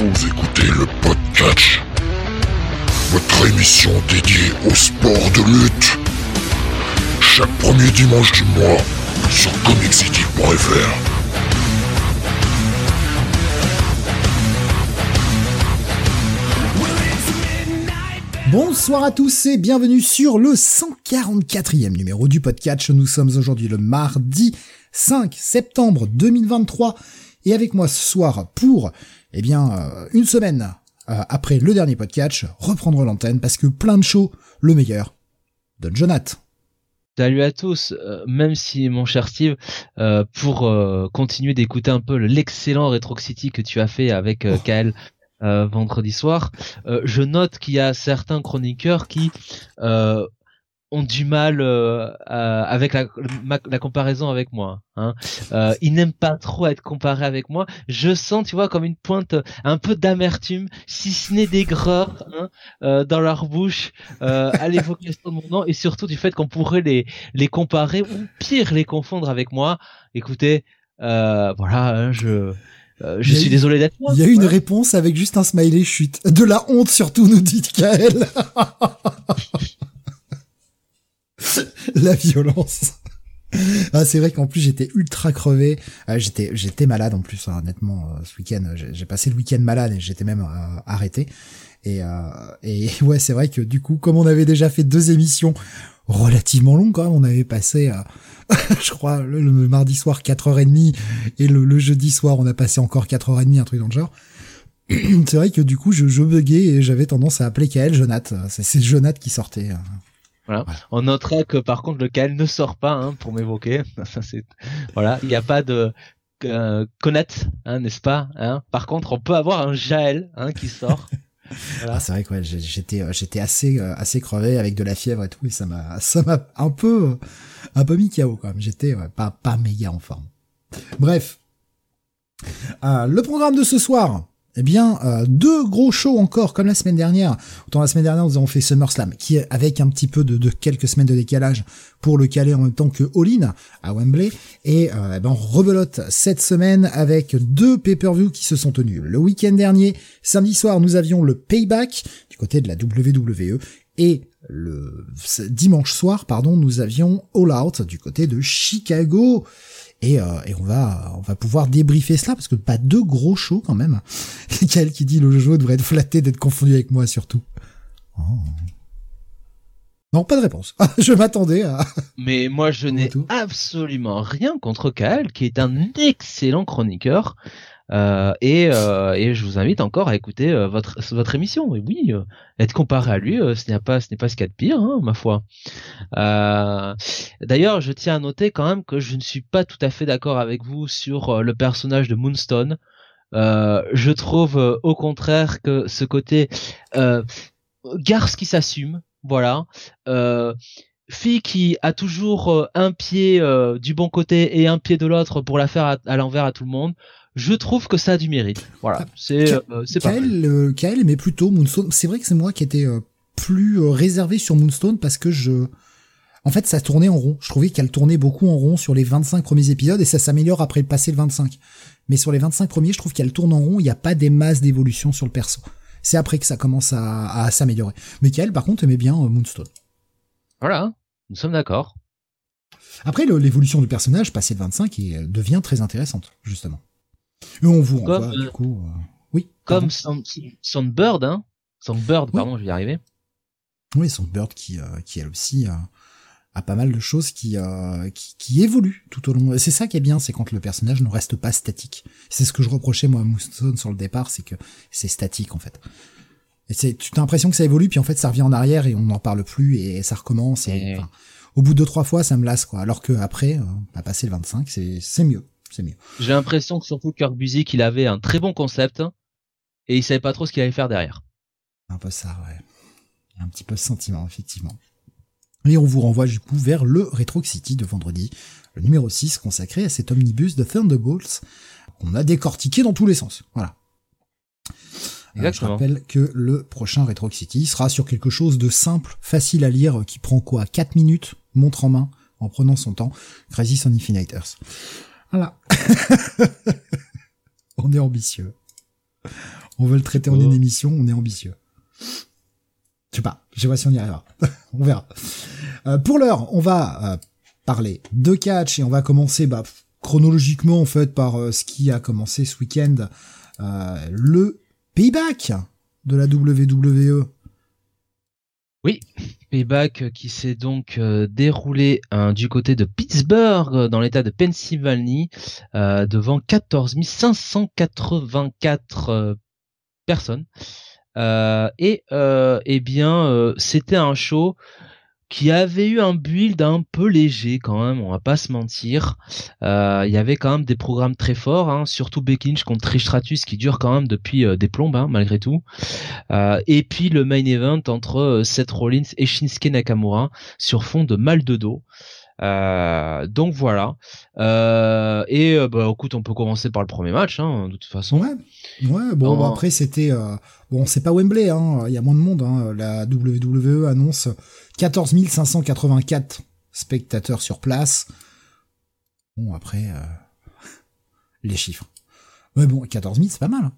Vous écoutez le Podcatch, votre émission dédiée au sport de lutte. Chaque premier dimanche du mois sur comiccity.fr. Bonsoir à tous et bienvenue sur le 144e numéro du Podcatch. Nous sommes aujourd'hui le mardi 5 septembre 2023 et avec moi ce soir pour, une semaine après le dernier Podcatch, reprendre l'antenne parce que plein de shows, le meilleur, Don Jonath. Salut à tous, même si mon cher Steve, pour continuer d'écouter un peu l'excellent Retro City que tu as fait avec Kael vendredi soir, je note qu'il y a certains chroniqueurs qui ont du mal avec la comparaison avec moi. Ils n'aiment pas trop être comparés avec moi. Je sens, tu vois, comme une pointe, un peu d'amertume, si ce n'est d'aigreur, dans leur bouche, à l'évocation de mon nom, et surtout du fait qu'on pourrait les comparer, ou pire, les confondre avec moi. Écoutez, je suis désolé d'être là. Il y a une réponse avec juste un smiley chute. De la honte surtout, nous dit Kael. La violence. Ah, c'est vrai qu'en plus j'étais ultra crevé. J'étais malade en plus, honnêtement, ce week-end. J'ai passé le week-end malade et j'étais même arrêté. Et ouais, c'est vrai que du coup, comme on avait déjà fait 2 émissions relativement longues quand même, on avait passé, je crois, le mardi soir 4h30 et le jeudi soir on a passé encore 4h30, un truc dans le genre. C'est vrai que du coup je buguais et j'avais tendance à appeler Kael Jonath. C'est Jonath qui sortait. Voilà. On notera que par contre le Kael ne sort pas pour m'évoquer. Voilà, il n'y a pas de Connat, n'est-ce pas, Par contre, on peut avoir un Jaël qui sort. Voilà. Ah, c'est vrai que ouais, j'étais assez crevé avec de la fièvre et tout, et ça m'a un peu mis KO quand même. J'étais pas méga en forme. Bref, le programme de ce soir. 2 gros shows encore, comme la semaine dernière. Autant la semaine dernière, nous avons fait SummerSlam, qui est avec un petit peu de quelques semaines de décalage pour le caler en même temps que All In à Wembley. Et on rebelote cette semaine avec 2 pay-per-view qui se sont tenus le week-end dernier. Samedi soir, nous avions le Payback du côté de la WWE. Et le dimanche soir, nous avions All Out du côté de Chicago. Et on va pouvoir débriefer cela parce que pas 2 gros shows quand même. Kael qui dit le jeu devrait être flatté d'être confondu avec moi surtout. Oh. Non, pas de réponse. Je m'attendais à... Mais moi je n'ai absolument rien contre Kael qui est un excellent chroniqueur. Et je vous invite encore à écouter votre émission. Et oui, être comparé à lui, ce n'est pas ce qu'il y a de pire, ma foi. D'ailleurs, je tiens à noter quand même que je ne suis pas tout à fait d'accord avec vous sur le personnage de Moonstone. Je trouve au contraire que ce côté garce qui s'assume, voilà. Fille qui a toujours un pied du bon côté et un pied de l'autre pour la faire à l'envers à tout le monde. Je trouve que ça a du mérite. Voilà, c'est pas mal. Kael, mais plutôt Moonstone. C'est vrai que c'est moi qui étais plus réservé sur Moonstone parce que en fait, ça tournait en rond. Je trouvais qu'elle tournait beaucoup en rond sur les 25 premiers épisodes et ça s'améliore après passer le 25. Mais sur les 25 premiers, je trouve qu'elle tourne en rond. Il n'y a pas des masses d'évolution sur le perso. C'est après que ça commence à s'améliorer. Mais Kael, par contre, aimait bien Moonstone. Voilà, nous sommes d'accord. Après, l'évolution du personnage, passé le 25, devient très intéressante, justement. Et on vous renvoie, du coup... Oui. Comme Songbird, Songbird, oui. Je vais y arriver. Oui, Songbird qui elle aussi a pas mal de choses qui évoluent tout au long. C'est ça qui est bien, c'est quand le personnage ne reste pas statique. C'est ce que je reprochais moi à Moonstone sur le départ, c'est que c'est statique en fait. Et tu as l'impression que ça évolue, puis en fait ça revient en arrière et on n'en parle plus et ça recommence. Au bout de 2-3 fois, ça me lasse quoi. Alors que après, passer le 25, c'est mieux. C'est mieux. J'ai l'impression que surtout Kirk Busiek, il avait un très bon concept et il savait pas trop ce qu'il allait faire derrière. Un peu ça, ouais. Un petit peu ce sentiment, effectivement. Et on vous renvoie du coup vers le Retro City de vendredi, le numéro 6 consacré à cet omnibus de Thunderbolts qu'on a décortiqué dans tous les sens. Voilà. Je rappelle que le prochain Retro City sera sur quelque chose de simple, facile à lire, qui prend 4 minutes, montre en main, en prenant son temps. Crisis on Infinite Earths. Voilà. On est ambitieux. On veut le traiter en une émission, on est ambitieux. Je sais pas, je sais pas si on y arrivera. On verra. Pour l'heure, on va parler de catch et on va commencer chronologiquement en fait par ce qui a commencé ce week-end, le payback de la WWE. Oui, payback qui s'est donc déroulé du côté de Pittsburgh, dans l'état de Pennsylvanie, devant 14 584 personnes. C'était un show qui avait eu un build un peu léger quand même, on va pas se mentir. Il y avait quand même des programmes très forts, hein, surtout Becky Lynch contre Trish Stratus qui dure quand même depuis des plombes, hein, malgré tout. Et puis le main event entre Seth Rollins et Shinsuke Nakamura sur fond de mal de dos. Donc voilà. Écoute, on peut commencer par le premier match, hein, de toute façon. Ouais. Bon, après c'était c'est pas Wembley, hein. Il y a moins de monde, hein. La WWE annonce 14 584 spectateurs sur place. Bon, après les chiffres. Ouais, bon, 14 000, c'est pas mal.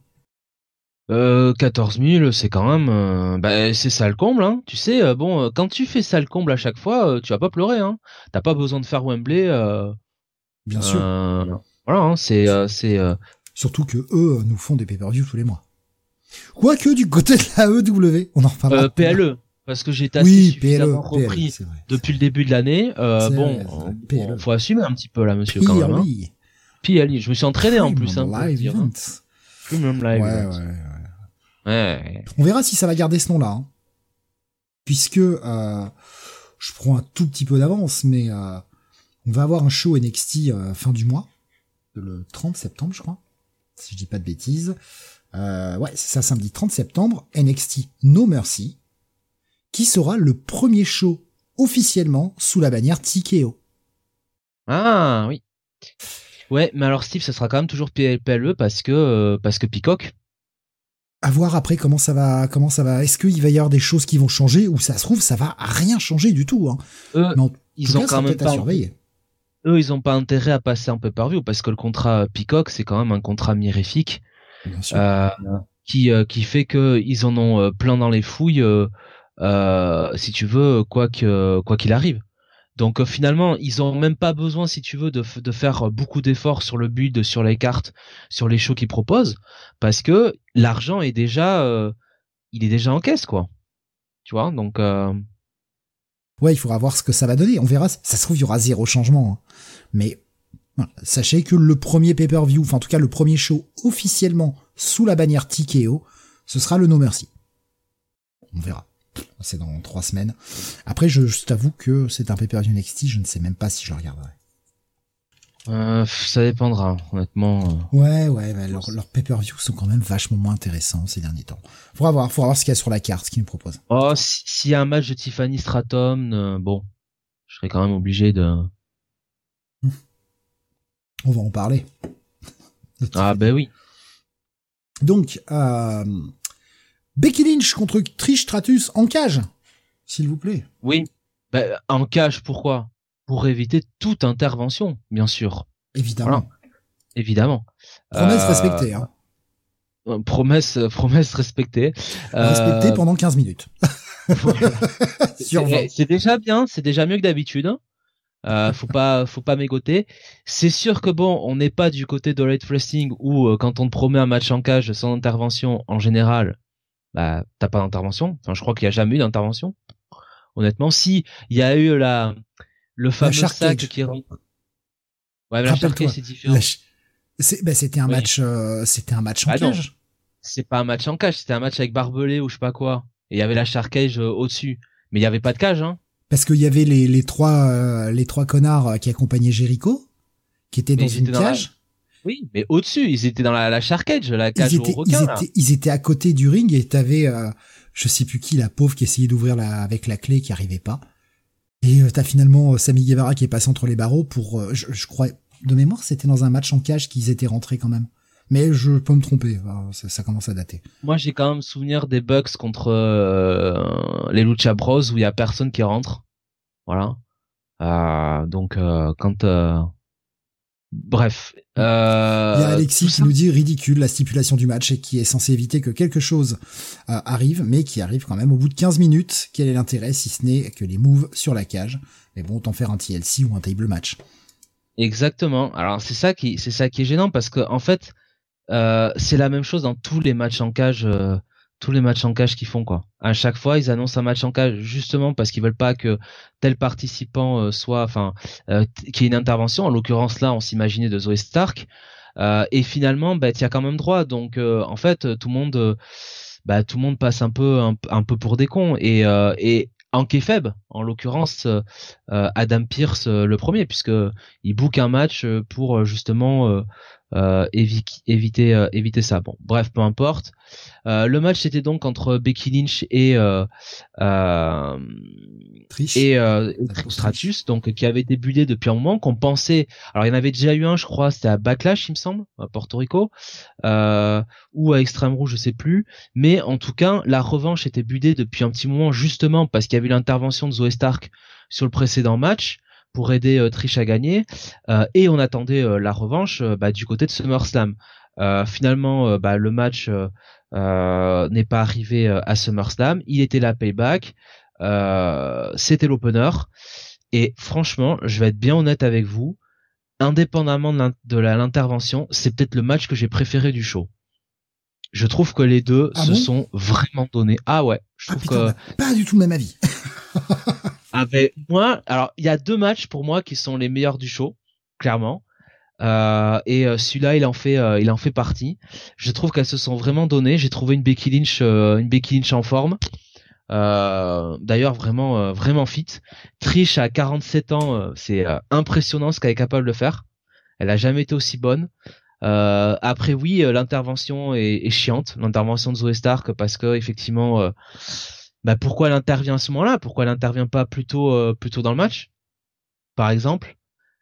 14 000, c'est quand même, c'est ça le comble, hein. Tu sais, quand tu fais ça le comble à chaque fois, tu vas pas pleurer, hein. T'as pas besoin de faire Wembley. Bien sûr. Voilà, hein, c'est. Surtout que eux nous font des pay-per-view tous les mois. Quoique du côté de la EW, on en reparlera. PLE, parce que j'ai été assez suffisamment repris PLE, depuis le début de l'année. Faut assumer un petit peu là, monsieur, quand même. Hein. PLE, je me suis entraîné en plus. Hein, live event. Premium live. Ouais. On verra si ça va garder ce nom-là, hein. Puisque je prends un tout petit peu d'avance, mais on va avoir un show NXT fin du mois, le 30 septembre, je crois, si je dis pas de bêtises. C'est ça, samedi 30 septembre, NXT No Mercy, qui sera le premier show officiellement sous la bannière TKO. Ah oui. Ouais, mais alors Steve, ça sera quand même toujours PLE parce que Peacock. À voir après comment ça va. Est-ce qu'il va y avoir des choses qui vont changer ou ça se trouve ça va rien changer du tout, hein. Ils ont quand même pas surveiller. Eux, ils ont pas intérêt à passer en pay-per-view parce que le contrat Peacock, c'est quand même un contrat mirifique. Bien sûr. Qui fait que ils en ont plein dans les fouilles, si tu veux, quoi qu'il arrive. Donc finalement, ils ont même pas besoin, si tu veux, de faire beaucoup d'efforts sur le build, sur les cartes, sur les shows qu'ils proposent, parce que l'argent est déjà, il est déjà en caisse, quoi. Tu vois, donc. Ouais, il faudra voir ce que ça va donner. On verra. Ça se trouve, il y aura zéro changement. Hein. Mais voilà, sachez que le premier pay-per-view, enfin en tout cas le premier show officiellement sous la bannière TKO, ce sera le No Mercy. On verra. C'est dans 3 semaines. Après, je t'avoue que c'est un pay-per-view NXT, je ne sais même pas si je le regarderai. Ça dépendra, honnêtement. Ouais, leurs pay-per-views sont quand même vachement moins intéressants ces derniers temps. Faudra voir ce qu'il y a sur la carte, ce qu'ils nous proposent. Oh, s'il y a un match de Tiffany Stratton, je serais quand même obligé de... On va en parler. Ah ben oui. Donc, Becky Lynch contre Trish Stratus en cage, s'il vous plaît. Oui, en cage, pourquoi ? Pour éviter toute intervention, bien sûr. Évidemment. Voilà. Évidemment. Promesse respectée. Hein. Promesse respectée. Respectée pendant 15 minutes. C'est déjà bien, c'est déjà mieux que d'habitude. Faut pas mégoter. C'est sûr que on n'est pas du côté de Elite Wrestling où quand on te promet un match en cage sans intervention, en général, t'as pas d'intervention. Enfin, je crois qu'il y a jamais eu d'intervention. Honnêtement, si il y a eu le fameux sac qui rentre. Ouais, mais la Shark Cage, c'est différent. C'était un match, c'était un match en cage. Non. C'est pas un match en cage, c'était un match avec barbelé ou je sais pas quoi. Et il y avait la Shark Cage au-dessus. Mais il y avait pas de cage, hein. Parce qu'il y avait les trois connards qui accompagnaient Jericho, qui étaient dans une cage. Oui, mais au-dessus, ils étaient dans la Shark Cage, la cage au requin. Ils étaient à côté du ring et t'avais, je sais plus qui, la pauvre qui essayait d'ouvrir avec la clé qui arrivait pas. Et t'as finalement Sammy Guevara qui est passé entre les barreaux pour, je crois, de mémoire, c'était dans un match en cage qu'ils étaient rentrés quand même. Mais je peux me tromper, ça commence à dater. Moi, j'ai quand même souvenir des Bucks contre les Lucha Bros où il y a personne qui rentre. Voilà. Donc quand Il y a Alexis qui nous dit ridicule la stipulation du match et qui est censé éviter que quelque chose arrive, mais qui arrive quand même au bout de 15 minutes. Quel est l'intérêt si ce n'est que les moves sur la cage? Mais bon, autant faire un TLC ou un table match. Exactement. Alors c'est ça qui est gênant parce que en fait c'est la même chose dans tous les matchs en cage. Tous les matchs en cage qu'ils font quoi. À chaque fois, ils annoncent un match en cage justement parce qu'ils veulent pas que tel participant qu'il y ait une intervention. En l'occurrence là, on s'imaginait de Zoe Stark. Et finalement, t'y as quand même droit. Donc en fait, tout le monde passe un peu pour des cons. Et en kayfabe, en l'occurrence, Adam Pearce le premier, puisque il book un match pour justement éviter ça. Bon, bref, peu importe. Le match c'était donc entre Becky Lynch et Stratus, donc qui avait été buildé depuis un moment, qu'on pensait. Alors il y en avait déjà eu un, je crois, c'était à Backlash, il me semble, à Porto Rico, ou à Extreme Rules, je sais plus. Mais en tout cas, la revanche était buildée depuis un petit moment, justement parce qu'il y avait eu l'intervention de Zoe Stark sur le précédent match pour aider Trish à gagner, et on attendait la revanche du côté de SummerSlam. Finalement, le match n'est pas arrivé à SummerSlam. Il était là Payback, c'était l'opener, et franchement, je vais être bien honnête avec vous, indépendamment de l'intervention, c'est peut-être le match que j'ai préféré du show. Je trouve que les deux sont vraiment donnés. Ah ouais, je trouve que pas du tout le même avis. Avec moi, alors il y a deux matchs pour moi qui sont les meilleurs du show, clairement. Et celui-là, il en fait partie. Je trouve qu'elles se sont vraiment données. J'ai trouvé une Becky Lynch en forme. D'ailleurs, vraiment fit. Trish à 47 ans, c'est impressionnant ce qu'elle est capable de faire. Elle a jamais été aussi bonne. Après, oui, l'intervention est chiante, l'intervention de Zoe Stark, parce que effectivement. Pourquoi elle intervient à ce moment-là? Pourquoi elle intervient pas plus tôt dans le match, par exemple?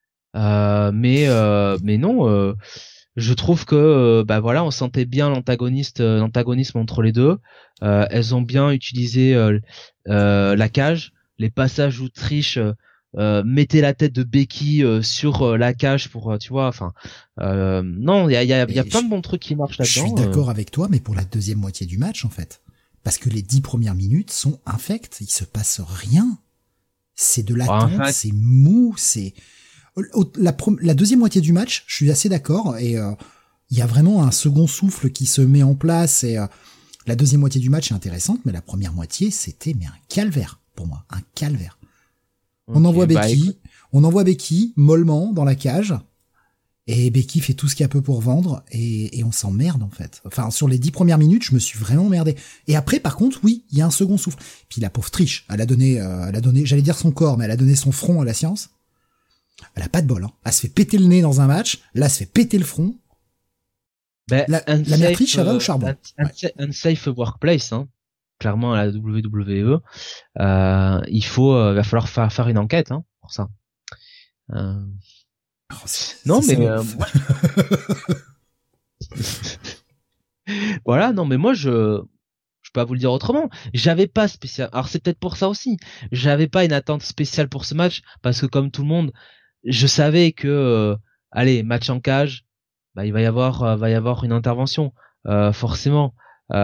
Mais non. Je trouve que on sentait bien l'antagonisme entre les deux. Elles ont bien utilisé la cage, les passages où Trish mettait la tête de Becky sur la cage pour tu vois. Enfin, non, il y a plein de bons trucs qui marchent là-dedans. Je suis d'accord avec toi, mais pour la deuxième moitié du match, en fait. Parce que les 10 premières minutes sont infectes, il se passe rien. C'est de l'attente, c'est mou, c'est... La deuxième moitié du match, je suis assez d'accord, et il y a vraiment un second souffle qui se met en place, et la deuxième moitié du match est intéressante, mais la première moitié, c'était un calvaire, pour moi, un calvaire. Okay, on envoie Becky mollement dans la cage, et Becky fait tout ce qu'elle peut pour vendre, et on s'emmerde, en fait. Enfin, sur les 10 premières minutes, je me suis vraiment emmerdé. Et après, par contre, oui, il y a un second souffle. Puis la pauvre Trish, elle a donné, j'allais dire son corps, mais elle a donné son front à la science. Elle a pas de bol, hein. Elle se fait péter le nez dans un match, là, elle se fait péter le front. La mère Trish, elle va au charbon. Unsafe workplace, hein. Clairement, à la WWE, va falloir faire une enquête, hein, pour ça. Non mais voilà, non mais moi je peux pas vous le dire autrement. J'avais pas spécial. Alors c'est peut-être pour ça aussi. J'avais pas une attente spéciale pour ce match parce que comme tout le monde, je savais que match en cage, il va y avoir une intervention forcément.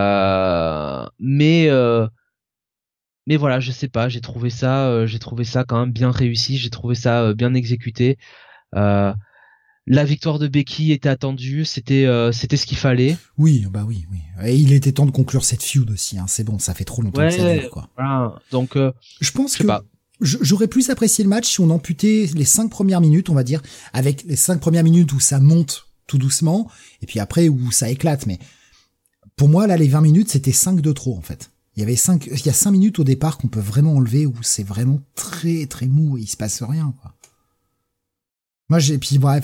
Mais voilà, je sais pas, j'ai trouvé ça quand même bien réussi, j'ai trouvé ça bien exécuté. La victoire de Becky était attendue, c'était ce qu'il fallait. Oui. Et il était temps de conclure cette feud aussi, hein. C'est bon, ça fait trop longtemps que ça dure, quoi. Voilà. Donc, je pense que j'aurais plus apprécié le match si on amputait les 5 premières minutes, on va dire, avec les 5 premières minutes où ça monte tout doucement, et puis après où ça éclate. Mais pour moi, là, les 20 minutes, c'était 5 de trop, en fait. Il y a 5 minutes au départ qu'on peut vraiment enlever où c'est vraiment très, très mou et il se passe rien, quoi. Moi, j'ai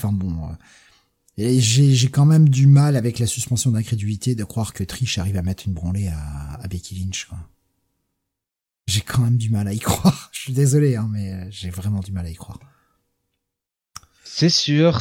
quand même du mal avec la suspension d'incrédulité de croire que Trish arrive à mettre une branlée à Becky Lynch, quoi. J'ai quand même du mal à y croire. Je suis désolé, hein, mais j'ai vraiment du mal à y croire. C'est sûr.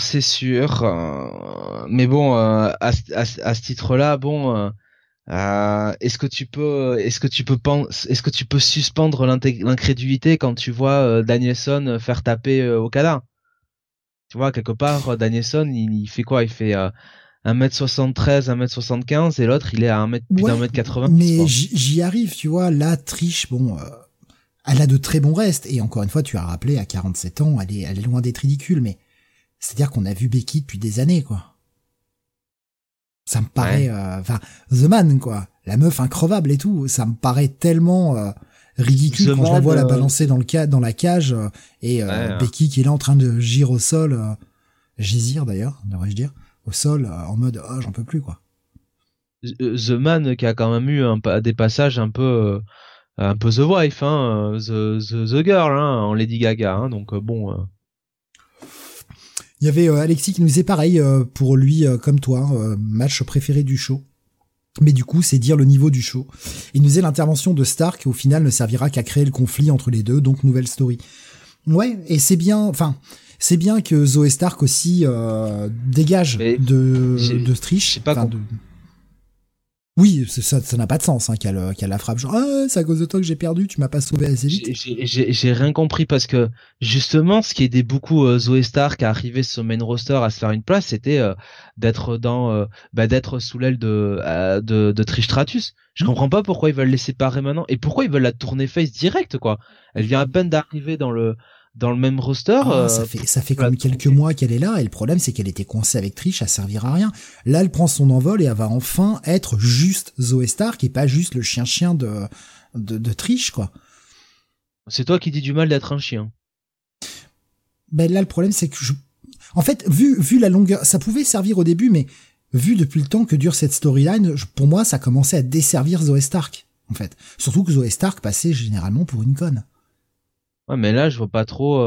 Mais bon, à ce titre-là, bon, est-ce que tu peux suspendre l'incrédulité quand tu vois Danielson faire taper Okada? Tu vois, quelque part, Danielson, il fait quoi? Il fait 1m73, 1m75 et l'autre, il est à plus Ouais, d'1m80. mais j'y arrive, tu vois. Là, Trish, bon, elle a de très bons restes. Et encore une fois, tu as rappelé, à 47 ans, elle est loin d'être ridicule, mais c'est-à-dire qu'on a vu Becky depuis des années, quoi. Ça me paraît, enfin, The Man, quoi. La meuf increvable et tout. Ça me paraît tellement ridicule quand je la vois la balancer dans la cage et Becky qui est là en train de gire au sol, gizir d'ailleurs, devrais-je dire, au sol en mode oh j'en peux plus quoi. The Man qui a quand même eu des passages un peu The Wife, hein, the Girl, hein, en Lady Gaga, hein, donc bon. Il y avait Alexis qui nous disait pareil pour lui comme toi, match préféré du show. Mais du coup, c'est dire le niveau du show. Il nous disait l'intervention de Stark au final ne servira qu'à créer le conflit entre les deux, donc nouvelle story. Ouais, et c'est bien que Zoé Stark aussi dégage de Trish. Oui, ça n'a pas de sens qu'elle la frappe. Genre, c'est à cause de toi que j'ai perdu, tu m'as pas sauvé assez vite. J'ai rien compris parce que justement, ce qui aidait beaucoup Zoé Stark à arriver sur main roster, à se faire une place, c'était d'être d'être sous l'aile de Trish Stratus. Je comprends pas pourquoi ils veulent les séparer maintenant et pourquoi ils veulent la tourner face direct quoi. Elle vient à peine d'arriver dans le même roster. Ça fait comme quelques mois qu'elle est là, et le problème c'est qu'elle était coincée avec Trish, elle servira à rien. Là, elle prend son envol et elle va enfin être juste Zoé Stark et pas juste le chien de Trish, quoi. C'est toi qui dis du mal d'être un chien. Ben là, le problème c'est que en fait, vu la longueur, ça pouvait servir au début, mais vu depuis le temps que dure cette storyline, pour moi, ça commençait à desservir Zoé Stark, en fait. Surtout que Zoé Stark passait généralement pour une conne. Ouais, mais là, je vois pas trop.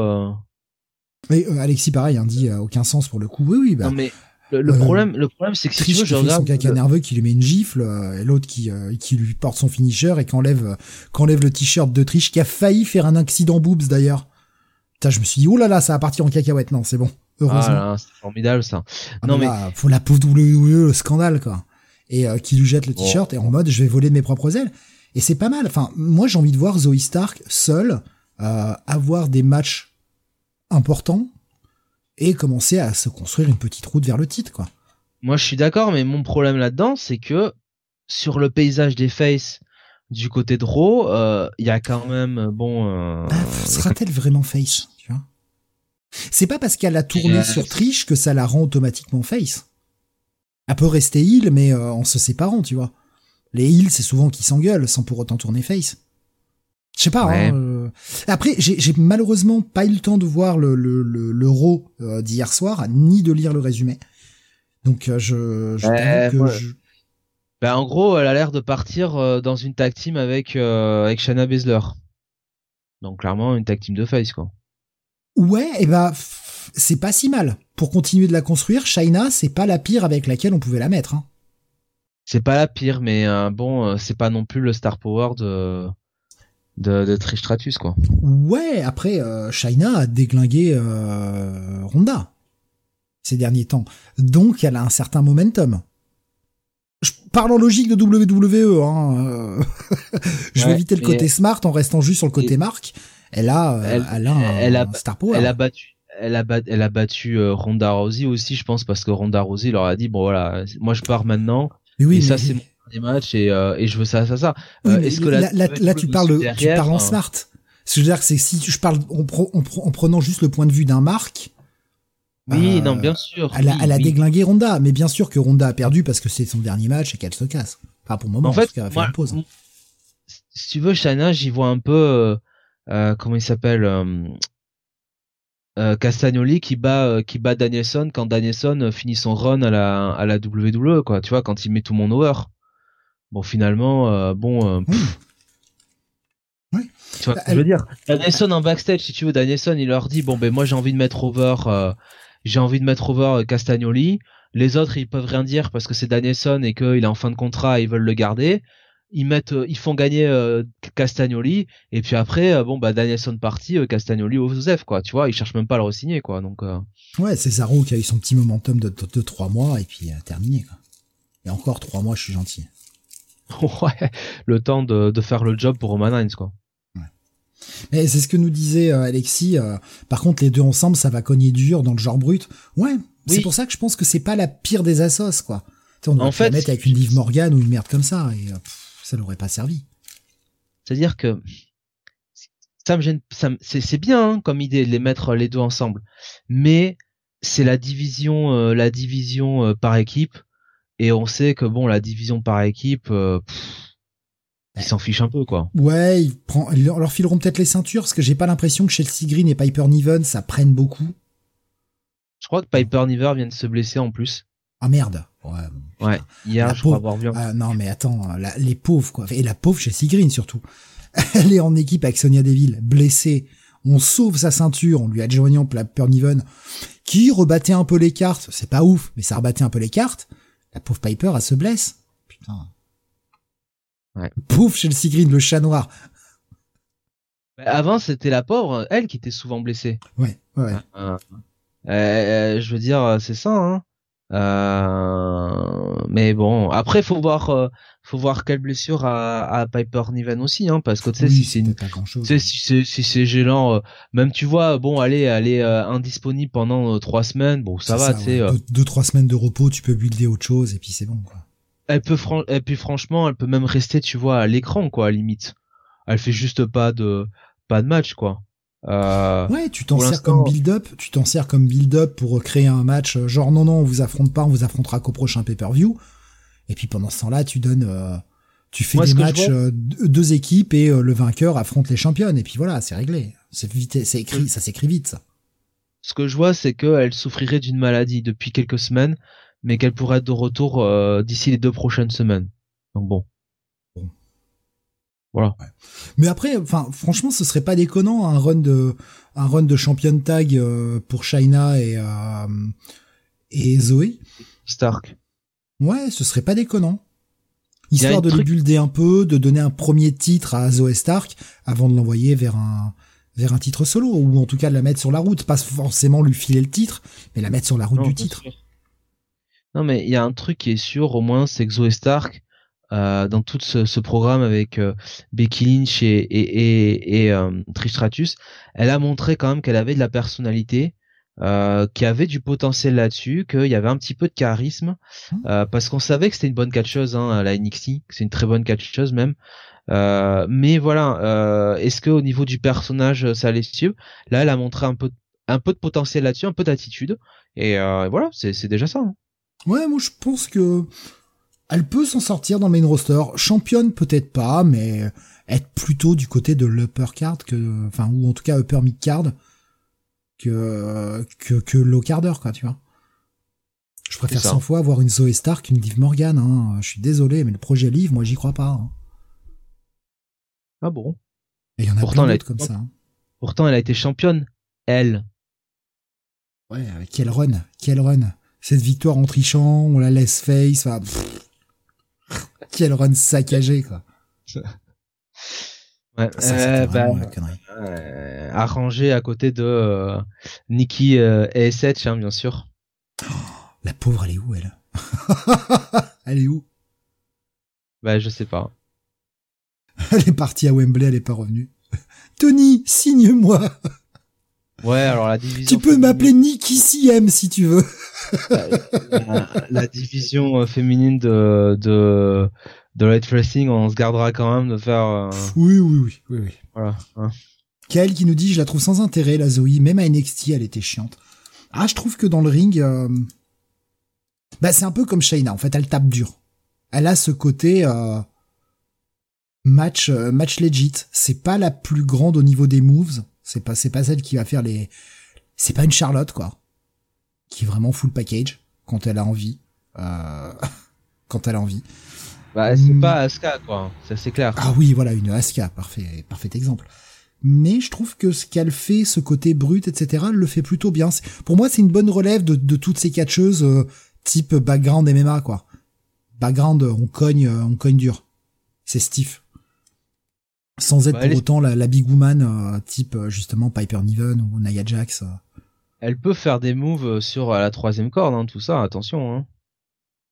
Mais Alexis, pareil, dit aucun sens pour le coup. Oui, bah. Non, mais le problème, c'est que si tu veux, je regarde son caca nerveux qui lui met une gifle, et l'autre qui lui porte son finisher et qu'enlève le t-shirt de Trish qui a failli faire un accident boobs d'ailleurs. Putain, je me suis dit oh là là, ça va partir en cacahuète. Non, c'est bon. Heureusement. Ah là, c'est formidable ça. Non mais là, faut la pauvre WWE, le scandale quoi. Et qui lui jette le t-shirt et en mode je vais voler de mes propres ailes. Et c'est pas mal. Enfin, moi j'ai envie de voir Zoe Stark seule. Avoir des matchs importants et commencer à se construire une petite route vers le titre, quoi. Moi, je suis d'accord, mais mon problème là-dedans, c'est que sur le paysage des faces du côté de Raw, il y a quand même sera-t-elle vraiment face, tu vois? C'est pas parce qu'elle a tourné sur Trish que ça la rend automatiquement face. Elle peut rester heel, mais en se séparant, tu vois. Les heels, c'est souvent qui s'engueulent sans pour autant tourner face. Je sais pas. Ouais. Après, j'ai malheureusement pas eu le temps de voir le Raw d'hier soir, ni de lire le résumé. Donc je t'avoue que en gros, elle a l'air de partir dans une tag team avec Shayna Baszler. Donc clairement une tag team de face quoi. Ouais, et c'est pas si mal. Pour continuer de la construire, Shayna, c'est pas la pire avec laquelle on pouvait la mettre. Hein. C'est pas la pire, mais c'est pas non plus le star power de Trish Stratus quoi. Ouais, après Shayna a déglingué Ronda ces derniers temps. Donc elle a un certain momentum. Je parle en logique de WWE hein. Je vais éviter le côté smart en restant juste sur le côté marque. Elle a un star power. Elle a battu Ronda Rousey aussi, je pense, parce que Ronda Rousey leur a dit bon voilà, moi je pars maintenant. Oui, et ça c'est mon des matchs et je veux ça. Oui, est-ce que là tu parles en smart. Ce que je veux dire, c'est que si je parle en prenant juste le point de vue d'un Mark. Oui, non, bien sûr. Elle a déglingué Ronda, mais bien sûr que Ronda a perdu parce que c'est son dernier match et qu'elle se casse. Enfin, pour le moment, en fait, elle va faire une pause. Si tu veux, Shayna, j'y vois un peu comment il s'appelle Castagnoli qui bat Danielson quand Danielson finit son run à la WWE quoi. Tu vois, quand il met tout mon over. Bon, finalement, oui. Tu vois ce que je veux dire. Danielson en backstage, si tu veux, Danielson, il leur dit bon ben moi j'ai envie de mettre over Castagnoli. Les autres ils peuvent rien dire parce que c'est Danielson et qu'il est en fin de contrat, et ils veulent le garder. Ils font gagner Castagnoli et puis après Danielson parti, Castagnoli au Joseph quoi. Tu vois, ils cherchent même pas à le re-signer quoi. Donc ouais, c'est Cesaro qui a eu son petit momentum de 3 mois et puis terminé quoi. Et encore 3 mois, je suis gentil. Ouais, le temps de faire le job pour Roman Reigns quoi. Ouais. Mais c'est ce que nous disait Alexis. Par contre, les deux ensemble, ça va cogner dur dans le genre brut. Ouais, c'est pour ça que je pense que c'est pas la pire des assos, quoi. Tu sais, on aurait pu la mettre avec une Liv Morgan ou une merde comme ça, et ça n'aurait pas servi. C'est-à-dire que ça me gêne, c'est bien hein, comme idée de les mettre les deux ensemble, mais c'est la division par équipe, et on sait que bon, la division par équipe, ils s'en fichent un peu, quoi. Ouais, ils leur fileront peut-être les ceintures, parce que j'ai pas l'impression que Chelsea Green et Piper Niven ça prenne beaucoup. Je crois que Piper Niven vient de se blesser en plus. Ah merde. Ouais. Hier, je crois avoir vu. Non mais attends, les pauvres quoi. Et la pauvre Chelsea Green surtout. Elle est en équipe avec Sonia Deville, blessée. On sauve sa ceinture, on lui adjoignant Piper Niven, qui rebattait un peu les cartes. C'est pas ouf, mais ça rebattait un peu les cartes. La pauvre Piper, elle se blesse. Putain. Ouais. Pauvre Chelsea Green, le chat noir. Avant, c'était la pauvre, elle qui était souvent blessée. Ouais. Je veux dire, c'est ça, hein. Mais bon, après faut voir quelle blessure a Piper Niven aussi, hein, parce que tu sais si c'est gênant, même tu vois, bon, elle est indisponible pendant 3 semaines, bon ça va, tu sais. 2-3 semaines de repos, tu peux builder autre chose et puis c'est bon, quoi. Et puis franchement, elle peut même rester, tu vois, à l'écran, quoi, à la limite. Elle fait juste pas de match, quoi. Ouais, tu t'en sers comme build-up pour créer un match genre non, on vous affronte pas, on vous affrontera qu'au prochain pay-per-view. Et puis pendant ce temps-là, tu fais des matchs 2 équipes et le vainqueur affronte les championnes et puis voilà, c'est réglé. Ça s'écrit vite ça. Ce que je vois, c'est qu'elle souffrirait d'une maladie depuis quelques semaines, mais qu'elle pourrait être de retour d'ici les 2 prochaines semaines. Donc bon. Voilà. Ouais. Mais après, enfin, franchement, ce serait pas déconnant un run de champion tag pour Shayna et Zoé Stark. Ouais, ce serait pas déconnant. Histoire de les builder un peu, de donner un premier titre à Zoé Stark avant de l'envoyer vers un titre solo, ou en tout cas de la mettre sur la route, pas forcément lui filer le titre, mais la mettre sur la route du titre. Sûr. Non, mais il y a un truc qui est sûr au moins, c'est que Zoé Stark, dans tout ce programme avec Becky Lynch et Trish Stratus, elle a montré quand même qu'elle avait de la personnalité, qu'il y avait du potentiel là-dessus, qu'il y avait un petit peu de charisme, parce qu'on savait que c'était une bonne catcheuse, hein, la NXT, que c'est une très bonne catcheuse même. Mais voilà, est-ce que au niveau du personnage ça allait suivre? Là, elle a montré un peu de potentiel là-dessus, un peu d'attitude, et voilà, c'est déjà ça. Hein. Ouais, moi je pense que elle peut s'en sortir dans le main roster. Championne peut-être pas, mais être plutôt du côté de l'upper card ou en tout cas upper mid card que low carder, quoi, tu vois. Je préfère 100 fois avoir une Zoe Stark qu'une Liv Morgan, hein. Je suis désolé, mais le projet Liv, moi j'y crois pas. Hein. Ah bon? Et il y en a plein d'autres comme ça. Hein. Pourtant, elle a été championne, elle. Ouais, quel run. Cette victoire en trichant, on la laisse face, enfin... Quel run saccagé, quoi. Ouais, arrangé à côté de Nikki et SH, hein, bien sûr. Oh, la pauvre, elle est où, elle? Elle est où? Bah, je sais pas. Elle est partie à Wembley, elle est pas revenue. Tony, signe-moi. Ouais, alors la division... Tu peux m'appeler Nikki CM si tu veux. la division féminine de Light Wrestling, on se gardera quand même de faire... Oui. Voilà. Hein. Kael qui nous dit, je la trouve sans intérêt, la Zoe. Même à NXT, elle était chiante. Ah, je trouve que dans le ring... c'est un peu comme Shayna. En fait, elle tape dur. Elle a ce côté... match legit. C'est pas la plus grande au niveau des moves. C'est pas celle qui va faire c'est pas une Charlotte, quoi. Qui est vraiment full package quand elle a envie. Quand elle a envie. Bah, c'est pas Asuka, quoi. C'est clair. Ah oui, voilà, une Asuka. Parfait exemple. Mais je trouve que ce qu'elle fait, ce côté brut, etc., elle le fait plutôt bien. Pour moi, c'est une bonne relève de toutes ces catcheuses, type background MMA, quoi. Background, on cogne dur. C'est stiff. Sans être pour autant la big woman, type, justement, Piper Niven ou Nia Jax. Elle peut faire des moves sur la 3e corde, hein, tout ça, attention, hein.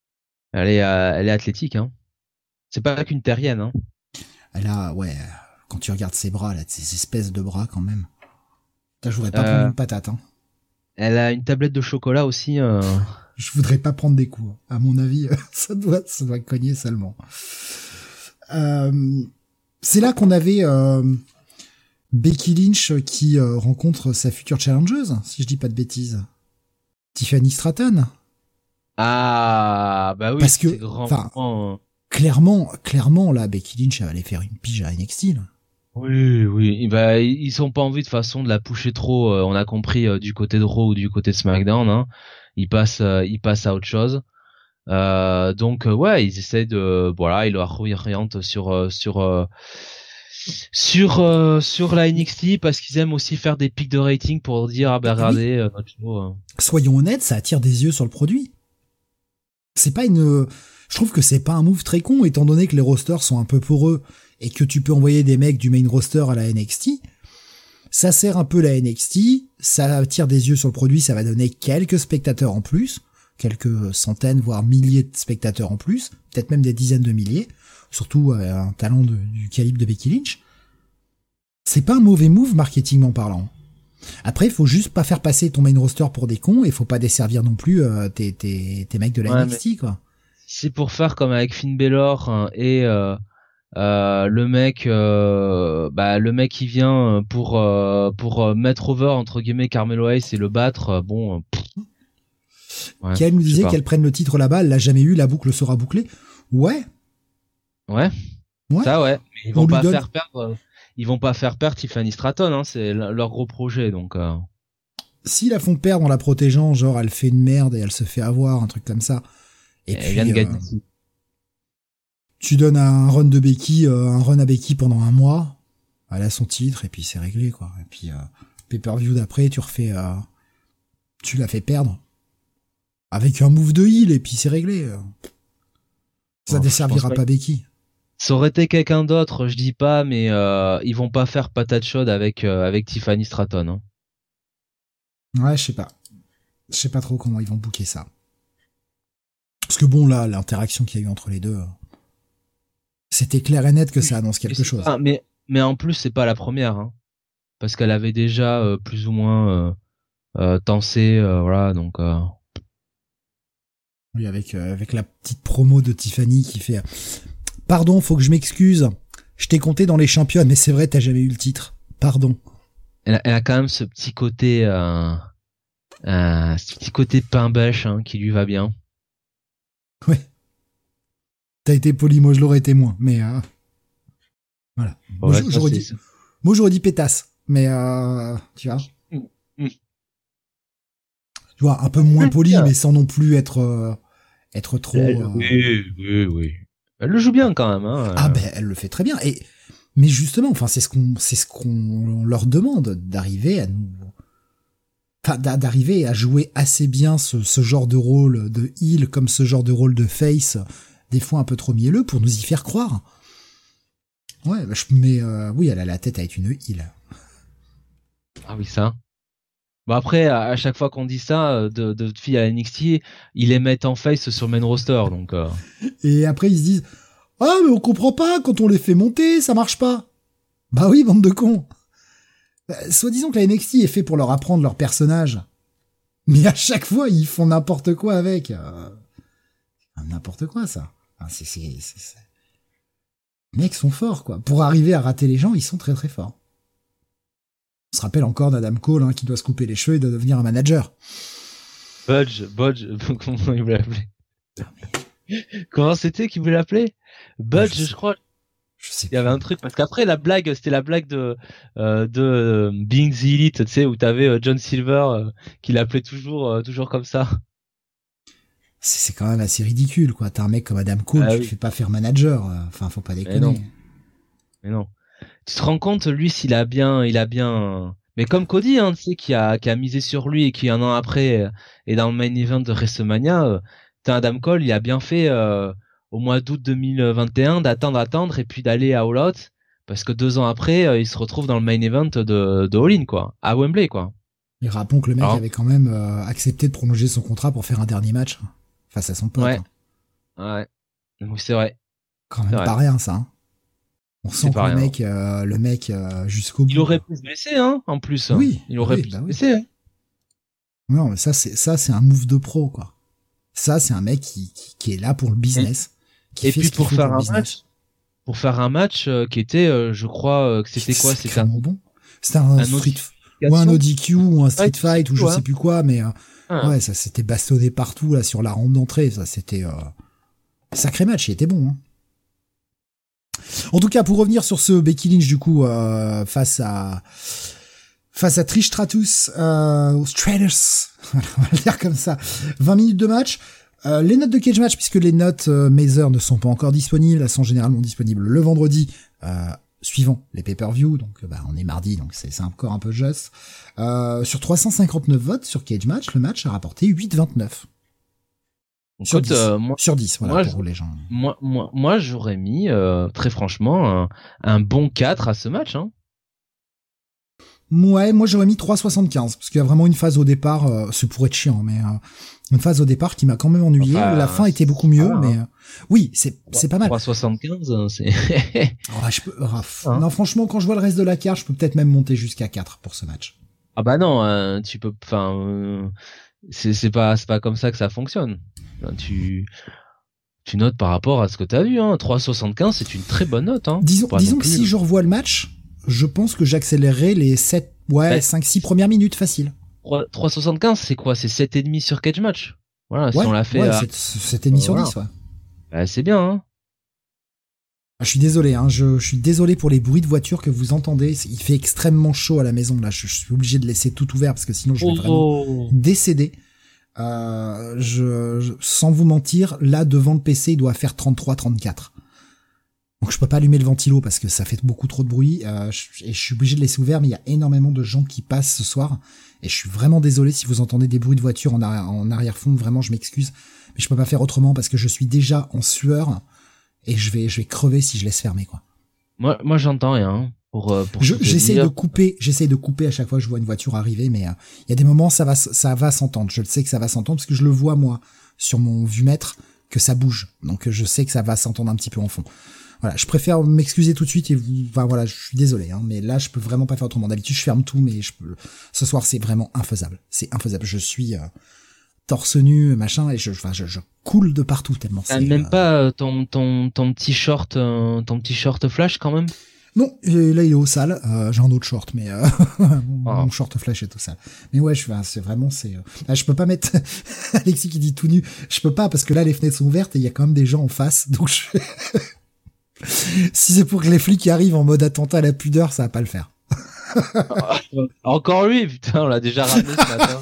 Elle est athlétique, hein. C'est pas qu'une terrienne, hein. Elle a, quand tu regardes ses bras, là, ces espèces de bras quand même. Putain, je voudrais pas prendre une patate, hein. Elle a une tablette de chocolat aussi. Je voudrais pas prendre des coups. À mon avis, ça doit cogner seulement. C'est là qu'on avait Becky Lynch qui rencontre sa future challengeuse, si je dis pas de bêtises. Tiffany Stratton. Ah, bah oui, parce que, c'est grand. Clairement, là, Becky Lynch, elle va aller faire une pige à NXT, là. Oui. Bah, ils ont pas envie de façon de la pousser trop. On a compris du côté de Raw ou du côté de SmackDown. Hein. Ils passent à autre chose. Donc ouais, ils essaient de, voilà, ils leur orientent sur la NXT parce qu'ils aiment aussi faire des pics de rating pour dire ah ben regardez notre show. Soyons honnêtes, ça attire des yeux sur le produit. C'est pas je trouve que c'est pas un move très con étant donné que les rosters sont un peu poreux et que tu peux envoyer des mecs du main roster à la NXT. Ça sert un peu la NXT, ça attire des yeux sur le produit, ça va donner quelques spectateurs en plus, quelques centaines voire milliers de spectateurs en plus, peut-être même des dizaines de milliers, surtout un talent du calibre de Becky Lynch. C'est pas un mauvais move marketingment parlant. Après, il faut juste pas faire passer ton main roster pour des cons et faut pas desservir non plus tes mecs de la NXT, quoi. C'est pour faire comme avec Finn Balor hein, et le mec qui vient pour mettre over entre guillemets Carmelo Hayes et le battre. Ouais, Kael nous disait qu'elle prenne le titre là-bas, elle l'a jamais eu, la boucle sera bouclée. Ouais. Ça ouais. Mais ils vont pas faire perdre. Ils vont pas faire perdre Tiffany Stratton, hein, c'est leur gros projet, donc. S'ils la font perdre en la protégeant, genre elle fait une merde et elle se fait avoir, un truc comme ça. Et puis, tu donnes un run de Becky, un run à Becky pendant un mois, elle a son titre et puis c'est réglé, quoi. Et puis pay-per-view d'après, tu la fais perdre avec un move de heel et puis c'est réglé. Ça desservira pas Becky. Ça aurait été quelqu'un d'autre, je dis pas, mais ils vont pas faire patate chaude avec Tiffany Stratton. Hein. Ouais, je sais pas trop comment ils vont booker ça. Parce que bon, là, l'interaction qu'il y a eu entre les deux, c'était clair et net que ça annonce quelque chose. Mais en plus, c'est pas la première, hein, parce qu'elle avait déjà plus ou moins tensé, voilà, donc. Oui, avec la petite promo de Tiffany qui fait. Pardon, faut que je m'excuse. Je t'ai compté dans les championnes, mais c'est vrai, t'as jamais eu le titre. Pardon. Elle a quand même ce petit côté, pain bêche, hein, qui lui va bien. Ouais. T'as été poli, moi je l'aurais été moins, mais voilà. Bon, moi j'aurais dit pétasse, mais tu vois. Tu vois, un peu moins poli, mais sans non plus être trop. Oui. Elle le joue bien quand même, hein. Ah ben elle le fait très bien. Mais justement, enfin c'est ce qu'on leur demande d'arriver à nous. Enfin, d'arriver à jouer assez bien ce genre de rôle de heel comme ce genre de rôle de face, des fois un peu trop mielleux pour nous y faire croire. Ouais, mais oui, elle a la tête à être une heel. Ah oui, ça. Bon après, à chaque fois qu'on dit ça, de filles à NXT, ils les mettent en face sur main roster, donc. Et après ils se disent, ah mais on comprend pas quand on les fait monter, ça marche pas. Bah oui, bande de cons. Soit disons que la NXT est fait pour leur apprendre leur personnage, mais à chaque fois ils font n'importe quoi avec. N'importe quoi ça. Enfin, Les mecs sont forts quoi. Pour arriver à rater les gens, ils sont très très forts. On se rappelle encore d'Adam Cole hein, qui doit se couper les cheveux et de devenir un manager. Budge, comment il voulait l'appeler? Comment c'était qu'il voulait l'appeler? Budge, je crois. Je sais il y avait un truc parce qu'après la blague c'était la blague de Being the Elite, tu sais, où t'avais John Silver qui l'appelait toujours comme ça. C'est quand même assez ridicule quoi. T'as un mec comme Adam Cole, tu te fais pas faire manager. Enfin, faut pas déconner. Mais non. Tu te rends compte lui s'il a bien. Mais comme Cody, hein, tu sais, qui a misé sur lui et qui un an après est dans le main event de WrestleMania. T'as Adam Cole, il a bien fait. Au mois d'août 2021 d'attendre et puis d'aller à All Out parce que 2 ans après il se retrouve dans le main event de All In quoi, à Wembley quoi. Et rappelons que le mec avait quand même accepté de prolonger son contrat pour faire un dernier match face à son pote. Ouais. Oui, c'est vrai. Quand même pas rien ça. Hein. On sent que le mec jusqu'au bout. Il aurait pu se blesser, hein, en plus. Hein. Oui. Il aurait pu se blesser. Hein. Non, mais ça, c'est un move de pro, quoi. Ça, c'est un mec qui est là pour le business. Et puis pour faire un match qui était, je crois que c'était quoi? C'était bon. C'était un street ou un ODQ ou un street fight ou je sais plus quoi, mais ouais, ça s'était bastonné partout là sur la rampe d'entrée. Ça, c'était sacré match. Il était bon. Hein. En tout cas, pour revenir sur ce Becky Lynch du coup face à Trish Stratus aux Stratus, on va le dire comme ça. 20 minutes de match. Les notes de Cage Match, puisque les notes Mazer ne sont pas encore disponibles, elles sont généralement disponibles le vendredi suivant les pay-per-view, donc on est mardi, donc c'est encore un peu juste. Sur 359 votes sur Cage Match, le match a rapporté 8,29. Sur 10, sur 10, voilà, pour les gens. Moi, j'aurais mis, très franchement, un bon 4 à ce match, hein. Ouais, moi j'aurais mis 3,75 parce qu'il y a vraiment une phase au départ, c'est pour être chiant, mais une phase au départ qui m'a quand même ennuyé. Enfin, la fin était beaucoup mieux, mais oui, c'est pas mal. 3,75, c'est. Non, franchement, quand je vois le reste de la carte, je peux peut-être même monter jusqu'à 4 pour ce match. Ah bah non, tu peux. Enfin, c'est pas comme ça que ça fonctionne. Enfin, tu notes par rapport à ce que t'as vu. Hein. 3,75, c'est une très bonne note. Hein. Disons que si je revois le match. Je pense que j'accélérerai les 5-6 premières minutes facile. 3,75, c'est quoi? C'est 7,5 sur Cage Match. Voilà, si on l'a fait. 7,5 sur 10, ouais. Bah, c'est bien, hein. Je suis désolé, hein. Je suis désolé pour les bruits de voiture que vous entendez. Il fait extrêmement chaud à la maison, là. Je suis obligé de laisser tout ouvert parce que sinon je vais vraiment décéder. Sans vous mentir, là, devant le PC, il doit faire 33-34. Donc je peux pas allumer le ventilo parce que ça fait beaucoup trop de bruit et je suis obligé de laisser ouvert, mais il y a énormément de gens qui passent ce soir et je suis vraiment désolé si vous entendez des bruits de voiture en arrière-fond, vraiment je m'excuse, mais je peux pas faire autrement parce que je suis déjà en sueur et je vais crever si je laisse fermer, quoi. Moi j'entends rien j'essaye de couper à chaque fois que je vois une voiture arriver, mais il y a des moments ça va s'entendre, je le sais que ça va s'entendre parce que je le vois moi sur mon vue-mètre que ça bouge, donc je sais que ça va s'entendre un petit peu en fond. Voilà, je préfère m'excuser tout de suite et voilà, je suis désolé, hein, mais là, je peux vraiment pas faire autrement. D'habitude, je ferme tout, mais ce soir, c'est vraiment infaisable. C'est infaisable. Je suis torse nu, machin, et je coule de partout tellement. T'as même pas ton petit short, flash quand même? Non, là, il est au sale. J'ai un autre short, mais mon short flash est au sale. Mais ouais, là, je peux pas mettre Alexis qui dit tout nu. Je peux pas parce que là, les fenêtres sont ouvertes et il y a quand même des gens en face, donc si c'est pour que les flics arrivent en mode attentat à la pudeur, ça va pas le faire. Encore lui, putain, on l'a déjà ramené ce matin.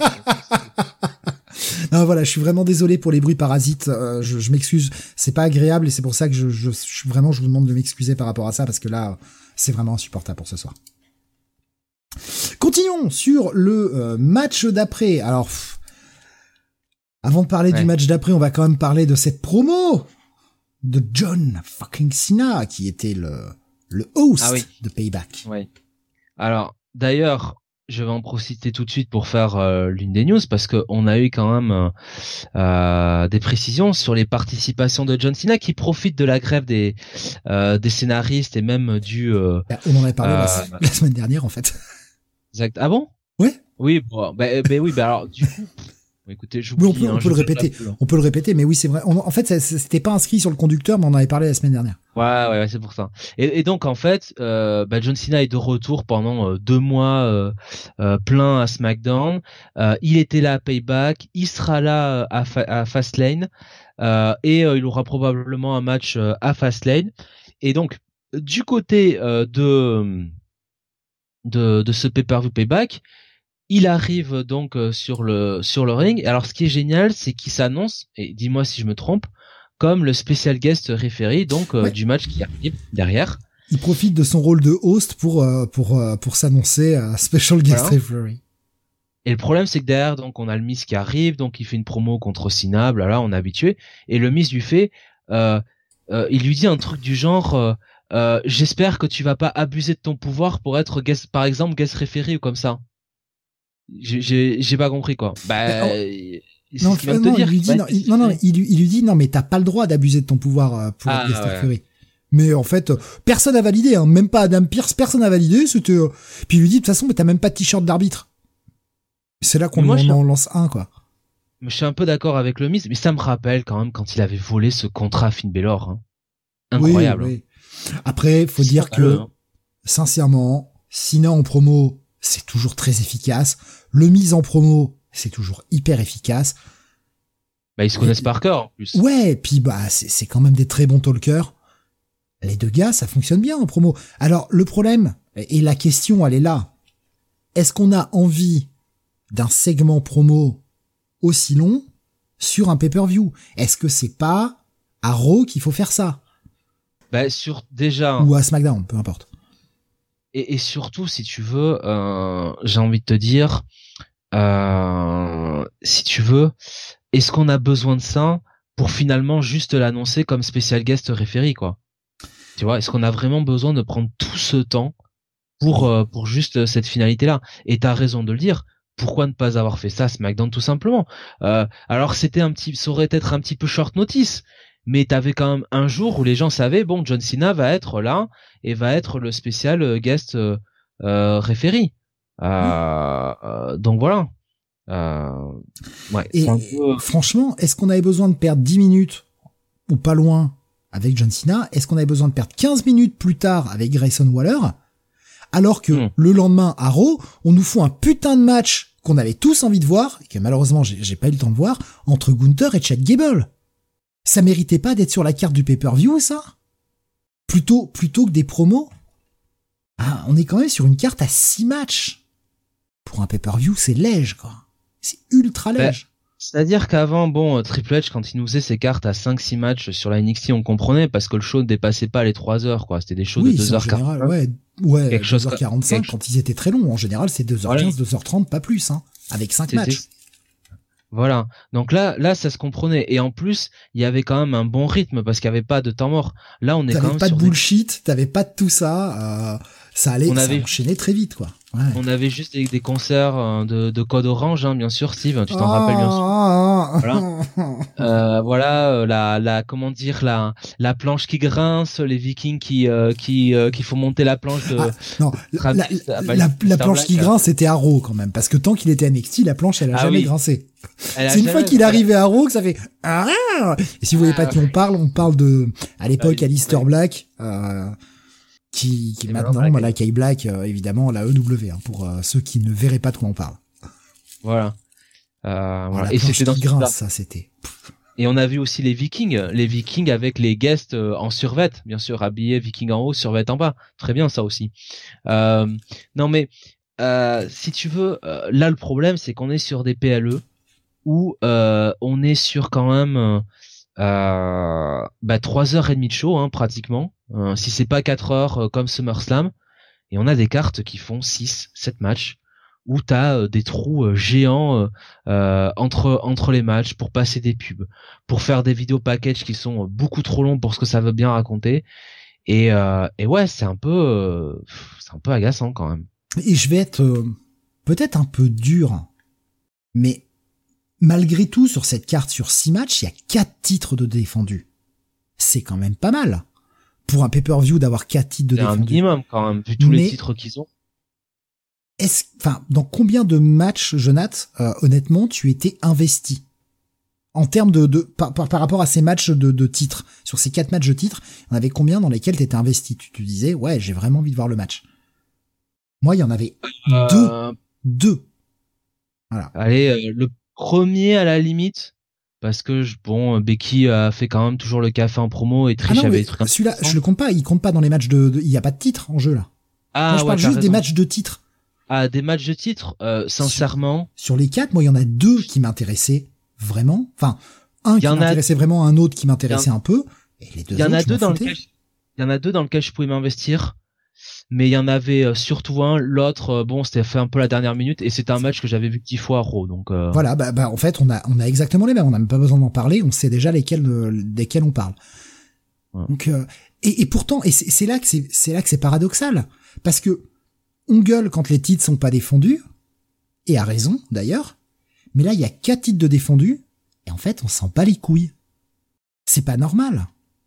Non, voilà, je suis vraiment désolé pour les bruits parasites. Je m'excuse, c'est pas agréable et c'est pour ça que je vous demande de m'excuser par rapport à ça parce que là, c'est vraiment insupportable pour ce soir. Continuons sur le match d'après. Alors, avant de parler du match d'après, on va quand même parler de cette promo de John fucking Cena, qui était le host de Payback. Oui. Alors, d'ailleurs, je vais en profiter tout de suite pour faire l'une des news, parce que on a eu quand même des précisions sur les participations de John Cena, qui profite de la grève des scénaristes et même du... on en avait parlé la semaine dernière, en fait. Exact. Ah bon? Ouais. Oui, bon, oui, alors, du coup... Écoutez, on peut le répéter. On peut le répéter, mais oui, c'est vrai. En fait, c'était pas inscrit sur le conducteur, mais on en avait parlé la semaine dernière. Ouais, c'est pour ça. Et donc, en fait, John Cena est de retour pendant 2 mois plein à SmackDown. Il était là à Payback. Il sera là à Fastlane. Et il aura probablement un match à Fastlane. Et donc, du côté de ce pay-per-view Payback, il arrive donc sur le ring. Alors ce qui est génial, c'est qu'il s'annonce, et dis-moi si je me trompe, comme le special guest referee donc du match qui arrive derrière. Il profite de son rôle de host pour s'annoncer à special guest referee. Et le problème, c'est que derrière, donc on a le Miz qui arrive, donc il fait une promo contre Cena, là on est habitué, et le Miz lui fait, il lui dit un truc du genre, j'espère que tu vas pas abuser de ton pouvoir pour être par exemple guest referee ou comme ça. J'ai pas compris quoi. Non, il lui dit non, mais t'as pas le droit d'abuser de ton pouvoir pour être guest referee. Mais en fait, personne n'a validé, hein, même pas Adam Pearce, personne n'a validé. C'était. Puis il lui dit de toute façon, mais t'as même pas de t-shirt d'arbitre. C'est là qu'on en lance un, quoi. Je suis un peu d'accord avec le Miz, mais ça me rappelle quand même quand il avait volé ce contrat à Finn Balor. Hein. Incroyable. Oui. Après, faut dire que, sincèrement, Cena en promo, c'est toujours très efficace. Le Miz en promo, c'est toujours hyper efficace. Bah, ils se connaissent par cœur, en plus. Ouais, puis bah, c'est quand même des très bons talkers. Les deux gars, ça fonctionne bien en promo. Alors, le problème, et la question, elle est là. Est-ce qu'on a envie d'un segment promo aussi long sur un pay-per-view? Est-ce que c'est pas à Raw qu'il faut faire ça? Bah, déjà. Ou à SmackDown, peu importe. Et surtout, si tu veux, j'ai envie de te dire, si tu veux, est-ce qu'on a besoin de ça pour finalement juste l'annoncer comme spécial guest référé, quoi? Tu vois, est-ce qu'on a vraiment besoin de prendre tout ce temps pour juste cette finalité-là? Et t'as raison de le dire. Pourquoi ne pas avoir fait ça à SmackDown, tout simplement? Alors ça aurait être un petit peu short notice, mais t'avais quand même un jour où les gens savaient, bon, John Cena va être là et va être le spécial guest référé. Donc voilà. Ouais. Et franchement, est-ce qu'on avait besoin de perdre 10 minutes ou pas loin avec John Cena? Est-ce qu'on avait besoin de perdre 15 minutes plus tard avec Grayson Waller? Alors que le lendemain à Raw, on nous fout un putain de match qu'on avait tous envie de voir, et que malheureusement j'ai pas eu le temps de voir, entre Gunther et Chad Gable. Ça méritait pas d'être sur la carte du pay-per-view, ça? Plutôt que des promos? Ah, on est quand même sur une carte à 6 matchs. Pour un pay-per-view, c'est léger, quoi. C'est ultra léger. C'est-à-dire qu'avant, bon, Triple H, quand il nous faisait ses cartes à 5-6 matchs sur la NXT, on comprenait parce que le show ne dépassait pas les 3 heures, quoi. C'était des shows de 2h40. Ouais, quelque chose 2h45 quand ils étaient très longs. En général, c'est 2h15, 2h30, pas plus, hein. Avec 5 matchs. Voilà. Donc là, ça se comprenait. Et en plus, il y avait quand même un bon rythme parce qu'il n'y avait pas de temps mort. Là, on est quand même pas de bullshit, t'avais pas de tout ça. Ça allait, ça enchaînait très vite, quoi. Ouais. On avait juste des concerts de Code Orange, hein, bien sûr, Steve, tu t'en rappelles bien sûr. Voilà, comment dire, la planche qui grince, les Vikings qui font monter la planche de. Non, la planche qui grince, c'était à Raw quand même, parce que tant qu'il était à NXT, la planche, elle a jamais grincé. C'est une fois qu'il est arrivé à Raw que ça fait. Et si vous voyez pas de qui on parle de, à l'époque, Aleister Black. Qui maintenant, voilà, Kai Black, évidemment, la EW, hein, pour ceux qui ne verraient pas de quoi on parle. Voilà. Et c'était dans ce ça, c'était. Et on a vu aussi les Vikings avec les guests en survêt, bien sûr, habillés Vikings en haut, survêt en bas. Très bien, ça aussi. Non, mais si tu veux, là, le problème, c'est qu'on est sur des PLE où on est sur quand même 3h30 de show, hein, pratiquement. Si c'est pas 4 heures comme SummerSlam, et on a des cartes qui font 6-7 matchs où t'as des trous géants entre les matchs pour passer des pubs, pour faire des vidéos package qui sont beaucoup trop longs pour ce que ça veut bien raconter. Et ouais, c'est un peu agaçant quand même. Et je vais être peut-être un peu dur, mais malgré tout, sur cette carte sur 6 matchs, il y a 4 titres de défendus. C'est quand même pas mal. Pour un pay-per-view d'avoir 4 titres de défendus. C'est un minimum quand même, vu tous les titres qu'ils ont. Dans combien de matchs, Jonath, honnêtement, tu étais investi? En termes par rapport à ces matchs de titres. Sur ces 4 matchs de titres, il y en avait combien dans lesquels t'étais investi? Tu te disais, ouais, j'ai vraiment envie de voir le match. Moi, il y en avait 2. Voilà. Allez, le premier à la limite, parce que Becky a fait quand même toujours le café en promo et Trish avait des trucs. Celui-là, je le compte pas, il compte pas dans les matchs il y a pas de titre en jeu là. Moi, je parle juste des matchs de titre. Ah, des matchs de titre, sincèrement. Sur les 4, moi, il y en a 2 qui m'intéressaient vraiment. Enfin, un qui m'intéressait vraiment, un autre qui m'intéressait un peu. Et les deux autres, il y en a 2 dans lesquels je pouvais m'investir. Mais il y en avait surtout un, l'autre, c'était fait un peu la dernière minute, et c'était un match que j'avais vu 10 fois à Raw, donc. Voilà, en fait, on a exactement les mêmes, on n'a même pas besoin d'en parler, on sait déjà desquels on parle. Ouais. Donc, et pourtant, et c'est là que c'est paradoxal, parce que on gueule quand les titres sont pas défendus, et à raison d'ailleurs, mais là il y a 4 titres de défendus, et en fait on s'en bat les couilles. C'est pas normal.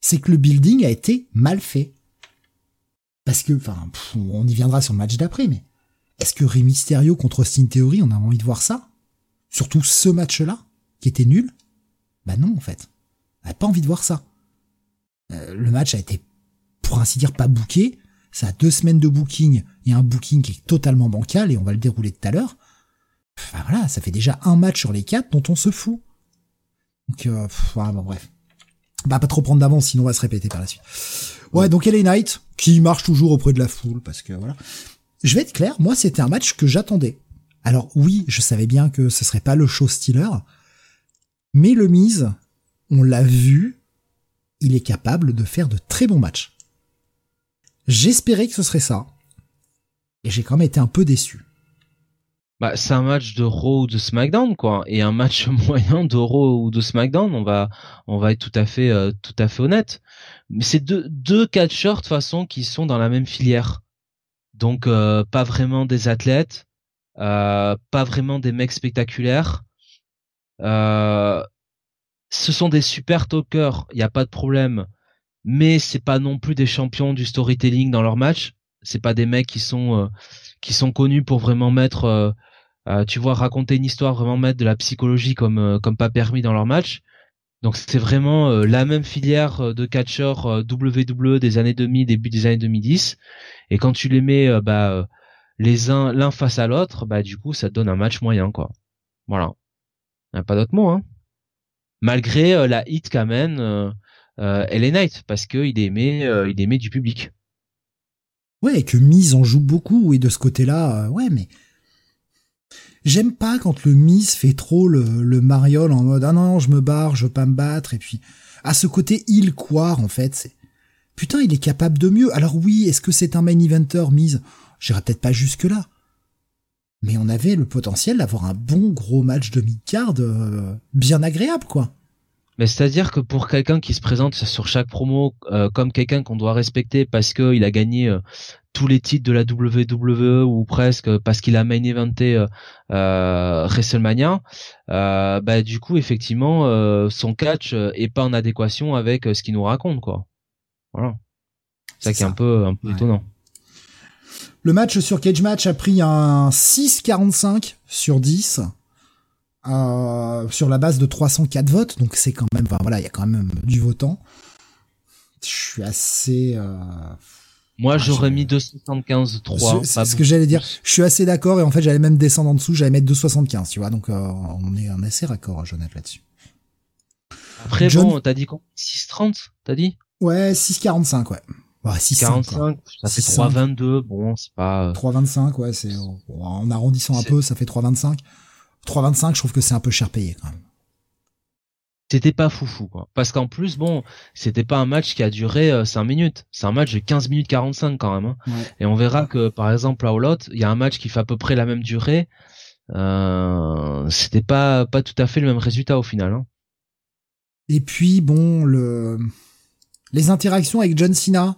c'est que le building a été mal fait. Parce que, on y viendra sur le match d'après, mais est-ce que Rey Mysterio contre Austin Theory, on a envie de voir ça? Surtout ce match-là, qui était nul? Bah non, en fait. On n'a pas envie de voir ça. Le match a été, pour ainsi dire, pas booké. Ça a 2 semaines de booking et un booking qui est totalement bancal, et on va le dérouler tout à l'heure. Enfin voilà, ça fait déjà un match sur les 4 dont on se fout. Donc, bref. Bah, pas trop prendre d'avance, sinon on va se répéter par la suite. Ouais, donc LA Knight, qui marche toujours auprès de la foule, parce que voilà. Je vais être clair, moi c'était un match que j'attendais. Alors oui, je savais bien que ce serait pas le show stealer, mais le Miz, on l'a vu, il est capable de faire de très bons matchs. J'espérais que ce serait ça, et j'ai quand même été un peu déçu. Bah, c'est un match de Raw ou de SmackDown, quoi, et un match moyen de Raw ou de SmackDown, on va être tout à fait honnête. Mais c'est deux catcheurs de toute façon qui sont dans la même filière, donc pas vraiment des athlètes, pas vraiment des mecs spectaculaires. Ce sont des super talkers, il y a pas de problème, mais c'est pas non plus des champions du storytelling dans leur match. C'est pas des mecs qui sont connus pour vraiment mettre tu vois, raconter une histoire, vraiment mettre de la psychologie comme pas permis dans leur match. Donc c'est vraiment la même filière de catcheurs WWE des années 2000, début des années 2010. Et quand tu les mets l'un face à l'autre, bah du coup ça te donne un match moyen, quoi. Voilà. Y a pas d'autre mot, hein. Malgré la hit qu'amène LA Knight, parce que il est aimé du public. Ouais, et que Miz en joue beaucoup, et de ce côté-là, ouais, mais j'aime pas quand le Miz fait trop le mariole en mode « Ah non, je me barre, je veux pas me battre », et puis à ce côté il quoi en fait, c'est putain, il est capable de mieux. Alors oui, est-ce que c'est un main eventer Miz? J'irai peut-être pas jusque-là. Mais on avait le potentiel d'avoir un bon gros match de mid-card bien agréable, quoi. Mais c'est-à-dire que pour quelqu'un qui se présente sur chaque promo comme quelqu'un qu'on doit respecter parce que il a gagné tous les titres de la WWE ou presque, parce qu'il a main eventé WrestleMania, bah du coup effectivement son catch est pas en adéquation avec ce qu'il nous raconte, quoi. Voilà. C'est ça qui est un peu ouais. Étonnant. Le match sur Cage Match a pris un 6,45 sur 10. Sur la base de 304 votes, donc c'est quand même, voilà, il y a quand même du votant. Je suis assez. Moi, j'aurais mis 275-3. C'est ce que j'allais dire. Je suis assez d'accord, et en fait, j'allais même descendre en dessous, j'allais mettre 275, tu vois. Donc, on est assez raccord, Jonathan, là-dessus. Après, bon, t'as dit quoi? 6,30, t'as dit? Ouais, 6,45, ouais. Ouais, 6,45, ça fait 3,22, bon, c'est pas... 3,25, ouais, c'est, en arrondissant un peu, ça fait 3,25. 3,25, je trouve que c'est un peu cher payé, quand même. C'était pas foufou, quoi. Parce qu'en plus, bon, c'était pas un match qui a duré 5 minutes. C'est un match de 15 minutes 45, quand même, hein. Ouais. Et on verra que, par exemple, à All il y a un match qui fait à peu près la même durée. C'était pas tout à fait le même résultat, au final, hein. Et puis, bon, les interactions avec John Cena.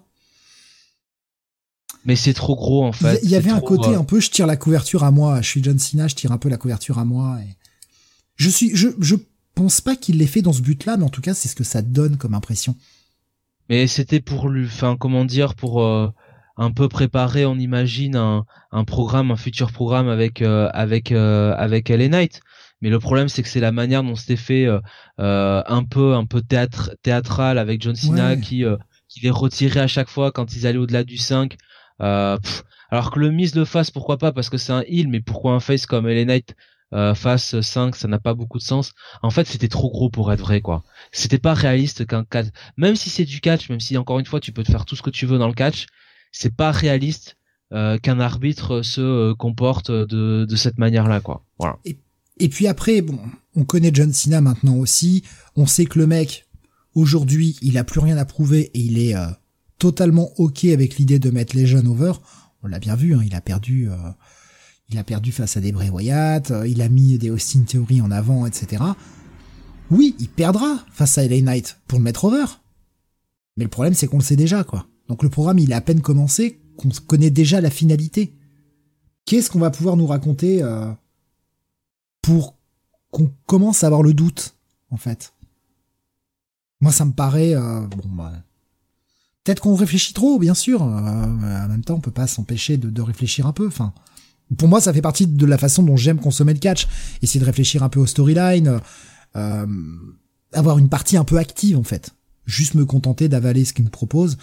Mais c'est trop gros, en fait. Il y avait un côté un peu, je tire la couverture à moi. Je suis John Cena, je tire un peu la couverture à moi. Et je pense pas qu'il l'ait fait dans ce but-là, mais en tout cas, c'est ce que ça donne comme impression. Mais c'était pour lui, enfin, comment dire, pour un peu préparer, on imagine, un programme, un futur programme avec LA Knight. Mais le problème, c'est que c'est la manière dont c'était fait, un peu théâtral avec John Cena, ouais. qui les retirait à chaque fois quand ils allaient au-delà du 5. Alors que le Miz le fasse, pourquoi pas, parce que c'est un heel, mais pourquoi un face comme LA Knight fasse 5, ça n'a pas beaucoup de sens. En fait, c'était trop gros pour être vrai, quoi. C'était pas réaliste qu'un catch, même si c'est du catch, même si encore une fois tu peux te faire tout ce que tu veux dans le catch, c'est pas réaliste qu'un arbitre se comporte de cette manière-là, quoi. Voilà. Et puis après, bon, on connaît John Cena maintenant aussi, on sait que le mec, aujourd'hui, il a plus rien à prouver et il est totalement ok avec l'idée de mettre les jeunes over. On l'a bien vu, hein, il a perdu face à des Bray Wyatt, il a mis des Austin Theory en avant, etc. Oui, il perdra face à LA Knight pour le mettre over. Mais le problème, c'est qu'on le sait déjà, quoi. Donc le programme, il a à peine commencé, qu'on connaît déjà la finalité. Qu'est-ce qu'on va pouvoir nous raconter pour qu'on commence à avoir le doute, en fait? Moi, ça me paraît peut-être qu'on réfléchit trop, bien sûr. Mais en même temps, on peut pas s'empêcher de réfléchir un peu. Enfin, pour moi, ça fait partie de la façon dont j'aime consommer le catch. Essayer de réfléchir un peu aux storylines, avoir une partie un peu active en fait. Juste me contenter d'avaler ce qu'ils me proposent.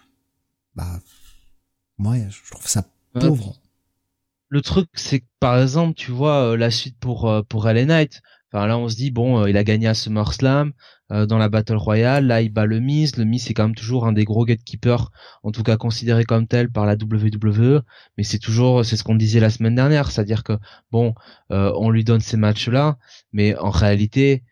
Ouais, je trouve ça pauvre. Le truc, c'est que par exemple, tu vois, la suite pour LA Knight. Enfin là, on se dit bon, il a gagné à SummerSlam dans la Battle Royale. Là, il bat le Miz. Le Miz, c'est quand même toujours un des gros gatekeepers, en tout cas considéré comme tel par la WWE. Mais c'est ce qu'on disait la semaine dernière, c'est-à-dire que bon, on lui donne ces matchs-là, mais en réalité,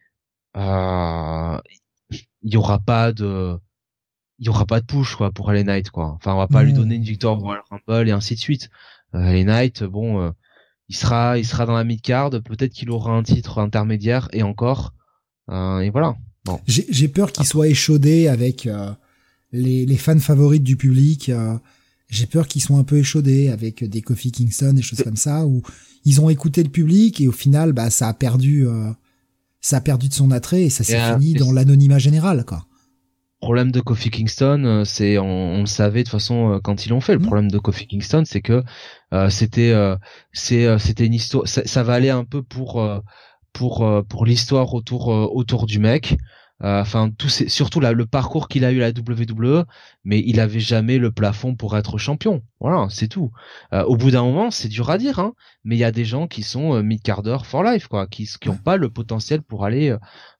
il y aura pas de push quoi pour LA Knight quoi. Enfin, on va pas lui donner une victoire au Royal Rumble et ainsi de suite. LA Knight, bon. Il sera dans la mid-card, peut-être qu'il aura un titre intermédiaire et encore, et voilà. Bon. J'ai peur qu'il soit échaudé avec les fans favorites du public. J'ai peur qu'ils soient un peu échaudés avec des Kofi Kingston, des choses comme ça, où ils ont écouté le public et au final, ça a perdu de son attrait et ça s'est fini dans l'anonymat général, quoi. Problème de Kofi Kingston, c'est on le savait de toute façon quand ils l'ont fait. Le problème de Kofi Kingston, c'est que c'était une histoire. Ça va aller un peu pour l'histoire autour du mec. Enfin surtout là le parcours qu'il a eu à la WWE, mais il avait jamais le plafond pour être champion. Voilà, c'est tout. Au bout d'un moment, c'est dur à dire, hein, mais il y a des gens qui sont mid-carder for life, quoi, qui ont pas le potentiel pour aller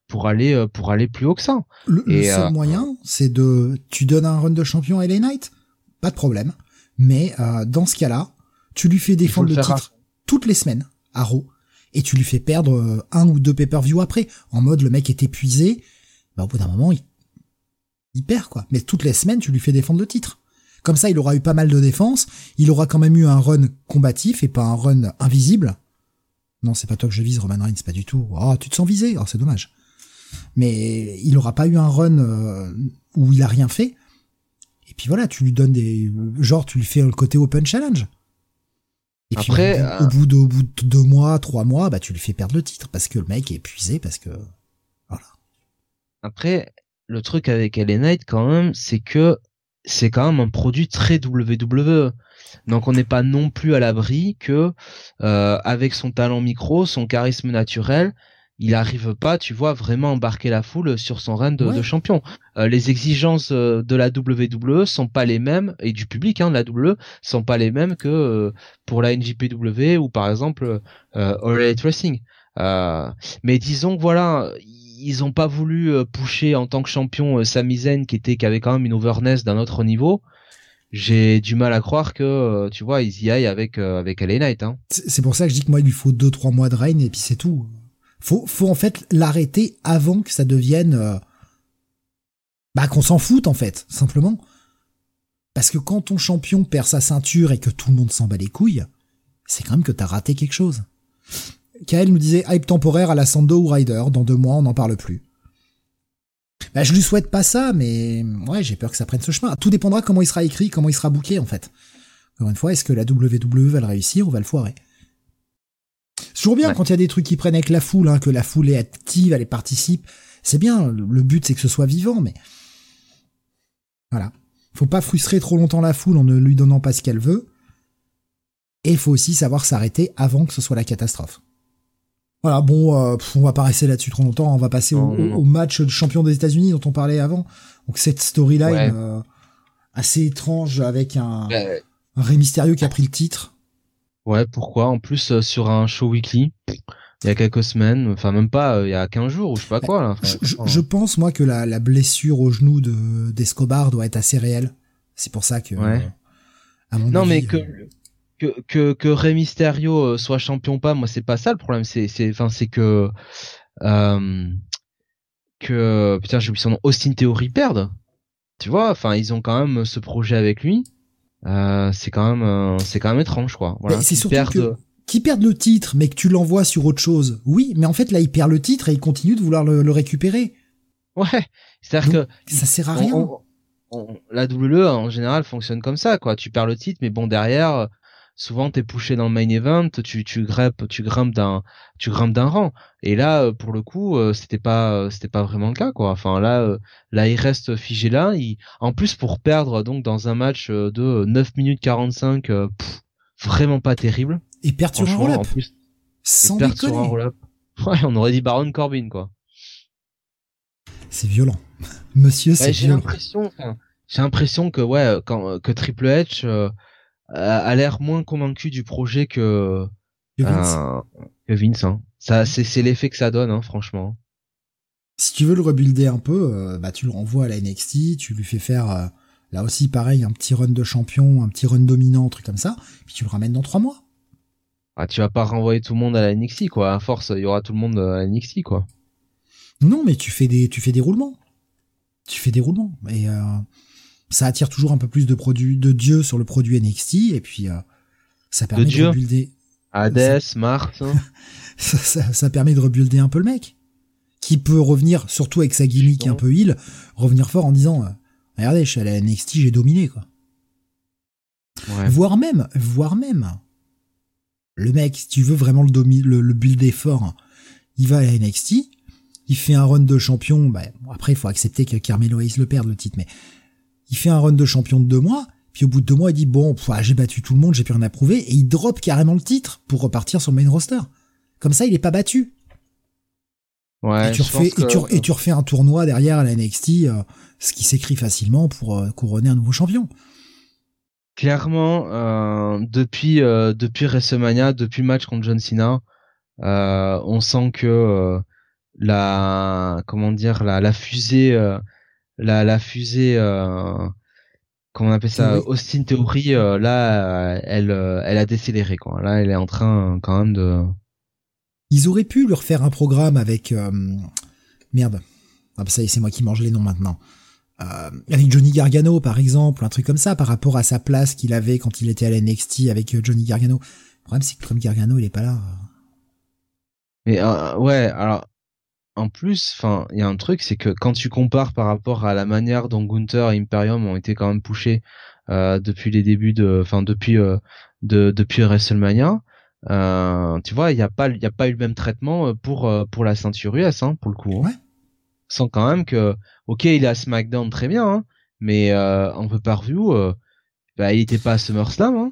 plus haut que ça. Le seul moyen, c'est tu donnes un run de champion à LA Knight, pas de problème. Mais dans ce cas-là, tu lui fais défendre le titre toutes les semaines à Raw et tu lui fais perdre un ou deux pay-per-view après. En mode le mec est épuisé, au bout d'un moment il perd quoi. Mais toutes les semaines tu lui fais défendre le titre. Comme ça, il aura eu pas mal de défense. Il aura quand même eu un run combatif et pas un run invisible. Non, c'est pas toi que je vise, Roman Reigns, pas du tout. Oh, tu te sens visé, c'est dommage. Mais il aura pas eu un run où il a rien fait. Et puis voilà, tu lui donnes tu lui fais le côté Open Challenge. Et puis après, au bout de 2 mois, 3 mois, tu lui fais perdre le titre parce que le mec est épuisé, parce que voilà. Après, le truc avec LA Knight quand même, c'est que c'est quand même un produit très WWE. Donc on n'est pas non plus à l'abri que avec son talent micro, son charisme naturel, il arrive pas, tu vois, vraiment embarquer la foule sur son run de champion. Les exigences de la WWE sont pas les mêmes, et du public de la WWE sont pas les mêmes que pour la NJPW ou par exemple All Elite Wrestling. Mais disons que voilà, ils ont pas voulu pusher en tant que champion Sami Zayn qui avait quand même une overness d'un autre niveau. J'ai du mal à croire que tu vois ils y aillent avec LA Knight. Hein. C'est pour ça que je dis que moi il lui faut 2-3 mois de règne et puis c'est tout. Faut en fait l'arrêter avant que ça devienne qu'on s'en foute en fait, simplement. Parce que quand ton champion perd sa ceinture et que tout le monde s'en bat les couilles, c'est quand même que t'as raté quelque chose. Kael nous disait hype temporaire à la Sando ou Ryder, dans 2 mois on n'en parle plus. Je lui souhaite pas ça, mais ouais, j'ai peur que ça prenne ce chemin. Tout dépendra comment il sera écrit, comment il sera booké en fait. Encore une fois, est-ce que la WWE va le réussir ou va le foirer? C'est toujours bien quand il y a des trucs qui prennent avec la foule, que la foule est active, elle participe. C'est bien, le but c'est que ce soit vivant, mais voilà. Faut pas frustrer trop longtemps la foule en ne lui donnant pas ce qu'elle veut. Et il faut aussi savoir s'arrêter avant que ce soit la catastrophe. Voilà, bon, on va pas rester là-dessus trop longtemps, on va passer au match de champion des États-Unis dont on parlait avant. Donc cette storyline assez étrange avec un Rey Mysterio qui a pris le titre. Ouais, pourquoi? En plus, sur un show weekly, il y a quelques semaines, enfin même pas, il y a 15 jours ou je sais pas quoi. Là. Enfin, je pense, moi, que la blessure au genou d'Escobar doit être assez réelle. C'est pour ça que... à mon avis, mais que Rey Mysterio soit champion ou pas, moi c'est pas ça le problème. C'est que putain, j'ai oublié son nom, Austin Theory perde. Tu vois, enfin ils ont quand même ce projet avec lui. C'est quand même étrange quoi. Voilà, c'est surtout qu'ils perdent le titre mais que tu l'envoies sur autre chose. Oui, mais en fait là il perd le titre et il continue de vouloir le récupérer. Ouais, c'est-à-dire que ça sert à rien. La WWE en général fonctionne comme ça quoi. Tu perds le titre mais bon derrière souvent t'es poussé dans le main event, tu grimpes d'un rang. Et là, pour le coup, c'était pas vraiment le cas, quoi. Enfin là, il reste figé là. En plus, pour perdre donc dans un match de 9 minutes 45, vraiment pas terrible. Et perdre sur un Franchement, roll-up. en plus, Sans perdre sur un déconner. roll-up. Ouais, on aurait dit Baron Corbin, quoi. C'est violent. Monsieur, c'est Ouais, violent. j'ai l'impression que ouais, que Triple H a l'air moins convaincu du projet Que Vince. euh, que Vince. Hein. Ça, c'est l'effet que ça donne, hein, franchement. Si tu veux le rebuilder un peu, tu le renvoies à la NXT, tu lui fais faire, là aussi pareil, un petit run de champion, un petit run dominant, un truc comme ça, puis tu le ramènes dans 3 mois. Ah, tu vas pas renvoyer tout le monde à la NXT, quoi. À force, il y aura tout le monde à la NXT, quoi. Non, mais tu fais des roulements. Tu fais des roulements. Et ça attire toujours un peu plus de dieux sur le produit NXT, et puis ça permet de rebuilder. Hades, Mars. Ça permet de rebuilder un peu le mec. Qui peut revenir, surtout avec sa gimmick un peu heel, revenir fort en disant regardez, je suis à la NXT, j'ai dominé, quoi. Ouais. Voire même, le mec, si tu veux vraiment le builder fort, il va à la NXT, il fait un run de champion, après il faut accepter que Carmelo Hayes le perde le titre, mais il fait un run de champion de 2 mois, puis au bout de 2 mois il dit bon, j'ai battu tout le monde, j'ai plus rien à prouver, et il drop carrément le titre pour repartir sur le main roster. Comme ça il est pas battu. Ouais, et tu refais un tournoi derrière à la NXT, ce qui s'écrit facilement pour couronner un nouveau champion. Clairement, depuis WrestleMania, depuis le match contre John Cena, on sent que la fusée, la fusée, comment on appelle ça, Austin Theory, là, elle a décéléré, quoi. Là, elle est en train quand même de. Ils auraient pu leur faire un programme avec merde. Ah bah ça y est, c'est moi qui mange les noms maintenant. Avec Johnny Gargano par exemple, un truc comme ça par rapport à sa place qu'il avait quand il était à la NXT avec Johnny Gargano. Le problème c'est que comme Gargano il est pas là. Mais ouais, alors en plus, enfin, il y a un truc, c'est que quand tu compares par rapport à la manière dont Gunther et Imperium ont été quand même pushés depuis les débuts depuis WrestleMania. Tu vois, il y a pas eu le même traitement pour la ceinture US, hein, pour le coup. Hein. Ouais. Sans quand même que, ok, il est à SmackDown très bien, hein, mais en pay-per-view, il était pas à SummerSlam. Hein.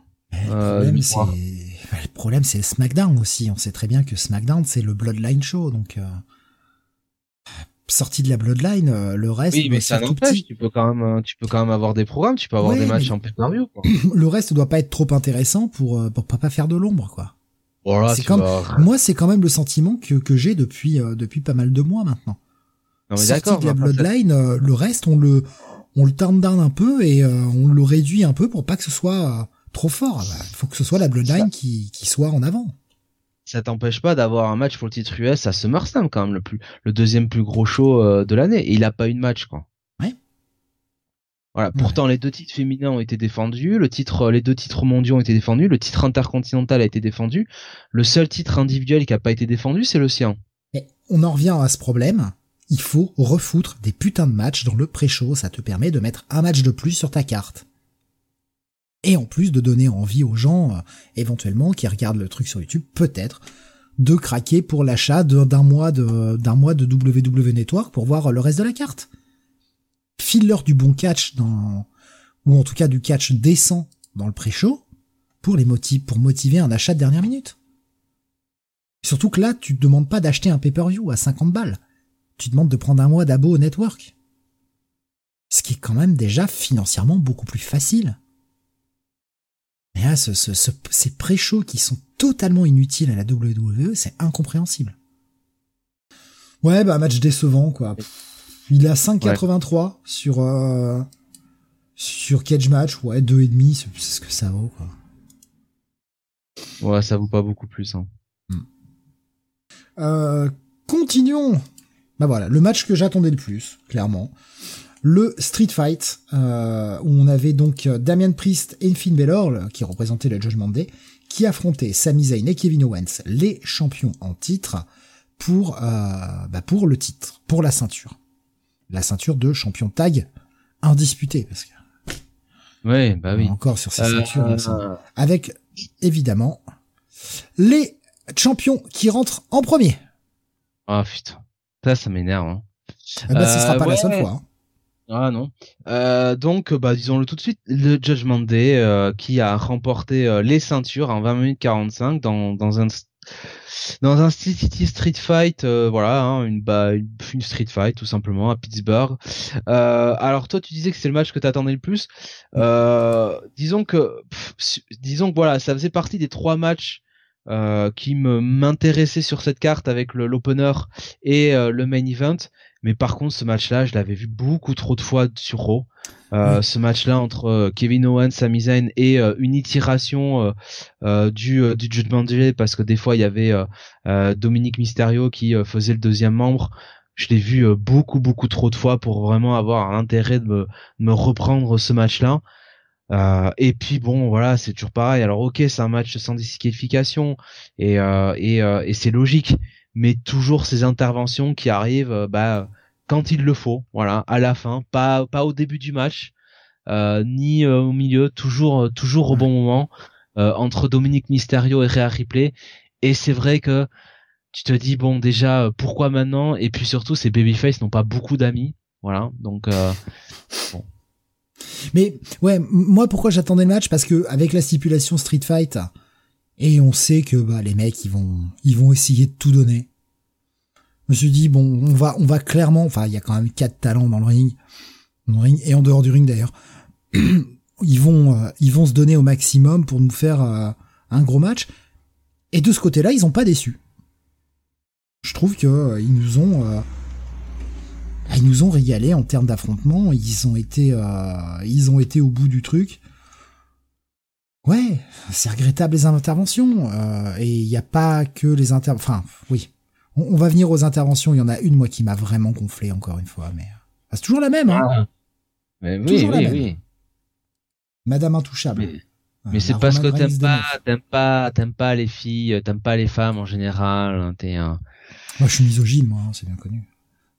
Le problème c'est le SmackDown aussi. On sait très bien que SmackDown c'est le Bloodline Show, donc sorti de la Bloodline, le reste. Oui, mais ça n'empêche. Tu peux quand même avoir des programmes. Tu peux avoir des matchs en pay-per-view. Quoi. Le reste doit pas être trop intéressant pour pas faire de l'ombre, quoi. Voilà, moi, c'est quand même le sentiment que j'ai depuis pas mal de mois maintenant. Non, mais sorti de la Bloodline, le reste on le turn down un peu et on le réduit un peu pour pas que ce soit trop fort. Faut que ce soit la Bloodline qui soit en avant. Ça t'empêche pas d'avoir un match pour le titre US à SummerSlam quand même, le deuxième plus gros show de l'année, et il a pas eu de match, quoi. Ouais. Voilà. Pourtant, les 2 titres féminins ont été défendus, les 2 titres mondiaux ont été défendus, le titre intercontinental a été défendu, le seul titre individuel qui a pas été défendu, c'est le sien. Et on en revient à ce problème. Il faut refoutre des putains de matchs dans le pré-show, ça te permet de mettre un match de plus sur ta carte. Et en plus de donner envie aux gens, éventuellement, qui regardent le truc sur YouTube, peut-être, de craquer pour l'achat d'un mois de WWE Network pour voir le reste de la carte. File-leur du bon catch ou en tout cas du catch décent dans le pré-show pour motiver un achat de dernière minute. Surtout que là, tu te demandes pas d'acheter un pay-per-view à 50 balles. Tu demandes de prendre un mois d'abo au network. Ce qui est quand même déjà financièrement beaucoup plus facile. Mais là, ces pré-shows qui sont totalement inutiles à la WWE, c'est incompréhensible. Ouais, match décevant, quoi. Il est à 5,83 sur Cage Match, ouais, 2,5, c'est ce que ça vaut, quoi. Ouais, ça vaut pas beaucoup plus, hein. Continuons. Voilà, le match que j'attendais le plus, clairement. Le Street Fight, où on avait donc Damian Priest et Finn Balor, qui représentaient le Judgment Day, qui affrontaient Sami Zayn et Kevin Owens, les champions en titre, pour le titre, pour la ceinture. La ceinture de champion tag indisputé, parce que. Ouais, bah oui. Encore sur ces ceintures. Avec évidemment, les champions qui rentrent en premier. Ah putain, ça m'énerve. Hein. Ce sera pas la seule fois. Hein. Ah non. Donc, disons-le tout de suite, le Judgment Day qui a remporté les ceintures en 20 minutes 45 dans un City Street Fight, une Street Fight tout simplement à Pittsburgh. Alors toi, tu disais que c'est le match que t'attendais le plus. Disons que voilà, ça faisait partie des 3 matchs qui m'intéressaient sur cette carte avec l'opener et le main event. Mais par contre, ce match-là, je l'avais vu beaucoup trop de fois sur Raw. Ce match-là entre Kevin Owens, Sami Zayn et une itération du Judgment Day, parce que des fois il y avait Dominic Mysterio qui faisait le deuxième membre. Je l'ai vu beaucoup trop de fois pour vraiment avoir un intérêt de me reprendre ce match-là. Et puis bon, voilà, c'est toujours pareil. Alors ok, c'est un match sans disqualification et c'est logique. Mais toujours ces interventions qui arrivent quand il le faut, voilà, à la fin, pas au début du match, ni au milieu, toujours au bon moment, entre Dominic Mysterio et Rhea Ripley. Et c'est vrai que tu te dis bon, déjà pourquoi maintenant, et puis surtout ces babyface n'ont pas beaucoup d'amis, voilà, donc bon. Mais ouais, moi pourquoi j'attendais le match, parce que avec la stipulation Street Fight, et on sait que les mecs ils vont essayer de tout donner. Je me suis dit bon, on va clairement, enfin il y a quand même 4 talents dans le ring et en dehors du ring d'ailleurs. Ils vont se donner au maximum pour nous faire un gros match. Et de ce côté-là, ils ont pas déçu. Je trouve que ils nous ont régalé en termes d'affrontement. Ils ont été au bout du truc. Ouais, c'est regrettable les interventions. Et il y a pas que les enfin, oui. On va venir aux interventions. Il y en a une, moi, qui m'a vraiment gonflé encore une fois. Mais c'est toujours la même, hein. Mais oui. Madame Intouchable. Mais c'est parce que t'aimes pas les filles, t'aimes pas les femmes en général. Hein, Moi, je suis misogyne, moi, hein, c'est bien connu.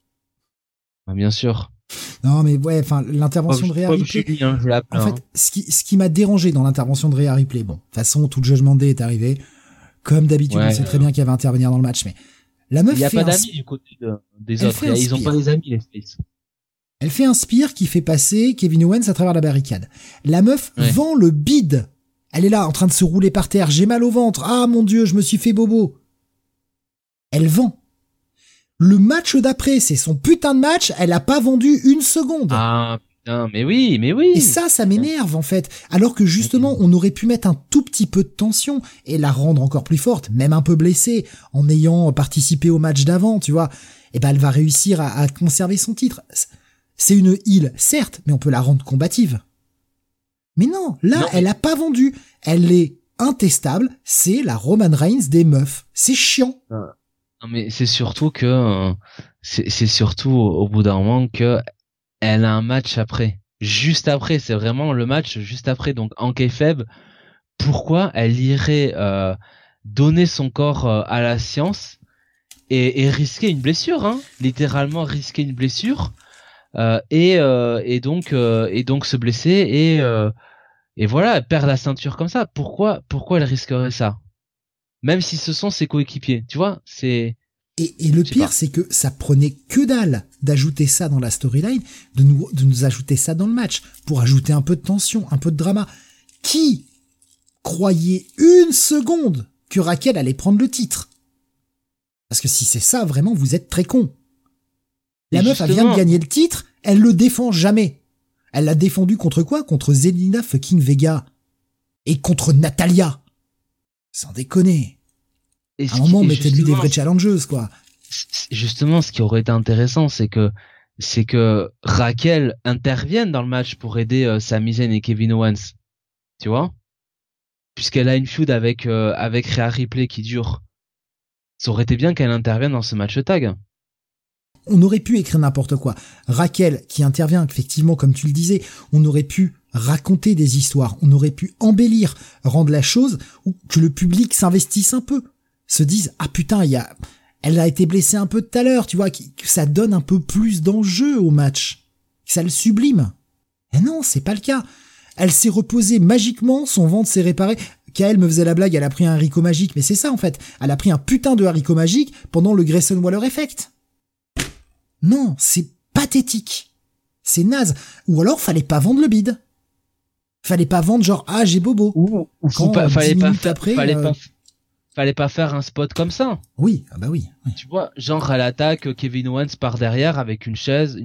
Bien sûr. Non, mais ouais, enfin, l'intervention de Rhea Ripley. En fait, ce qui m'a dérangé dans l'intervention de Rhea Ripley, bon, de toute façon, tout le Judgment Day est arrivé. Comme d'habitude, on sait très bien qu'il va intervenir dans le match, mais la meuf. Il y a pas d'amis du côté des autres. Ils ont pas des amis, les States. Elle fait un spear qui fait passer Kevin Owens à travers la barricade. La meuf vend le bide. Elle est là, en train de se rouler par terre. J'ai mal au ventre. Ah, mon Dieu, je me suis fait bobo. Elle vend. Le match d'après, c'est son putain de match. Elle a pas vendu une seconde. Ah, putain, mais oui. Et ça m'énerve, en fait. Alors que justement, on aurait pu mettre un tout petit peu de tension et la rendre encore plus forte, même un peu blessée, en ayant participé au match d'avant, tu vois. Et elle va réussir à conserver son titre. C'est une heel, certes, mais on peut la rendre combative. Mais non, là, elle a pas vendu. Elle est intestable. C'est la Roman Reigns des meufs. C'est chiant. Non, mais c'est surtout que, c'est surtout au bout d'un moment que elle a un match après. Juste après, c'est vraiment le match juste après. Donc, en kayfabe, pourquoi elle irait, donner son corps à la science et risquer une blessure, hein? Littéralement risquer une blessure. Et donc se blesser et voilà, perdre la ceinture comme ça. Pourquoi elle risquerait ça? Même si ce sont ses coéquipiers, tu vois, c'est... Et le pire, c'est que ça prenait que dalle d'ajouter ça dans la storyline, de nous ajouter ça dans le match, pour ajouter un peu de tension, un peu de drama. Qui croyait une seconde que Raquel allait prendre le titre? Parce que si c'est ça, vraiment, vous êtes très cons. La meuf, elle vient de gagner le titre, elle le défend jamais. Elle l'a défendu contre quoi? Contre Zelina fucking Vega. Et contre Natalia. Sans déconner. À un moment, mettez-lui des vraies challengeuses, quoi. Justement, ce qui aurait été intéressant, c'est que Raquel intervienne dans le match pour aider Sami Zayn et Kevin Owens. Tu vois? Puisqu'elle a une feud avec Rhea Ripley qui dure. Ça aurait été bien qu'elle intervienne dans ce match tag. On aurait pu écrire n'importe quoi. Raquel qui intervient, effectivement, comme tu le disais, on aurait pu raconter des histoires, on aurait pu embellir, rendre la chose où que le public s'investisse un peu, se dise ah putain elle a été blessée un peu tout à l'heure, tu vois, que ça donne un peu plus d'enjeu au match, que ça le sublime. Et non, c'est pas le cas. Elle s'est reposée magiquement, son ventre s'est réparé. Kael me faisait la blague, elle a pris un haricot magique, mais c'est ça en fait. Elle a pris un putain de haricot magique pendant le Grayson Waller Effect. Non, c'est pathétique. C'est naze. Ou alors, fallait pas vendre le bid. Fallait pas vendre genre, ah, j'ai bobo. Ou fallait pas faire un spot comme ça. Oui, ah bah oui. Tu vois, genre à l'attaque, Kevin Owens par derrière avec une chaise,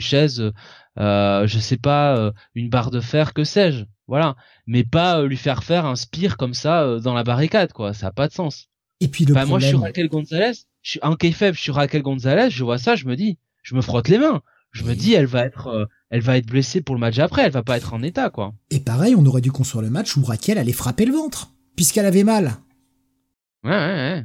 je sais pas, une barre de fer, que sais-je. Voilà. Mais pas lui faire un spear comme ça dans la barricade, quoi. Ça a pas de sens. Et puis problème... moi, je suis Raquel Gonzalez. En kayfabe, je suis Raquel Gonzalez. Je vois ça, je me frotte les mains. Je me dis, elle va être blessée pour le match après. Elle va pas être en état, quoi. Et pareil, on aurait dû construire le match où Raquel allait frapper le ventre, puisqu'elle avait mal. Ouais.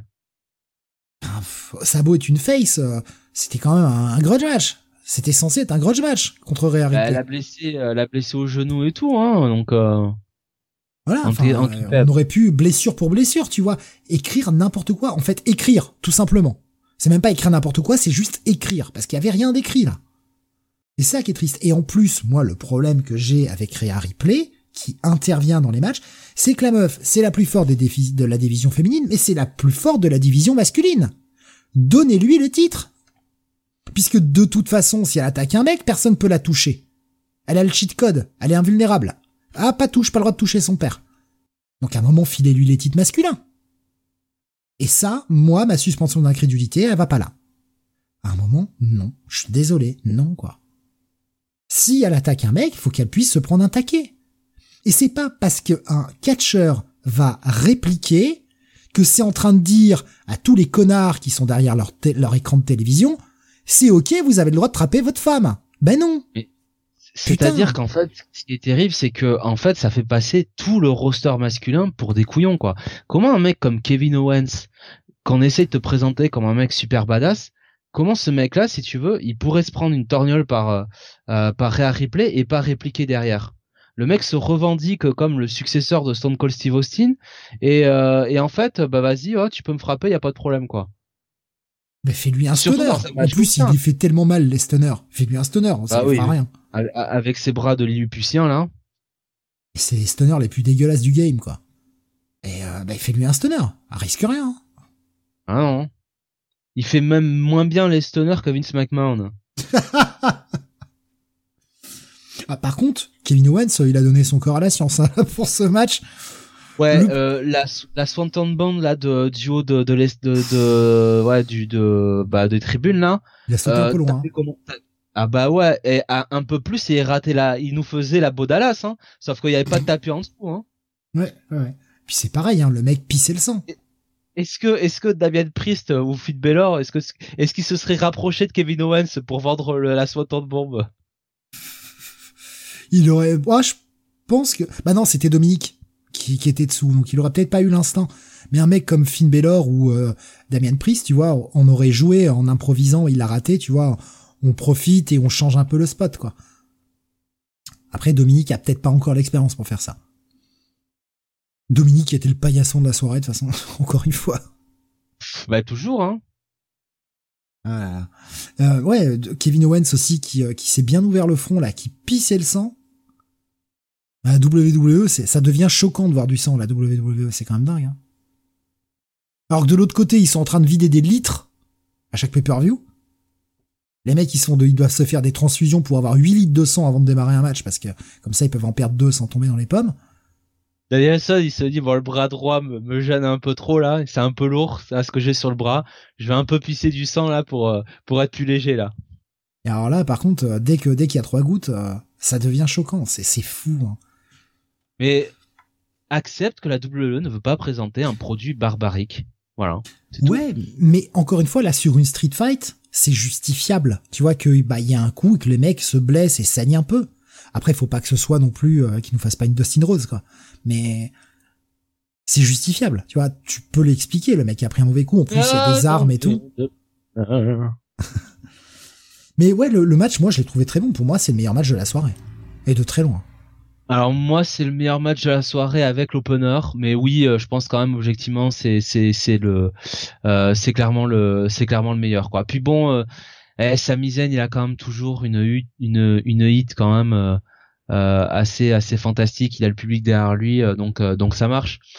Sabo est une face. C'était quand même un grudge match. C'était censé être un grudge match contre Rhea Ripley. Elle a blessé au genou et tout, hein. Donc. Voilà. On aurait pu blessure pour blessure, tu vois, écrire n'importe quoi. En fait, écrire, tout simplement. C'est même pas écrire n'importe quoi, c'est juste écrire, parce qu'il y avait rien d'écrit là. Et ça qui est triste. Et en plus, moi, le problème que j'ai avec Rhea Ripley, qui intervient dans les matchs, c'est que la meuf, c'est la plus forte de la division féminine, mais c'est la plus forte de la division masculine. Donnez-lui le titre. Puisque de toute façon, si elle attaque un mec, personne peut la toucher. Elle a le cheat code, elle est invulnérable. Ah, pas le droit de toucher son père. Donc à un moment, filez-lui les titres masculins. Et ça, moi, ma suspension d'incrédulité, elle va pas là. À un moment, non. Je suis désolé, non, quoi. Si elle attaque un mec, faut qu'elle puisse se prendre un taquet. Et c'est pas parce qu'un catcheur va répliquer que c'est en train de dire à tous les connards qui sont derrière leur écran de télévision, c'est ok, vous avez le droit de trapper votre femme. Ben non. Mais c'est-à-dire qu'en fait, ce qui est terrible, c'est que en fait, ça fait passer tout le roster masculin pour des couillons, quoi. Comment un mec comme Kevin Owens, qu'on essaie de te présenter comme un mec super badass, comment ce mec-là, si tu veux, il pourrait se prendre une torgnole par Rhea Ripley et pas répliquer derrière. Le mec se revendique comme le successeur de Stone Cold Steve Austin et en fait, bah vas-y, tu peux me frapper, y a pas de problème, quoi. Mais fais-lui un stunner. En plus, il lui fait tellement mal les stunners. Fais-lui un stunner, ça fera rien. Avec ses bras de Lilliputien là. C'est les stunners les plus dégueulasses du game, quoi. Et fais-lui un stunner. Risque rien. Ah non. Il fait même moins bien les stunners que Vince McMahon. Par contre, Kevin Owens, il a donné son corps à la science pour ce match. Ouais, la Swanton Band là du haut des tribunes là. Il a sauté un peu loin. Ah bah ouais, et un peu plus et il nous faisait la Baudalas, hein. Sauf qu'il y avait pas de tapis en dessous, hein. Ouais. Puis c'est pareil, hein, le mec pissait le sang. Est-ce que Damien Priest ou Finn Balor, est-ce qu'il se serait rapproché de Kevin Owens pour vendre la Swanton Bomb? Il aurait, je pense que, non, c'était Dominique qui était dessous, donc il aurait peut-être pas eu l'instinct. Mais un mec comme Finn Balor ou Damien Priest, tu vois, on aurait joué en improvisant, il l'a raté, tu vois, on profite et on change un peu le spot, quoi. Après, Dominique a peut-être pas encore l'expérience pour faire ça. Dominique était le paillasson de la soirée, de toute façon, encore une fois. Bah, toujours, hein. Voilà. Kevin Owens aussi qui s'est bien ouvert le front, là, qui pissait le sang. La WWE, ça devient choquant de voir du sang, la WWE, c'est quand même dingue, hein. Alors que de l'autre côté, ils sont en train de vider des litres à chaque pay-per-view. Les mecs, ils doivent se faire des transfusions pour avoir 8 litres de sang avant de démarrer un match, parce que comme ça, ils peuvent en perdre 2 sans tomber dans les pommes. Danielson, il se dit, bon, le bras droit me gêne un peu trop, là. C'est un peu lourd, c'est ce que j'ai sur le bras. Je vais un peu pisser du sang, là, pour être plus léger, là. Et alors là, par contre, dès qu'il y a 3 gouttes, ça devient choquant. C'est fou, hein. Mais accepte que la WWE ne veut pas présenter un produit barbarique. Voilà. Ouais, mais encore une fois, là, sur une street fight, c'est justifiable. Tu vois que, il y a un coup et que le mec se blesse et saigne un peu. Après, faut pas que ce soit non plus, qu'il nous fasse pas une Dustin Rose, quoi. Mais, c'est justifiable. Tu vois, tu peux l'expliquer. Le mec a pris un mauvais coup. En plus, il y a des armes et tout. Mais ouais, le match, moi, je l'ai trouvé très bon. Pour moi, c'est le meilleur match de la soirée. Et de très loin. Alors moi c'est le meilleur match de la soirée avec l'opener, mais oui je pense quand même objectivement c'est clairement le meilleur, quoi. Puis bon Sami Zayn il a quand même toujours une hit quand même assez fantastique, il a le public derrière lui donc ça marche.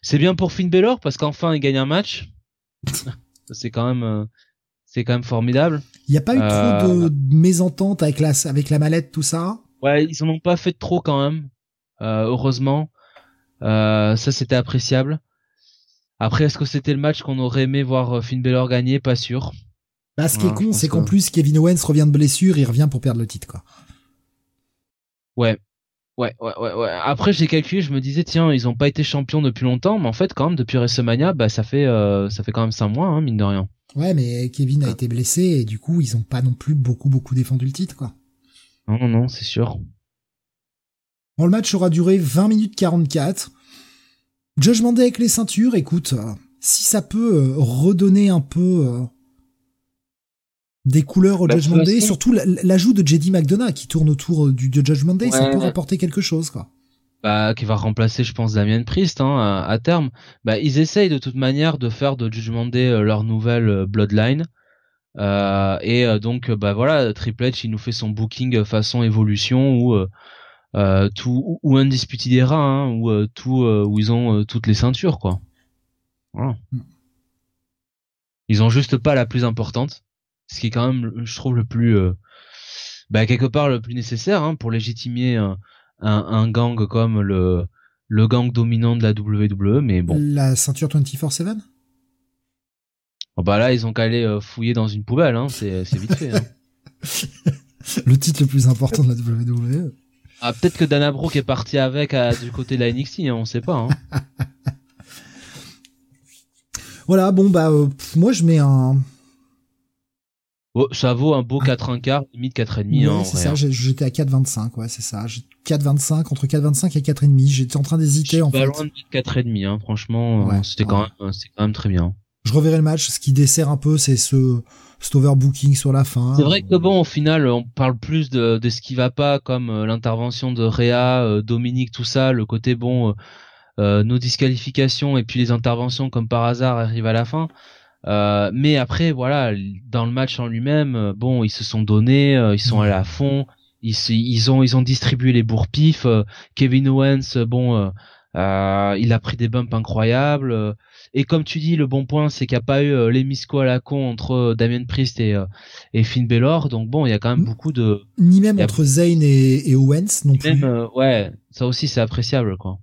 C'est bien pour Finn Balor parce qu'enfin il gagne un match. C'est quand même formidable. Il y a pas eu trop de mésententes avec la mallette, tout ça. Ouais, ils en ont pas fait trop quand même. Heureusement, ça c'était appréciable. Après, est-ce que c'était le match qu'on aurait aimé voir Finn Balor gagner? Pas sûr. Bah, ce qui est con, c'est qu'en plus Kevin Owens revient de blessure, il revient pour perdre le titre, quoi. Ouais. Après, j'ai calculé, je me disais, tiens, ils ont pas été champions depuis longtemps, mais en fait, quand même, depuis WrestleMania, bah, ça fait quand même 5 mois, hein, mine de rien. Ouais, mais Kevin a été blessé, et du coup, ils ont pas non plus beaucoup défendu le titre, quoi. Non, c'est sûr. Bon, le match aura duré 20 minutes 44. Judgment Day avec les ceintures, écoute, si ça peut redonner un peu des couleurs au Judgment Day, surtout l'ajout de JD McDonough qui tourne autour du Judgment Day, ça peut rapporter quelque chose, quoi. Bah, qui va remplacer, je pense, Damien Priest, hein, à terme. Bah, ils essayent de toute manière de faire de Judgment Day leur nouvelle Bloodline. Donc, bah voilà, Triple H, il nous fait son booking façon évolution où où Undisputed Era, hein, où ils ont toutes les ceintures, quoi. Voilà. Ils ont juste pas la plus importante, ce qui est quand même, je trouve, le plus quelque part le plus nécessaire, hein, pour légitimer un gang comme le gang dominant de la WWE. Mais bon, la ceinture 24/7. Bah là, ils ont qu'à aller fouiller dans une poubelle, hein, c'est vite fait, hein. Le titre le plus important de la WWE. Ah, peut-être que Dana Brooke est parti avec du côté de la NXT, hein, on sait pas, hein. Voilà, bon, bah, moi, je mets un... Oh, ça vaut un beau 4,25, limite 4,5, ouais, hein. C'est ça, j'étais à 4,25, ouais, c'est ça. 4,25, entre 4,25 et 4,5. J'étais en train d'hésiter, en fait. Pas loin de 4,5, hein, franchement, ouais, c'était quand même très bien. Je reverrai le match. Ce qui dessert un peu, c'est cet overbooking sur la fin. C'est vrai que bon, au final, on parle plus de ce qui va pas, comme l'intervention de Rhea, Dominique, tout ça, le côté bon, nos disqualifications et puis les interventions comme par hasard arrivent à la fin. Mais après, voilà, dans le match en lui-même, bon, ils se sont donnés, ils sont allés à fond, ils ont distribué les bourre-pifs. Kevin Owens, bon, il a pris des bumps incroyables. Et comme tu dis, le bon point, c'est qu'il n'y a pas eu les miscos à la con entre Damien Priest et Finn Balor. Donc bon, il y a quand même beaucoup de... Ni même entre Zayn et Owens non plus. Ouais, ça aussi c'est appréciable, quoi.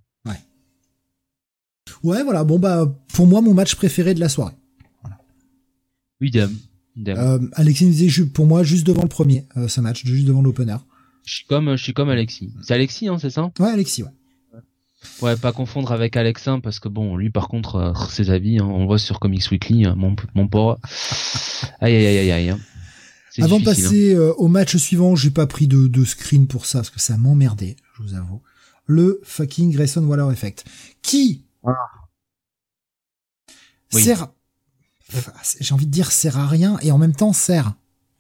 Ouais, voilà. Bon, bah, pour moi, mon match préféré de la soirée. Voilà. Oui, idem. Alexis nous disait, pour moi, juste devant le premier, ce match, juste devant l'opener. Je suis comme Alexis. C'est Alexis, hein, c'est ça? Ouais, Alexis, ouais. Ouais, pas confondre avec Alexin, parce que bon, lui par contre, ses avis, hein, on voit sur Comics Weekly, mon pauvre. Aïe. Hein. Avant de passer au match suivant, j'ai pas pris de screen pour ça, parce que ça m'emmerdait, je vous avoue. Le fucking Grayson Waller Effect. Qui sert, j'ai envie de dire sert à rien, et en même temps sert.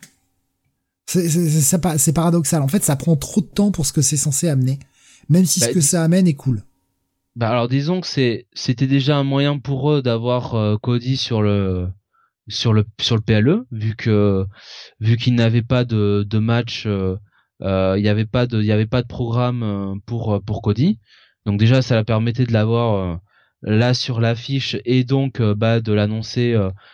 C'est paradoxal. En fait, ça prend trop de temps pour ce que c'est censé amener. Même si ce que ça amène est cool. Bah alors disons que c'était déjà un moyen pour eux d'avoir Cody sur le PLE, vu qu'il n'avait pas de match, il y avait pas de programme pour Cody. Donc déjà ça leur permettait de l'avoir là sur l'affiche et donc de l'annoncer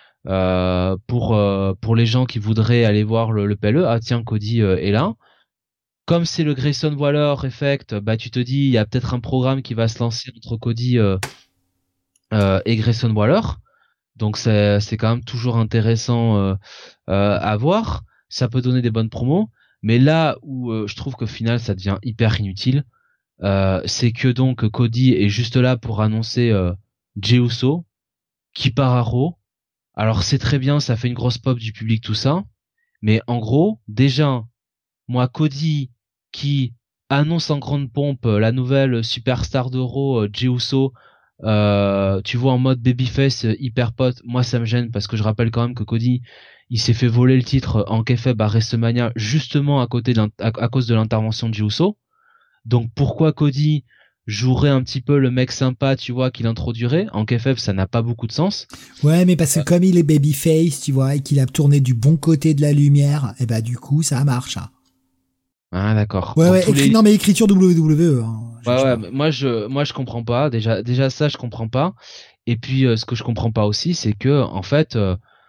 pour les gens qui voudraient aller voir le PLE. Ah tiens, Cody est là. Comme c'est le Grayson Waller Effect, bah tu te dis il y a peut-être un programme qui va se lancer entre Cody et Grayson Waller. Donc c'est quand même toujours intéressant à voir. Ça peut donner des bonnes promos, mais là où je trouve qu'au final ça devient hyper inutile, c'est que donc Cody est juste là pour annoncer Jey Uso qui part à Raw. Alors c'est très bien, ça fait une grosse pop du public tout ça, mais en gros déjà moi Cody qui annonce en grande pompe la nouvelle superstar de Raw, Jey Uso, tu vois en mode babyface hyper pote, moi ça me gêne parce que je rappelle quand même que Cody il s'est fait voler le titre en kayfabe à WrestleMania justement à cause de l'intervention de Jey Uso. Donc pourquoi Cody jouerait un petit peu le mec sympa, tu vois, qu'il introduirait en kayfabe, ça n'a pas beaucoup de sens. Ouais, mais parce que comme il est babyface, tu vois, et qu'il a tourné du bon côté de la lumière, et du coup ça marche. Hein. Ah d'accord. Ouais, non mais écriture WWE. Hein. Ouais, ouais, mais moi je comprends pas. Déjà ça, je comprends pas. Et puis, ce que je comprends pas aussi, c'est que, en fait,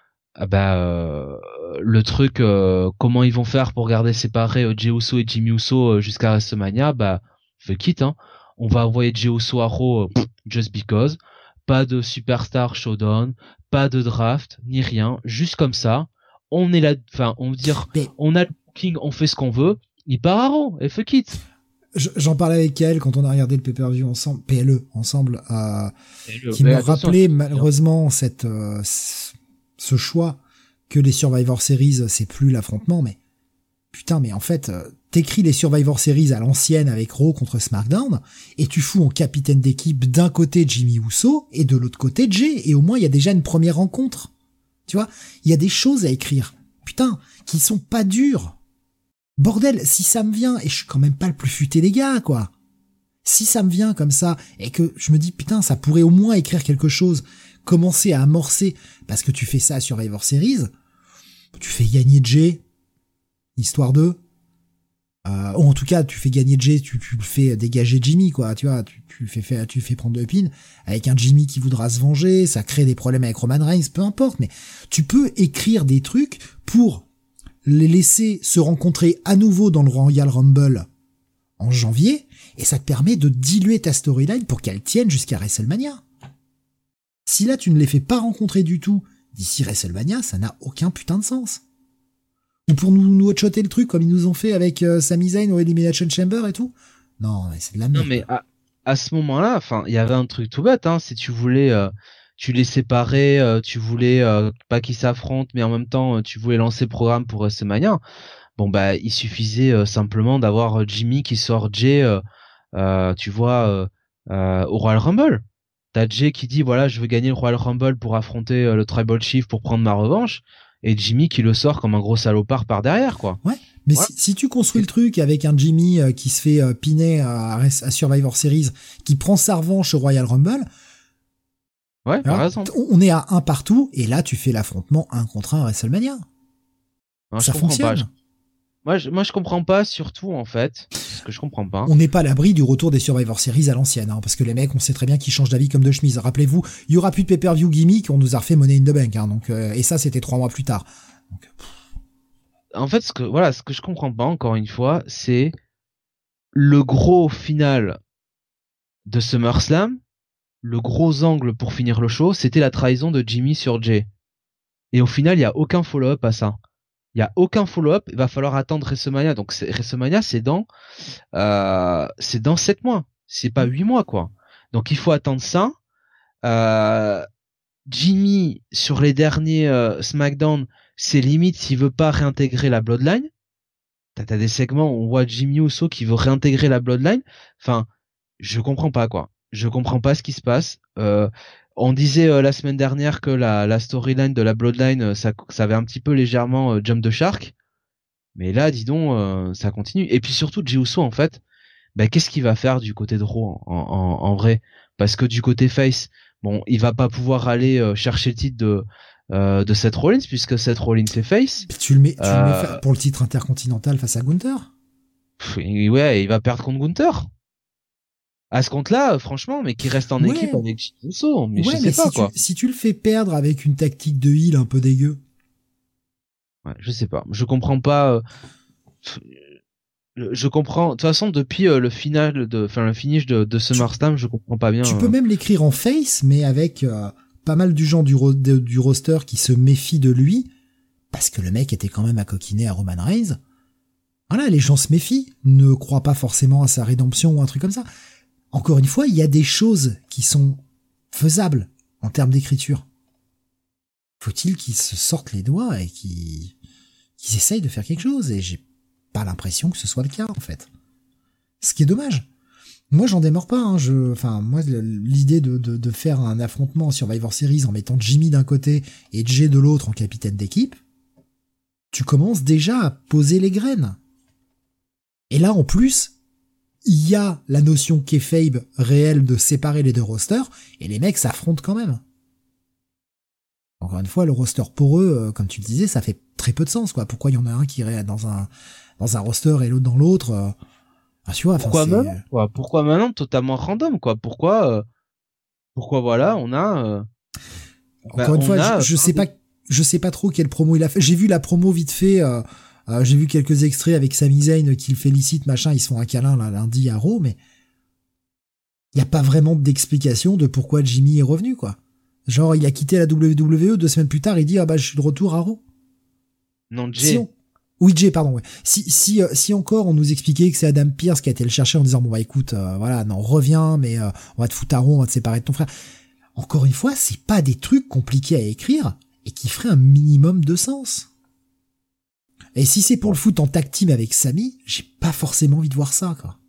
le truc, comment ils vont faire pour garder séparés Jey Uso et Jimmy Uso jusqu'à WrestleMania, fuck it, hein. On va envoyer Jey Uso à Raw, just because. Pas de Superstar Showdown, pas de draft, ni rien. Juste comme ça. On est là, enfin, on veut dire, Mais on a le booking, on fait ce qu'on veut. Il part à Raw, et fuck it. j'en parlais avec elle quand on a regardé le pay-per-view ensemble, PLE ensemble, qui Mais me attention, rappelait malheureusement ce choix que les Survivor Series, c'est plus l'affrontement, mais putain, mais en fait, t'écris les Survivor Series à l'ancienne avec Raw contre SmackDown, et tu fous en capitaine d'équipe d'un côté Jimmy Uso, et de l'autre côté Jey, et au moins il y a déjà une première rencontre. Tu vois, il y a des choses à écrire, putain, qui sont pas dures. Bordel, si ça me vient, et je suis quand même pas le plus futé des gars, quoi. Si ça me vient comme ça, et que je me dis, putain, ça pourrait au moins écrire quelque chose, commencer à amorcer, parce que tu fais ça à Survivor Series, tu fais gagner Jey, histoire de, ou en tout cas, tu fais gagner Jey, tu le fais dégager Jimmy, quoi, tu vois, tu fais prendre le pin, avec un Jimmy qui voudra se venger, ça crée des problèmes avec Roman Reigns, peu importe, mais tu peux écrire des trucs pour les laisser se rencontrer à nouveau dans le Royal Rumble en janvier, et ça te permet de diluer ta storyline pour qu'elle tienne jusqu'à WrestleMania. Si là tu ne les fais pas rencontrer du tout d'ici WrestleMania, ça n'a aucun putain de sens. Ou pour nous one-shotter le truc comme ils nous ont fait avec Sami Zayn au Elimination Chamber et tout. Non, mais c'est de la merde. Non, mais à ce moment-là, enfin, il y avait un truc tout bête, hein. Si tu voulais, tu les séparais, tu voulais pas qu'ils s'affrontent, mais en même temps, tu voulais lancer le programme pour WrestleMania. Bon, il suffisait simplement d'avoir Jimmy qui sort Jey, tu vois, au Royal Rumble. T'as Jey qui dit, voilà, je veux gagner le Royal Rumble pour affronter le Tribal Chief pour prendre ma revanche. Et Jimmy qui le sort comme un gros salopard par derrière, quoi. Ouais, mais Voilà. si tu construis le truc avec un Jimmy qui se fait piner à Survivor Series, qui prend sa revanche au Royal Rumble, Ouais, par alors, exemple. on est à un partout, et là tu fais l'affrontement 1 contre 1 à WrestleMania. Non, Ça je comprends fonctionne. pas. Moi, je comprends pas, surtout, en fait. Ce que je comprends pas. On n'est pas à l'abri du retour des Survivor Series à l'ancienne, hein, parce que les mecs, on sait très bien qu'ils changent d'avis comme de chemise. Rappelez-vous, il y aura plus de pay-per-view gimmick, on nous a refait Money in the Bank, hein, donc, et ça c'était 3 mois plus tard. Donc, En fait, ce que je comprends pas, encore une fois, c'est le gros final de SummerSlam, le gros angle pour finir le show, c'était la trahison de Jimmy sur Jey. Et au final, il y a aucun follow-up à ça. Il y a aucun follow-up, il va falloir attendre WrestleMania. Donc WrestleMania, c'est dans 7 mois. C'est pas 8 mois, quoi. Donc il faut attendre ça. Jimmy, sur les derniers SmackDown, c'est limite s'il veut pas réintégrer la Bloodline. T'as des segments où on voit Jimmy Uso qui veut réintégrer la Bloodline. Enfin, je comprends pas, quoi. Je comprends pas ce qui se passe. On disait la semaine dernière que la storyline de la Bloodline, ça avait un petit peu légèrement jump the shark. Mais là, dis donc, ça continue. Et puis surtout, Jey Uso, en fait, qu'est-ce qu'il va faire du côté de Raw en vrai? Parce que du côté face, bon, il va pas pouvoir aller chercher le titre de Seth Rollins, puisque Seth Rollins est face. tu le mets pour le titre intercontinental face à Gunther. Ouais, il va perdre contre Gunther. À ce compte-là, franchement, mais qui reste en équipe avec Jey Uso, mais je sais pas, quoi. Si tu le fais perdre avec une tactique de heal un peu dégueu. Ouais, je sais pas. Je comprends pas. Je comprends. De toute façon, depuis le finish de SummerSlam, je comprends pas bien. Tu peux même l'écrire en face, mais avec pas mal du gens du roster qui se méfient de lui, parce que le mec était quand même à coquiner à Roman Reigns. Voilà, les gens se méfient, ne croient pas forcément à sa rédemption ou un truc comme ça. Encore une fois, il y a des choses qui sont faisables en termes d'écriture. Faut-il qu'ils se sortent les doigts et qu'ils essayent de faire quelque chose, et j'ai pas l'impression que ce soit le cas, en fait. Ce qui est dommage. Moi, j'en démords pas, hein. Moi, l'idée de faire un affrontement en Survivor Series en mettant Jimmy d'un côté et Jey de l'autre en capitaine d'équipe, tu commences déjà à poser les graines. Et là, en plus, il y a la notion kayfabe réelle de séparer les deux rosters, et les mecs s'affrontent quand même. Encore une fois, le roster pour eux, comme tu le disais, ça fait très peu de sens, quoi. Pourquoi il y en a un qui irait dans un roster et l'autre dans l'autre Ah, tu vois, Pourquoi maintenant, quoi? Pourquoi maintenant totalement random, quoi? Pourquoi voilà, on a Encore une fois, je sais pas trop quelle promo il a fait. J'ai vu la promo vite fait. J'ai vu quelques extraits avec Sami Zayn qui le félicite, machin. Ils se font un câlin là, lundi à Raw, mais il y a pas vraiment d'explication de pourquoi Jimmy est revenu, quoi. Genre, il a quitté la WWE 2 semaines plus tard. Il dit je suis de retour à Raw. Non, Jay. Oui, Jay, pardon. Ouais. Si encore on nous expliquait que c'est Adam Pearce qui a été le chercher en disant bon bah écoute, voilà, non, reviens, mais on va te foutre à Raw, on va te séparer de ton frère. Encore une fois, c'est pas des trucs compliqués à écrire et qui feraient un minimum de sens. Et si c'est pour le foot en tag team avec Sami, j'ai pas forcément envie de voir ça, quoi.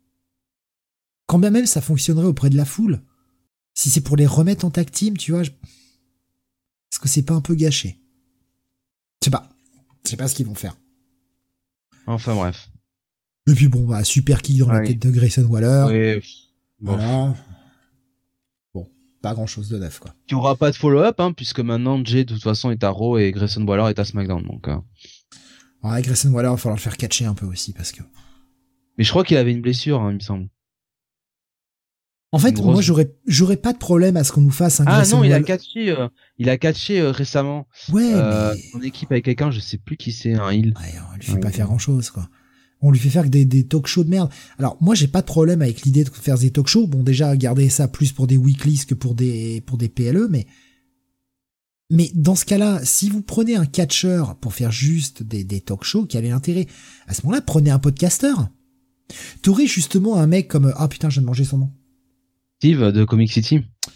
Quand bien même ça fonctionnerait auprès de la foule, si c'est pour les remettre en tag team, tu vois, est-ce que c'est pas un peu gâché? Je sais pas ce qu'ils vont faire. Enfin bref. Et puis bon, bah super kick dans la tête de Grayson Waller. Oui. Bon. Voilà. Bon, pas grand chose de neuf, quoi. Il y aura pas de follow-up, puisque maintenant Jay de toute façon est à Raw et Grayson Waller est à SmackDown, donc. Ouais, Grayson Waller, il va falloir le faire catcher un peu aussi, parce que. Mais je crois qu'il avait une blessure, il me semble. En fait, moi, j'aurais pas de problème à ce qu'on nous fasse un Grayson Waller. Il a catché récemment. Ouais, mais... en équipe avec quelqu'un, je sais plus qui c'est, un heel. Ouais, on lui fait pas faire grand chose, quoi. On lui fait faire que des talk shows de merde. Alors, moi, j'ai pas de problème avec l'idée de faire des talk shows. Bon, déjà, garder ça plus pour des weeklies que pour des PLE, mais dans ce cas-là, si vous prenez un catcheur pour faire juste des talk shows, quel est l'intérêt? À ce moment-là, prenez un podcasteur. T'aurais justement un mec comme, putain, je viens de manger son nom. Steve de Comic City.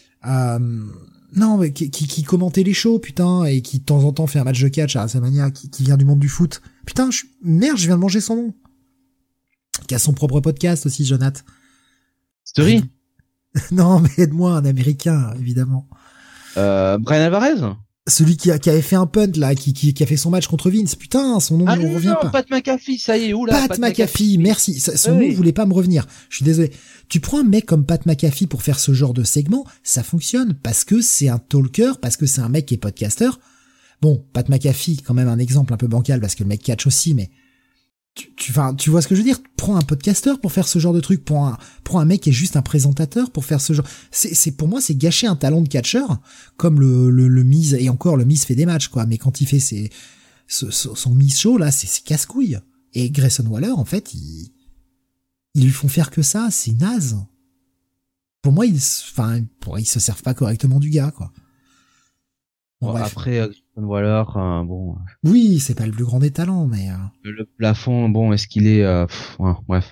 Non, mais qui commentait les shows, putain, et qui de temps en temps fait un match de catch à WrestleMania, qui vient du monde du foot. Putain, merde, je viens de manger son nom. Qui a son propre podcast aussi, Jonathan. Story. Non, mais aide-moi, un Américain, évidemment. Brian Alvarez. Celui qui avait fait un punt, là, qui a fait son match contre Vince. Putain, son nom ne me revient pas. Pat McAfee, ça y est, oula. Pat McAfee, merci. Son nom voulait pas me revenir. Je suis désolé. Tu prends un mec comme Pat McAfee pour faire ce genre de segment, ça fonctionne parce que c'est un talker, parce que c'est un mec qui est podcasteur. Bon, Pat McAfee, quand même un exemple un peu bancal parce que le mec catch aussi, mais tu vois ce que je veux dire? Prends un podcasteur pour faire ce genre de truc, prends un mec qui est juste un présentateur pour faire ce genre. C'est pour moi, c'est gâcher un talent de catcheur, comme le Miz, et encore le Miz fait des matchs, quoi, mais quand il fait son Miz show, là, c'est casse-couille. Et Grayson Waller, en fait, ils lui font faire que ça, c'est naze. Pour moi, ils se servent pas correctement du gars, quoi. Bon, après, Waller, bon. Oui, c'est pas le plus grand des talents, mais. Le plafond, bon, est-ce qu'il est, bref.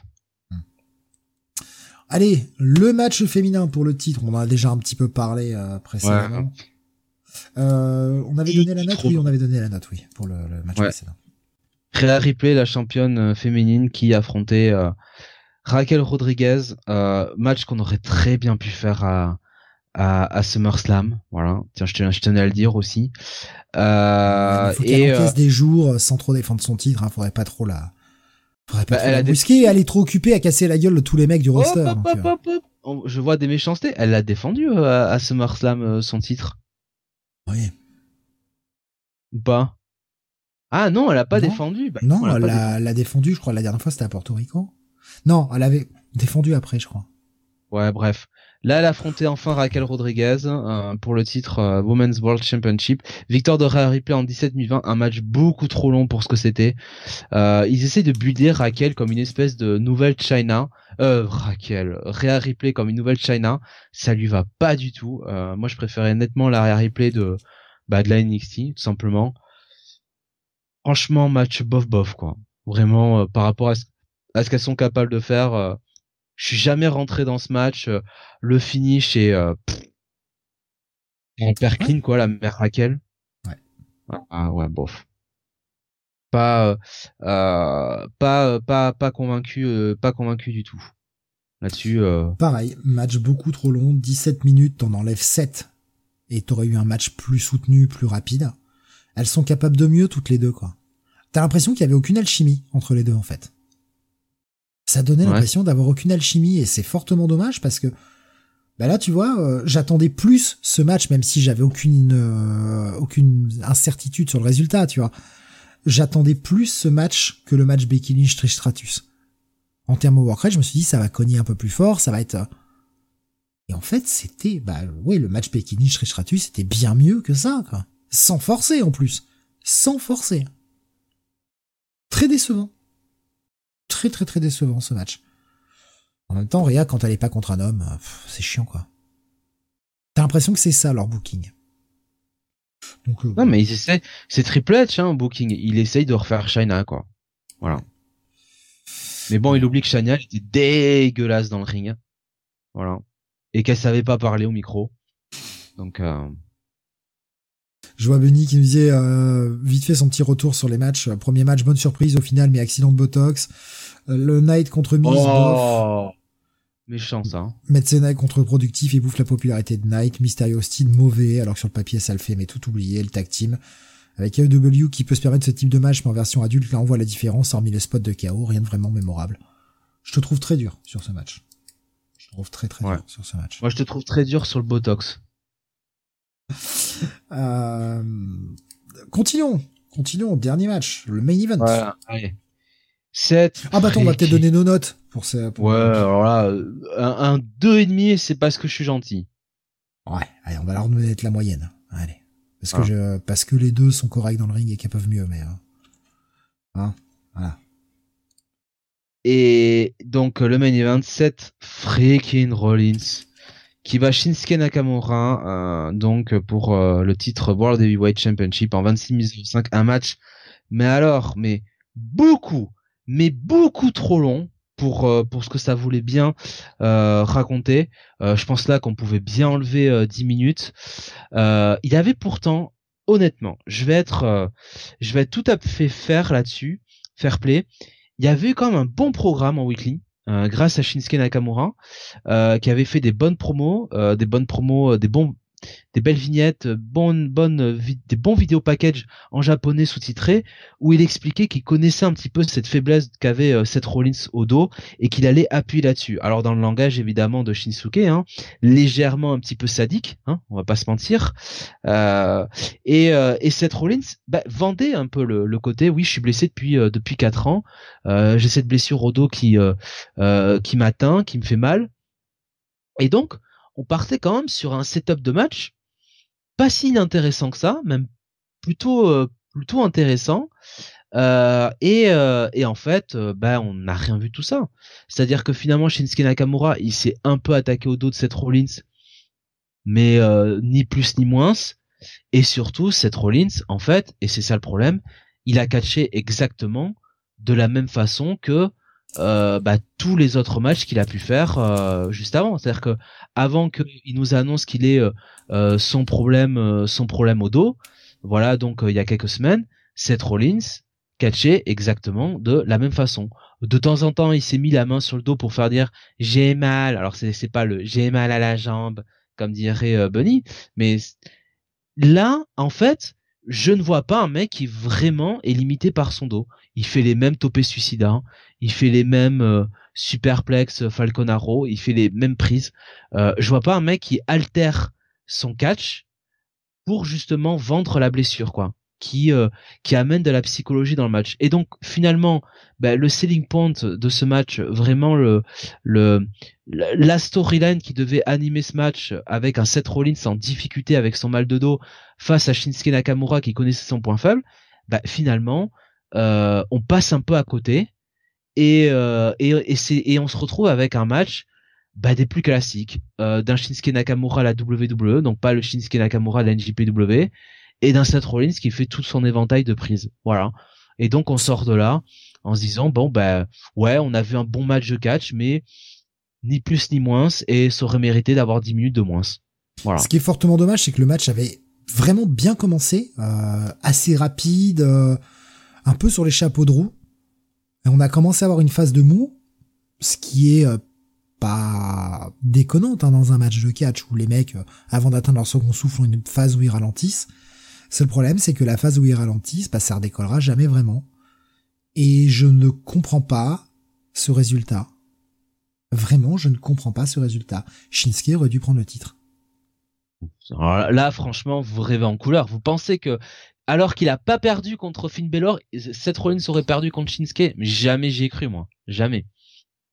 Allez, le match féminin pour le titre, on en a déjà un petit peu parlé précédemment. Ouais. On avait donné la note, oui, pour le match précédent. Rhea Ripley, la championne féminine, qui affrontait Raquel Rodriguez, match qu'on aurait très bien pu faire à SummerSlam, voilà. Tiens, je tenais à le dire aussi. Il faut qu'elle encaisse des jours sans trop défendre son titre, faudrait pas trop la brusquer, elle est trop occupée à casser la gueule de tous les mecs du roster. Je vois des méchancetés, elle l'a défendu à SummerSlam, son titre. Oui. Ou pas? Ah non, elle a pas défendu. Non, elle l'a défendu, je crois, la dernière fois c'était à Porto Rico. Non, elle avait défendu après, je crois. Ouais, bref. Là, elle affrontait enfin Raquel Rodriguez pour le titre Women's World Championship. Victoire de Rhea Ripley en 17-2020, un match beaucoup trop long pour ce que c'était. Ils essaient de builder Raquel comme une espèce de nouvelle Chyna. Rhea Ripley comme une nouvelle Chyna. Ça lui va pas du tout. Moi, je préférais nettement la Rhea Ripley de la NXT, tout simplement. Franchement, match bof, quoi. Vraiment, par rapport à ce qu'elles sont capables de faire... je suis jamais rentré dans ce match. Le finish est hyper clean, quoi, la mère Raquel. Ouais. Ouais, bof. Pas convaincu du tout. Là-dessus. Pareil, match beaucoup trop long, 17 minutes, t'en enlèves 7 et t'aurais eu un match plus soutenu, plus rapide. Elles sont capables de mieux toutes les deux, quoi. T'as l'impression qu'il y avait aucune alchimie entre les deux, en fait. Ça donnait l'impression d'avoir aucune alchimie et c'est fortement dommage parce que là tu vois, j'attendais plus ce match même si j'avais aucune incertitude sur le résultat, tu vois. J'attendais plus ce match que le match Becky Lynch Trish Stratus. En termes de work rate, je me suis dit, ça va cogner un peu plus fort, ça va être... Et en fait, c'était, le match Pekinich-Rishratus, c'était bien mieux que ça, quoi. Sans forcer, en plus. Sans forcer. Très décevant. Très, très, très décevant, ce match. En même temps, Rhea, quand elle est pas contre un homme, c'est chiant, quoi. T'as l'impression que c'est ça, leur booking. Donc, non, mais ils essaient, c'est Triple H, booking. Il essaye de refaire Shayna, quoi. Voilà. Mais bon, il oublie que Shayna était dégueulasse dans le ring. Voilà. Et qu'elle savait pas parler au micro. Donc, Je vois Benny qui nous disait vite fait son petit retour sur les matchs. Premier match, bonne surprise au final, mais accident de Botox. Le Knight contre Miz, bof. Méchant ça. Metzena est contre-productif et bouffe la popularité de Knight. Mysterio Austin, mauvais, alors que sur le papier ça le fait, mais tout oublié. Le tag team avec AEW qui peut se permettre ce type de match, mais en version adulte, là on voit la différence, hormis le spot de KO, rien de vraiment mémorable. Je te trouve très dur sur ce match. Je te trouve très très dur sur ce match. Moi je te trouve très dur sur le Botox. Continuons, dernier match, le main event. Voilà, allez. 7. Ah bah attends, on va peut-être donner nos notes pour ça. Ouais, alors là, un 2,5, c'est parce que je suis gentil. Ouais, allez, on va leur donner la moyenne. Allez. Parce que les deux sont corrects dans le ring et qu'ils peuvent mieux, mais voilà. Et donc le main event, Seth freaking Rollins qui bat Shinsuke Nakamura donc pour le titre World Heavyweight Championship en 26,5, un match mais beaucoup trop long pour ce que ça voulait bien raconter. Je pense là qu'on pouvait bien enlever 10 minutes. Il avait pourtant, honnêtement, je vais être tout à fait fair là-dessus, fair play. Il y avait eu quand même un bon programme en weekly. Grâce à Shinsuke Nakamura, qui avait fait des bonnes promos, des belles vignettes, des bons vidéo packages en japonais sous-titrés, où il expliquait qu'il connaissait un petit peu cette faiblesse qu'avait Seth Rollins au dos et qu'il allait appuyer là-dessus. Alors dans le langage évidemment de Shinsuke, légèrement un petit peu sadique, on va pas se mentir. Et Seth Rollins vendait un peu le côté, oui, je suis blessé depuis 4 ans, j'ai cette blessure au dos qui m'atteint, qui me fait mal. Et donc on partait quand même sur un setup de match pas si inintéressant que ça, même plutôt intéressant. Et en fait, on n'a rien vu de tout ça. C'est-à-dire que finalement, Shinsuke Nakamura, il s'est un peu attaqué au dos de Seth Rollins, mais ni plus ni moins. Et surtout, Seth Rollins, en fait, et c'est ça le problème, il a catché exactement de la même façon que tous les autres matchs qu'il a pu faire juste avant. C'est-à-dire que avant qu'il nous annonce qu'il ait son problème au dos, voilà, donc il y a quelques semaines, Seth Rollins catchait exactement de la même façon. De temps en temps, il s'est mis la main sur le dos pour faire dire j'ai mal. Alors c'est pas le j'ai mal à la jambe comme dirait Bunny, mais là en fait je ne vois pas un mec qui vraiment est limité par son dos. Il fait les mêmes topés suicidas, il fait les mêmes superplex Falcon Arrow, il fait les mêmes prises. Je vois pas un mec qui altère son catch pour justement vendre la blessure, quoi. Qui amène de la psychologie dans le match. Et donc finalement, le selling point de ce match, vraiment la storyline qui devait animer ce match avec un Seth Rollins en difficulté avec son mal de dos face à Shinsuke Nakamura qui connaissait son point faible, finalement on passe un peu à côté et on se retrouve avec un match des plus classiques d'un Shinsuke Nakamura à la WWE, donc pas le Shinsuke Nakamura de la NJPW, et d'un Seth Rollins qui fait tout son éventail de prises. Voilà. Et donc on sort de là en se disant ouais, on a vu un bon match de catch, mais ni plus ni moins, et ça aurait mérité d'avoir 10 minutes de moins. Voilà. Ce qui est fortement dommage, c'est que le match avait vraiment bien commencé, assez rapide, un peu sur les chapeaux de roue. Et on a commencé à avoir une phase de mou, ce qui est pas déconnante dans un match de catch où les mecs, avant d'atteindre leur second souffle, ont une phase où ils ralentissent. Seul problème, c'est que la phase où ils ralentissent, ça redécollera jamais vraiment. Et je ne comprends pas ce résultat. Vraiment, je ne comprends pas ce résultat. Shinsuke aurait dû prendre le titre. Alors là, franchement, vous rêvez en couleur. Vous pensez que, alors qu'il a pas perdu contre Finn Balor, Seth Rollins aurait perdu contre Shinsuke? Mais jamais j'y ai cru, moi. Jamais.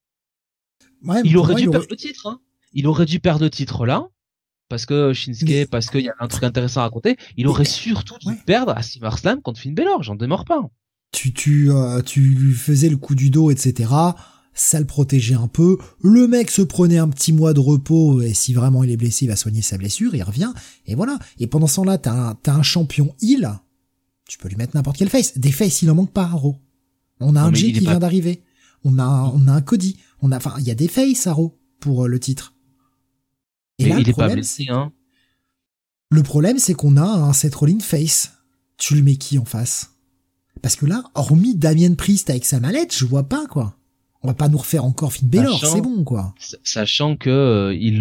Ouais, il pour aurait moi, dû perdre le titre, hein. Il aurait dû perdre le titre là, parce que Shinsuke, parce qu'il y a un truc intéressant à raconter. Il aurait surtout dû perdre à SummerSlam contre Finn Balor, j'en démords pas. Tu lui faisais le coup du dos, etc. Ça le protégeait un peu. Le mec se prenait un petit mois de repos, et si vraiment il est blessé, il va soigner sa blessure, il revient, et voilà. Et pendant ce temps-là, t'as un champion heel, tu peux lui mettre n'importe quel face. Des faces, il en manque pas à Raw. On a un Jay qui vient d'arriver. On a un Cody. Il y a des faces à Raw pour le titre. Et là, il est pas blessé, hein. Le problème, c'est qu'on a un Seth Rollins face. Tu le mets qui en face? Parce que là, hormis Damien Priest avec sa mallette, je vois pas, quoi. On va pas nous refaire encore Finn Balor, c'est bon, quoi. Sachant que il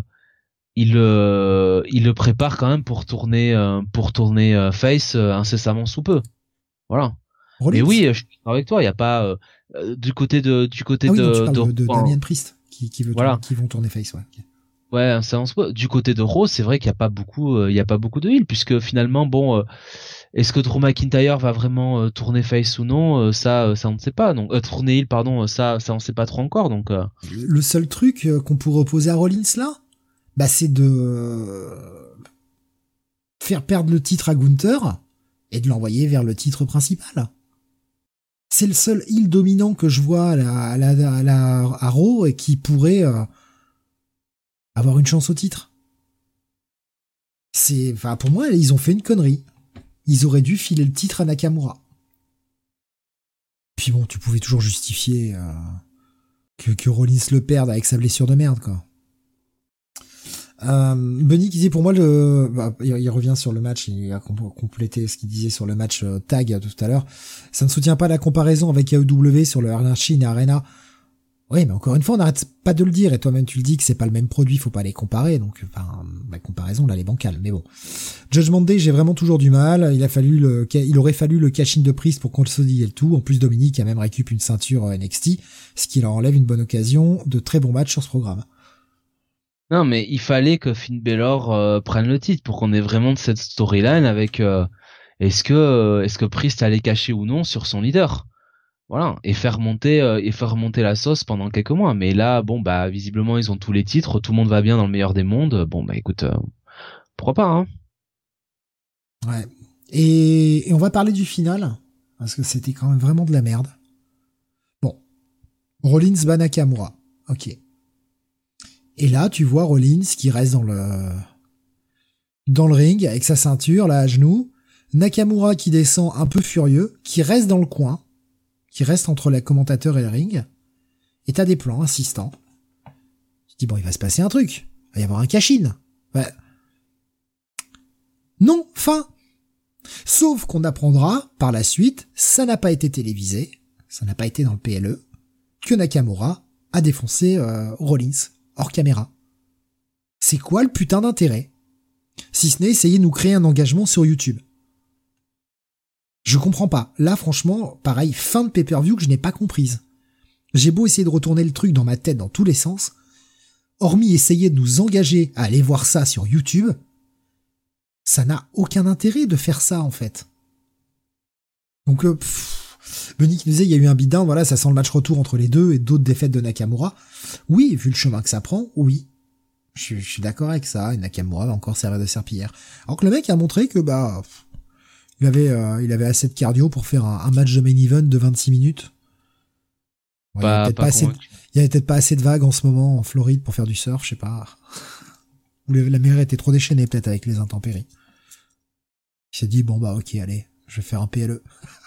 le prépare quand même pour tourner face incessamment sous peu. Voilà. Rollins. Mais oui, je suis d'accord avec toi, il y a pas du côté de tu parles de Damien Priest qui vont tourner face, ouais. Okay. Ouais, du côté de Raw, c'est vrai qu'il y a pas beaucoup de heal, puisque finalement, bon, est-ce que Drew McIntyre va vraiment tourner face ou non, ça on ne sait pas. Donc tourner heel, pardon, ça on ne sait pas trop encore. Donc le seul truc qu'on pourrait opposer à Rollins là, bah c'est de faire perdre le titre à Gunther et de l'envoyer vers le titre principal. C'est le seul heel dominant que je vois à Raw et qui pourrait avoir une chance au titre. Pour moi, ils ont fait une connerie. Ils auraient dû filer le titre à Nakamura. Puis bon, tu pouvais toujours justifier que Rollins le perde avec sa blessure de merde, quoi. Bunny qui disait pour moi il revient sur le match, il a complété ce qu'il disait sur le match tag tout à l'heure. Ça ne soutient pas la comparaison avec AEW sur le Anarchy et Arena. Oui, mais encore une fois, on n'arrête pas de le dire, et toi-même tu le dis que c'est pas le même produit, faut pas les comparer, donc, la comparaison, là, elle est bancale, mais bon. Judgment Day, j'ai vraiment toujours du mal, il aurait fallu le cash-in de Priest pour consolider le tout, en plus Dominique a même récupéré une ceinture NXT, ce qui leur enlève une bonne occasion de très bons matchs sur ce programme. Non, mais il fallait que Finn Balor prenne le titre pour qu'on ait vraiment de cette storyline avec, est-ce que Priest allait cacher ou non sur son leader. Voilà, et faire monter la sauce pendant quelques mois. Mais là, bon, bah, visiblement, ils ont tous les titres, tout le monde va bien dans le meilleur des mondes. Bon, bah, écoute, pourquoi pas, hein. Ouais. Et on va parler du final, parce que c'était quand même vraiment de la merde. Bon. Rollins bat Nakamura. Ok. Et là, tu vois Rollins qui reste dans le ring avec sa ceinture, là, à genoux. Nakamura qui descend un peu furieux, qui reste dans le coin, qui reste entre le commentateur et le ring, et t'as des plans insistants. Tu te dis, bon, il va se passer un truc. Il va y avoir un cash-in. Ouais. Non, fin. Sauf qu'on apprendra, par la suite, ça n'a pas été télévisé, ça n'a pas été dans le PLE, que Nakamura a défoncé Rollins, hors caméra. C'est quoi le putain d'intérêt? Si ce n'est essayer de nous créer un engagement sur YouTube. Je comprends pas. Là, franchement, pareil, fin de pay-per-view que je n'ai pas comprise. J'ai beau essayer de retourner le truc dans ma tête dans tous les sens, hormis essayer de nous engager à aller voir ça sur YouTube, ça n'a aucun intérêt de faire ça, en fait. Donc, Benny qui nous disait, il y a eu un beatdown, voilà, ça sent le match retour entre les deux et d'autres défaites de Nakamura. Oui, vu le chemin que ça prend, oui. Je suis d'accord avec ça, et Nakamura va encore servir de serpillière. Alors que le mec a montré que, il avait assez de cardio pour faire un match de main event de 26 minutes. Ouais, il y avait peut-être pas assez de vagues en ce moment en Floride pour faire du surf, je sais pas. Ou la mer était trop déchaînée peut-être avec les intempéries. Il s'est dit, bon ok, allez, je vais faire un PLE.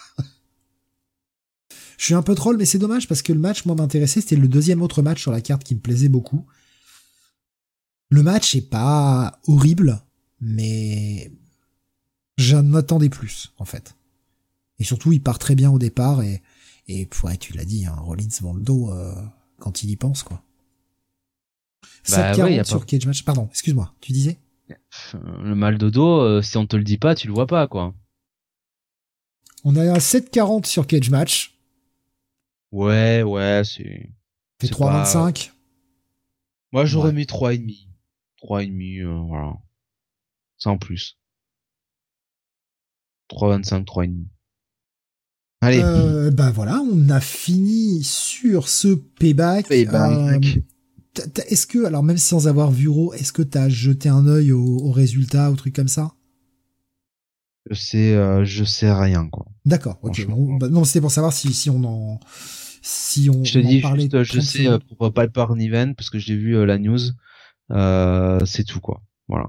Je suis un peu troll, mais c'est dommage parce que le match, moi, m'intéressait, c'était le deuxième autre match sur la carte qui me plaisait beaucoup. Le match est pas horrible, mais j'en attendais plus, en fait. Et surtout, il part très bien au départ et ouais, tu l'as dit, hein, Rollins vend le dos quand il y pense, quoi. 7,40 sur Cage Match. Pardon, excuse-moi, tu disais? Le mal de dos, si on te le dit pas, tu le vois pas, quoi. On a un 7,40 sur Cage Match. Ouais, c'est... Fait 3,25. Moi, j'aurais mis 3,5. 3,5, voilà. Sans plus. 3,25, 3,5. Allez. Bah voilà, on a fini sur ce payback. Est-ce que, alors même sans avoir vu Raw, est-ce que t'as jeté un œil aux résultats, aux trucs comme ça? Je sais rien, quoi. D'accord, ok. Bon, bah, non, c'était pour savoir si on en Je te dis parlait. juste, je sais pour Piper Niven parce que j'ai vu la news. C'est tout, quoi. Voilà.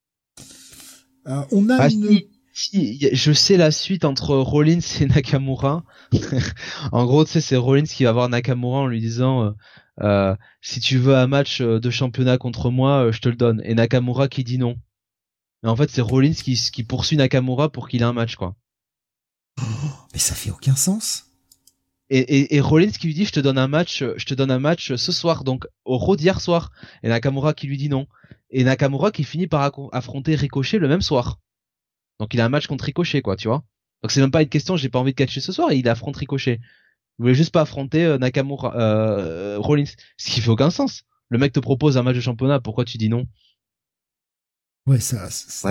On a je sais la suite entre Rollins et Nakamura. En gros, tu sais, c'est Rollins qui va voir Nakamura en lui disant si tu veux un match de championnat contre moi, je te le donne. Et Nakamura qui dit non. Et en fait, c'est Rollins qui poursuit Nakamura pour qu'il ait un match, quoi. Mais ça fait aucun sens. Et Rollins qui lui dit je te donne un match ce soir, donc au Raw d'hier soir. Et Nakamura qui lui dit non. Et Nakamura qui finit par affronter Ricochet le même soir. Donc il a un match contre Ricochet, quoi, tu vois. Donc c'est même pas une question, j'ai pas envie de catcher ce soir, et il affronte Ricochet. Il voulait juste pas affronter Nakamura, Rollins. Ce qui fait aucun sens. Le mec te propose un match de championnat, pourquoi tu dis non? Ouais, ça...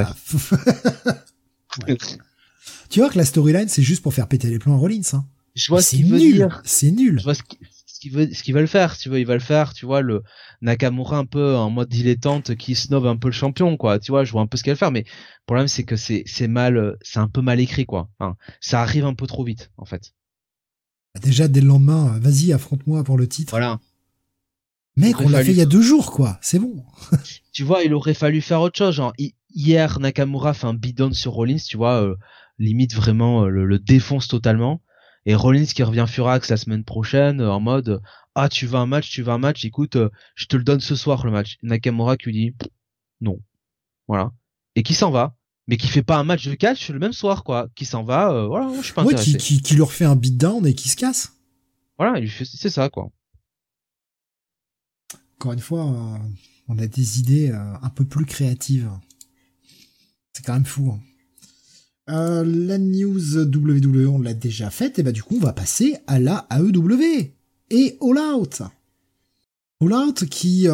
Ouais. Tu vois que la storyline, c'est juste pour faire péter les plombs à Rollins, hein. Je vois ce qu'il veut dire. C'est nul. Je vois ce qu'ils veulent faire. Tu vois, ils veulent faire, tu vois, le Nakamura un peu en mode dilettante qui snob un peu le champion, quoi. Tu vois, je vois un peu ce qu'elle veut faire, mais le problème, c'est que c'est un peu mal écrit, quoi. Enfin, ça arrive un peu trop vite, en fait. Déjà, dès le lendemain, vas-y, affronte-moi pour le titre. Voilà. Mec, on l'a fait il y a 2 jours, quoi. C'est bon. Tu vois, il aurait fallu faire autre chose. Genre, hier, Nakamura fait un beatdown sur Rollins, tu vois, limite vraiment le défonce totalement. Et Rollins qui revient furax la semaine prochaine en mode ah tu veux un match, écoute, je te le donne ce soir le match. Nakamura qui lui dit non. Voilà. Et qui s'en va. Mais qui fait pas un match de catch le même soir, quoi. Qui s'en va, voilà, je suis pas intéressé. Qui leur fait un beatdown et qui se casse. Voilà, c'est ça, quoi. Encore une fois, on a des idées un peu plus créatives. C'est quand même fou, hein. La news WWE, on l'a déjà faite, et bah du coup on va passer à la AEW et All Out. All Out qui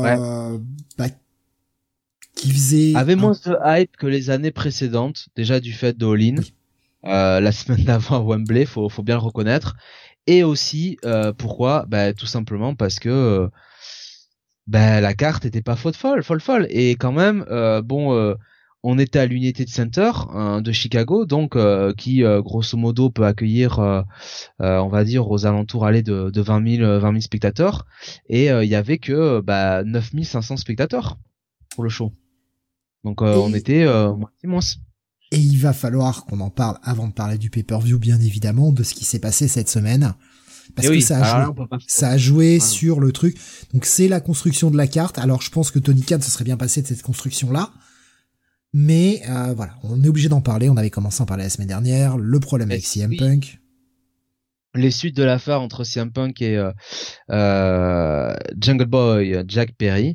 qui faisait avait moins de hype que les années précédentes, déjà du fait de All In. Oui. La semaine d'avant à Wembley, faut bien le reconnaître. Et aussi pourquoi? Bah tout simplement parce que la carte était pas folle. Et quand même on était à l'United Center de Chicago, donc qui grosso modo peut accueillir, on va dire aux alentours de 20 000 spectateurs, et il y avait que 9 500 spectateurs pour le show. Donc on était immense. Et il va falloir qu'on en parle avant de parler du pay-per-view, bien évidemment, de ce qui s'est passé cette semaine. Parce que ça a joué sur le truc. Donc c'est la construction de la carte. Alors je pense que Tony Khan se serait bien passé de cette construction-là. Mais voilà, on est obligé d'en parler. On avait commencé à en parler la semaine dernière. Le problème avec CM Punk. Les suites de l'affaire entre CM Punk et Jungle Boy, Jack Perry.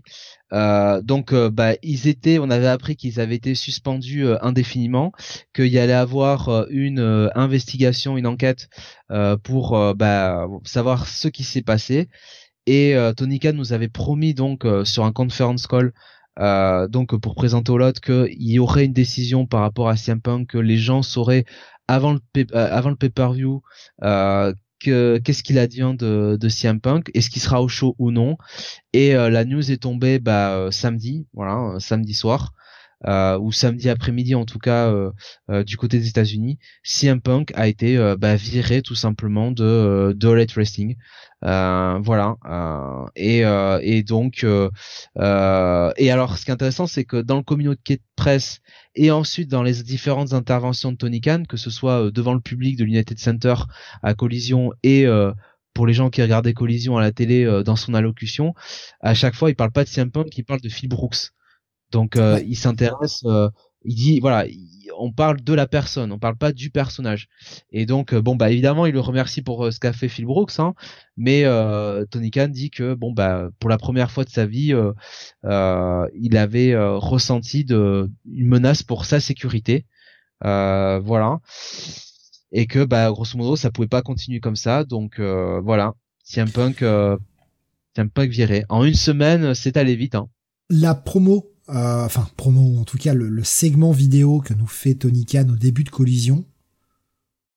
On avait appris qu'ils avaient été suspendus indéfiniment, qu'il y allait avoir une investigation, une enquête pour savoir ce qui s'est passé. Et Tony Khan nous avait promis donc sur un conference call. Donc pour présenter au lot qu'il y aurait une décision par rapport à CM Punk, que les gens sauraient avant le pay-per-view qu'est-ce qu'il advient de CM Punk, est-ce qu'il sera au show ou non. Et la news est tombée samedi, voilà, samedi soir, ou samedi après-midi en tout cas, du côté des États-Unis. CM Punk a été viré tout simplement de All Elite Wrestling. Voilà. Et donc et alors ce qui est intéressant, c'est que dans le communiqué de presse et ensuite dans les différentes interventions de Tony Khan, que ce soit devant le public de l'United Center à Collision et pour les gens qui regardaient Collision à la télé dans son allocution, à chaque fois il parle pas de CM Punk, il parle de Phil Brooks. Donc il s'intéresse, il dit voilà, on parle de la personne, on parle pas du personnage. Et donc évidemment il le remercie pour ce qu'a fait Phil Brooks, hein, mais Tony Khan dit que pour la première fois de sa vie il avait ressenti une menace pour sa sécurité, voilà, et que grosso modo ça pouvait pas continuer comme ça. Donc voilà, CM Punk viré en une semaine, c'est allé vite, hein. La promo en tout cas le segment vidéo que nous fait Tony Khan au début de Collision,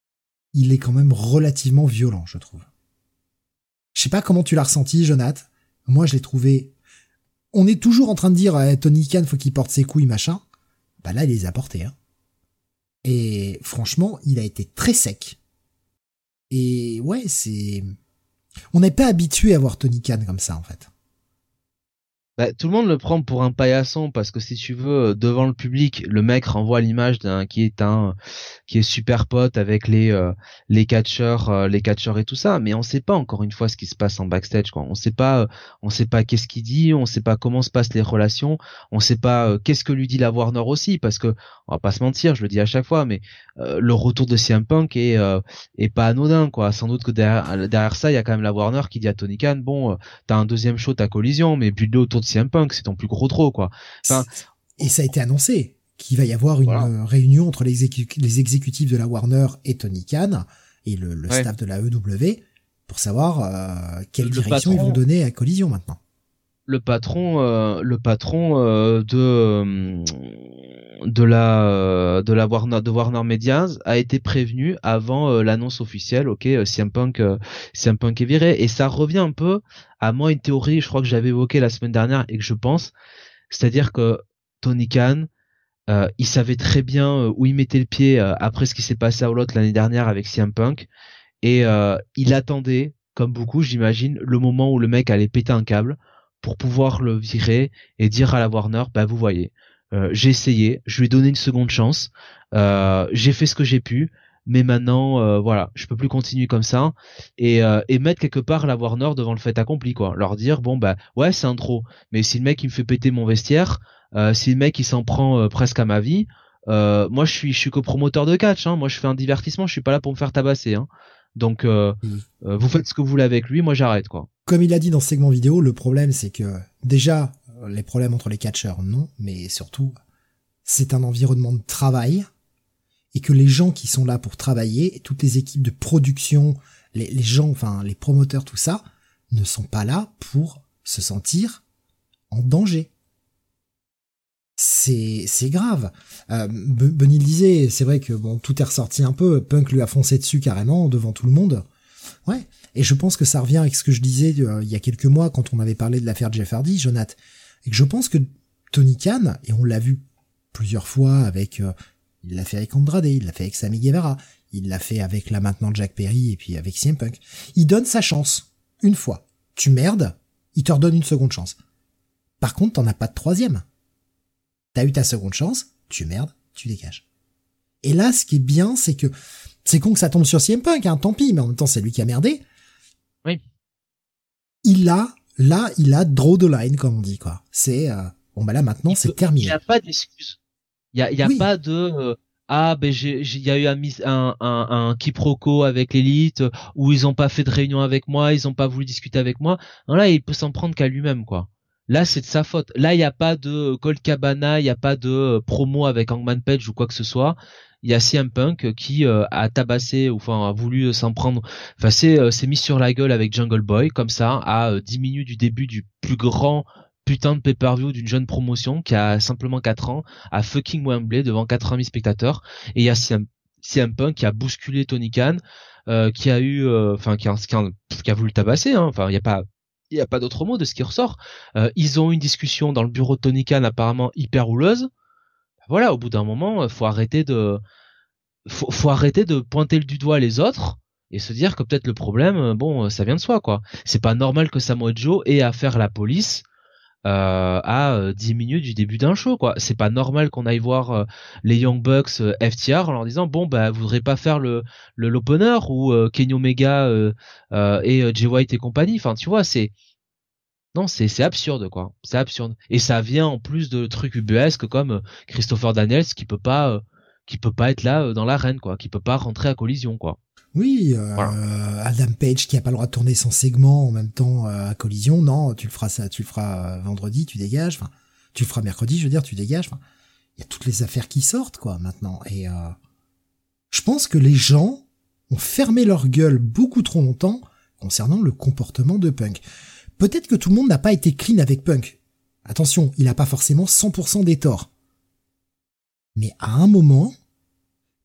il est quand même relativement violent, je trouve. Je sais pas comment tu l'as ressenti, Jonathan. Moi, je l'ai trouvé... On est toujours en train de dire Tony Khan, faut qu'il porte ses couilles, machin. Bah là, il les a portés. Hein. Et franchement, il a été très sec. Et ouais, c'est... On n'est pas habitué à voir Tony Khan comme ça, en fait. Bah, tout le monde le prend pour un paillasson parce que si tu veux, devant le public, le mec renvoie l'image d'un qui est super pote avec les catcheurs et tout ça, mais on sait pas encore une fois ce qui se passe en backstage, quoi. On sait pas qu'est-ce qu'il dit, on sait pas comment se passent les relations, on sait pas qu'est-ce que lui dit la Warner aussi, parce que on va pas se mentir, je le dis à chaque fois, mais le retour de CM Punk est pas anodin, quoi. Sans doute que derrière ça, il y a quand même la Warner qui dit à Tony Khan, bon, t'as un deuxième show, t'as Collision, mais build-le autour de CM Punk, c'est ton plus gros trop, quoi. Enfin, et ça a été annoncé qu'il va y avoir une réunion entre les exécutifs de la Warner et Tony Khan et le staff de la EW pour savoir quelle direction ils vont donner à Collision maintenant. Le patron de la Warner Media a été prévenu avant l'annonce officielle. Ok, CM Punk est viré, et ça revient un peu à moi une théorie, je crois que j'avais évoqué la semaine dernière et que je pense, c'est-à-dire que Tony Khan, il savait très bien où il mettait le pied après ce qui s'est passé à All Out l'année dernière avec CM Punk, et il attendait, comme beaucoup j'imagine, le moment où le mec allait péter un câble pour pouvoir le virer et dire à la Warner, bah vous voyez, j'ai essayé, je lui ai donné une seconde chance, j'ai fait ce que j'ai pu, mais maintenant voilà, je peux plus continuer comme ça, et mettre quelque part la Warner devant le fait accompli, quoi. Leur dire, bon bah ouais, c'est un trop, mais si le mec il me fait péter mon vestiaire, si le mec il s'en prend presque à ma vie, moi je suis copromoteur de catch, hein, moi je fais un divertissement, je suis pas là pour me faire tabasser, hein. Donc vous faites ce que vous voulez avec lui, moi j'arrête, quoi. Comme il a dit dans ce segment vidéo, le problème c'est que déjà les problèmes entre les catcheurs, non, mais surtout c'est un environnement de travail et que les gens qui sont là pour travailler, toutes les équipes de production, les gens, enfin les promoteurs, tout ça, ne sont pas là pour se sentir en danger. C'est grave. Bunny le disait, c'est vrai que bon, tout est ressorti un peu, Punk lui a foncé dessus carrément devant tout le monde. Ouais. Et je pense que ça revient avec ce que je disais il y a quelques mois quand on avait parlé de l'affaire Jeff Hardy, Jonathan. Et que je pense que Tony Khan, et on l'a vu plusieurs fois avec, il l'a fait avec Andrade, il l'a fait avec Sammy Guevara, il l'a fait avec là maintenant Jack Perry et puis avec CM Punk. Il donne sa chance. Une fois. Tu merdes, il te redonne une seconde chance. Par contre, t'en as pas de troisième. T'as eu ta seconde chance, tu merdes, tu dégages. Et là, ce qui est bien, c'est que c'est con que ça tombe sur CM Punk, hein, tant pis, mais en même temps, c'est lui qui a merdé. Oui. Il a draw the line, comme on dit, quoi. C'est, bon, bah là, maintenant, c'est terminé. Il n'y a pas d'excuse. Il y a oui. Pas de, il y a eu un quiproquo avec l'élite, où ils ont pas fait de réunion avec moi, ils ont pas voulu discuter avec moi. Non, là, il peut s'en prendre qu'à lui-même, quoi. Là, c'est de sa faute. Là, il n'y a pas de Colt Cabana, il n'y a pas de promo avec Hangman Page ou quoi que ce soit. Il y a CM Punk qui a tabassé, ou enfin a voulu s'en prendre, enfin s'est mis sur la gueule avec Jungle Boy, comme ça, à 10 minutes du début du plus grand putain de pay-per-view d'une jeune promotion qui a simplement 4 ans, à fucking Wembley devant 80 000 spectateurs. Et il y a CM Punk qui a bousculé Tony Khan, qui a eu, enfin qui a voulu le tabasser, hein. Enfin, il y a pas d'autre mot de ce qui ressort. Ils ont eu une discussion dans le bureau de Tony Khan apparemment hyper houleuse. Voilà, au bout d'un moment, faut arrêter de pointer du doigt les autres et se dire que peut-être le problème, bon, ça vient de soi, quoi. C'est pas normal que Samoa Joe ait à faire la police à 10 minutes du début d'un show, quoi. C'est pas normal qu'on aille voir les Young Bucks FTR en leur disant, bon, bah, vous voudrez pas faire l'opener ou Kenny Omega et Jay White et compagnie. Enfin, tu vois, c'est absurde, quoi. C'est absurde. Et ça vient en plus de trucs ubuesques comme Christopher Daniels qui peut pas être là dans l'arène, quoi. Qui peut pas rentrer à Collision, quoi. Oui, voilà. Adam Page qui a pas le droit de tourner son segment en même temps à Collision. Non, tu le feras vendredi, tu dégages. Enfin, tu le feras mercredi, je veux dire, tu dégages. Enfin, il y a toutes les affaires qui sortent, quoi, maintenant. Et je pense que les gens ont fermé leur gueule beaucoup trop longtemps concernant le comportement de Punk. Peut-être que tout le monde n'a pas été clean avec Punk. Attention, il n'a pas forcément 100% des torts. Mais à un moment,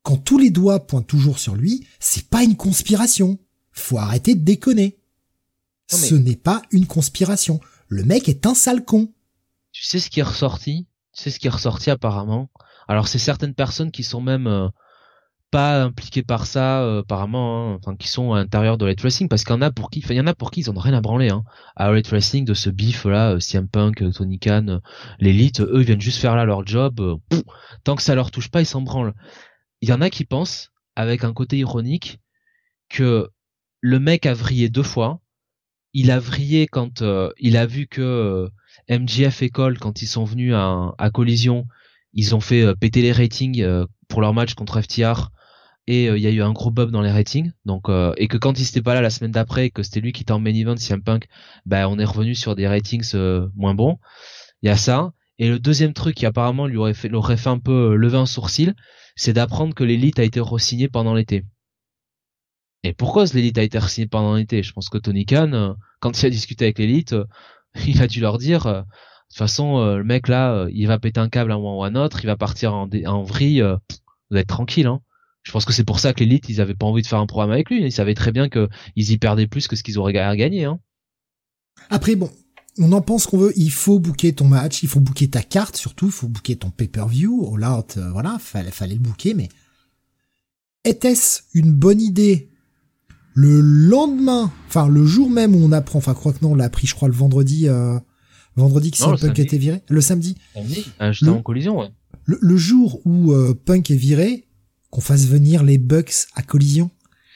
quand tous les doigts pointent toujours sur lui, c'est pas une conspiration. Faut arrêter de déconner. Non, mais... Ce n'est pas une conspiration. Le mec est un sale con. Tu sais ce qui est ressorti? Tu sais ce qui est ressorti apparemment? Alors c'est certaines personnes qui sont même pas impliquées par ça apparemment, hein, enfin qui sont à l'intérieur de Elite Wrestling, parce qu'il y en a pour qui, il y en a pour qui ils en ont rien à branler, hein, à Elite Wrestling de ce bif là, CM Punk, Tony Khan, l'élite, eux ils viennent juste faire là leur job, tant que ça leur touche pas ils s'en branlent. Il y en a qui pensent, avec un côté ironique, que le mec a vrillé 2 fois. Il a vrillé quand il a vu que MJF et Cole, quand ils sont venus à Collision, ils ont fait péter les ratings pour leur match contre FTR, et il y a eu un gros bump dans les ratings. Donc et que quand il s'était pas là la semaine d'après, que c'était lui qui était en main event, CM Punk, on est revenu sur des ratings moins bons. Il y a ça. Et le deuxième truc qui apparemment l'aurait fait un peu lever un sourcil, c'est d'apprendre que l'élite a été re-signée pendant l'été. Et pourquoi l'élite a été re-signée pendant l'été? Je pense que Tony Khan, quand il a discuté avec l'élite, il a dû leur dire, de toute façon, le mec là, il va péter un câble à un moment ou à un autre, il va partir en vrille, vous êtes tranquille, hein. Je pense que c'est pour ça que l'élite, ils avaient pas envie de faire un programme avec lui. Ils savaient très bien que ils y perdaient plus que ce qu'ils auraient gagné, hein. Après, bon, on en pense qu'on veut, il faut booker ton match, il faut booker ta carte, surtout, il faut booker ton pay-per-view, all out, voilà, fallait le booker, mais était-ce une bonne idée le lendemain, enfin le jour même où on apprend, enfin crois que non, on l'a appris je crois le vendredi que CM Punk était viré, le samedi. J'étais en Collision, ouais. Le jour où Punk est viré, qu'on fasse venir les Bucks à Collision.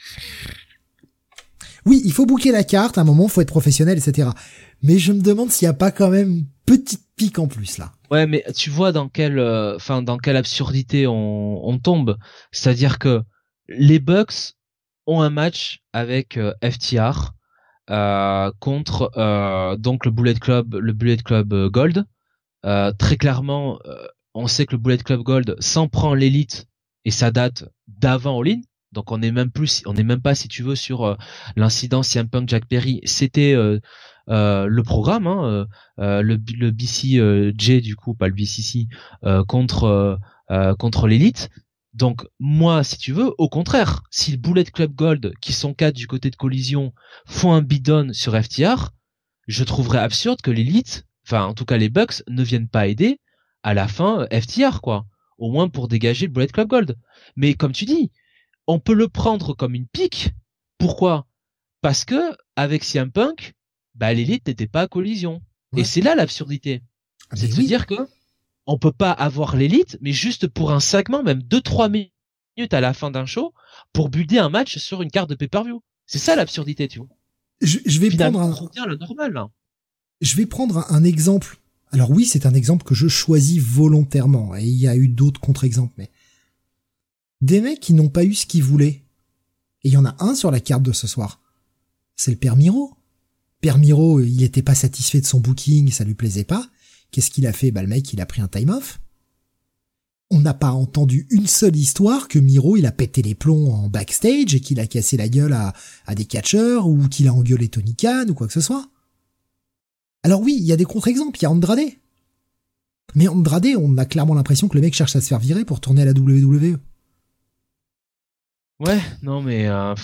Oui, il faut booker la carte, à un moment faut être professionnel, etc. Mais je me demande s'il y a pas quand même une petite pique en plus là. Ouais, mais tu vois dans quelle absurdité on tombe. C'est-à-dire que les Bucks ont un match avec FTR contre donc le Bullet Club Gold. Très clairement, on sait que le Bullet Club Gold s'en prend l'élite et ça date d'avant All In. Donc on n'est même pas, si tu veux, sur l'incident CM Punk Jack Perry. C'était le programme, hein, le BCJ du coup, pas le BCC, contre l'élite. Donc moi, si tu veux, au contraire, si le Bullet Club Gold, qui sont 4 du côté de Collision, font un bidon sur FTR, je trouverais absurde que l'élite, enfin en tout cas les Bucks, ne viennent pas aider à la fin FTR, quoi. Au moins pour dégager le Bullet Club Gold. Mais comme tu dis, on peut le prendre comme une pique. Pourquoi? Parce que avec CM Punk, l'élite n'était pas à Collision. Ouais. Et c'est là l'absurdité. C'est de se dire que on peut pas avoir l'élite, mais juste pour un segment, même 2-3 minutes à la fin d'un show, pour builder un match sur une carte de pay-per-view. C'est ça l'absurdité, tu vois. Je vais finalement, prendre le normal, là. Je vais prendre un exemple. Alors oui, c'est un exemple que je choisis volontairement, et il y a eu d'autres contre-exemples, mais des mecs qui n'ont pas eu ce qu'ils voulaient. Et il y en a un sur la carte de ce soir. C'est le Père Miro. Père Miro, il était pas satisfait de son booking, ça lui plaisait pas. Qu'est-ce qu'il a fait? Le mec, il a pris un time off. On n'a pas entendu une seule histoire que Miro, il a pété les plombs en backstage et qu'il a cassé la gueule à des catcheurs ou qu'il a engueulé Tony Khan ou quoi que ce soit. Alors oui, il y a des contre-exemples, il y a Andrade. Mais Andrade, on a clairement l'impression que le mec cherche à se faire virer pour tourner à la WWE. Ouais, non mais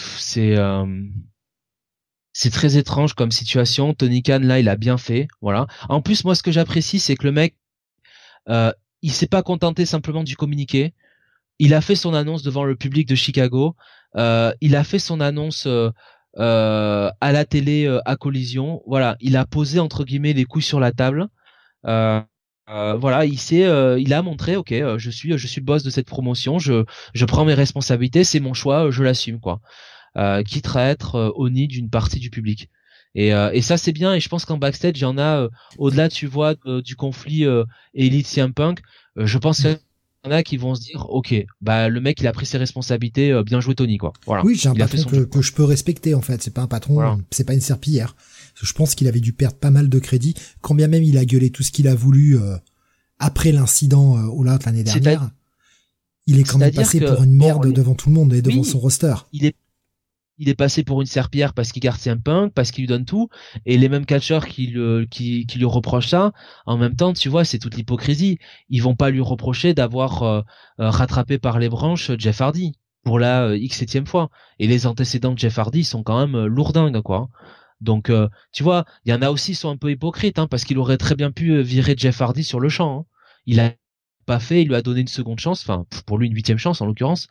c'est très étrange comme situation. Tony Khan, là, il a bien fait, voilà. En plus, moi, ce que j'apprécie, c'est que le mec, il s'est pas contenté simplement du communiqué. Il a fait son annonce devant le public de Chicago. Il a fait son annonce à la télé à Collision. Voilà, il a posé entre guillemets les couilles sur la table. Voilà, il a montré, ok, je suis le boss de cette promotion. Je prends mes responsabilités, c'est mon choix, je l'assume, quoi. Quitte à être au nid d'une partie du public. Et ça c'est bien, et je pense qu'en backstage il y en a au-delà, tu vois, du conflit Elite CM Punk, je pense qu'il y en a qui vont se dire ok, le mec il a pris ses responsabilités, bien joué Tony, quoi. Voilà. Oui, j'ai un patron que je peux respecter, en fait, c'est pas un patron, voilà. C'est pas une serpillière. Je pense qu'il avait dû perdre pas mal de crédit, quand bien même il a gueulé tout ce qu'il a voulu après l'incident au Loud l'année dernière. Il est quand même passé pour une merde devant tout le monde et devant son roster. il est passé pour une serpillière parce qu'il garde CM Punk, parce qu'il lui donne tout, et les mêmes catcheurs qui lui reprochent ça, en même temps, tu vois, c'est toute l'hypocrisie. Ils vont pas lui reprocher d'avoir rattrapé par les branches Jeff Hardy pour la X7e fois. Et les antécédents de Jeff Hardy sont quand même lourdingues, quoi. Donc, tu vois, il y en a aussi qui sont un peu hypocrites, parce qu'il aurait très bien pu virer Jeff Hardy sur le champ. Il a pas fait, il lui a donné une seconde chance, enfin pour lui une 8e chance en l'occurrence.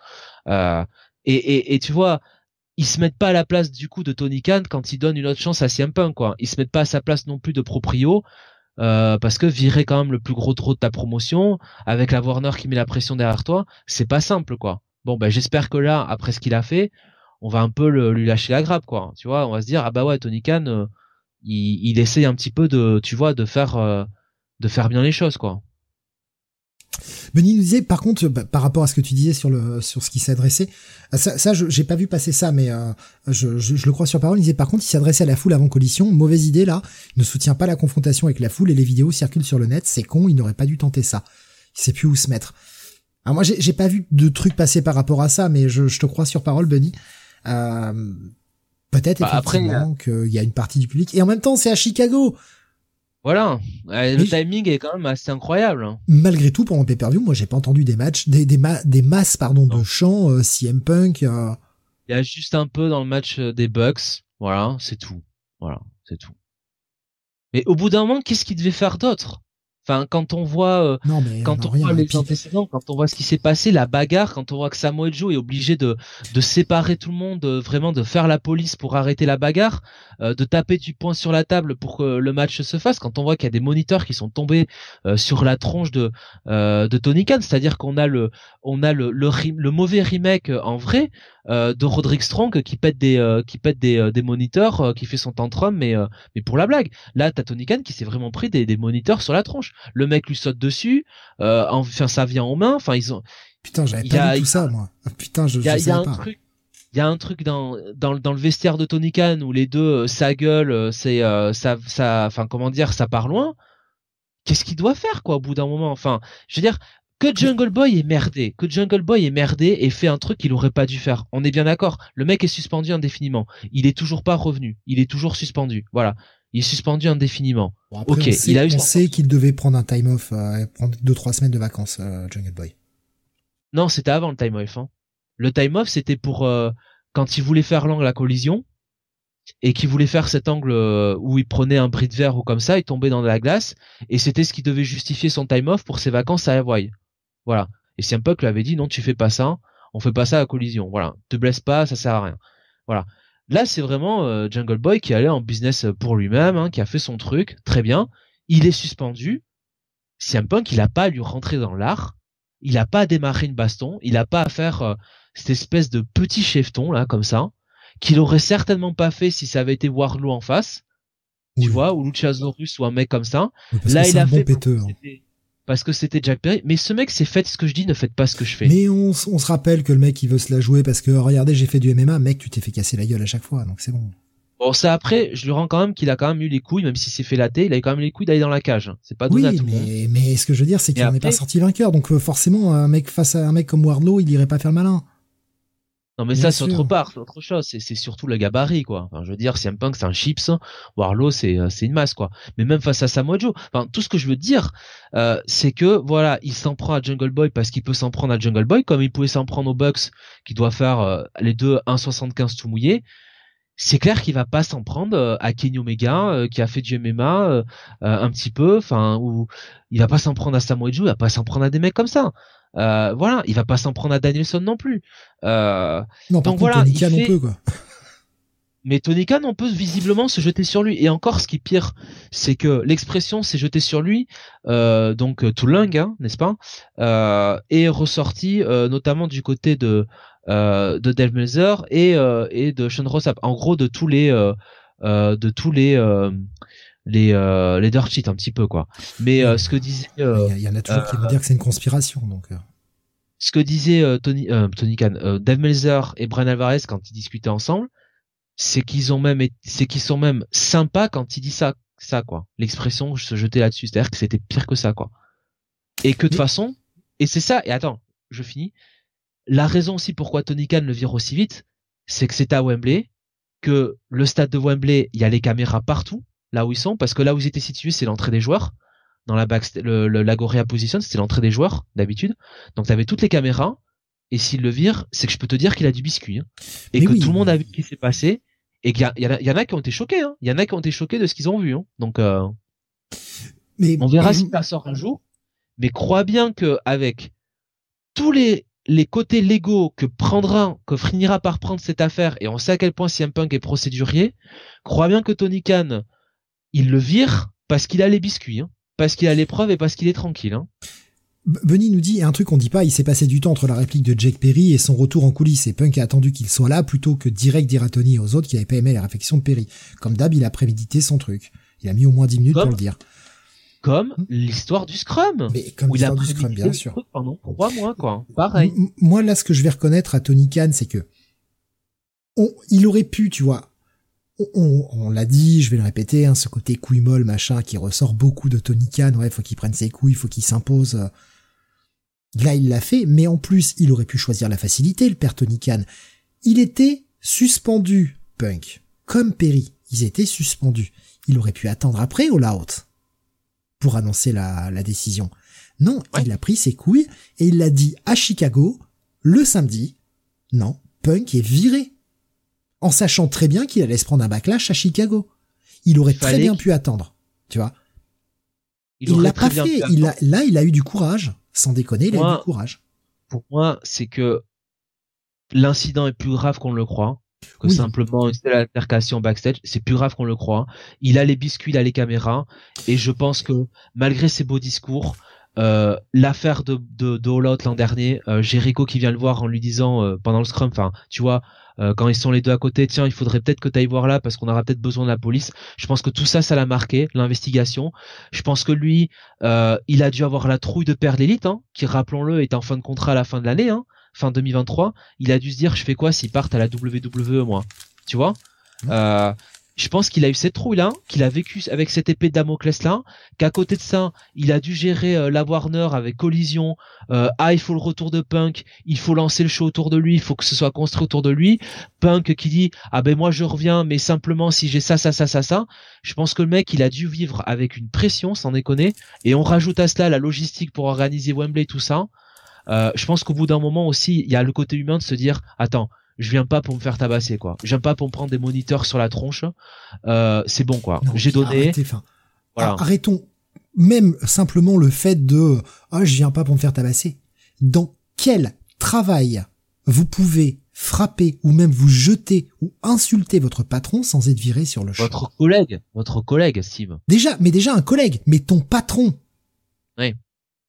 Et tu vois, ils se mettent pas à la place du coup de Tony Khan quand il donne une autre chance à CM Punk, quoi. Ils se mettent pas à sa place non plus de proprio, parce que virer quand même le plus gros trop de ta promotion avec la Warner qui met la pression derrière toi, c'est pas simple, quoi. Bon, ben j'espère que là, après ce qu'il a fait, on va un peu lui lâcher la grappe, quoi. Tu vois, on va se dire ah bah ouais, Tony Khan, il essaye un petit peu de, tu vois, de faire bien les choses, quoi. Benny nous disait, par contre, par rapport à ce que tu disais sur ce qui s'adressait, j'ai pas vu passer ça, mais je le crois sur parole. Il disait, par contre, il s'adressait à la foule avant collision. Mauvaise idée là. Il ne soutient pas la confrontation avec la foule et les vidéos circulent sur le net. C'est con. Il n'aurait pas dû tenter ça. Il sait plus où se mettre. Alors moi, j'ai pas vu de trucs passer par rapport à ça, mais je te crois sur parole, Benny. Peut-être effectivement qu'il y a une partie du public. Et en même temps, c'est à Chicago. Voilà, le timing est quand même assez incroyable. Malgré tout, pendant le pay-per-view, moi j'ai pas entendu des matchs, des masses de chants CM Punk. Il y a juste un peu dans le match des Bucks, voilà, c'est tout. Voilà, c'est tout. Mais au bout d'un moment, qu'est-ce qu'il devait faire d'autre ? Enfin, quand on voit, voit les antécédents, quand on voit ce qui s'est passé, la bagarre, quand on voit que Samoa Joe est obligé de séparer tout le monde, vraiment de faire la police pour arrêter la bagarre, de taper du poing sur la table pour que le match se fasse, quand on voit qu'il y a des moniteurs qui sont tombés sur la tronche de Tony Khan, c'est-à-dire qu'on a le mauvais remake en vrai de Roderick Strong qui pète des moniteurs, qui fait son tantrum, mais pour la blague. Là, t'as Tony Khan qui s'est vraiment pris des moniteurs sur la tronche. Le mec lui saute dessus, enfin ça vient en main, enfin ils ont. Putain, j'avais pas vu tout ça moi. Putain, je savais pas. Il y a un truc dans le vestiaire de Tony Khan où les deux ça gueule, enfin comment dire, ça part loin. Qu'est-ce qu'il doit faire quoi au bout d'un moment ? Enfin, je veux dire que Jungle Boy est merdé et fait un truc qu'il aurait pas dû faire. On est bien d'accord. Le mec est suspendu indéfiniment. Il est toujours pas revenu. Il est toujours suspendu. Voilà. Il est suspendu indéfiniment. Bon, après, on sait qu'il devait prendre un time off, prendre 2-3 semaines de vacances, Jungle Boy. Non, c'était avant le time off. Le time off, c'était pour quand il voulait faire l'angle à collision et qu'il voulait faire cet angle où il prenait un bris de verre ou comme ça, il tombait dans la glace et c'était ce qui devait justifier son time off pour ses vacances à Hawaï. Voilà. Et CM Punk lui avait dit non, tu fais pas ça, on fait pas ça à collision. Voilà, te blesse pas, ça sert à rien. Voilà. Là, c'est vraiment Jungle Boy qui allait en business pour lui-même, qui a fait son truc, très bien. Il est suspendu. CM Punk, il a pas à lui rentrer dans l'art. Il a pas à démarrer une baston. Il a pas à faire cette espèce de petit chefton là, comme ça, qu'il aurait certainement pas fait si ça avait été Wardlow en face. Tu vois, ou Luchasaurus ou un mec comme ça. Là, il a fait parce que c'était Jack Perry. Mais ce mec, c'est faites ce que je dis, ne faites pas ce que je fais. Mais on se rappelle que le mec, il veut se la jouer parce que, regardez, j'ai fait du MMA. Mec, tu t'es fait casser la gueule à chaque fois, donc c'est bon. Bon, ça après, je lui rends quand même qu'il a quand même eu les couilles, même s'il s'est fait latter, il a eu quand même les couilles d'aller dans la cage. C'est pas donné à tout le monde. Mais ce que je veux dire, c'est qu'il n'en est pas sorti vainqueur. Donc forcément, un mec face à un mec comme Wardlow, il irait pas faire le malin. Non mais bien ça c'est autre part, c'est autre chose, c'est surtout le gabarit quoi. Enfin je veux dire CM Punk c'est un chips, Wardlow c'est une masse quoi. Mais même face à Samoa Joe, enfin tout ce que je veux dire c'est que voilà, il s'en prend à Jungle Boy parce qu'il peut s'en prendre à Jungle Boy comme il pouvait s'en prendre aux Bucks qui doit faire les deux 1,75 tout mouillé. C'est clair qu'il va pas s'en prendre à Kenny Omega qui a fait du MMA un petit peu, enfin ou il va pas s'en prendre à Samoa Joe, il va pas s'en prendre à des mecs comme ça. Voilà, il va pas s'en prendre à Danielson non plus. Non, donc voilà, Tony Khan on peut quoi. Mais Tony Khan, on peut visiblement se jeter sur lui. Et encore, ce qui est pire, c'est que l'expression s'est jetée sur lui, donc tout lungue, n'est-ce pas, est ressorti notamment du côté de Dave Meltzer et de Sean Ross Sapp. En gros, de tous les dirt sheets un petit peu quoi. Mais ce que disait il y en a toujours qui vont dire que c'est une conspiration donc ce que disait Tony Khan, Dave Meltzer et Brian Alvarez quand ils discutaient ensemble, c'est qu'ils sont même sympas quand ils disent ça quoi. L'expression se jeter là-dessus, c'est-à-dire que c'était pire que ça quoi. Et que de toute façon, et c'est ça, et attends, je finis. La raison aussi pourquoi Tony Khan le vire aussi vite, c'est que c'était à Wembley, que le stade de Wembley, il y a les caméras partout, là où ils sont, parce que là où ils étaient situés, c'est l'entrée des joueurs. Dans la l'Agoria Position, c'était l'entrée des joueurs, d'habitude. Donc t'avais toutes les caméras, et s'il le vire, c'est que je peux te dire qu'il a du biscuit, hein. Et Mais que oui, tout le monde a vu ce qui s'est passé, et qu'il y en a qui ont été choqués, hein. Il y en a qui ont été choqués de ce qu'ils ont vu, hein. Donc, mais on verra si ça sort un jour. Mais crois bien que avec tous les côtés légaux que finira par prendre cette affaire, et on sait à quel point CM Punk est procédurier, crois bien que Tony Khan, il le vire parce qu'il a les biscuits, hein. Parce qu'il a les preuves et parce qu'il est tranquille, hein. Bunny nous dit, et un truc qu'on dit pas, il s'est passé du temps entre la réplique de Jake Perry et son retour en coulisses, et Punk a attendu qu'il soit là plutôt que direct dire à Tony et aux autres qu'il avait pas aimé la réflexion de Perry. Comme d'hab, il a prémédité son truc. Il a mis au moins 10 minutes pour le dire. Comme l'histoire du Scrum. Mais comme l'histoire du Scrum, bien sûr. Pendant 3 mois, quoi. Pareil. Moi, là, ce que je vais reconnaître à Tony Khan, c'est que il aurait pu, tu vois, on l'a dit, je vais le répéter, hein, ce côté couille molle, machin, qui ressort beaucoup de Tony Khan. Ouais, faut qu'il prenne ses couilles, faut qu'il s'impose. Là, il l'a fait, mais en plus, il aurait pu choisir la facilité, le père Tony Khan. Il était suspendu, Punk. Comme Perry, ils étaient suspendus. Il aurait pu attendre après All Out pour annoncer la décision. Non, ouais. Il a pris ses couilles et il l'a dit à Chicago, le samedi. Non, Punk est viré. En sachant très bien qu'il allait se prendre un backlash à Chicago. Il aurait très bien pu attendre, tu vois. Il l'a pas fait. Il a eu du courage. Sans déconner, il a eu du courage. Pour moi, c'est que l'incident est plus grave qu'on le croit. Que simplement l'altercation backstage, c'est plus grave qu'on le croit. Il a les biscuits, il a les caméras, et je pense que malgré ses beaux discours, l'affaire de All Out l'an dernier, Jericho qui vient le voir en lui disant pendant le scrum, enfin, tu vois, quand ils sont les deux à côté, tiens, il faudrait peut-être que tu ailles voir là parce qu'on aura peut-être besoin de la police. Je pense que tout ça, ça l'a marqué, l'investigation. Je pense que lui, il a dû avoir la trouille de perdre l'élite, hein, qui, rappelons-le, est en fin de contrat à la fin de l'année, hein, fin 2023. Il a dû se dire, je fais quoi s'ils partent à la WWE, moi, tu vois. Je pense qu'il a eu cette trouille-là, qu'il a vécu avec cette épée de Damoclès-là, qu'à côté de ça, il a dû gérer la Warner avec Collision. Il faut le retour de Punk, il faut lancer le show autour de lui, il faut que ce soit construit autour de lui. Punk qui dit, ah ben moi je reviens, mais simplement si j'ai ça. Je pense que le mec, il a dû vivre avec une pression, sans déconner, et on rajoute à cela la logistique pour organiser Wembley, tout ça. Je pense qu'au bout d'un moment aussi, il y a le côté humain de se dire, attends, je viens pas pour me faire tabasser, quoi. Je viens pas pour me prendre des moniteurs sur la tronche. C'est bon, quoi. Non, j'ai donné. Voilà. Arrêtons. Même simplement le fait de, je viens pas pour me faire tabasser. Dans quel travail vous pouvez frapper ou même vous jeter ou insulter votre patron sans être viré sur le champ? Votre collègue, Steve. Déjà un collègue, mais ton patron. Oui.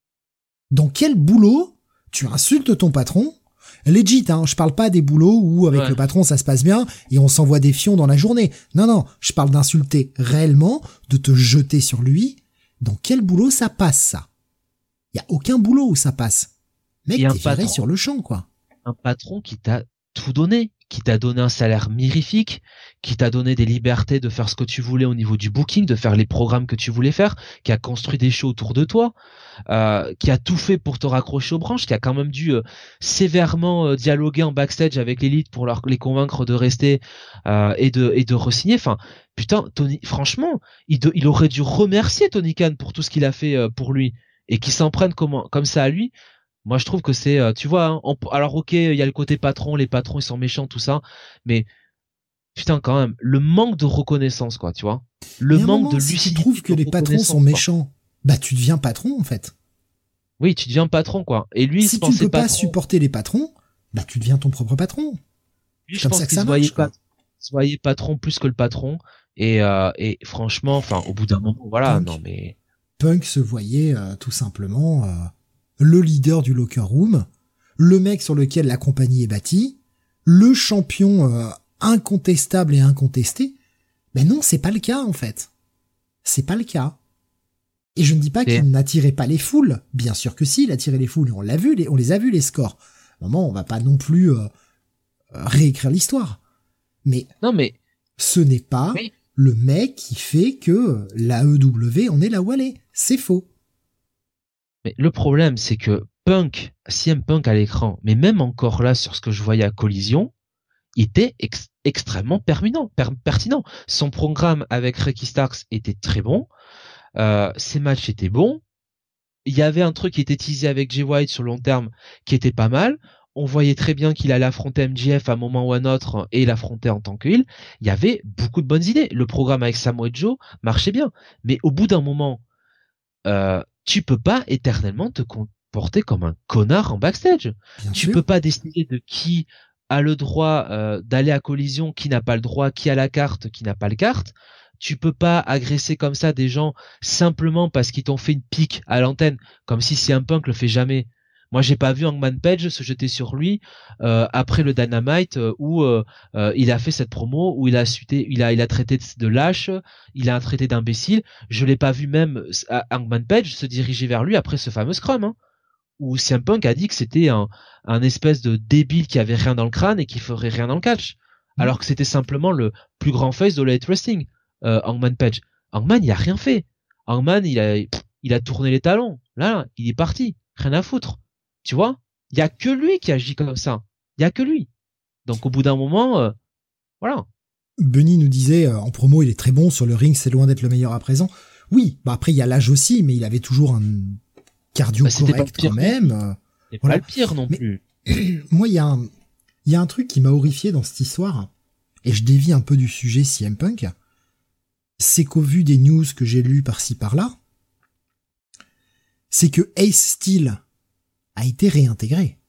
Dans quel boulot tu insultes ton patron? Legit, hein, je parle pas des boulots où avec le patron ça se passe bien et on s'envoie des fions dans la journée. Non, je parle d'insulter réellement, de te jeter sur lui. Dans quel boulot ça passe, ça? Y a aucun boulot où ça passe. Mec, t'es viré sur le champ, quoi. Un patron qui t'a tout donné, qui t'a donné un salaire mirifique, qui t'a donné des libertés de faire ce que tu voulais au niveau du booking, de faire les programmes que tu voulais faire, qui a construit des shows autour de toi, qui a tout fait pour te raccrocher aux branches, qui a quand même dû sévèrement dialoguer en backstage avec l'élite pour les convaincre de rester et de re-signer. Enfin, putain, Tony, franchement, il aurait dû remercier Tony Khan pour tout ce qu'il a fait pour lui et qu'il s'en prenne comme ça à lui. Moi, je trouve que c'est, tu vois, hein, alors ok, il y a le côté patron, les patrons ils sont méchants, tout ça, mais putain, quand même, le manque de reconnaissance, quoi, tu vois, le manque de lucidité. Si tu trouves que les patrons sont méchants, bah tu deviens patron en fait. Oui, tu deviens patron, quoi. Et lui, si tu ne peux pas supporter les patrons, bah tu deviens ton propre patron. Lui, je pense qu'il se voyait patron plus que le patron, et franchement, enfin, au bout d'un moment, voilà, Punk se voyait tout simplement le leader du locker room, le mec sur lequel la compagnie est bâtie, le champion incontestable et incontesté. Mais non, c'est pas le cas, en fait. C'est pas le cas. Et je ne dis pas qu'il n'attirait pas les foules. Bien sûr que si, il attirait les foules. On les a vus, les scores. À un moment, on va pas non plus réécrire l'histoire. Mais ce n'est pas le mec qui fait que l'AEW en est là où elle est. C'est faux. Mais le problème, c'est que CM Punk à l'écran, mais même encore là sur ce que je voyais à Collision, était extrêmement pertinent. Son programme avec Ricky Starks était très bon. Ses matchs étaient bons. Il y avait un truc qui était teasé avec Jay White sur le long terme qui était pas mal. On voyait très bien qu'il allait affronter MJF à un moment ou à un autre et l'affronter en tant que heel. Il y avait beaucoup de bonnes idées. Le programme avec Samoa Joe marchait bien. Mais au bout d'un moment, tu peux pas éternellement te comporter comme un connard en backstage. Tu peux pas décider de qui a le droit d'aller à collision, qui n'a pas le droit, qui a la carte, qui n'a pas la carte. Tu peux pas agresser comme ça des gens simplement parce qu'ils t'ont fait une pique à l'antenne, comme si CM Punk le fait jamais. Moi, j'ai pas vu Hangman Page se jeter sur lui après le Dynamite où il a fait cette promo où il a traité de lâche, il a traité d'imbécile. Je l'ai pas vu même Hangman Page se diriger vers lui après ce fameux scrum, hein, où CM Punk a dit que c'était un espèce de débile qui avait rien dans le crâne et qui ferait rien dans le catch, alors que c'était simplement le plus grand face de Elite Wrestling. Hangman Page. Hangman, il a rien fait. Hangman, il a tourné les talons. Là, il est parti. Rien à foutre. Tu vois? Il y a que lui qui agit comme ça. Il y a que lui. Donc, au bout d'un moment, voilà. Benny nous disait, en promo, il est très bon sur le ring, c'est loin d'être le meilleur à présent. Oui, bah après, il y a l'âge aussi, mais il avait toujours un cardio correct quand même. C'est voilà. pas le pire non plus. Moi, il y a un truc qui m'a horrifié dans cette histoire, et je dévie un peu du sujet CM Punk, c'est qu'au vu des news que j'ai lues par-ci par-là, c'est que Ace Steel a été réintégré.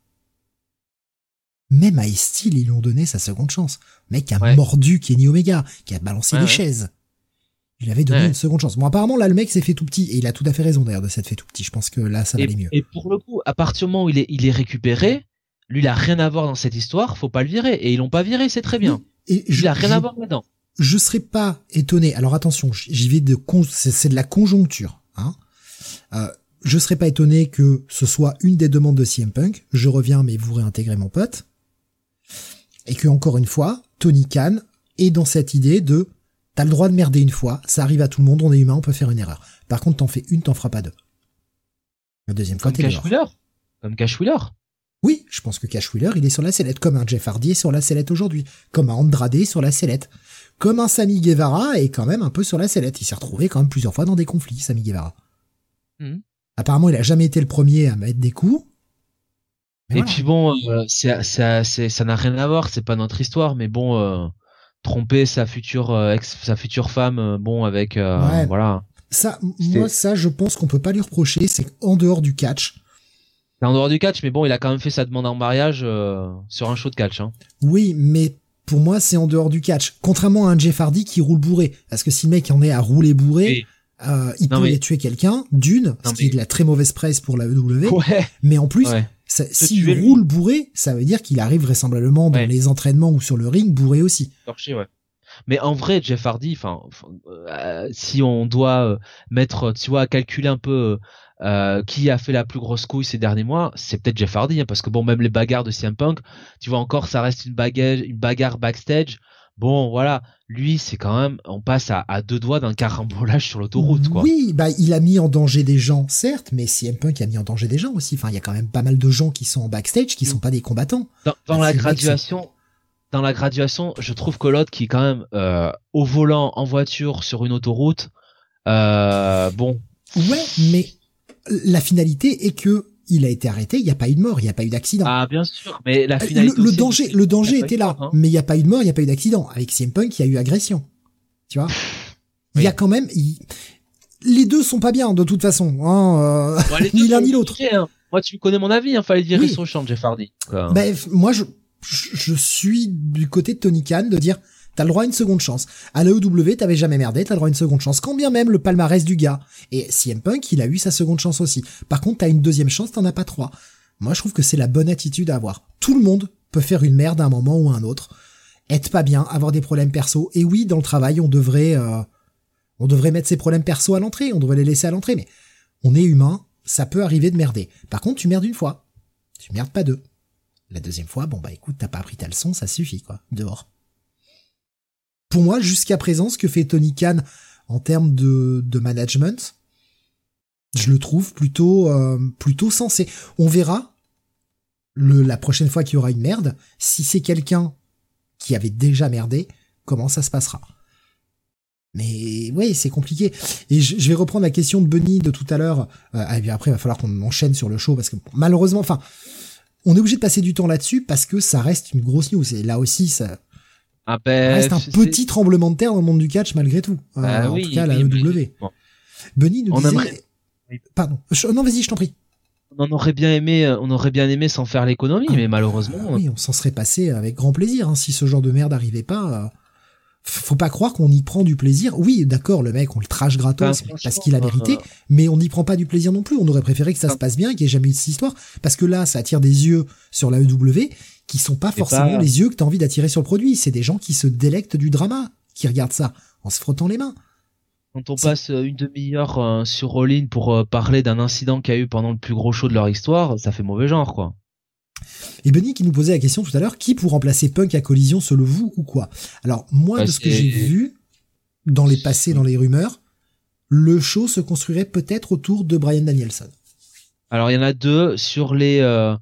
Même à Ace Steel, ils lui ont donné sa seconde chance. Le mec a mordu Kenny Omega, qui a balancé des chaises. Il lui avait donné une seconde chance. Bon, apparemment, là, le mec s'est fait tout petit, et il a tout à fait raison d'ailleurs de s'être fait tout petit. Je pense que là, ça va aller mieux. Et pour le coup, à partir du moment où il est récupéré, lui, il a rien à voir dans cette histoire, faut pas le virer. Et ils l'ont pas viré, c'est très bien. Et il a rien à voir là-dedans. Je serais pas étonné. Alors attention, j'y vais c'est de la conjoncture, hein. Je serais pas étonné que ce soit une des demandes de CM Punk. Je reviens, mais vous réintégrez mon pote. Et que, encore une fois, Tony Khan est dans cette idée de, t'as le droit de merder une fois, ça arrive à tout le monde, on est humain, on peut faire une erreur. Par contre, t'en fais une, t'en feras pas deux. La deuxième fois, t'es dehors. Comme Cash Wheeler. Oui, je pense que Cash Wheeler, il est sur la sellette, comme un Jeff Hardy est sur la sellette aujourd'hui, comme un Andrade est sur la sellette, comme un Sammy Guevara est quand même un peu sur la sellette. Il s'est retrouvé quand même plusieurs fois dans des conflits, Sammy Guevara. Apparemment, il a jamais été le premier à mettre des coups. Et puis bon, ça n'a rien à voir, c'est pas notre histoire, mais bon, tromper sa future femme, bon, avec, voilà. Ça, moi, je pense qu'on peut pas lui reprocher, c'est en dehors du catch. C'est en dehors du catch, mais bon, il a quand même fait sa demande en mariage sur un show de catch, hein. Oui, mais pour moi, c'est en dehors du catch. Contrairement à un Jeff Hardy qui roule bourré. Parce que si le mec en est à rouler bourré, il peut aller tuer quelqu'un, ce qui est de la très mauvaise presse pour la EW. Ouais. Mais en plus, s'il roule bourré, ça veut dire qu'il arrive vraisemblablement dans les entraînements ou sur le ring bourré aussi. Torché, ouais. Mais en vrai, Jeff Hardy, si on doit mettre, tu vois, calculer un peu qui a fait la plus grosse couille ces derniers mois, c'est peut-être Jeff Hardy, hein, parce que bon, même les bagarres de CM Punk, tu vois encore, ça reste une bagarre backstage. Bon, voilà, lui, c'est quand même, on passe à deux doigts d'un carambolage sur l'autoroute, quoi. Oui, bah, il a mis en danger des gens, certes, mais CM Punk a mis en danger des gens aussi. Enfin, il y a quand même pas mal de gens qui sont en backstage, qui sont pas des combattants. Dans la graduation, je trouve que l'autre qui est quand même au volant en voiture sur une autoroute, bon. Ouais, mais la finalité est que il a été arrêté, il n'y a pas eu de mort, il n'y a pas eu d'accident. Ah, bien sûr, mais la finalité le danger était là, mais il n'y a pas eu de mort, il n'y a pas eu d'accident. Avec CM Punk, il y a eu agression. Tu vois? Il y a quand même, les deux sont pas bien, de toute façon, hein, ni l'un ni l'autre. Hein. Moi, tu connais mon avis, hein, fallait virer son champ, Jeff Hardy. Ben, moi, je suis du côté de Tony Khan de dire, t'as le droit à une seconde chance. À l'AEW, t'avais jamais merdé, t'as le droit à une seconde chance. Quand bien même le palmarès du gars. Et CM Punk, il a eu sa seconde chance aussi. Par contre, t'as une deuxième chance, t'en as pas trois. Moi, je trouve que c'est la bonne attitude à avoir. Tout le monde peut faire une merde à un moment ou à un autre. Être pas bien, avoir des problèmes perso. Et oui, dans le travail, on devrait mettre ses problèmes perso à l'entrée. On devrait les laisser à l'entrée. Mais on est humain, ça peut arriver de merder. Par contre, tu merdes une fois. Tu merdes pas deux. La deuxième fois, bon bah écoute, t'as pas appris ta leçon, ça suffit, quoi. Dehors. Pour moi, jusqu'à présent, ce que fait Tony Khan en termes de management, je le trouve plutôt sensé. On verra la prochaine fois qu'il y aura une merde, si c'est quelqu'un qui avait déjà merdé, comment ça se passera. Mais oui, c'est compliqué. Et je vais reprendre la question de Bunny de tout à l'heure. Et puis après, il va falloir qu'on enchaîne sur le show parce que malheureusement, enfin, on est obligé de passer du temps là-dessus parce que ça reste une grosse news. Et là aussi, ça reste un petit tremblement de terre dans le monde du catch malgré tout. En tout cas, la EW. Bon. Bunny nous disait... Pardon. Non, vas-y, je t'en prie. On aurait bien aimé s'en faire l'économie, mais malheureusement. Oui, on s'en serait passé avec grand plaisir, hein, si ce genre de merde arrivait pas. Faut pas croire qu'on y prend du plaisir. Oui, d'accord, le mec, on le trash gratos parce qu'il a mérité, mais on n'y prend pas du plaisir non plus. On aurait préféré que ça se passe bien, qu'il n'y ait jamais eu cette histoire, parce que là, ça attire des yeux sur la EW qui sont pas forcément les yeux que t'as envie d'attirer sur le produit. C'est des gens qui se délectent du drama, qui regardent ça en se frottant les mains. Quand on passe une demi-heure sur All In pour parler d'un incident qu'il y a eu pendant le plus gros show de leur histoire, ça fait mauvais genre, quoi. Et Benny qui nous posait la question tout à l'heure, qui pour remplacer Punk à Collision selon vous ou quoi? Alors moi, de ce que j'ai vu dans les passés, dans les rumeurs, le show se construirait peut-être autour de Bryan Danielson. Alors il y en a deux sur les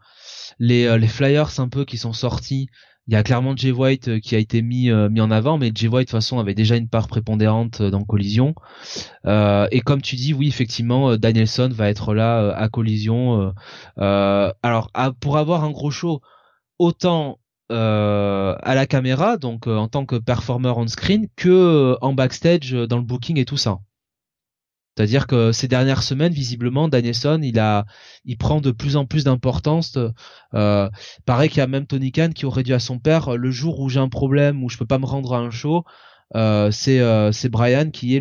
flyers un peu qui sont sortis. Il y a clairement Jay White qui a été mis en avant, mais Jay White de toute façon avait déjà une part prépondérante dans Collision. Et comme tu dis, oui effectivement, Danielson va être là à Collision. Alors pour avoir un gros show, autant à la caméra, donc en tant que performeur on screen, que en backstage dans le booking et tout ça. C'est-à-dire que ces dernières semaines, visiblement, Danielson, il prend de plus en plus d'importance. Pareil qu'il y a même Tony Khan qui aurait dit à son père, le jour où j'ai un problème, où je peux pas me rendre à un show, c'est Bryan qui est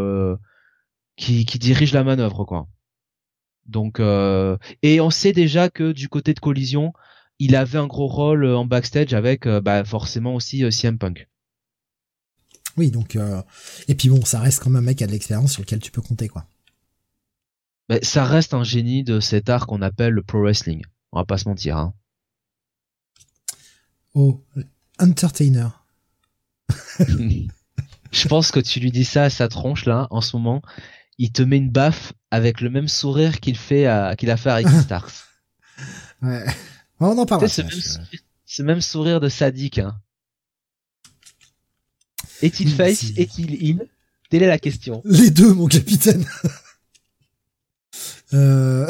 qui dirige la manœuvre, quoi. Donc, et on sait déjà que du côté de Collision, il avait un gros rôle en backstage avec, forcément aussi CM Punk. Oui, donc et puis bon, ça reste quand même un mec qui a de l'expérience sur lequel tu peux compter, quoi. Mais ça reste un génie de cet art qu'on appelle le pro wrestling. On va pas se mentir, hein. Oh, entertainer. Je pense que tu lui dis ça à sa tronche là, en ce moment, il te met une baffe avec le même sourire qu'il a fait à Ricky Starks. Ouais. On en parle. Ce même sourire de sadique, hein. Est-il face, est-il heel? Telle est la question. Les deux, mon capitaine. Voilà.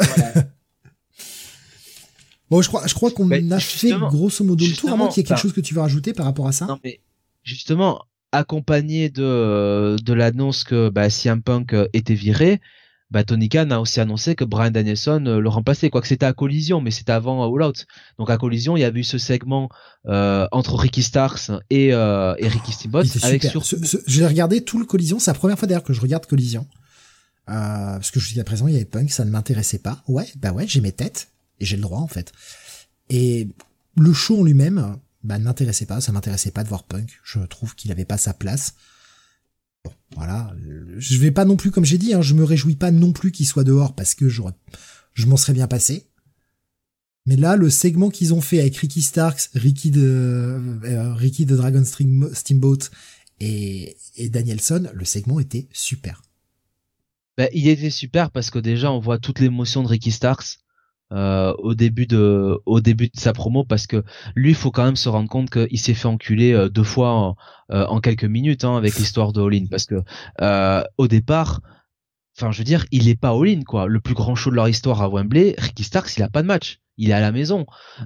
Bon, je crois qu'on a fait grosso modo le tour, à moins qu'il y ait quelque chose que tu veux rajouter par rapport à ça. Non, mais justement, accompagné de l'annonce que CM Punk était viré, Tony Khan a aussi annoncé que Bryan Danielson le remplaçait, quoique c'était à Collision, mais c'était avant All Out. Donc à Collision, il y avait eu ce segment entre Ricky Starks et Ricky Steamboat. Avec j'ai regardé tout le Collision, c'est la première fois d'ailleurs que je regarde Collision. Parce que jusqu'à présent, il y avait Punk, ça ne m'intéressait pas. Ouais, j'ai mes têtes, et j'ai le droit en fait. Et le show en lui-même, ne m'intéressait pas, ça m'intéressait pas de voir Punk. Je trouve qu'il avait pas sa place. Bon, voilà, je vais pas non plus, comme j'ai dit, hein, je me réjouis pas non plus qu'il soit dehors parce que je m'en serais bien passé. Mais là, le segment qu'ils ont fait avec Ricky Starks, Ricky de Dragon Steamboat et Danielson, le segment était super. Il était super parce que déjà on voit toute l'émotion de Ricky Starks au début de sa promo, parce que lui, il faut quand même se rendre compte qu'il s'est fait enculer 2 fois en quelques minutes, hein, avec l'histoire de All In, parce que au départ, enfin je veux dire, il est pas All In, quoi. Le plus grand show de leur histoire à Wembley, Ricky Starks, il a pas de match, il est à la maison,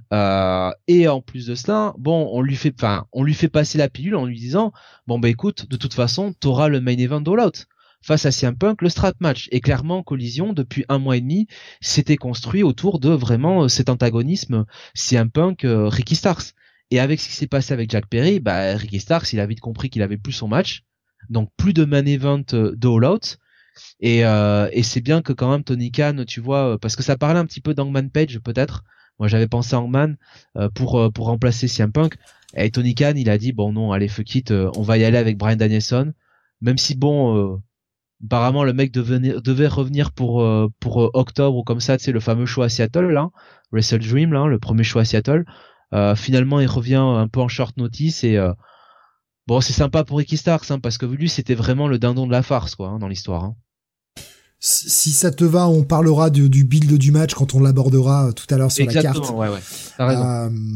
et en plus de cela, bon, on lui fait passer la pilule en lui disant, bon écoute, de toute façon t'auras le main event d'All Out face à CM Punk, le strap match. Et clairement, Collision, depuis 1 mois et demi, s'était construit autour de vraiment cet antagonisme CM Punk, Ricky Starks. Et avec ce qui s'est passé avec Jack Perry, Ricky Starks, il a vite compris qu'il avait plus son match. Donc plus de main event de All Out. Et c'est bien que quand même Tony Khan, tu vois, parce que ça parlait un petit peu d'Hangman Page peut-être. Moi j'avais pensé à Hangman pour remplacer CM Punk. Et Tony Khan, il a dit bon non, allez fuck it, on va y aller avec Bryan Danielson. Même si apparemment le mec devait revenir pour octobre ou comme ça, tu sais, le fameux show à Seattle là, Wrestle Dream là, le premier show à Seattle. Finalement il revient un peu en short notice et bon, c'est sympa pour Ricky Starks, hein, parce que lui c'était vraiment le dindon de la farce, quoi, hein, dans l'histoire, hein. Si ça te va, on parlera du build du match quand on l'abordera tout à l'heure sur la carte. Exactement, ouais. T'as raison.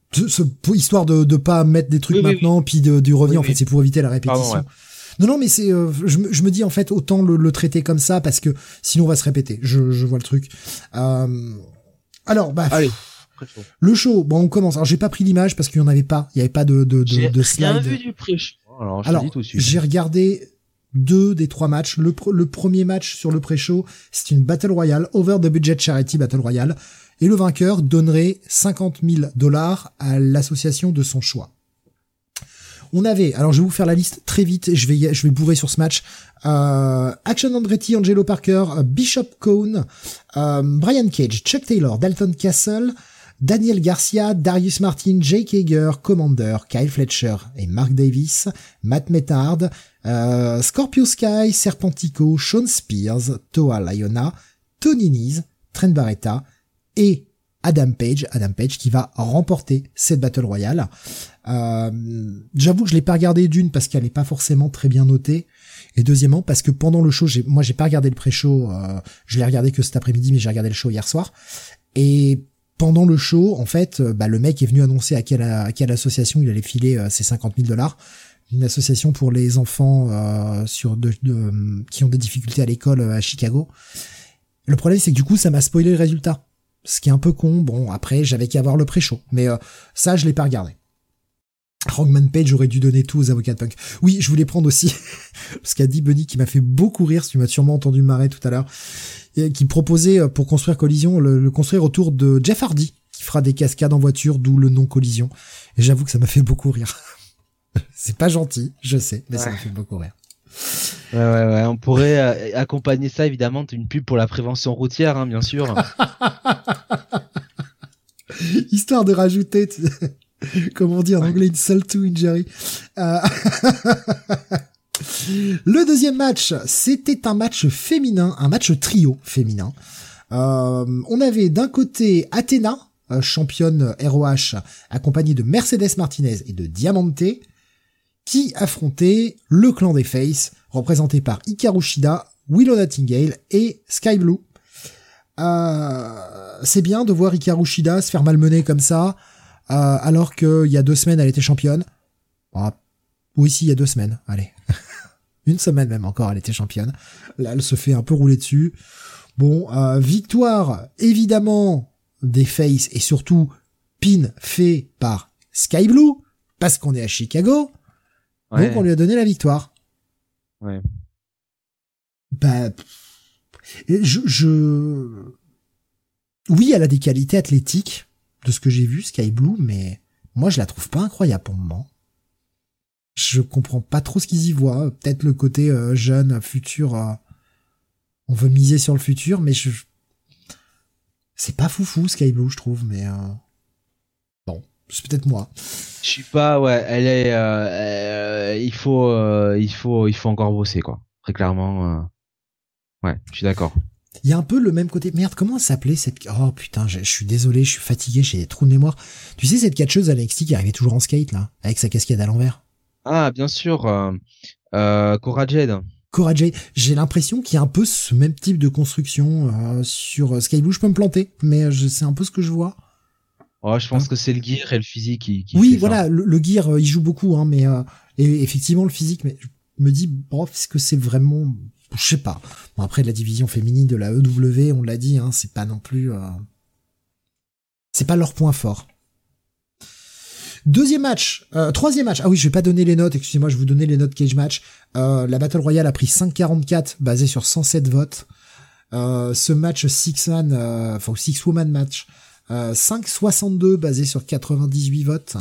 Histoire de pas mettre des trucs maintenant, puis du revenir, en fait, c'est pour éviter la répétition. Pardon, ouais. Non, mais c'est, je me dis, en fait, autant le traiter comme ça, parce que sinon on va se répéter. Je vois le truc. Alors, Allez. Le show, bon, on commence. Alors, j'ai pas pris l'image parce qu'il y en avait pas. Il y avait pas de slide. J'ai rien vu du pré-show. Alors, dis tout de suite. J'ai regardé 2 des 3 matchs. Le premier match sur le pré-show, c'est une Battle Royale, Over the Budget Charity Battle Royale. Et le vainqueur donnerait $50,000 à l'association de son choix. On avait, alors je vais vous faire la liste très vite, je vais bourrer sur ce match. Action Andretti, Angelo Parker, Bishop Cohn, Brian Cage, Chuck Taylor, Dalton Castle, Daniel Garcia, Darius Martin, Jake Hager, Commander, Kyle Fletcher et Mark Davis, Matt Methard, Scorpio Sky, Serpentico, Sean Spears, Toa Liona, Tony Nese, Trent Barretta et Adam Page qui va remporter cette Battle Royale. J'avoue que je l'ai pas regardé d'une parce qu'elle est pas forcément très bien notée, et deuxièmement parce que pendant le show, j'ai pas regardé le pré-show, je l'ai regardé que cet après-midi, mais j'ai regardé le show hier soir. Et pendant le show, en fait, le mec est venu annoncer à quelle association il allait filer ces $50,000. Une association pour les enfants qui ont des difficultés à l'école à Chicago. Le problème, c'est que du coup, ça m'a spoilé le résultat. Ce qui est un peu con. Bon, après, j'avais qu'à voir le pré-show. Mais ça, je l'ai pas regardé. Hangman Page aurait dû donner tout aux avocats de Punk. Oui, je voulais prendre aussi ce qu'a dit Bunny, qui m'a fait beaucoup rire, tu m'as sûrement entendu marrer tout à l'heure, et qui proposait pour construire Collision, le construire autour de Jeff Hardy, qui fera des cascades en voiture, d'où le nom Collision. Et j'avoue que ça m'a fait beaucoup rire. C'est pas gentil, je sais, mais ça m'a fait beaucoup rire. Ouais. On pourrait accompagner ça, évidemment, d'une pub pour la prévention routière, hein, bien sûr. Histoire de rajouter, comme on dit en anglais, insult to injury. Le deuxième match, c'était un match féminin, un match trio féminin. On avait d'un côté Athena, championne ROH, accompagnée de Mercedes Martinez et de Diamante, qui affrontait le clan des Faces, représenté par Hikaru Shida, Willow Nightingale et Sky Blue. C'est bien de voir Hikaru Shida se faire malmener comme ça, alors qu'il y a 2 semaines, elle était championne. Oui, si, il y a 2 semaines, allez. 1 semaine même encore, elle était championne. Là, elle se fait un peu rouler dessus. Bon, victoire, évidemment, des Faces, et surtout, pin fait par Sky Blue, parce qu'on est à Chicago. Ouais. Donc, on lui a donné la victoire. Ouais. Oui, elle a des qualités athlétiques, de ce que j'ai vu, Sky Blue, mais moi, je la trouve pas incroyable pour le moment. Je comprends pas trop ce qu'ils y voient. Peut-être le côté jeune, futur. On veut miser sur le futur, mais c'est pas foufou, Sky Blue, je trouve, mais bon, c'est peut-être moi. Je suis pas, ouais, elle est, il faut encore bosser, quoi. Très clairement, ouais, je suis d'accord. Il y a un peu le même côté. Merde, comment elle s'appelait cette... Oh putain, je suis désolé, je suis fatigué, j'ai des trous de mémoire. Tu sais cette catcheuse à NXT qui arrivait toujours en skate, là, avec sa casquette à l'envers? Ah, bien sûr, Cora Jade. Cora Jade, j'ai l'impression qu'il y a un peu ce même type de construction sur Sky Blue. Je peux me planter, mais c'est un peu ce que je vois. Oh, je pense que c'est le gear et le physique qui oui, fait voilà, ça. Le gear, il joue beaucoup, hein, mais et effectivement le physique, mais je me dis, bon, est-ce que c'est vraiment, je sais pas. Bon, après, de la division féminine de la EW, on l'a dit, hein, c'est pas non plus, c'est pas leur point fort. Troisième match. Ah oui, je vais pas donner les notes, excusez-moi, je vais vous donner les notes cage match. La Battle Royale a pris 5,44, basé sur 107 votes. Ce match six woman match, 5,62, basé sur 98 votes.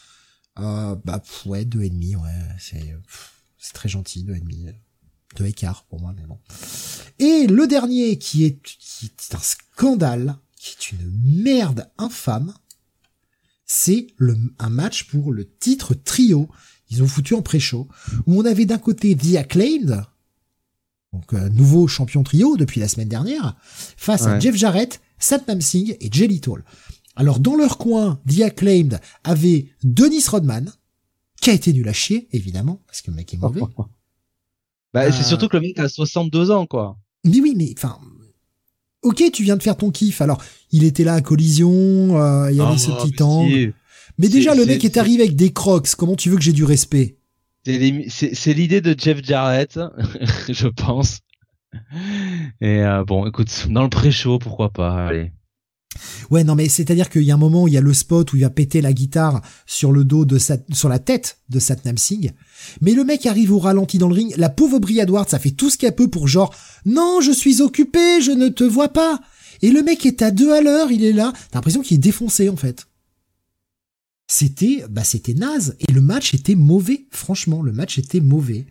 Ouais, 2,5, ouais, c'est très gentil, 2,5. 2 écarts pour moi, mais bon. Et le dernier, qui est un scandale, qui est une merde infâme, c'est un match pour le titre trio. Ils ont foutu en pré-show, où on avait d'un côté The Acclaimed, donc nouveau champion trio depuis la semaine dernière, face à Jeff Jarrett, Satnam Singh et Jay Lethal. Alors dans leur coin, The Acclaimed avait Dennis Rodman, qui a été nul à chier, évidemment, parce que le mec est mauvais. C'est surtout que le mec a 62 ans, quoi. Mais oui, mais enfin... Ok, tu viens de faire ton kiff. Alors, il était là à Collision, il y avait ce petit angle. Mais déjà, le mec est arrivé avec des Crocs. Comment tu veux que j'ai du respect? C'est l'idée de Jeff Jarrett, je pense. Et bon, écoute, dans le pré-show, pourquoi pas, allez. Ouais, non, mais c'est-à-dire qu'il y a un moment où il y a le spot où il va péter la guitare sur le dos sur la tête de Satnam Singh. Mais le mec arrive au ralenti dans le ring. La pauvre Brie Edwards, ça fait tout ce qu'elle peut pour genre, non, je suis occupé, je ne te vois pas. Et le mec est à 2 à l'heure, il est là. T'as l'impression qu'il est défoncé, en fait. C'était naze. Et le match était mauvais. Franchement, le match était mauvais.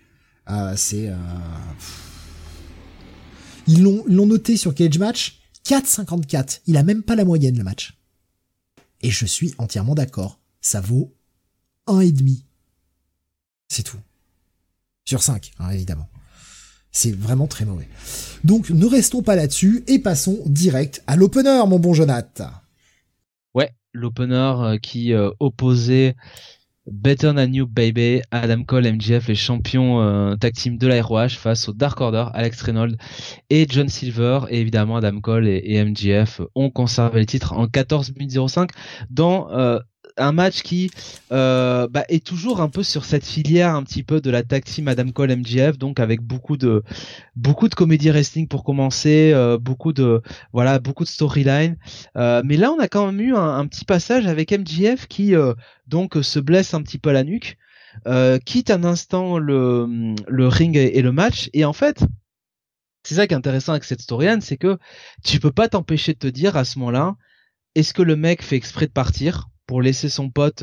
Ils l'ont noté sur Cage Match. 4,54. Il a même pas la moyenne, le match. Et je suis entièrement d'accord. Ça vaut 1,5. C'est tout. Sur 5, hein, évidemment. C'est vraiment très mauvais. Donc, ne restons pas là-dessus et passons direct à l'opener, mon bon Jonathan. Ouais, l'opener qui opposait Better Than You Baby, Adam Cole, MJF, les champions tag team de la ROH face au Dark Order, Alex Reynolds et John Silver. Et évidemment, Adam Cole et MJF ont conservé le titre en 14 minutes 05 dans un match qui est toujours un peu sur cette filière un petit peu de la tag team Adam Cole MJF, donc avec beaucoup de comédie wrestling pour commencer, beaucoup de storyline, mais là on a quand même eu un petit passage avec MJF qui donc se blesse un petit peu à la nuque, quitte un instant le ring et le match. Et en fait, c'est ça qui est intéressant avec cette storyline, c'est que tu peux pas t'empêcher de te dire à ce moment-là, est-ce que le mec fait exprès de partir pour laisser son pote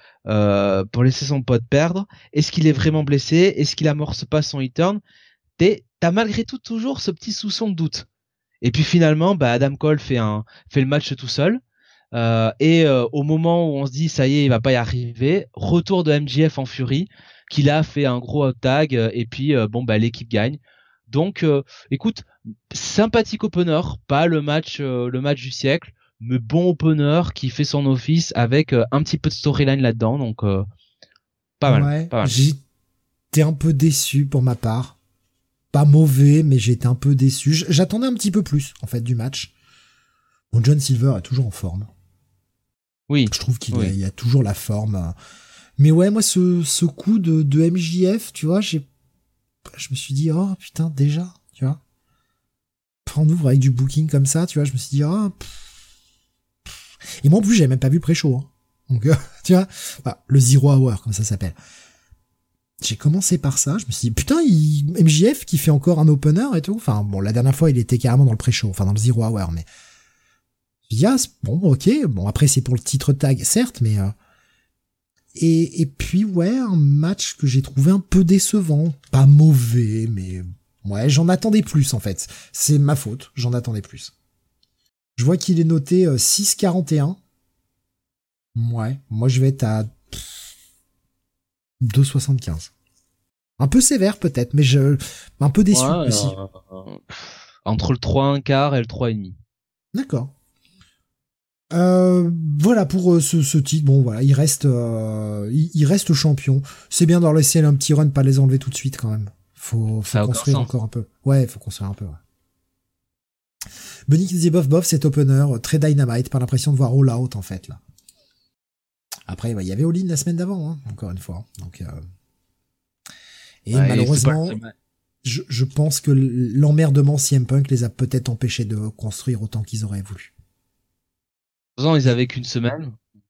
perdre? Est-ce qu'il est vraiment blessé? Est-ce qu'il amorce pas son e-turn? T'as malgré tout toujours ce petit soupçon de doute. Et puis finalement, Adam Cole fait le match tout seul. Au moment où on se dit ça y est, il va pas y arriver, retour de MJF en furie, qu'il a fait un gros tag, et puis l'équipe gagne. Donc écoute, sympathique opener, pas le match du siècle, mais bon opener qui fait son office avec un petit peu de storyline là-dedans, donc pas mal. J'étais un peu déçu pour ma part. Pas mauvais, mais j'étais un peu déçu. J'attendais un petit peu plus, en fait, du match. Bon, John Silver est toujours en forme. Oui. Je trouve qu'il a toujours la forme. Mais ouais, moi, ce coup de MJF, tu vois, je me suis dit, oh, putain, déjà, tu vois. On ouvre avec du booking comme ça, tu vois, je me suis dit, oh, et moi, en plus, j'avais même pas vu le pré-show, hein. Donc, tu vois, le Zero Hour, comme ça s'appelle. J'ai commencé par ça, je me suis dit, putain, MJF qui fait encore un opener et tout. Enfin, bon, la dernière fois, il était carrément dans le pré-show, enfin, dans le Zero Hour, mais je me dis, ah, bon, ok, bon, après, c'est pour le titre tag, certes, mais et puis, ouais, un match que j'ai trouvé un peu décevant. Pas mauvais, mais ouais, j'en attendais plus, en fait. C'est ma faute, j'en attendais plus. Je vois qu'il est noté 6,41. Ouais, moi je vais être à 2,75. Un peu sévère peut-être, mais un peu déçu aussi. Entre le 3,15 et le 3,5. D'accord. Voilà pour ce titre. Bon voilà, il reste champion. C'est bien de leur laisser un petit run, pas les enlever tout de suite quand même. Faut construire encore un peu. Ouais, faut construire un peu. Ouais. Bunny qui disait bof, cet opener, très dynamite, pas l'impression de voir All Out, en fait, là. Après, il y avait All In la semaine d'avant, hein, encore une fois. Donc, malheureusement, je pense que l'emmerdement CM Punk les a peut-être empêchés de construire autant qu'ils auraient voulu. Ils avaient qu'une semaine.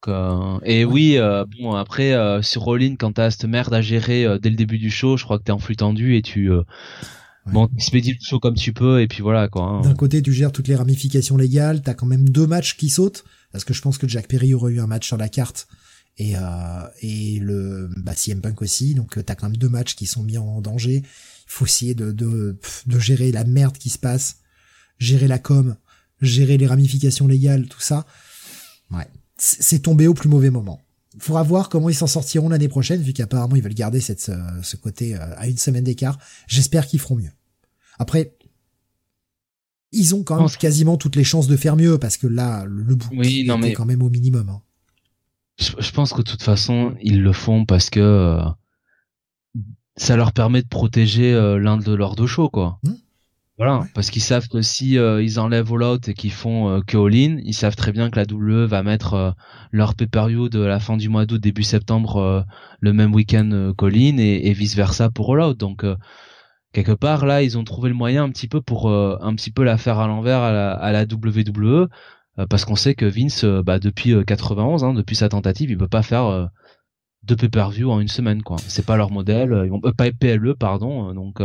Après, sur All In, quand t'as cette merde à gérer dès le début du show, je crois que t'es en flux tendu et tu... Bon, expédie le show comme tu peux, et puis voilà, quoi. Hein. D'un côté, tu gères toutes les ramifications légales, t'as quand même 2 matchs qui sautent, parce que je pense que Jack Perry aurait eu un match sur la carte, et le CM Punk aussi, donc t'as quand même 2 matchs qui sont mis en danger. Il faut essayer de gérer la merde qui se passe, gérer la com, gérer les ramifications légales, tout ça. Ouais. C'est tombé au plus mauvais moment. Faudra voir comment ils s'en sortiront l'année prochaine, vu qu'apparemment ils veulent garder ce côté à une semaine d'écart. J'espère qu'ils feront mieux. Après, ils ont quand même quasiment toutes les chances de faire mieux, parce que là, le bouclier est quand même au minimum. Hein. Je pense que de toute façon, ils le font parce que ça leur permet de protéger l'un de leurs 2 shows, quoi. Voilà, Ouais. parce qu'ils savent que si ils enlèvent All Out et qu'ils font que All In, ils savent très bien que la WWE va mettre leur pay-per-view de la fin du mois d'août, début septembre, le même week-end qu'All In et vice versa pour All Out. Donc quelque part là, ils ont trouvé le moyen un petit peu pour un petit peu la faire à l'envers à la WWE, parce qu'on sait que Vince, depuis 91, hein, depuis sa tentative, il peut pas faire deux pay-per-view en une semaine, quoi. C'est pas leur modèle, ils vont pas PLE, pardon. Donc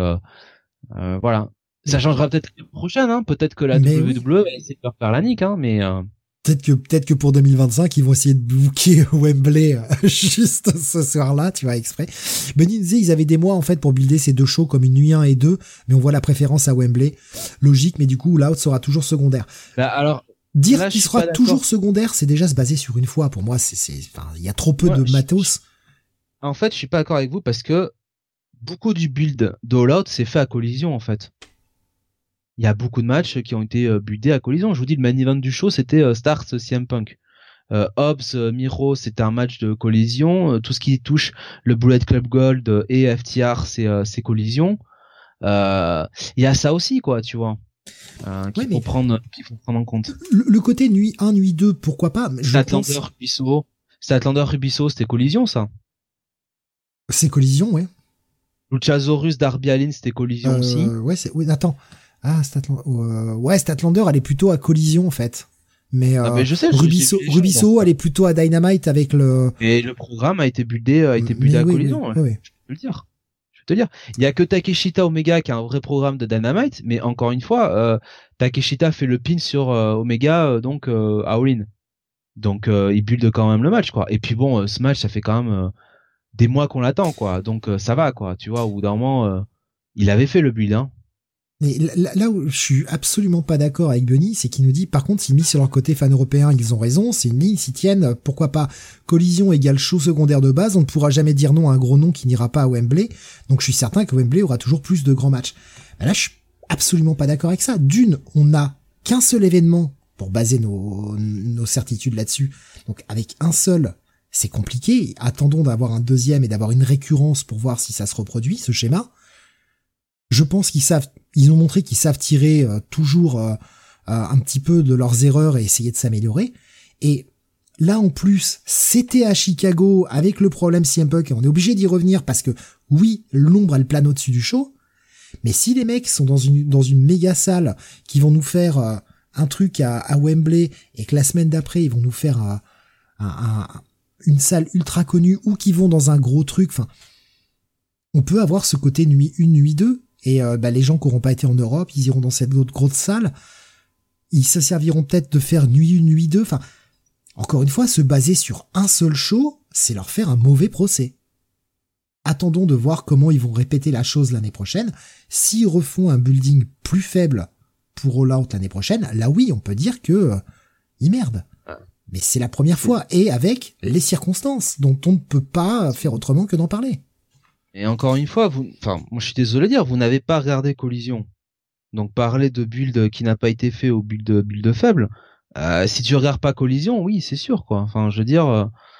voilà. Ça changera peut-être l'année prochaine, hein. Peut-être que la Mais oui. WWE va essayer de leur faire la nique, hein. Mais Peut-être que pour 2025, ils vont essayer de booker Wembley juste ce soir-là, tu vois, exprès. Benny disait, ils avaient des mois, en fait, pour builder ces deux shows comme une nuit 1 et 2, mais on voit la préférence à Wembley. Logique, mais du coup, l'out sera toujours secondaire. alors Dire là, qu'il je suis sera pas toujours d'accord. secondaire, c'est déjà se baser sur une fois. Pour moi, enfin, il y a trop peu Moi, de matos. en fait, je suis pas d'accord avec vous parce que beaucoup du build d'All Out c'est fait à collision, en fait. Il y a beaucoup de matchs qui ont été buildés à collision. Je vous dis, le main event du show, c'était Start CM Punk. Hobbs, Miro, c'était un match de collision. Tout ce qui touche le Bullet Club Gold et FTR, c'est collision. Il y a ça aussi, quoi, tu vois, Ouais, mais qu'il faut prendre en compte. le côté nuit 1, nuit 2, pourquoi pas? Je Statlander, pense, Rubisso, c'était collision, ça. c'est collision, ouais. Luchasaurus, Darby Allin, c'était collision aussi. Ouais, oui, attends. Ah, ouais, Statlander, elle est plutôt à collision, en fait. Mais Ah ben je sais, j'ai vu les choses, Rubisso, hein. elle est plutôt à Dynamite avec le. Et le programme a été buildé Mais à oui, collision, ouais. oui. Je peux le dire. Je vais te dire. Il y a que Takeshita Omega qui a un vrai programme de Dynamite, mais encore une fois, Takeshita fait le pin sur Omega, donc à All In. Donc il build quand même le match, quoi. Et puis bon, ce match, ça fait quand même des mois qu'on l'attend, quoi. Donc ça va, quoi. Tu vois, au bout d'un moment, il avait fait le build, hein. Mais là où je suis absolument pas d'accord avec Benny, c'est qu'il nous dit, par contre, s'ils mis sur leur côté fan européen, ils ont raison, c'est une ligne, s'ils tiennent, pourquoi pas, collision égale show secondaire de base, on ne pourra jamais dire non à un gros nom qui n'ira pas à Wembley, donc je suis certain que Wembley aura toujours plus de grands matchs. Ben là, je suis absolument pas d'accord avec ça. D'une, on n'a qu'un seul événement pour baser nos certitudes là-dessus, donc avec un seul, c'est compliqué, attendons d'avoir un deuxième et d'avoir une récurrence pour voir si ça se reproduit, ce schéma. Je pense ils ont montré qu'ils savent tirer toujours un petit peu de leurs erreurs et essayer de s'améliorer. Et là, en plus, c'était à Chicago avec le problème CM Punk et on est obligé d'y revenir parce que oui, l'ombre elle plane au-dessus du show. Mais si les mecs sont dans une méga salle qui vont nous faire un truc à Wembley et que la semaine d'après ils vont nous faire une salle ultra connue ou qui vont dans un gros truc, enfin, on peut avoir ce côté nuit 1, nuit 2. Et les gens qui n'auront pas été en Europe, ils iront dans cette autre grosse salle. Ils se serviront peut-être de faire nuit 1, nuit 2. Enfin, encore une fois, se baser sur un seul show, c'est leur faire un mauvais procès. Attendons de voir comment ils vont répéter la chose l'année prochaine. S'ils refont un building plus faible pour All Out l'année prochaine, là oui, on peut dire que ils merdent. Mais c'est la première fois, et avec les circonstances dont on ne peut pas faire autrement que d'en parler. Et encore une fois, moi je suis désolé de dire, vous n'avez pas regardé Collision. Donc parler de build qui n'a pas été fait au build faible. Si tu regardes pas Collision, oui, c'est sûr, quoi. Enfin, je veux dire,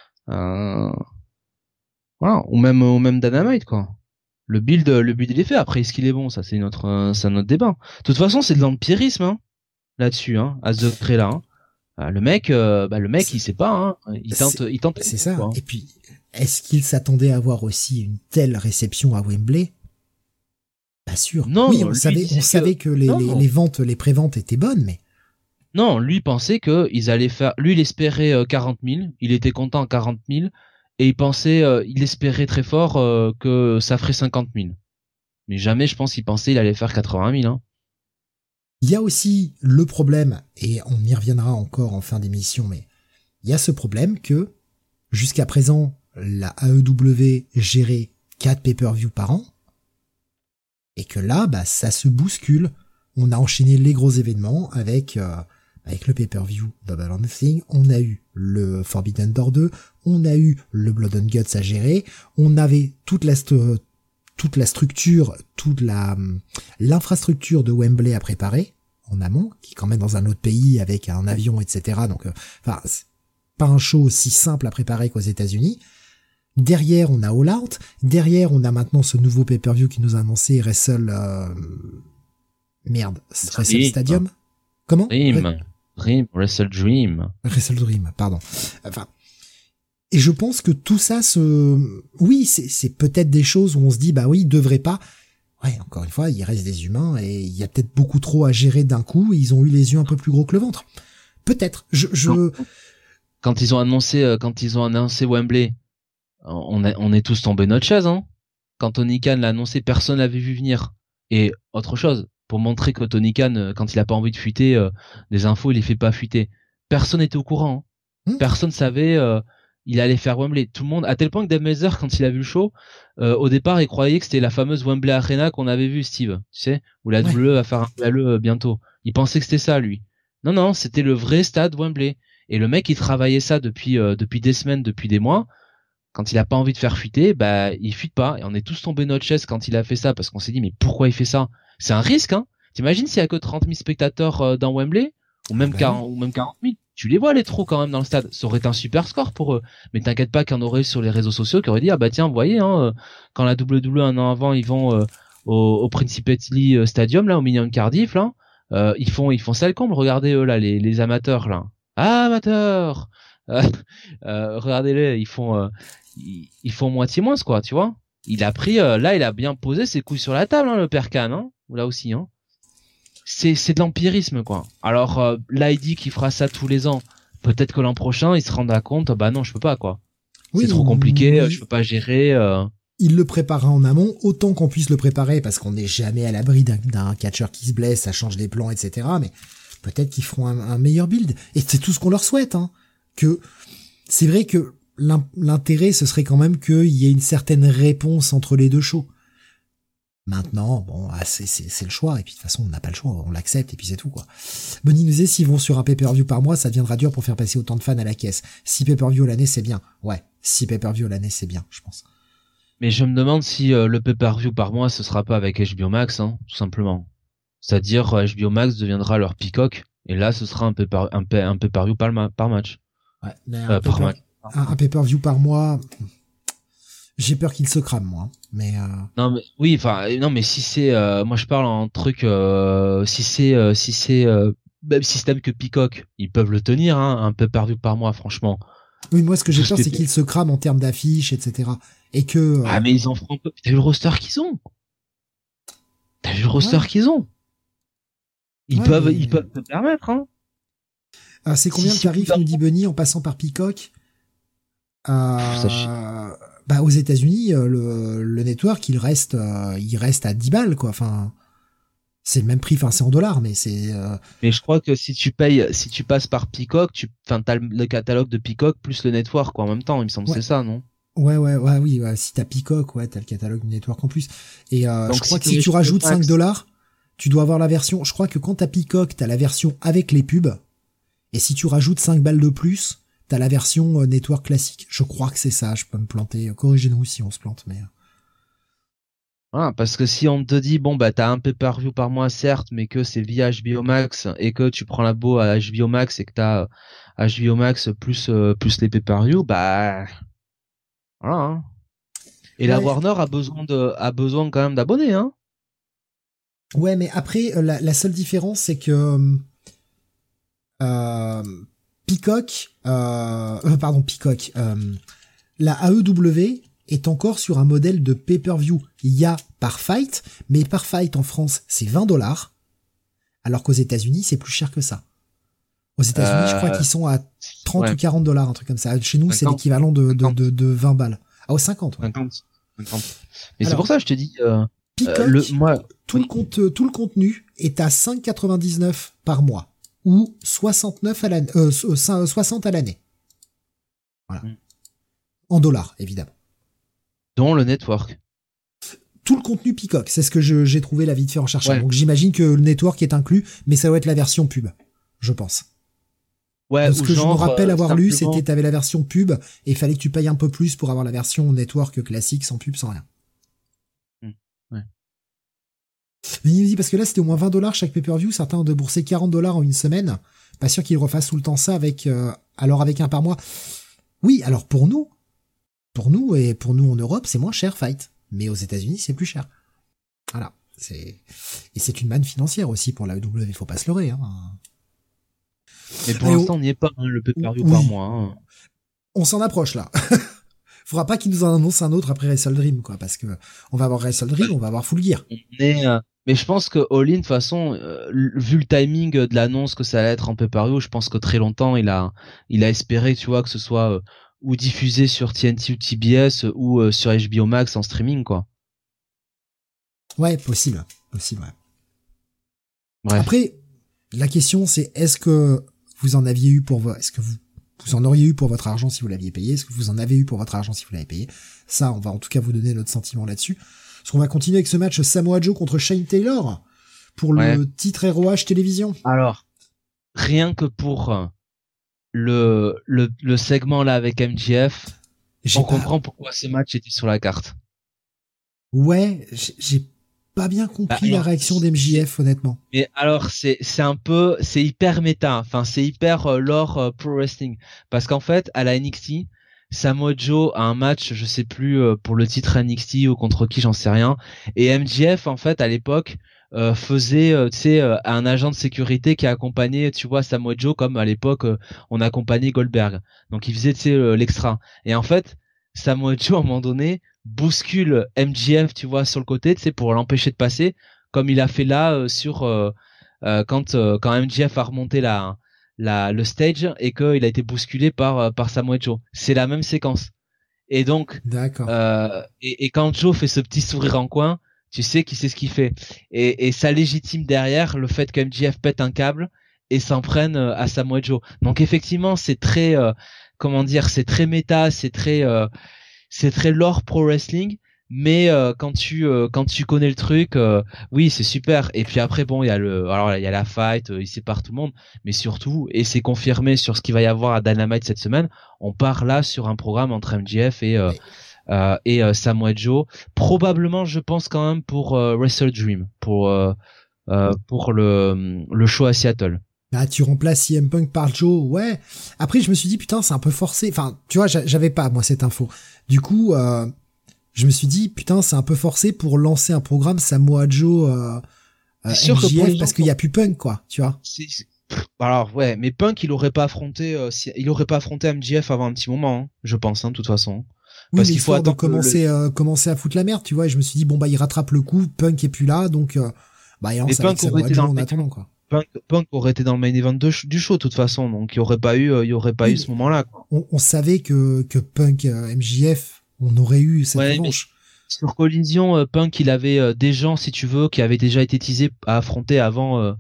voilà, ou même Dynamite, quoi. Le build il est fait. Après, est-ce qu'il est bon? Ça, c'est notre débat. De toute façon, c'est de l'empirisme, hein, là-dessus, hein, à ce degré-là, hein. Le mec, il sait pas, hein. Il tente. C'est ça. Quoi. Et puis, est-ce qu'il s'attendait à avoir aussi une telle réception à Wembley? Pas sûr. Non, oui, on lui savait que les ventes, les préventes étaient bonnes, mais. Non, lui pensait que ils allaient faire. Lui, il espérait 40 000. Il était content à 40 000 et il espérait très fort que ça ferait 50 000. Mais jamais, je pense, il pensait il allait faire 80 000. Hein. Il y a aussi le problème, et on y reviendra encore en fin d'émission, mais il y a ce problème que jusqu'à présent, la AEW gérait 4 pay-per-view par an, et que là, ça se bouscule. On a enchaîné les gros événements avec le pay-per-view Double or Nothing, on a eu le Forbidden Door 2, on a eu le Blood and Guts à gérer, on avait toute la structure, l'infrastructure de Wembley à préparer en amont, qui est quand même dans un autre pays avec un avion, etc. Donc, c'est pas un show aussi simple à préparer qu'aux États-Unis. Derrière, on a All Out. Derrière, on a maintenant ce nouveau pay-per-view qui nous a annoncé Merde, Wrestle Stadium? Comment? Dream, Wrestle Dream. Wrestle Dream, pardon. Enfin, et je pense que tout ça oui, c'est peut-être des choses où on se dit, bah oui, ils devraient pas. Ouais, encore une fois, il reste des humains et il y a peut-être beaucoup trop à gérer d'un coup et ils ont eu les yeux un peu plus gros que le ventre. Peut-être. Quand ils ont annoncé Wembley, on est tous tombés de notre chaise, hein. Quand Tony Khan l'a annoncé, personne l'avait vu venir. Et autre chose, pour montrer que Tony Khan, quand il a pas envie de fuiter des infos, il les fait pas fuiter. Personne n'était au courant, hein. Personne savait il allait faire Wembley. Tout le monde, à tel point que Dave Meltzer, quand il a vu le show, au départ, il croyait que c'était la fameuse Wembley Arena qu'on avait vue, Steve. Tu sais, où la WWE va faire un LE bientôt. Il pensait que c'était ça, lui. Non, c'était le vrai stade Wembley. Et le mec, il travaillait ça depuis des semaines, depuis des mois. Quand il a pas envie de faire fuiter, bah, il fuite pas. Et on est tous tombés de notre chaise quand il a fait ça, parce qu'on s'est dit, mais pourquoi il fait ça? C'est un risque, hein. T'imagines s'il y a que 30 000 spectateurs dans Wembley? Ou même 40 000. Tu les vois, les trous, quand même, dans le stade. Ça aurait été un super score pour eux. Mais t'inquiète pas qu'il y en aurait sur les réseaux sociaux qui auraient dit, ah bah tiens, vous voyez, hein, quand la WWE un an avant, ils vont au Principality Stadium, là, au Millennium Cardiff, là, ils font ça le comble. Regardez eux, là, les amateurs, là. Ah, amateurs! Regardez-les, ils font moitié moins, quoi, tu vois. Il a pris, là, il a bien posé ses couilles sur la table, hein, le père Khan, hein. Là aussi, hein. C'est de l'empirisme, quoi. Alors, là, il dit qu'il fera ça tous les ans. Peut-être que l'an prochain, il se rendra compte, bah non, je peux pas, quoi. Oui, c'est trop compliqué, je peux pas gérer. Il le préparera en amont, autant qu'on puisse le préparer, parce qu'on n'est jamais à l'abri d'un catcheur qui se blesse, ça change les plans, etc. Mais peut-être qu'ils feront un meilleur build. Et c'est tout ce qu'on leur souhaite, hein. Que c'est vrai que l'intérêt, ce serait quand même qu'il y ait une certaine réponse entre les deux shows. Maintenant, bon, c'est le choix, et puis de toute façon, on n'a pas le choix, on l'accepte, et puis c'est tout, quoi. Bonnie nous dit, s'ils vont sur un pay-per-view par mois, ça deviendra dur pour faire passer autant de fans à la caisse. 6 pay-per-view à l'année, c'est bien. Ouais, 6 pay-per-view à l'année, c'est bien, je pense. Mais je me demande si le pay-per-view par mois, ce sera pas avec HBO Max, hein, tout simplement. C'est-à-dire, HBO Max deviendra leur Peacock, et là, ce sera un pay-per-view par match. Ouais, mais un pay-per-view par mois, j'ai peur qu'il se crame, moi. Mais non, mais oui, enfin, non, mais si c'est, moi je parle en truc, si c'est même système que Peacock, ils peuvent le tenir, hein, un pay-per-view par mois, franchement. Oui, moi ce que j'ai peur, c'est qu'il se crame en termes d'affiches, etc. Et que ah, mais ils en feront peu. T'as vu le roster qu'ils ont? Ils peuvent se permettre, hein. Ah, c'est combien le tarif, nous dit Bunny, en passant par Peacock? Bah, aux États-Unis, le network, il reste à 10 balles, quoi. Enfin, c'est le même prix, enfin, c'est en dollars, mais c'est, Mais je crois que si tu passes par Peacock, t'as le catalogue de Peacock plus le network, quoi, en même temps, il me semble, c'est ça, non? Ouais, oui, si t'as Peacock, ouais, t'as le catalogue du network en plus. Et, donc, je crois que si tu rajoutes $5, tu dois avoir la version, je crois que quand t'as Peacock, t'as la version avec les pubs. Et si tu rajoutes 5 balles de plus, t'as la version network classique. Je crois que c'est ça, je peux me planter. Corrigez-nous si on se plante, mais... Voilà, parce que si on te dit, bon, bah, t'as un pay-per-view par mois, certes, mais que c'est via HBO Max, et que tu prends l'abo à HBO Max, et que t'as HBO Max plus les pay-per-view, bah... Voilà, hein. Et la Warner a besoin quand même d'abonnés, hein. Ouais, mais après, la seule différence, c'est que... Peacock, la AEW est encore sur un modèle de pay-per-view. Il y a par fight, mais par fight en France, c'est $20, alors qu'aux États-Unis, c'est plus cher que ça. Aux États-Unis, je crois qu'ils sont à 30 ou $40, un truc comme ça. Chez nous, 50. C'est l'équivalent de 20 balles. Ah, 50, ouais. 50. Mais alors, c'est pour ça que je te dis, Peacock, tout le contenu est à 5,99 par mois. Ou 69 à l'année, 60 à l'année. Voilà. En dollars, évidemment. Dont le network. Tout le contenu Peacock, c'est ce que j'ai trouvé la vite fait en cherchant. Ouais. Donc j'imagine que le network est inclus, mais ça doit être la version pub, je pense. Ouais, de ce que je me rappelle avoir lu, c'était t'avais la version pub, et il fallait que tu payes un peu plus pour avoir la version network classique, sans pub, sans rien. Ouais. Mais il me dit, parce que là, c'était au moins $20 chaque pay-per-view. Certains ont déboursé $40 en une semaine. Pas sûr qu'ils refassent tout le temps ça avec un par mois. Oui, alors pour nous en Europe, c'est moins cher, Fight. Mais aux États-Unis, c'est plus cher. Voilà. Et c'est une manne financière aussi pour la WWE, il faut pas se leurrer, hein. Mais pour l'instant, on n'y est pas, hein, le pay-per-view par mois, hein. On s'en approche, là. Faudra pas qu'ils nous en annoncent un autre après Wrestle Dream, quoi, parce que on va avoir Wrestle Dream, on va avoir Full Gear. Mais je pense que All In, de toute façon, vu le timing de l'annonce que ça allait être en pay-per-view, je pense que très longtemps, il a espéré, tu vois, que ce soit ou diffusé sur TNT ou TBS ou sur HBO Max en streaming, quoi. Ouais, possible, ouais. Bref. Après, la question c'est est-ce que vous en aviez eu est-ce que vous en auriez eu pour votre argent si vous l'aviez payé? Est-ce que vous en avez eu pour votre argent si vous l'avez payé? Ça, on va en tout cas vous donner notre sentiment là-dessus. Parce qu'on va continuer avec ce match Samoa Joe contre Shane Taylor pour le titre ROH télévision. Alors, rien que pour le segment là avec MJF, on comprend pourquoi ce match était sur la carte. Ouais, j'ai pas bien compris la réaction d'MJF, honnêtement. Mais alors, c'est hyper méta, enfin, c'est hyper lore pro wrestling. Parce qu'en fait, à la NXT, Samoa Joe a un match, je sais plus, pour le titre NXT ou contre qui, j'en sais rien. Et MJF, en fait, à l'époque, faisait, tu sais, un agent de sécurité qui accompagnait, tu vois, Samoa Joe, comme à l'époque, on accompagnait Goldberg. Donc, il faisait, tu sais, l'extra. Et en fait, Samoa Joe, à un moment donné, bouscule MJF, tu vois, sur le côté, tu sais, pour l'empêcher de passer, comme il a fait là quand MJF a remonté le stage et qu'il a été bousculé par Samoa Joe. C'est la même séquence. Et donc, d'accord. Et quand Joe fait ce petit sourire en coin, tu sais qu'il sait ce qu'il fait. Et ça légitime derrière le fait que MJF pète un câble et s'en prenne à Samoa Joe. Donc effectivement, c'est très, c'est très méta, c'est très lore pro wrestling, mais quand tu connais le truc, oui, c'est super. Et puis après, bon, il y a la fight, il sépare tout le monde, mais surtout, et c'est confirmé sur ce qu'il va y avoir à Dynamite cette semaine, on part là sur un programme entre MJF et Samoa Joe, probablement, je pense quand même pour Wrestle Dream, pour le show à Seattle. Bah, tu remplaces CM Punk par Joe, ouais. Après, je me suis dit, putain, c'est un peu forcé. Enfin, tu vois, j'avais pas, moi, cette info. Du coup, je me suis dit, putain, c'est un peu forcé pour lancer un programme Samoa Joe, MJF, parce qu'il y a plus Punk, quoi, tu vois. Alors, ouais, mais Punk, il aurait pas affronté MJF avant un petit moment, hein, je pense, hein, de toute façon. Parce qu'il faut attendre commencer à foutre la merde, tu vois, et je me suis dit, bon, bah, il rattrape le coup, Punk est plus là, donc, il lance avec Samoa Joe en attendant, quoi. Punk aurait été dans le main event du show de toute façon, donc il y aurait pas eu ce moment-là, quoi. On savait que Punk MJF, on aurait eu cette revanche. Sur Collision, Punk, il avait des gens, si tu veux, qui avaient déjà été teasés à affronter avant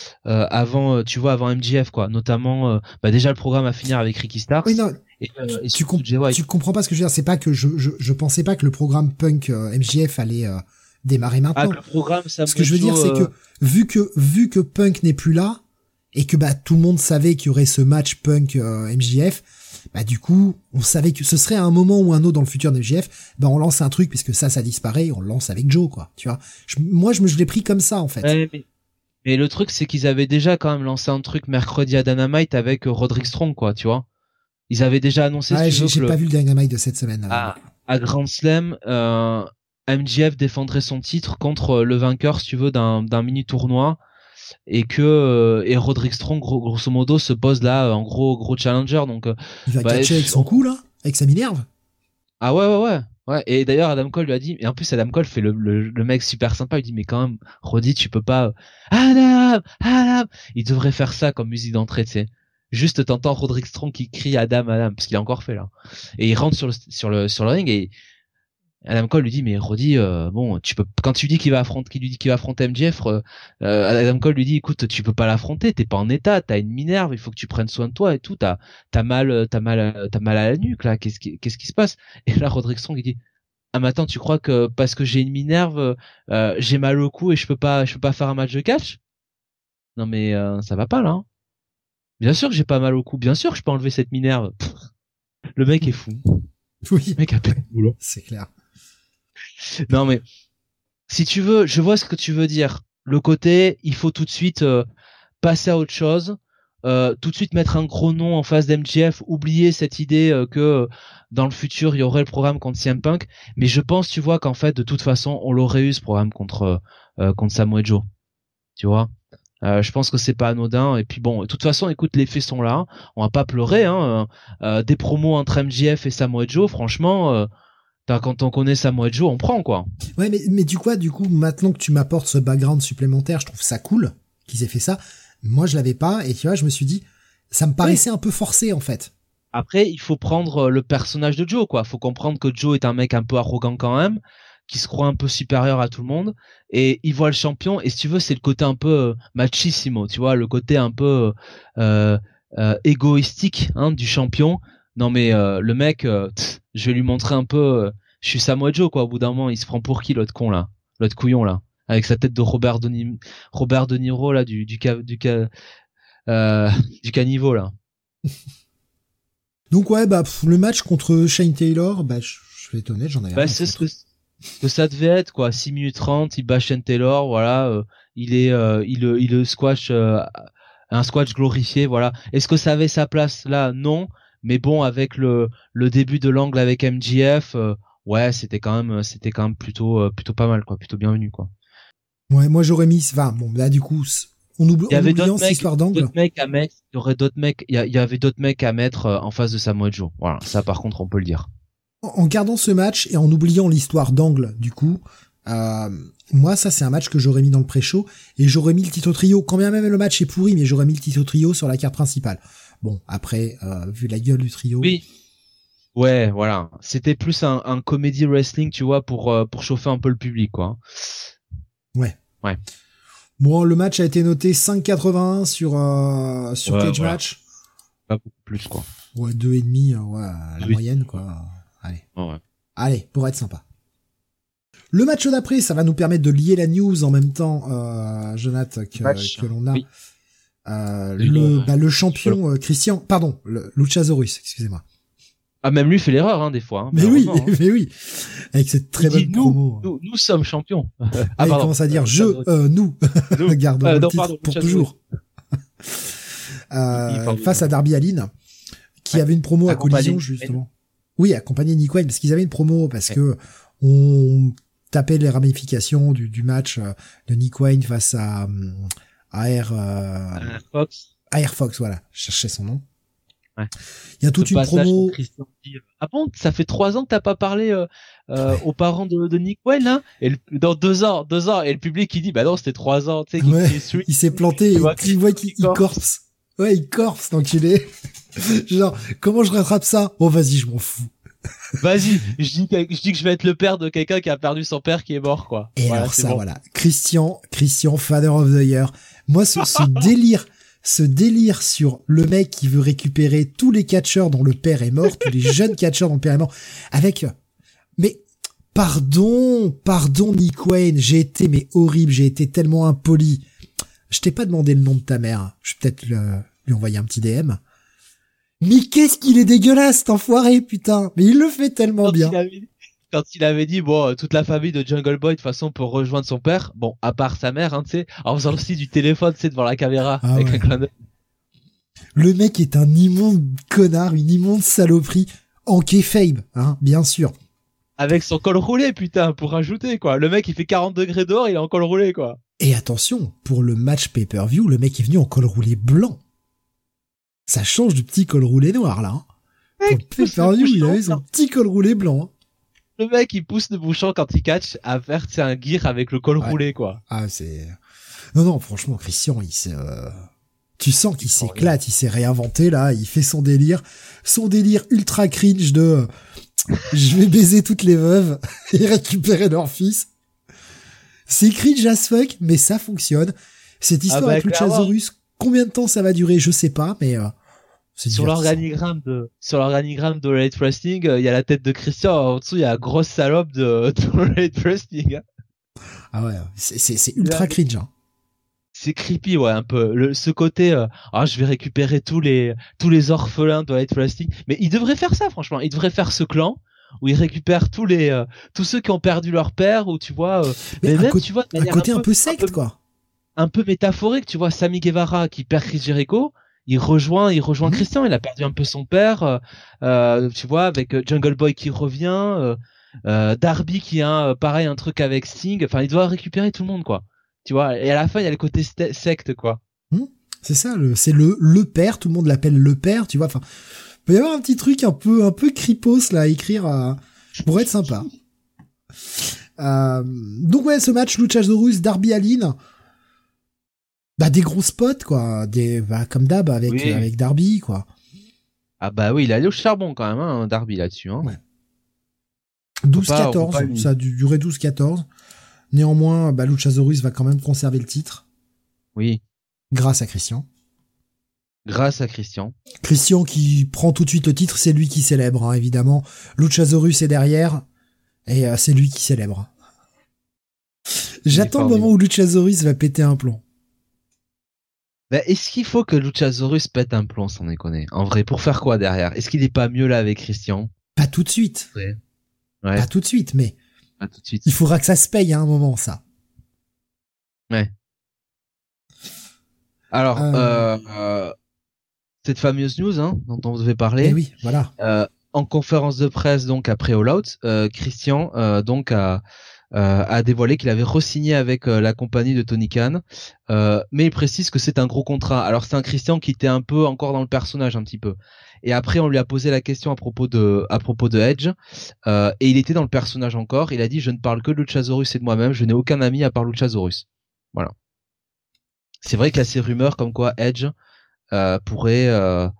MJF, quoi. Notamment, déjà le programme à finir avec Ricky Starks. Oui, non. Tu comprends pas ce que je veux dire. C'est pas que je pensais pas que le programme Punk MJF allait démarrer maintenant. Le programme, ce que je veux dire, c'est que vu que Punk n'est plus là et que tout le monde savait qu'il y aurait ce match Punk MJF, du coup on savait que ce serait à un moment ou un autre dans le futur d'MJF, on lance un truc puisque ça disparaît et on le lance avec Joe, quoi, tu vois. Je l'ai pris comme ça, en fait. Mais le truc, c'est qu'ils avaient déjà quand même lancé un truc mercredi à Dynamite avec Roderick Strong, quoi, tu vois. Ils avaient déjà annoncé. J'ai pas vu le Dynamite de cette semaine. À Grand Slam, MJF défendrait son titre contre le vainqueur, si tu veux, d'un mini tournoi, et Roderick Strong, grosso modo, se pose là en gros challenger. Donc il va catcher avec son coup, là, avec sa Minerve. Ah ouais. Et d'ailleurs Adam Cole lui a dit, et en plus Adam Cole fait le mec super sympa, il dit mais quand même Roddy, tu peux pas Adam, il devrait faire ça comme musique d'entrée, tu sais. Juste t'entends Roderick Strong qui crie Adam, parce qu'il a encore fait là. Et il rentre sur le ring et Adam Cole lui dit mais Roddy, tu peux, quand tu dis qu'il va affronter MJF, Adam Cole lui dit écoute, tu peux pas l'affronter, t'es pas en état, t'as une minerve, il faut que tu prennes soin de toi et tout, t'as mal à la nuque là, qu'est-ce qui se passe? Et là Roderick Strong il dit ah mais attends, tu crois que parce que j'ai une minerve, j'ai mal au cou et je peux pas faire un match de catch? Non mais ça va pas là. Hein. Bien sûr que j'ai pas mal au cou, bien sûr que je peux enlever cette minerve. Le mec est fou. Oui. Le mec a pété le boulot. C'est clair. Non mais si tu veux, je vois ce que tu veux dire. Le côté, il faut tout de suite passer à autre chose, tout de suite mettre un gros nom en face d'MJF, oublier cette idée que dans le futur il y aurait le programme contre CM Punk. Mais je pense, tu vois, qu'en fait de toute façon on l'aurait eu ce programme contre contre Samoa Joe. Tu vois. Je pense que c'est pas anodin. Et puis bon, de toute façon, écoute, les faits sont là. On va pas pleurer. Hein. Des promos entre MJF et Samoa Joe, franchement, quand on connaît Samoa Joe, on prend quoi. Ouais, mais du coup, maintenant que tu m'apportes ce background supplémentaire, je trouve ça cool qu'ils aient fait ça. Moi, je l'avais pas, et tu vois, je me suis dit, ça me paraissait un peu forcé en fait. Après, il faut prendre le personnage de Joe, quoi. Faut comprendre que Joe est un mec un peu arrogant quand même, qui se croit un peu supérieur à tout le monde, et il voit le champion, et si tu veux, c'est le côté un peu machissimo, tu vois, le côté un peu égoïstique hein, du champion. Non mais le mec, je vais lui montrer un peu, je suis Samoa Joe, quoi. Au bout d'un moment, il se prend pour qui l'autre con là, l'autre couillon là, avec sa tête de Robert De Niro là, du caniveau là. Donc ouais, le match contre Shane Taylor, je vais être honnête, j'en avais rien. C'est ce que ça devait être quoi, 6 minutes 30, il bat Shane Taylor, voilà, il le squash, un squash glorifié, voilà. Est-ce que ça avait sa place là? Non, mais bon, avec le début de l'angle avec MJF, ouais, c'était quand même plutôt pas mal quoi, plutôt bienvenu quoi. Ouais, moi j'aurais mis, là du coup, il y avait d'autres histoires d'angle. Il y aurait d'autres mecs, il y avait d'autres mecs à mettre en face de Samoa Joe. Voilà, ça par contre on peut le dire. En gardant ce match et en oubliant l'histoire d'angle, du coup, moi ça c'est un match que j'aurais mis dans le pré-show et j'aurais mis le titre trio. Quand bien même le match est pourri, mais j'aurais mis le titre trio sur la carte principale. Bon, après, vu la gueule du trio. Oui. Ouais, voilà. C'était plus un comedy wrestling, tu vois, pour chauffer un peu le public, quoi. Ouais. Ouais. Bon, le match a été noté 5,81 sur Cage voilà. Match. Pas beaucoup plus, quoi. Ouais, 2,5, la moyenne, quoi. Allez. Ouais. Allez, pour être sympa. Le match d'après, ça va nous permettre de lier la news en même temps, Jonathan, que l'on a. Oui. Le champion Christian, pardon, le Luchasaurus, excusez-moi. Ah, même lui fait l'erreur, hein, des fois. Hein, mais oui. Avec cette très bonne promo. Nous sommes champions. Il commence à dire nous. Gardons le titre pour toujours. Face à Darby Allin, qui avait une promo à Collision, justement. Oui, accompagné Nick Wayne, parce qu'ils avaient une promo, parce que on tapait les ramifications du match de Nick Wayne face à Air Fox, voilà. Je cherchais son nom. Ouais. Il y a toute une promo. Ah bon, ça fait 3 ans que t'as pas parlé aux parents de Nick Wayne là, et dans 2 ans, et le public il dit bah non c'était 3 ans, tu sais. Il s'est planté, il voit qu'il corpse. Ouais, il corpse, donc il est genre comment je rattrape ça? Oh vas-y, je m'en fous. Vas-y, je dis que je vais être le père de quelqu'un qui a perdu son père qui est mort quoi. Et voilà, alors ça bon. Voilà, Christian Father of the Year. Moi ce délire sur le mec qui veut récupérer tous les catcheurs dont le père est mort, tous les jeunes catcheurs dont le père est mort, mais pardon Nick Wayne, j'ai été horrible, j'ai été tellement impoli. Je t'ai pas demandé le nom de ta mère, je vais peut-être lui envoyer un petit DM. Mais qu'est-ce qu'il est dégueulasse cet enfoiré, putain. Mais il le fait tellement bien. Quand il avait dit bon, toute la famille de Jungle Boy de toute façon pour rejoindre son père, bon à part sa mère, hein, tu sais, en faisant aussi du téléphone, tu sais, devant la caméra avec un clin d'œil. Le mec est un immonde connard, une immonde saloperie en kayfabe, hein, bien sûr. Avec son col roulé, putain, pour rajouter quoi. Le mec il fait 40 degrés dehors, il est en col roulé quoi. Et attention, pour le match pay-per-view, le mec est venu en col roulé blanc. Ça change du petit col roulé noir là. Hein. Pour le pay-per-view, il avait son petit col roulé blanc. Hein. Le mec, il pousse le bouchon quand il catch à faire, c'est un gear avec le col roulé, quoi. Ah, c'est... Non, franchement, Christian, il s'est... Tu sens qu'il s'éclate, il s'est réinventé, là, il fait son délire ultra cringe de... je vais baiser toutes les veuves et récupérer leur fils. C'est cringe as fuck, mais ça fonctionne. Cette histoire avec Luchasaurus, combien de temps ça va durer, je sais pas, mais... Sur l'organigramme de Elite Wrestling, il y a la tête de Christian, en dessous il y a la grosse salope de Elite Wrestling. Ah ouais, c'est ultra cringe. Hein. C'est creepy, ouais, un peu. Ce côté, je vais récupérer tous les orphelins de Elite Wrestling. Mais il devrait faire ça, franchement. Il devrait faire ce clan où il récupère tous ceux qui ont perdu leur père, ou tu vois, mais même, tu vois, un côté un peu secte, quoi. Un peu métaphorique, tu vois, Sammy Guevara qui perd Chris Jericho. Il rejoint Christian, il a perdu un peu son père, tu vois, avec Jungle Boy qui revient, Darby qui a pareil un truc avec Sting. Enfin, il doit récupérer tout le monde, quoi. Tu vois. Et à la fin, il y a le côté secte, quoi. C'est ça, c'est le père, tout le monde l'appelle le père, tu vois. Enfin, peut y avoir un petit truc un peu cripos là à écrire pour être sympa. Donc ouais, ce match Luchasaurus Darby Allin, bah des gros spots quoi, comme d'hab avec Darby quoi. Ah bah oui, il est allé au charbon quand même, hein, Darby là-dessus. Hein. Ouais. 12-14, ça a duré 12-14. Néanmoins, bah Luchasaurus va quand même conserver le titre. Oui. Grâce à Christian. Christian qui prend tout de suite le titre, c'est lui qui célèbre, hein, évidemment. Luchasaurus est derrière, et c'est lui qui célèbre. J'attends le moment où Luchasaurus va péter un plomb. Bah, est-ce qu'il faut que Luchasaurus pète un plomb, sans déconner? En vrai, pour faire quoi derrière? Est-ce qu'il est pas mieux là avec Christian? Pas tout de suite. Ouais. Pas tout de suite, mais pas tout de suite. Il faudra que ça se paye à un moment, ça. Ouais. Alors, cette fameuse news dont on devait parler. Eh oui, voilà. En conférence de presse donc après All Out, Christian donc a dévoilé qu'il avait re-signé avec la compagnie de Tony Khan, mais il précise que c'est un gros contrat. Alors c'est un Christian qui était un peu encore dans le personnage un petit peu. Et après on lui a posé la question à propos de Edge, et il était dans le personnage encore. Il a dit je ne parle que de Luchasaurus et de moi-même, je n'ai aucun ami à part Luchasaurus. Voilà. C'est vrai qu'il y a ces rumeurs comme quoi Edge pourrait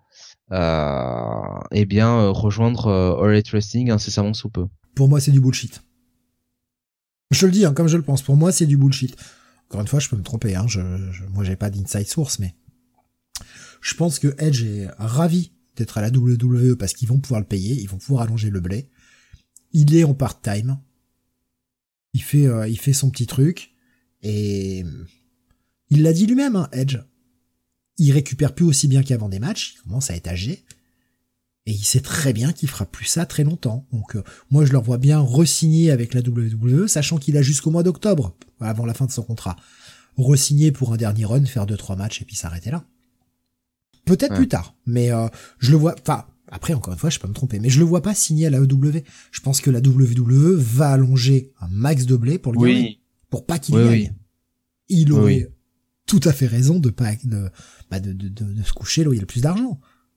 rejoindre All Elite Wrestling incessamment sous peu. Pour moi, c'est du bullshit. Je le dis, comme je le pense. Pour moi, c'est du bullshit. Encore une fois, je peux me tromper. Moi, j'ai pas d'inside source, mais je pense que Edge est ravi d'être à la WWE parce qu'ils vont pouvoir le payer, ils vont pouvoir allonger le blé. Il est en part-time. Il fait son petit truc et il l'a dit lui-même, Edge. Il récupère plus aussi bien qu'avant des matchs, il commence à être âgé, et il sait très bien qu'il fera plus ça très longtemps. Donc moi je le vois bien re-signer avec la WWE, sachant qu'il a jusqu'au mois d'octobre, avant la fin de son contrat, re-signer pour un dernier run, faire 2-3 matchs et puis s'arrêter là. Peut-être plus tard, mais je le vois, enfin, après encore une fois je peux me tromper, mais je le vois pas signer à la AEW. Je pense que la WWE va allonger un max de blé pour le gagner, pour pas qu'il gagne. Il aurait tout à fait raison de se coucher là où il y a le plus d'argent.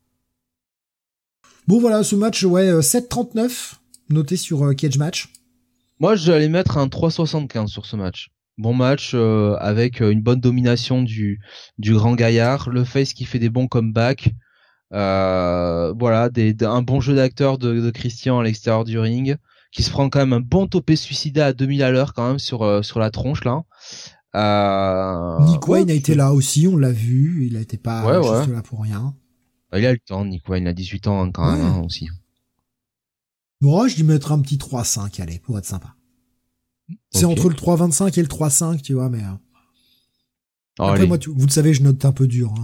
Bon voilà, ce match, 7,39 noté sur Cage Match. Moi, je vais aller mettre un 3,75 sur ce match. Bon match avec une bonne domination du grand gaillard, le face qui fait des bons comebacks, un bon jeu d'acteur de Christian à l'extérieur du ring, qui se prend quand même un bon topé suicidaire à 2000 à l'heure quand même sur la tronche là. Nick Wayne a été là aussi, on l'a vu, il a été pas juste là pour rien. Il a le temps, Nick Wayne, il a 18 ans quand même aussi. Bon, je lui mettrai un petit 3,5, allez, pour être sympa. C'est entre le 3,25 et le 3,5, tu vois, mais... Après, allez. Moi, vous le savez, je note un peu dur,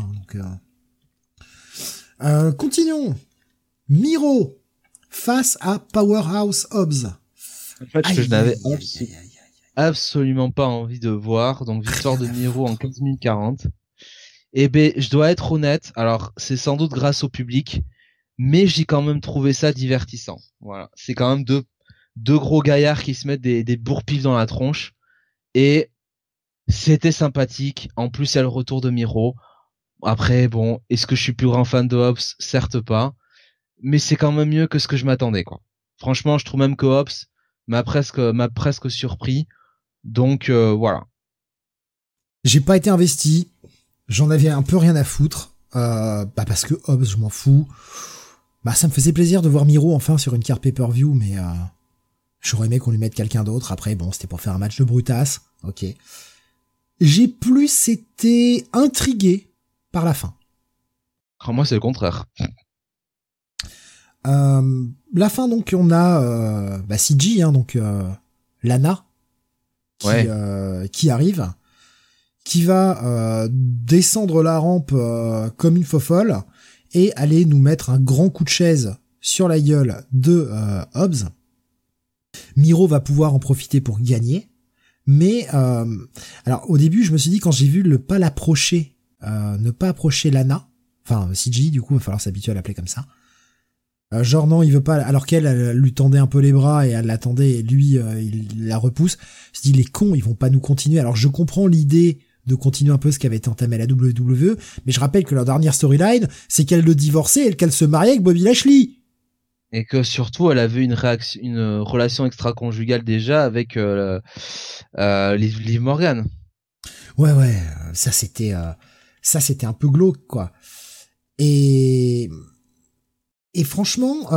donc... continuons. Miro face à Powerhouse Hobbs. En fait, je n'avais absolument pas envie de voir, donc victoire de Miro en 15 minutes 40. Eh ben, je dois être honnête, alors c'est sans doute grâce au public, mais j'ai quand même trouvé ça divertissant. Voilà, c'est quand même deux gros gaillards qui se mettent des bourre-pifs dans la tronche, et c'était sympathique. En plus, il y a le retour de Miro. Après, bon, est-ce que je suis plus grand fan de Hobbs? Certes pas, mais c'est quand même mieux que ce que je m'attendais, quoi. Franchement, je trouve même que Hobbs m'a presque surpris. Donc voilà. J'ai pas été investi. J'en avais un peu rien à foutre. Parce que Hobbs, je m'en fous. Ça me faisait plaisir de voir Miro enfin sur une carte pay-per-view, mais j'aurais aimé qu'on lui mette quelqu'un d'autre. Après, bon, c'était pour faire un match de brutasse. Ok. J'ai plus été intrigué par la fin. Moi, c'est le contraire. La fin, donc, on a CG, donc Lana, qui arrive, qui va descendre la rampe comme une fofolle et aller nous mettre un grand coup de chaise sur la gueule de Hobbs. Miro va pouvoir en profiter pour gagner, mais alors au début je me suis dit, quand j'ai vu ne pas approcher Lana, enfin CG, du coup il va falloir s'habituer à l'appeler comme ça, Genre non, il veut pas, alors qu'elle elle lui tendait un peu les bras et elle l'attendait et lui il la repousse. Je dis les cons, ils vont pas nous continuer. Alors je comprends l'idée de continuer un peu ce qui avait été entamé à la WWE, mais je rappelle que leur dernière storyline, c'est qu'elle le divorçait et qu'elle se mariait avec Bobby Lashley. Et que surtout, elle avait une relation extra-conjugale déjà avec Liv Morgan. Ouais, ça c'était un peu glauque quoi. Et franchement,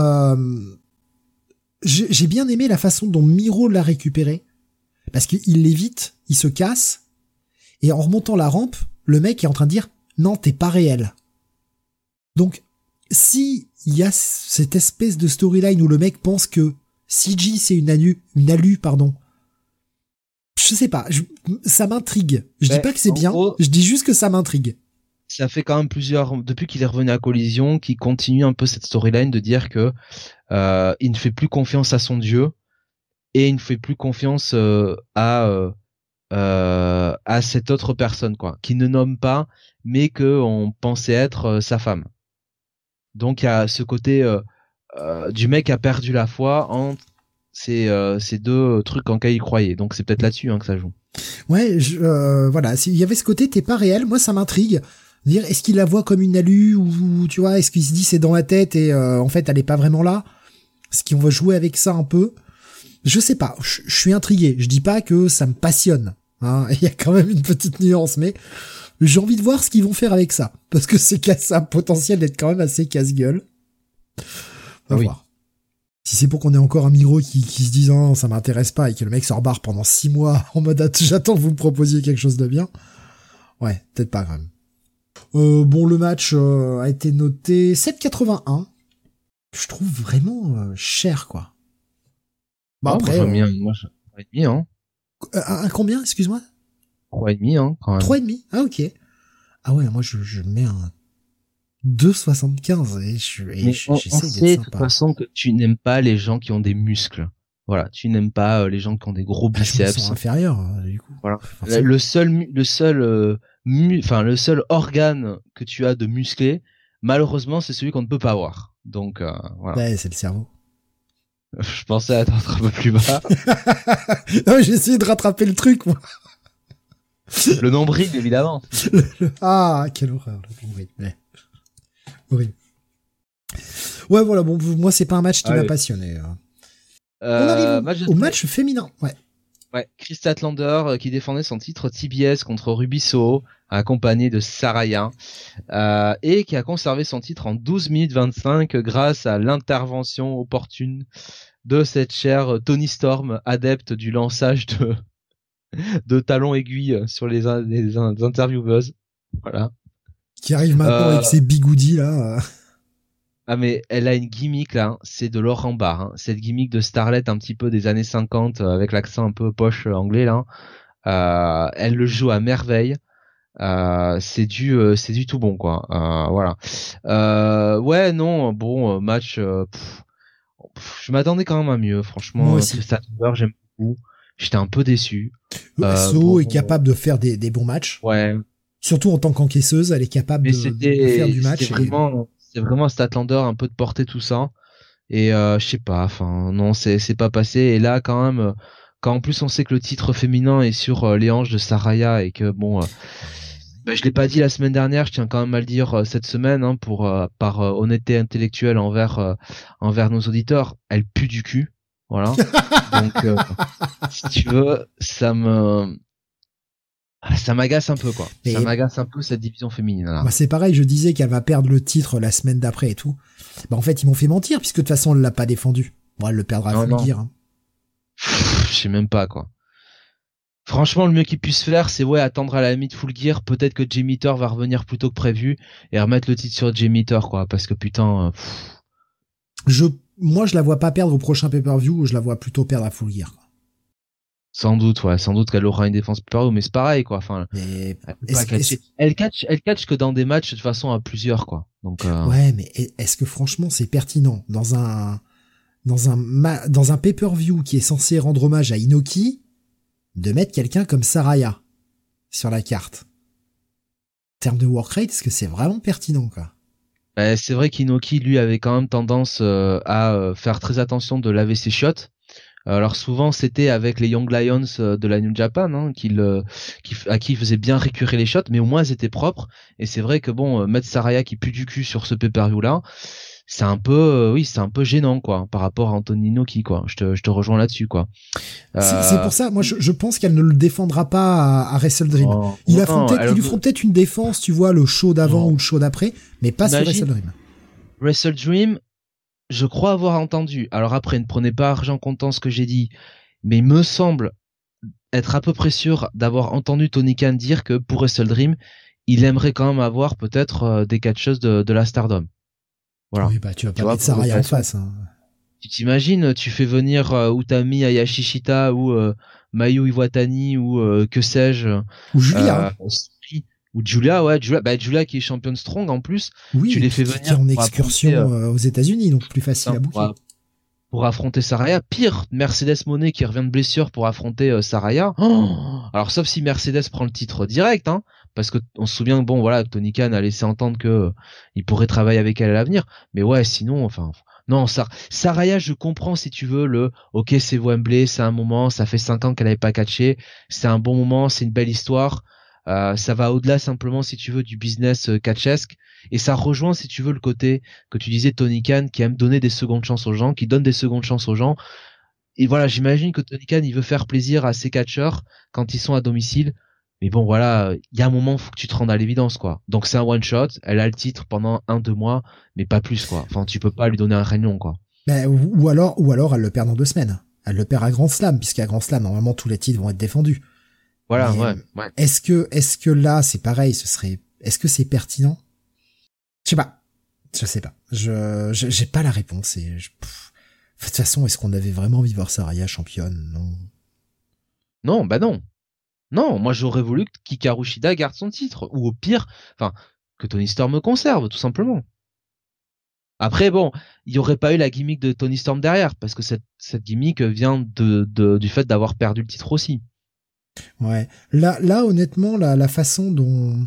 j'ai bien aimé la façon dont Miro l'a récupéré, parce qu'il l'évite, il se casse, et en remontant la rampe, le mec est en train de dire non, t'es pas réel. Donc, si il y a cette espèce de storyline où le mec pense que CG c'est une alu, pardon. Je sais pas, ça m'intrigue. Je dis pas que c'est bien, gros, je dis juste que ça m'intrigue. Ça fait quand même depuis qu'il est revenu à Collision, qu'il continue un peu cette storyline de dire que il ne fait plus confiance à son dieu et il ne fait plus confiance à cette autre personne quoi, qui ne nomme pas, mais que on pensait être sa femme. Donc il y a ce côté du mec a perdu la foi en ces deux trucs en lesquels il croyait. Donc c'est peut-être là-dessus que ça joue. Ouais, voilà, s'il y avait ce côté t'es pas réel, moi ça m'intrigue. Dire est-ce qu'il la voit comme une alu ou tu vois, est-ce qu'il se dit c'est dans la tête et en fait elle est pas vraiment là. Est-ce qu'on va jouer avec ça un peu? Je sais pas, je suis intrigué. Je dis pas que ça me passionne. Hein, il y a quand même une petite nuance, mais j'ai envie de voir ce qu'ils vont faire avec ça, parce que ça a un potentiel d'être quand même assez casse-gueule. On va voir. Si c'est pour qu'on ait encore un Miro qui se dise non, ça m'intéresse pas et que le mec se rebarre pendant 6 mois en mode j'attends que vous me proposiez quelque chose de bien. Ouais, peut-être pas quand même. Bon, le match a été noté 7,81. Je trouve vraiment cher, quoi. Bah après, moi, 3,5, hein. Un combien, excuse-moi? 3,5, quand même. 3,5? Ah, ok. Ah ouais, moi, je mets un 2,75 et j'essaie d'être sympa. De toute façon que tu n'aimes pas les gens qui ont des muscles. Voilà, tu n'aimes pas les gens qui ont des gros biceps. Ils sont inférieurs, du coup. Voilà. Le seul organe que tu as de musclé, malheureusement, c'est celui qu'on ne peut pas avoir. Donc, voilà. Ouais, c'est le cerveau. Je pensais être un peu plus bas. Non, j'ai essayé de rattraper le truc, moi. Le nombril, évidemment. Ah, quelle horreur, le nombril. Ouais. Horrible. Ouais, voilà, bon, moi, c'est pas un match qui m'a passionné. On arrive au match féminin, ouais. Ouais, Kris Statlander qui défendait son titre TBS contre Ruby Soho, accompagné de Saraya, et qui a conservé son titre en 12 minutes 25 grâce à l'intervention opportune de cette chère Toni Storm, adepte du lançage de talons aiguilles sur les intervieweuses. Voilà. Qui arrive maintenant avec ses bigoudis là. Ah mais elle a une gimmick là, c'est de l'or en barre. Hein. Cette gimmick de starlet un petit peu des années 50 avec l'accent un peu poche anglais là. Elle le joue à merveille. C'est du tout bon quoi. Voilà. Ouais non bon match. Je m'attendais quand même à mieux franchement. Moi aussi. Statlander j'aime beaucoup. J'étais un peu déçu. So est capable de faire des bons matchs. Ouais. Surtout en tant qu'encaisseuse, elle est capable de faire du match. C'est vraiment Statlander un peu de porter tout ça. Et je sais pas, enfin non, c'est pas passé. Et là quand même, quand en plus on sait que le titre féminin est sur les hanches de Saraya et que bon, je l'ai pas dit la semaine dernière, je tiens quand même à le dire cette semaine hein, pour par honnêteté intellectuelle envers nos auditeurs, elle pue du cul, voilà. Donc si tu veux, ça m'agace un peu quoi. Ça m'agace un peu cette division féminine là. Bah c'est pareil, je disais qu'elle va perdre le titre la semaine d'après et tout. Bah en fait ils m'ont fait mentir puisque de toute façon elle l'a pas défendu. Bon elle le perdra à Full Gear. Hein. Je sais même pas quoi. Franchement le mieux qu'ils puissent faire c'est attendre à la limite Full Gear, peut-être que Jay Meter va revenir plus tôt que prévu et remettre le titre sur Jay Meter quoi parce que putain. Moi je la vois pas perdre au prochain pay-per-view, je la vois plutôt perdre à Full Gear. Sans doute qu'elle aura une défense plus haut, mais c'est pareil, quoi. Enfin, elle catch que dans des matchs de façon à plusieurs, quoi. Donc, ouais, mais est-ce que franchement c'est pertinent dans un pay-per-view qui est censé rendre hommage à Inoki de mettre quelqu'un comme Saraya sur la carte? En termes de work rate, est-ce que c'est vraiment pertinent, quoi? C'est vrai qu'Inoki, lui, avait quand même tendance à faire très attention de laver ses chiottes. Alors souvent c'était avec les Young Lions de la New Japan à qui il faisait bien récurer les shots, mais au moins elles étaient propres. Et c'est vrai que bon, mettre Saraya qui pue du cul sur ce pay-per-view là, c'est un peu oui, c'est un peu gênant quoi par rapport à Anthony Inoki quoi. Je te rejoins là-dessus quoi. C'est pour ça, moi je pense qu'elle ne le défendra pas à Wrestle Dream. Ils lui feront peut-être une défense, tu vois, le show d'avant ou le show d'après, mais pas sur Wrestle Dream. Wrestle Dream, je crois avoir entendu. Alors après, ne prenez pas argent comptant ce que j'ai dit, mais il me semble être à peu près sûr d'avoir entendu Tony Khan dire que pour Wrestle Dream, il aimerait quand même avoir peut-être des catcheuses de la Stardom. Voilà. Oui, bah tu vas pas mettre Saraya en face. Hein. Tu t'imagines, tu fais venir Utami Hayashishita ou Mayu Iwatani ou que sais-je. Ou Julia. Ou Julia, Julia qui est championne strong en plus. Oui, tu les fais venir qui est en excursion aux États-Unis, donc plus facile à boucler. Pour affronter Saraya. Pire, Mercedes Moné qui revient de blessure pour affronter Saraya. Oh, alors sauf si Mercedes prend le titre direct, hein, parce que on se souvient bon voilà, Tony Khan a laissé entendre que il pourrait travailler avec elle à l'avenir. Mais ouais, sinon, enfin. Non, Saraya, je comprends si tu veux ok, c'est Wembley, c'est un moment, ça fait 5 ans qu'elle n'avait pas catché, c'est un bon moment, c'est une belle histoire. Ça va au-delà simplement si tu veux du business catchesque et ça rejoint si tu veux le côté que tu disais Tony Khan qui aime donner des secondes chances aux gens, qui donne des secondes chances aux gens. Et voilà, j'imagine que Tony Khan il veut faire plaisir à ses catcheurs quand ils sont à domicile. Mais bon voilà, il y a un moment faut que tu te rendes à l'évidence quoi. Donc c'est un one shot, elle a le titre pendant 1-2 mois, mais pas plus quoi. Enfin tu peux pas lui donner un réunion quoi. Mais, ou alors elle le perd dans 2 semaines. Elle le perd à Grand Slam puisqu'à Grand Slam normalement tous les titres vont être défendus. Voilà, ouais. Est-ce que là c'est pareil, est-ce que c'est pertinent? Je sais pas. J'ai pas la réponse et de toute façon, est-ce qu'on avait vraiment envie de voir Saraya championne? Non. Non, bah non. Non, moi j'aurais voulu que Hikaru Shida garde son titre ou au pire, enfin que Tony Storm conserve tout simplement. Après bon, il y aurait pas eu la gimmick de Tony Storm derrière parce que cette gimmick vient du fait d'avoir perdu le titre aussi. Ouais. Là, honnêtement, la façon dont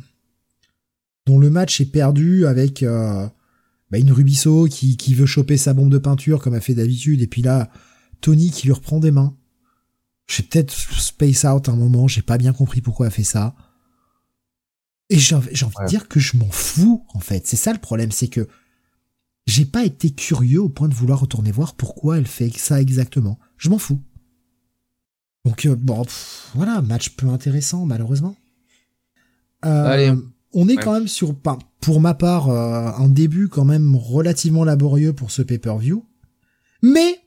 le match est perdu avec une Rubisso qui veut choper sa bombe de peinture comme a fait d'habitude, et puis là, Tony qui lui reprend des mains. J'ai peut-être space out un moment, j'ai pas bien compris pourquoi elle a fait ça. Et j'ai envie de dire que je m'en fous, en fait. C'est ça le problème, c'est que j'ai pas été curieux au point de vouloir retourner voir pourquoi elle fait ça exactement. Je m'en fous. Donc voilà, match peu intéressant malheureusement. Allez, on est quand même sur, pour ma part, un début quand même relativement laborieux pour ce pay-per-view. Mais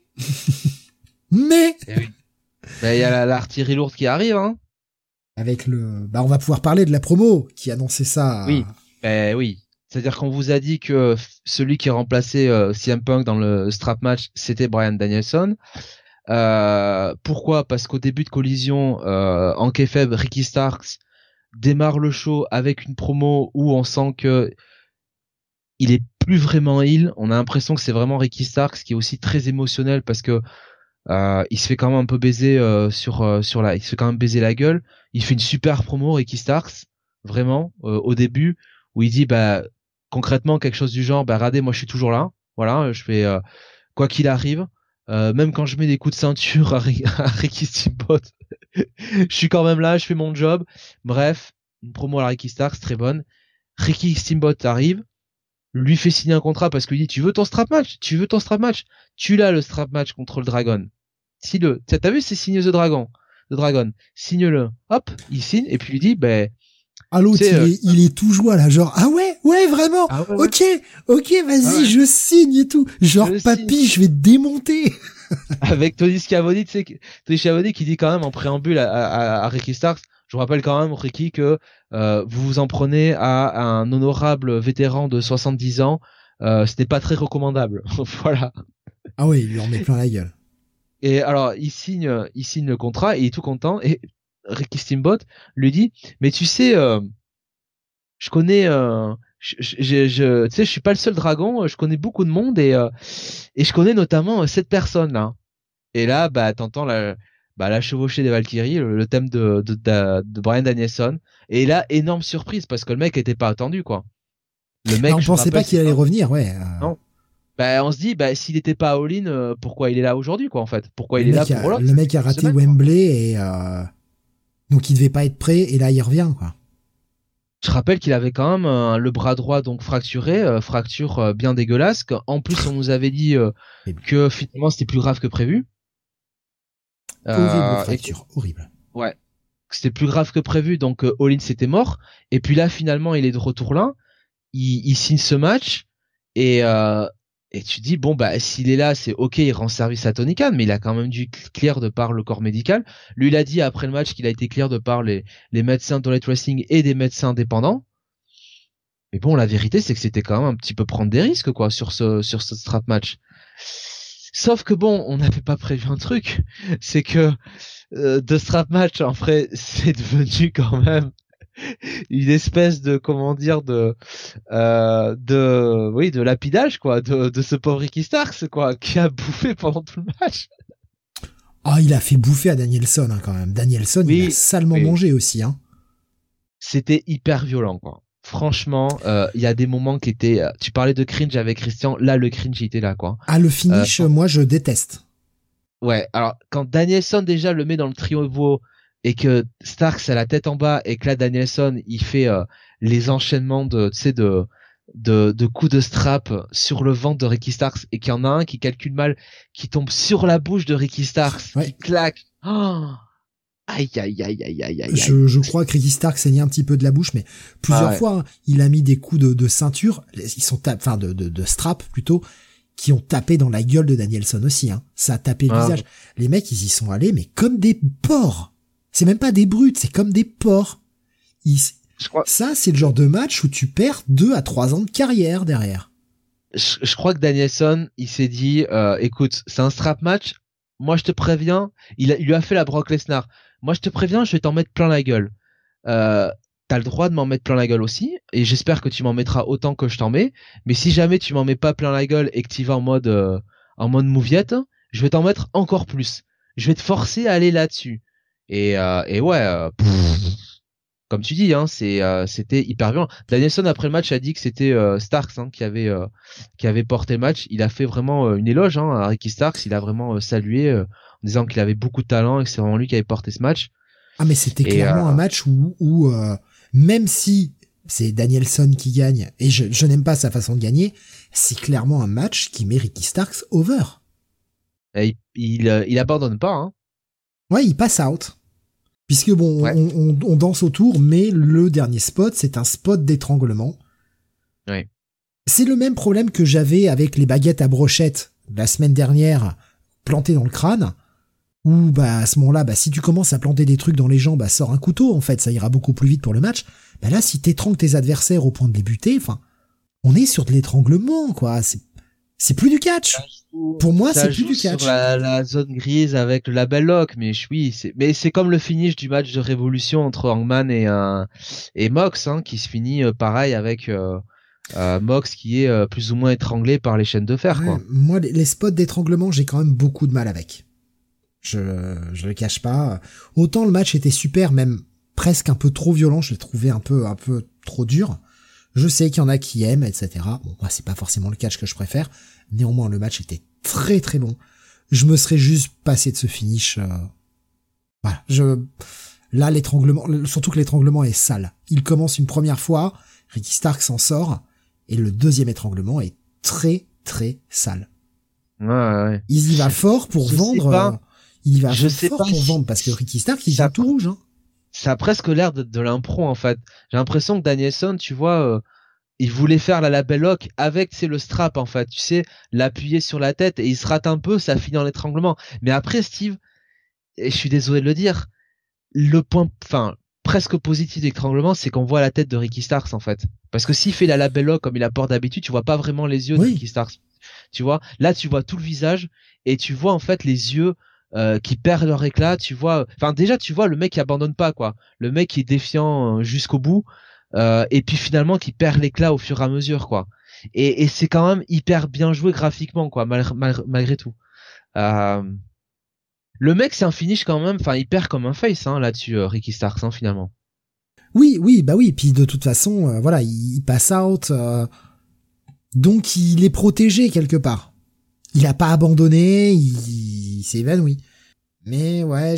oui. Il y a l'artillerie lourde qui arrive, hein. Avec on va pouvoir parler de la promo qui annonçait ça. Oui. Oui. C'est-à-dire qu'on vous a dit que celui qui remplaçait CM Punk dans le strap match, c'était Bryan Danielson. Pourquoi? Parce qu'au début de Collision, en kayfabe, Ricky Starks démarre le show avec une promo où on sent que il est plus vraiment heel. On a l'impression que c'est vraiment Ricky Starks qui est aussi très émotionnel parce que il se fait quand même un peu baiser il se fait quand même baiser la gueule. Il fait une super promo Ricky Starks, vraiment au début où il dit concrètement quelque chose du genre regardez, moi je suis toujours là. Voilà, je fais quoi qu'il arrive. Même quand je mets des coups de ceinture à Ricky Steamboat, je suis quand même là, je fais mon job. Bref, une promo à la Ricky Starks, très bonne. Ricky Steamboat arrive, lui fait signer un contrat parce qu'il dit tu veux ton strap match, tu l'as le strap match contre le Dragon. Signe-le. T'as vu, c'est signé The Dragon, signe-le. Hop, il signe et puis il dit ah, l'autre, il est tout joie, là, genre, ah ouais, vraiment, ok, vas-y, je signe et tout. Genre, papy, je vais te démonter. Avec Tony Schiavone, Tony Schiavone qui dit quand même en préambule à Ricky Starks, je vous rappelle quand même, Ricky, que vous vous en prenez à un honorable vétéran de 70 ans, c'était pas très recommandable. Voilà. Ah oui, il lui en met plein la gueule. Et alors, il signe le contrat et il est tout content et Ricky Steamboat lui dit mais tu sais je connais tu sais je suis pas le seul dragon, je connais beaucoup de monde et je connais notamment cette personne là. Et là t'entends la chevauchée des Valkyries, le thème de Bryan Danielson, et là énorme surprise parce que le mec était pas attendu quoi. Le mec, on je pensait rappelle, pas qu'il allait revenir, ouais. Non. Bah, on se dit, bah, s'il était pas all-in, pourquoi il est là aujourd'hui, quoi, en fait? Pourquoi il est là pour Rolex? Le mec a raté Wembley et donc il devait pas être prêt et là il revient, quoi. Je rappelle qu'il avait quand même le bras droit donc fracturé, fracture bien dégueulasse. En plus, on nous avait dit que finalement c'était plus grave que prévu. Horrible fracture, horrible. Ouais, c'était plus grave que prévu, donc all-in c'était mort. Et puis là, finalement, il est de retour là. Il signe ce match et tu dis bon bah s'il est là, c'est ok, il rend service à Tony Khan, mais il a quand même dû clear de par le corps médical. Lui, il a dit après le match qu'il a été clear de par les médecins d'Elite Wrestling et des médecins indépendants. Mais bon, la vérité, c'est que c'était quand même un petit peu prendre des risques, quoi, sur ce strap match. Sauf que bon, on n'avait pas prévu un truc. C'est que, de strap match, en vrai, c'est devenu quand même une espèce de, comment dire, de lapidage, quoi, de ce pauvre Ricky Starks, quoi, qui a bouffé pendant tout le match. Ah, il a fait bouffer à Danielson, hein, quand même. Danielson, il a salement mangé aussi, hein. C'était hyper violent, quoi. Franchement, il y a des moments qui étaient... tu parlais de cringe avec Christian, là le cringe il était là, quoi. Ah, le finish, moi je déteste. Ouais, alors quand Danielson déjà le met dans le triomphe et que Starks a la tête en bas et que là Danielson il fait les enchaînements de coups de strap sur le ventre de Ricky Starks et qu'il y en a un qui calcule mal, qui tombe sur la bouche de Ricky Starks, qui claque. Oh, aïe. Je crois que Ricky Starks saignait un petit peu de la bouche, mais plusieurs fois, hein, il a mis des coups de ceinture, ils sont de strap plutôt, qui ont tapé dans la gueule de Danielson aussi, hein. Ça a tapé le visage. Les mecs, ils y sont allés, mais comme des porcs. C'est même pas des brutes, c'est comme des porcs. Ça, c'est le genre de match où tu perds 2 à 3 ans de carrière derrière. Je crois que Danielson, il s'est dit, écoute, c'est un strap match. Moi, je te préviens, il lui a fait la Brock Lesnar. Moi, je te préviens, je vais t'en mettre plein la gueule. T'as le droit de m'en mettre plein la gueule aussi, et j'espère que tu m'en mettras autant que je t'en mets. Mais si jamais tu m'en mets pas plein la gueule et que tu vas en mode mouviette, je vais t'en mettre encore plus. Je vais te forcer à aller là-dessus. Et ouais, comme tu dis, hein, c'était hyper violent. Danielson après le match a dit que c'était Starks, hein, qui avait porté le match. Il a fait vraiment une éloge, hein, à Ricky Starks. Il a vraiment salué en disant qu'il avait beaucoup de talent et que c'est vraiment lui qui avait porté ce match. Ah, mais c'était clairement un match où même si c'est Danielson qui gagne, et je n'aime pas sa façon de gagner, c'est clairement un match qui met Ricky Starks over. Et il abandonne pas, hein. Ouais, il passe out. Puisque bon, on danse autour, mais le dernier spot, c'est un spot d'étranglement. Ouais. C'est le même problème que j'avais avec les baguettes à brochette la semaine dernière, plantées dans le crâne. Ou bah à ce moment-là, bah si tu commences à planter des trucs dans les jambes, bah sors un couteau, en fait, ça ira beaucoup plus vite pour le match. Bah là, si t'étrangles tes adversaires au point de les buter, enfin, on est sur de l'étranglement, quoi. C'est plus du catch. Pour moi, c'est plus du catch. Sur la zone grise avec le label lock, mais mais c'est comme le finish du match de Révolution entre Hangman et Mox, hein, qui se finit pareil avec Mox qui est plus ou moins étranglé par les chaînes de fer, quoi. Moi, les spots d'étranglement, j'ai quand même beaucoup de mal avec. Je le cache pas. Autant le match était super, même presque un peu trop violent, je l'ai trouvé un peu trop dur. Je sais qu'il y en a qui aiment, etc. Bon, moi, c'est pas forcément le catch que je préfère. Néanmoins, le match était très très bon. Je me serais juste passé de ce finish. Voilà. Là, l'étranglement, surtout que l'étranglement est sale. Il commence une première fois, Ricky Stark s'en sort, et le deuxième étranglement est très très sale. Ouais. Il y va fort pour vendre. Il y va fort pour vendre parce que Ricky Stark, il est tout rouge, hein. Ça a presque l'air de l'impro, en fait. J'ai l'impression que Danielson, tu vois, il voulait faire la label lock avec, le strap, en fait. Tu sais, l'appuyer sur la tête et il se rate un peu, ça finit en étranglement. Mais après, Steve, et je suis désolé de le dire, le point, presque positif d'étranglement, c'est qu'on voit la tête de Ricky Starks, en fait. Parce que s'il fait la label lock comme il apporte d'habitude, tu vois pas vraiment les yeux de Ricky Starks. Tu vois, là, tu vois tout le visage et tu vois, en fait, les yeux qui perdent leur éclat, tu vois. Enfin, déjà, tu vois le mec qui abandonne pas, quoi. Le mec qui est défiant jusqu'au bout, et puis finalement qui perd l'éclat au fur et à mesure, quoi. Et c'est quand même hyper bien joué graphiquement, quoi, malgré tout. Le mec, c'est un finish quand même. Enfin, il perd comme un face, hein, là-dessus, Ricky Starks, hein, finalement. Oui, bah oui. Puis de toute façon, voilà, il passe out, donc il est protégé quelque part. Il a pas abandonné, il s'est évanoui. Mais ouais,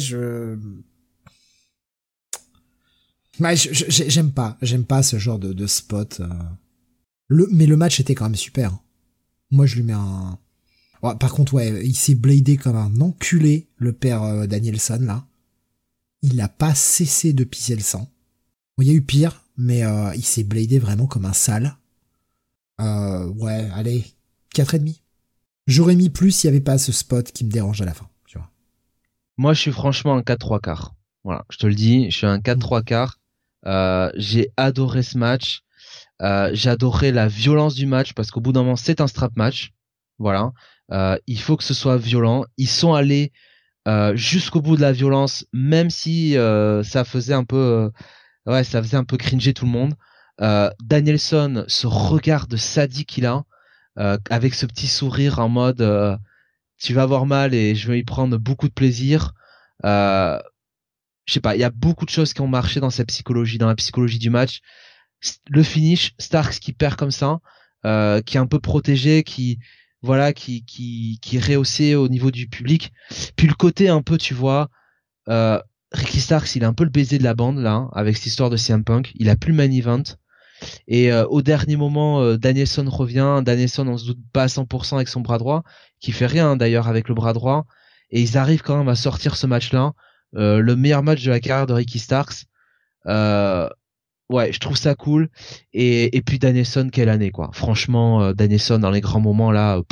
j'aime pas ce genre de spot. Mais le match était quand même super. Moi, je lui mets un. Ouais, par contre, ouais, il s'est bladé comme un enculé, le père Danielson là. Il a pas cessé de pisser le sang. Bon, il y a eu pire, mais il s'est bladé vraiment comme un sale. Ouais, allez, 4,5. J'aurais mis plus s'il y avait pas ce spot qui me dérange à la fin, tu vois. Moi, je suis franchement un 4-3/4. Voilà, je te le dis, je suis un 4-3/4. J'ai adoré ce match. J'ai adoré la violence du match parce qu'au bout d'un moment, c'est un strap match. Voilà. Il faut que ce soit violent. Ils sont allés jusqu'au bout de la violence, même si ça faisait un peu, ça faisait un peu cringer tout le monde. Danielson, ce regard de sadique qu'il a, avec ce petit sourire en mode tu vas avoir mal et je vais y prendre beaucoup de plaisir. Je sais pas, il y a beaucoup de choses qui ont marché dans sa psychologie, dans la psychologie du match. Le finish, Starks qui perd comme ça, qui est un peu protégé, qui est rehaussé au niveau du public. Puis le côté un peu, tu vois, Ricky Starks, il a un peu le baiser de la bande là, hein, avec cette histoire de CM Punk. Il a plus le main event. Et au dernier moment, Danielson revient. Danielson, on se doute pas à 100% avec son bras droit, qui fait rien d'ailleurs avec le bras droit. Et ils arrivent quand même à sortir ce match-là, le meilleur match de la carrière de Ricky Starks. Ouais, je trouve ça cool. Et puis Danielson, quelle année quoi. Franchement, Danielson dans les grands moments là,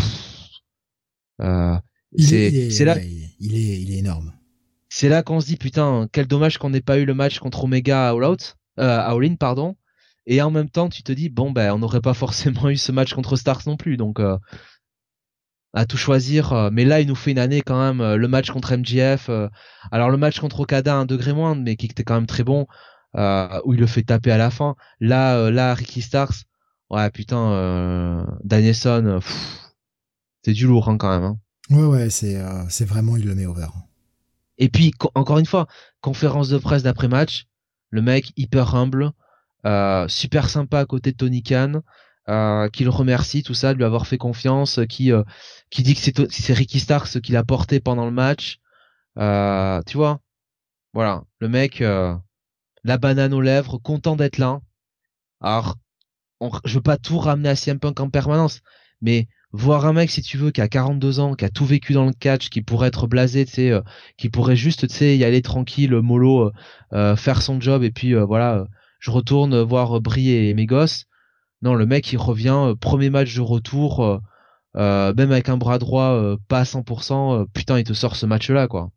c'est là. Ouais, il est énorme. C'est là qu'on se dit putain, quel dommage qu'on n'ait pas eu le match contre Omega à All In, pardon. Et en même temps, tu te dis bon ben on n'aurait pas forcément eu ce match contre Starks non plus, donc à tout choisir. Mais là, il nous fait une année quand même. Le match contre MJF, alors le match contre Okada un degré moindre, mais qui était quand même très bon, où il le fait taper à la fin. Là, Ricky Starks, ouais putain, Danielson, c'est du lourd hein, quand même. Hein. Ouais, c'est vraiment il le met over. Et puis encore une fois, conférence de presse d'après match, le mec hyper humble. Super sympa à côté de Tony Khan, qui le remercie tout ça de lui avoir fait confiance, qui dit que c'est Ricky Starks qui l'a porté pendant le match, tu vois, voilà, le mec la banane aux lèvres, content d'être là. Alors je veux pas tout ramener à CM Punk en permanence, mais voir un mec si tu veux qui a 42 ans, qui a tout vécu dans le catch, qui pourrait être blasé, tu sais, qui pourrait juste tu sais y aller tranquille, mollo, faire son job et puis voilà. Je retourne voir Brie et mes gosses. Non, le mec il revient, premier match de retour, même avec un bras droit pas à 100%, putain il te sort ce match-là quoi.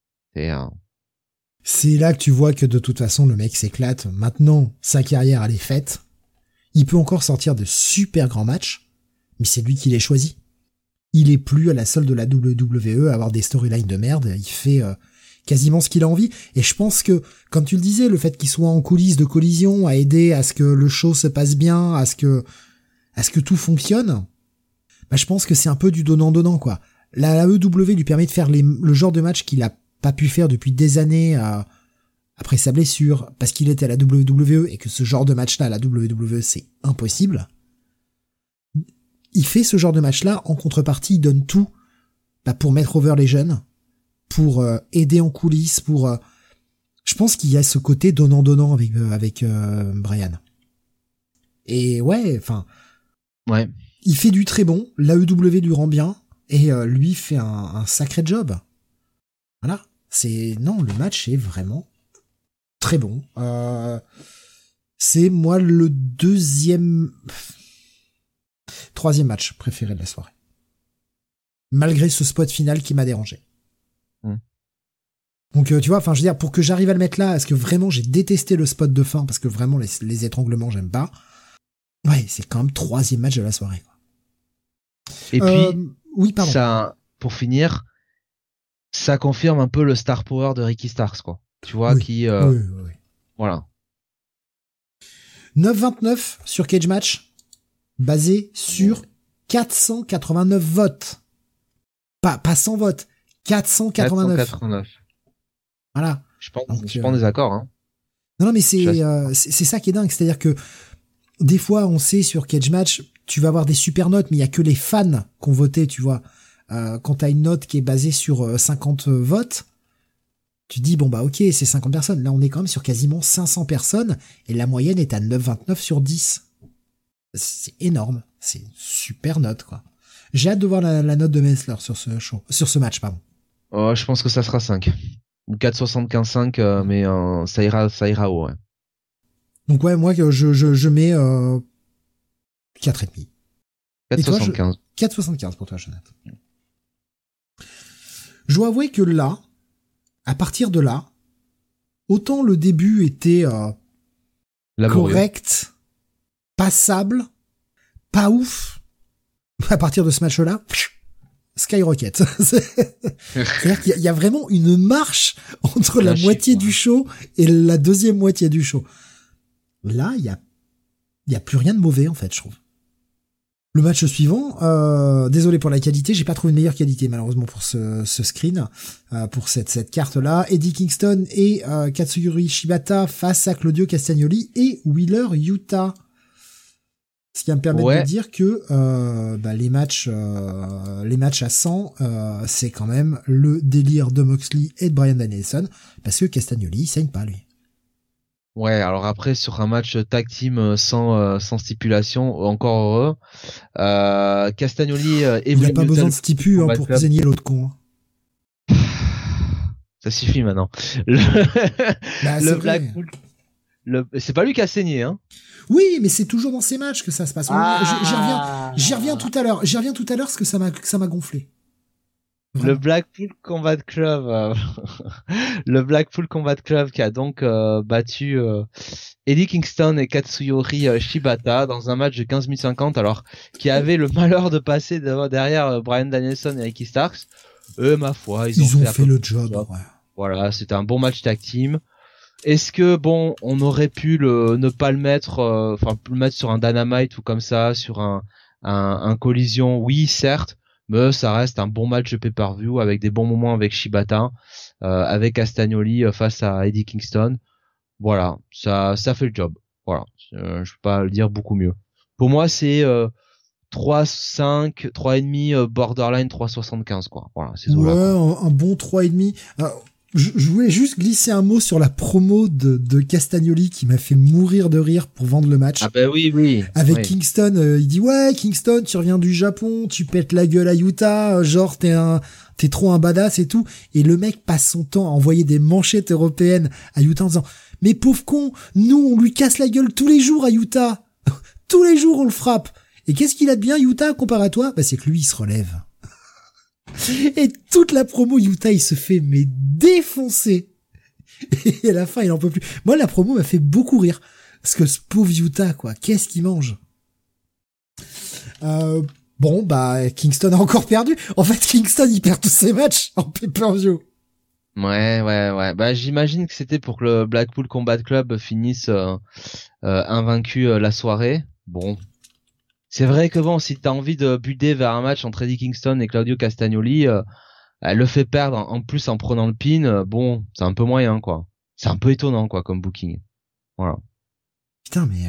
C'est là que tu vois que de toute façon le mec s'éclate. Maintenant, sa carrière elle est faite. Il peut encore sortir de super grands matchs, mais c'est lui qui les choisit. Il est plus à la solde de la WWE à avoir des storylines de merde. Il fait quasiment ce qu'il a envie. Et je pense que, comme tu le disais, le fait qu'il soit en coulisses de Collision a aidé à ce que le show se passe bien, à ce que tout fonctionne. Bah, je pense que c'est un peu du donnant-donnant, quoi. La AEW lui permet de faire le genre de match qu'il a pas pu faire depuis des années après sa blessure, parce qu'il était à la WWE et que ce genre de match-là à la WWE c'est impossible. Il fait ce genre de match-là, en contrepartie, il donne tout pour mettre over les jeunes, pour aider en coulisses, pour... je pense qu'il y a ce côté donnant-donnant avec Brian. Et ouais, enfin... Ouais. Il fait du très bon, l'AEW lui rend bien, et lui fait un sacré job. Voilà. Non, le match est vraiment très bon. C'est moi le troisième match préféré de la soirée. Malgré ce spot final qui m'a dérangé. Donc tu vois, enfin je veux dire, pour que j'arrive à le mettre là, est-ce que vraiment j'ai détesté le spot de fin, parce que vraiment les étranglements j'aime pas. Ouais, c'est quand même troisième match de la soirée. Quoi. Et puis, oui, pardon. Ça, pour finir, ça confirme un peu le star power de Ricky Starks, quoi. Tu vois, oui. Oui. Voilà. 9,29 sur Cage Match, basé sur 489 votes. Pas 100 votes, 489. Voilà. Je pense des accords, hein. Non, mais c'est ça qui est dingue. C'est-à-dire que des fois, on sait sur Cage Match, tu vas avoir des super notes, mais il y a que les fans qui ont voté, tu vois. Quand t'as une note qui est basée sur 50 votes, tu dis, bon bah ok, c'est 50 personnes. Là, on est quand même sur quasiment 500 personnes, et la moyenne est à 9,29 sur 10. C'est énorme. C'est une super note, quoi. J'ai hâte de voir la note de Mensler sur ce match, pardon. Oh, je pense que ça sera 5. Ou 4,75, mais ça ira haut, ouais. Donc ouais, moi, je mets 4,5. 4,75. 4,75 pour toi, Jonathan. Je dois avouer que là, à partir de là, autant le début était correct, passable, pas ouf, à partir de ce match-là, skyrocket. C'est-à-dire qu'il y a vraiment une marche entre la moitié du show et la deuxième moitié du show. Là, il y a plus rien de mauvais, en fait, je trouve. Le match suivant, désolé pour la qualité, j'ai pas trouvé une meilleure qualité malheureusement pour ce screen, pour cette carte-là. Eddie Kingston et Katsuyori Shibata face à Claudio Castagnoli et Wheeler Yuta. Ce qui va me permettre de dire que les matchs à 100, c'est quand même le délire de Moxley et de Bryan Danielson, parce que Castagnoli il saigne pas lui. Ouais, alors après sur un match tag team sans stipulation, encore heureux. Castagnoli et il a pas besoin de stipu pour saigner l'autre con. Ça suffit maintenant. Le Blackpool, c'est pas lui qui a saigné, hein. Oui, mais c'est toujours dans ces matchs que ça se passe. J'y reviens tout à l'heure. Parce que ça m'a gonflé. Vraiment. Le Blackpool Combat Club, le Blackpool Combat Club qui a donc battu Eddie Kingston et Katsuyori Shibata dans un match de 15 minutes 50, alors qui avait le malheur de passer derrière Bryan Danielson et Ricky Starks. Ma foi, ils ont fait le job. Ouais. Voilà, c'était un bon match tag team. Est-ce que on aurait pu ne pas le mettre, le mettre sur un Dynamite ou comme ça, sur un collision? Oui, certes. Mais ça reste un bon match de pay-per-view avec des bons moments avec Shibata, avec Castagnoli face à Eddie Kingston. Voilà, ça fait le job. Voilà, je peux pas le dire beaucoup mieux. Pour moi, c'est 3,5, 3,5, borderline 3,75 quoi. Voilà, c'est ouais, un bon 3,5. Je voulais juste glisser un mot sur la promo de Castagnoli qui m'a fait mourir de rire pour vendre le match. Ah bah oui. Avec Kingston, il dit ouais, Kingston, tu reviens du Japon, tu pètes la gueule à Utah, genre t'es trop un badass et tout. Et le mec passe son temps à envoyer des manchettes européennes à Utah en disant mais pauvre con, nous on lui casse la gueule tous les jours à Utah. Tous les jours on le frappe. Et qu'est-ce qu'il a de bien Utah comparé à toi? Bah c'est que lui il se relève. Et toute la promo Utah il se fait mais défoncer. Et à la fin il en peut plus. Moi la promo m'a fait beaucoup rire parce que ce pauvre Utah quoi, qu'est-ce qu'il mange? Bon bah Kingston a encore perdu. En fait Kingston il perd tous ses matchs en pay-per-view. Ouais. Bah j'imagine que c'était pour que le Blackpool Combat Club finisse invaincu la soirée. Bon. C'est vrai que si t'as envie de buter vers un match entre Eddie Kingston et Claudio Castagnoli, elle le fait perdre en plus en prenant le pin, c'est un peu moyen quoi. C'est un peu étonnant quoi comme booking. Voilà. Putain mais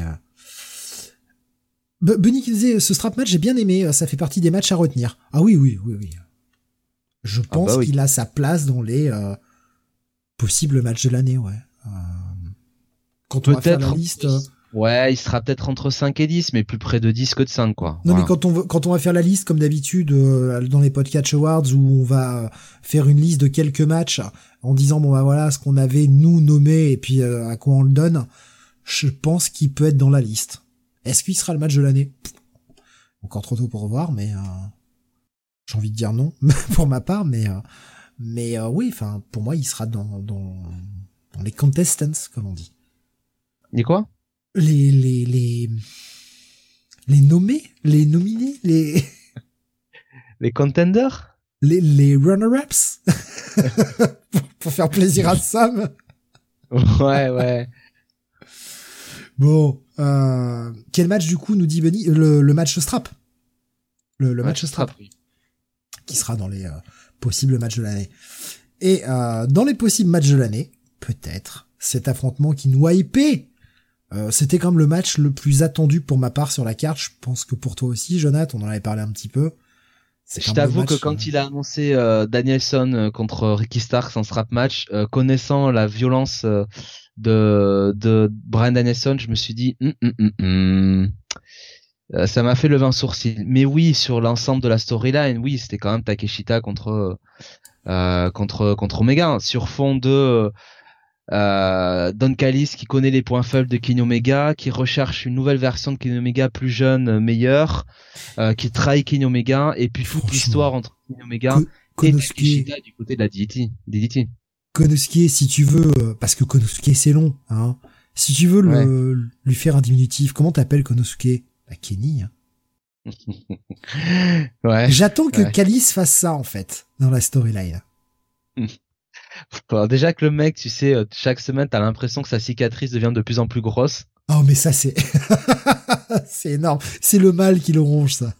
Bunny qui disait ce strap match j'ai bien aimé, ça fait partie des matchs à retenir. Ah oui. Je pense qu'il a sa place dans les possibles matchs de l'année, ouais. Quand on va faire la liste. Ouais, il sera peut-être entre 5 et 10, mais plus près de 10 que de 5, quoi. Non, voilà. Mais quand on va faire la liste, comme d'habitude, dans les Podcast Awards, où on va faire une liste de quelques matchs, en disant, bon, bah voilà, ce qu'on avait, nous, nommé, et puis à quoi on le donne, je pense qu'il peut être dans la liste. Est-ce qu'il sera le match de l'année? Encore trop tôt pour revoir, mais j'ai envie de dire non, pour ma part, mais oui, enfin, pour moi, il sera dans les contestants, comme on dit. Et quoi? Les nommés, les nominés, les contenders, les runner-ups pour faire plaisir à Sam. Ouais. Bon, quel match du coup nous dit Benny? Le match strap. Le match strap. Oui. Qui sera dans les possibles matchs de l'année. Et dans les possibles matchs de l'année, peut-être cet affrontement qui nous a hypé. C'était comme le match le plus attendu pour ma part sur la carte. Je pense que pour toi aussi, Jonathan, on en avait parlé un petit peu. Je t'avoue que quand il a annoncé Danielson contre Ricky Starks en strap match, connaissant la violence de Bryan Danielson, je me suis dit ça m'a fait lever un sourcil. Mais oui, sur l'ensemble de la storyline, oui, c'était quand même Takeshita contre Omega, sur fond de Don Callis qui connaît les points faibles de Kenny Omega, qui recherche une nouvelle version de Kenny Omega plus jeune, meilleure, qui trahit Kenny Omega, et puis toute l'histoire entre Kenny Omega et Takeshita du côté de la DDT. Konosuke, si tu veux, parce que Konosuke c'est long, hein. Si tu veux lui faire un diminutif, comment t'appelles Konosuke? Bah Kenny. Hein. Ouais. J'attends que Callis fasse ça en fait dans la storyline. Alors déjà que le mec, tu sais, chaque semaine, t'as l'impression que sa cicatrice devient de plus en plus grosse. Oh, mais ça, c'est, c'est énorme. C'est le mal qui le ronge, ça.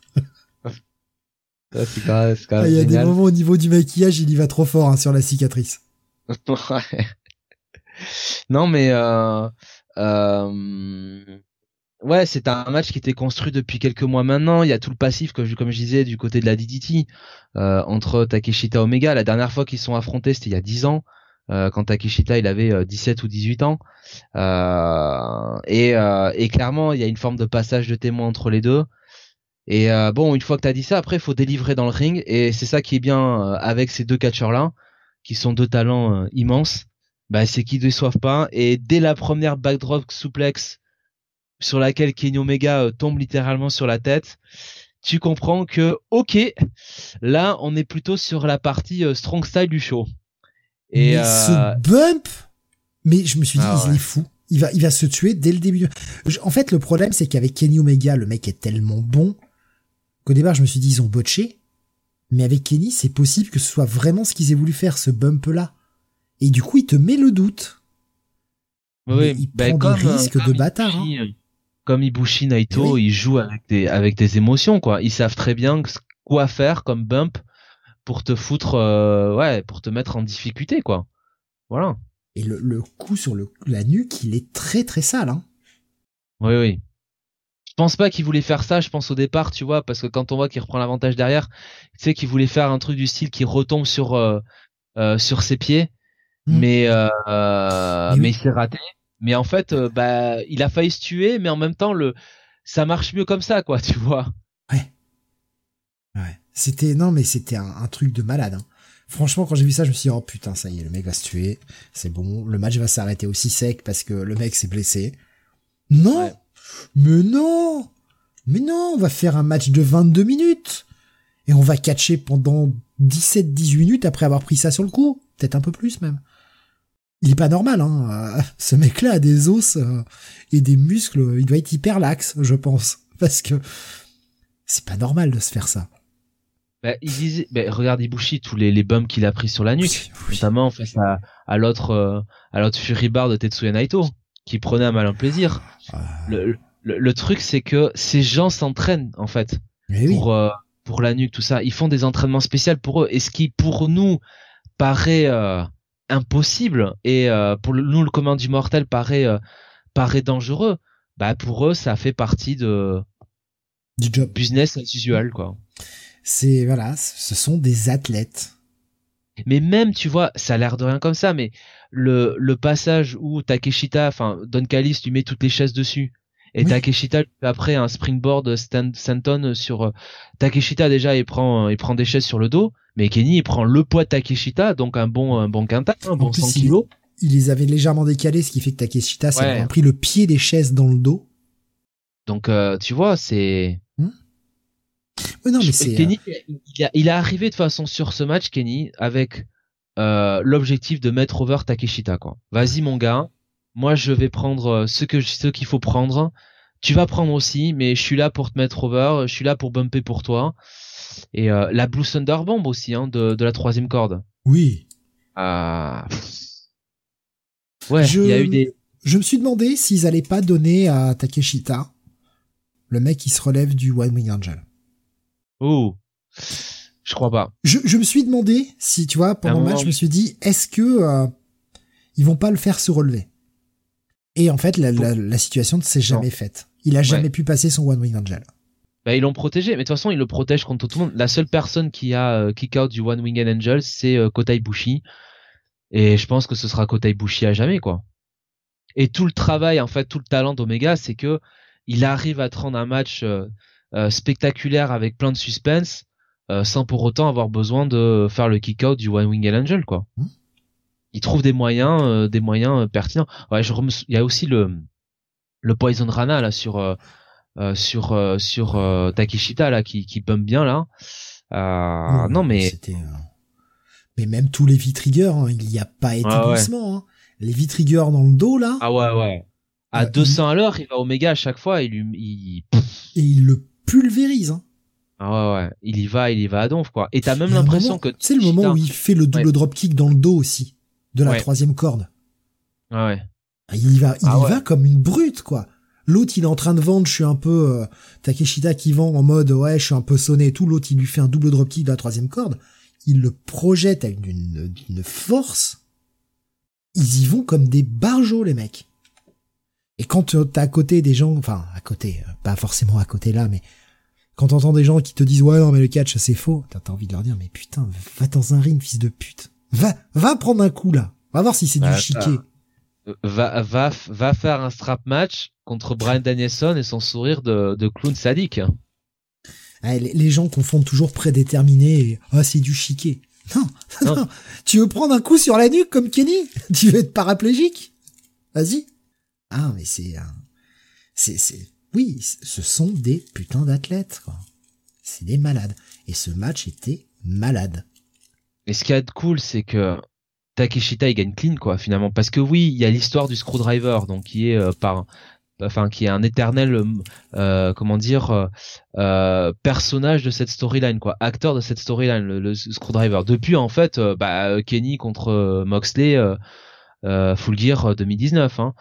C'est quand même il y a génial. des moments au niveau du maquillage, il y va trop fort, hein, sur la cicatrice. Ouais. Non, mais, ouais, c'est un match qui était construit depuis quelques mois maintenant. Il y a tout le passif, comme je disais, du côté de la DDT, entre Takeshita et Omega. La dernière fois qu'ils sont affrontés, c'était il y a 10 ans, quand Takeshita, il avait 17 ou 18 ans. Et clairement, il y a une forme de passage de témoin entre les deux. Et bon, une fois que t'as dit ça, après, il faut délivrer dans le ring. Et c'est ça qui est bien avec ces deux catcheurs-là, qui sont deux talents immenses. Bah, c'est qu'ils ne déçoivent pas. Et dès la première backdrop suplex, sur laquelle Kenny Omega tombe littéralement sur la tête, tu comprends que, ok, là, on est plutôt sur la partie strong style du show. Et mais ce bump, mais je me suis dit, il est fou. Il va se tuer dès le début. En fait, le problème, c'est qu'avec Kenny Omega, le mec est tellement bon qu'au départ, je me suis dit, ils ont botché. Mais avec Kenny, c'est possible que ce soit vraiment ce qu'ils aient voulu faire, ce bump-là. Et du coup, il te met le doute. Oui, il prend des risques de bâtard. Hein. Comme Ibushi, Naito, ils jouent avec des émotions, quoi. Ils savent très bien quoi faire comme bump pour te foutre, pour te mettre en difficulté, quoi. Voilà. Et le coup sur la nuque, il est très très sale, hein. Oui. Je pense pas qu'il voulait faire ça, je pense au départ, tu vois, parce que quand on voit qu'il reprend l'avantage derrière, tu sais qu'il voulait faire un truc du style qui retombe sur ses pieds, mais il s'est raté. Mais en fait, il a failli se tuer, mais en même temps, ça marche mieux comme ça, quoi, tu vois. Ouais. C'était un truc de malade, hein. Franchement, quand j'ai vu ça, je me suis dit, oh putain, ça y est, le mec va se tuer. C'est bon. Le match va s'arrêter aussi sec parce que le mec s'est blessé. Non! Ouais. Mais non! On va faire un match de 22 minutes. Et on va catcher pendant 17-18 minutes après avoir pris ça sur le coup. Peut-être un peu plus, même. Il est pas normal, hein. Ce mec-là a des os et des muscles. Il doit être hyper lax, je pense. Parce que c'est pas normal de se faire ça. Il disait, regarde Ibushi, tous les bumps qu'il a pris sur la nuque, notamment face à l'autre Fury Bar de Tetsuya Naito, qui prenait un malin plaisir. Le truc, c'est que ces gens s'entraînent, en fait, pour la nuque, tout ça. Ils font des entraînements spéciaux pour eux. Et ce qui, pour nous, paraît impossible, et pour nous, le commun du mortel paraît dangereux, pour eux, ça fait partie du job. Business as usual, quoi. Ce sont des athlètes. Mais même, tu vois, ça a l'air de rien comme ça, mais le passage où Takeshita, Don Callis lui met toutes les chaises dessus, et Takeshita après un springboard Stanton sur Takeshita, déjà il prend des chaises sur le dos, mais Kenny il prend le poids de Takeshita, donc un bon quintal, un bon 100 kilos. Il les avait légèrement décalés, ce qui fait que Takeshita s'est pris le pied des chaises dans le dos. Donc tu vois, c'est non, mais c'est Kenny, il est arrivé de façon sur ce match, Kenny, avec l'objectif de mettre over Takeshita, quoi. Vas-y mon gars, moi je vais prendre ce qu'il faut prendre. Tu vas prendre aussi, mais je suis là pour te mettre over, je suis là pour bumper pour toi. Et la Blue Thunder Bomb aussi, hein, de la 3e corde. Oui. Ouais, il y a eu des. Je me suis demandé s'ils allaient pas donner à Takeshita le mec qui se relève du One Wing Angel. Oh, je crois pas. Je me suis demandé si, tu vois, pendant le match, je me suis dit, est-ce que ils vont pas le faire se relever? Et en fait, la situation ne s'est jamais faite. Il a jamais pu passer son One Wing Angel. Bah, ils l'ont protégé, mais de toute façon, ils le protègent contre tout le monde. La seule personne qui a kick out du One Winged Angel, c'est Kota Ibushi. Et je pense que ce sera Kota Ibushi à jamais, quoi. Et tout le travail, en fait, tout le talent d'Omega, c'est que il arrive à te rendre un match spectaculaire avec plein de suspense, sans pour autant avoir besoin de faire le kick out du One Winged Angel, quoi. Il trouve des moyens pertinents. Ouais, il y a aussi le Poison Rana là sur Takeshita là qui bump bien là. Non mais c'était mais même tous les V-Trigger, hein, il n'y a pas été glissement. Hein. Les V-Trigger dans le dos là. Ah ouais. À 200 à l'heure, il va Omega à chaque fois et il le pulvérise. Hein. Ah ouais. Il y va à donf quoi. Et t'as même l'impression que c'est le moment où il fait le double dropkick dans le dos aussi de la troisième corde. Ah ouais. Il y va comme une brute quoi. L'autre, il est en train de vendre, je suis un peu Takeshita qui vend en mode ouais, je suis un peu sonné et tout. L'autre, il lui fait un double dropkick de la troisième corde. Il le projette avec d'une force. Ils y vont comme des barjots, les mecs. Et quand t'as à côté des gens, enfin à côté, pas forcément à côté là, mais quand t'entends des gens qui te disent ouais non mais le catch c'est faux, t'as envie de leur dire mais putain, va dans un ring, fils de pute. Va prendre un coup là. Va voir si c'est du chiquet. Va faire un strap match contre Bryan Danielson et son sourire de clown sadique. Les gens confondent toujours prédéterminé et c'est du chiquet. Non. Tu veux prendre un coup sur la nuque comme Kenny? Tu veux être paraplégique? Vas-y. Ah mais oui, ce sont des putains d'athlètes quoi. C'est des malades. Et ce match était malade. Et ce qu'il y a de cool, c'est que Takeshita il gagne clean quoi finalement parce que oui il y a l'histoire du screwdriver donc qui est qui est un éternel personnage de cette storyline quoi, acteur de cette storyline le screwdriver depuis en fait Kenny contre Moxley Full Gear 2019 hein.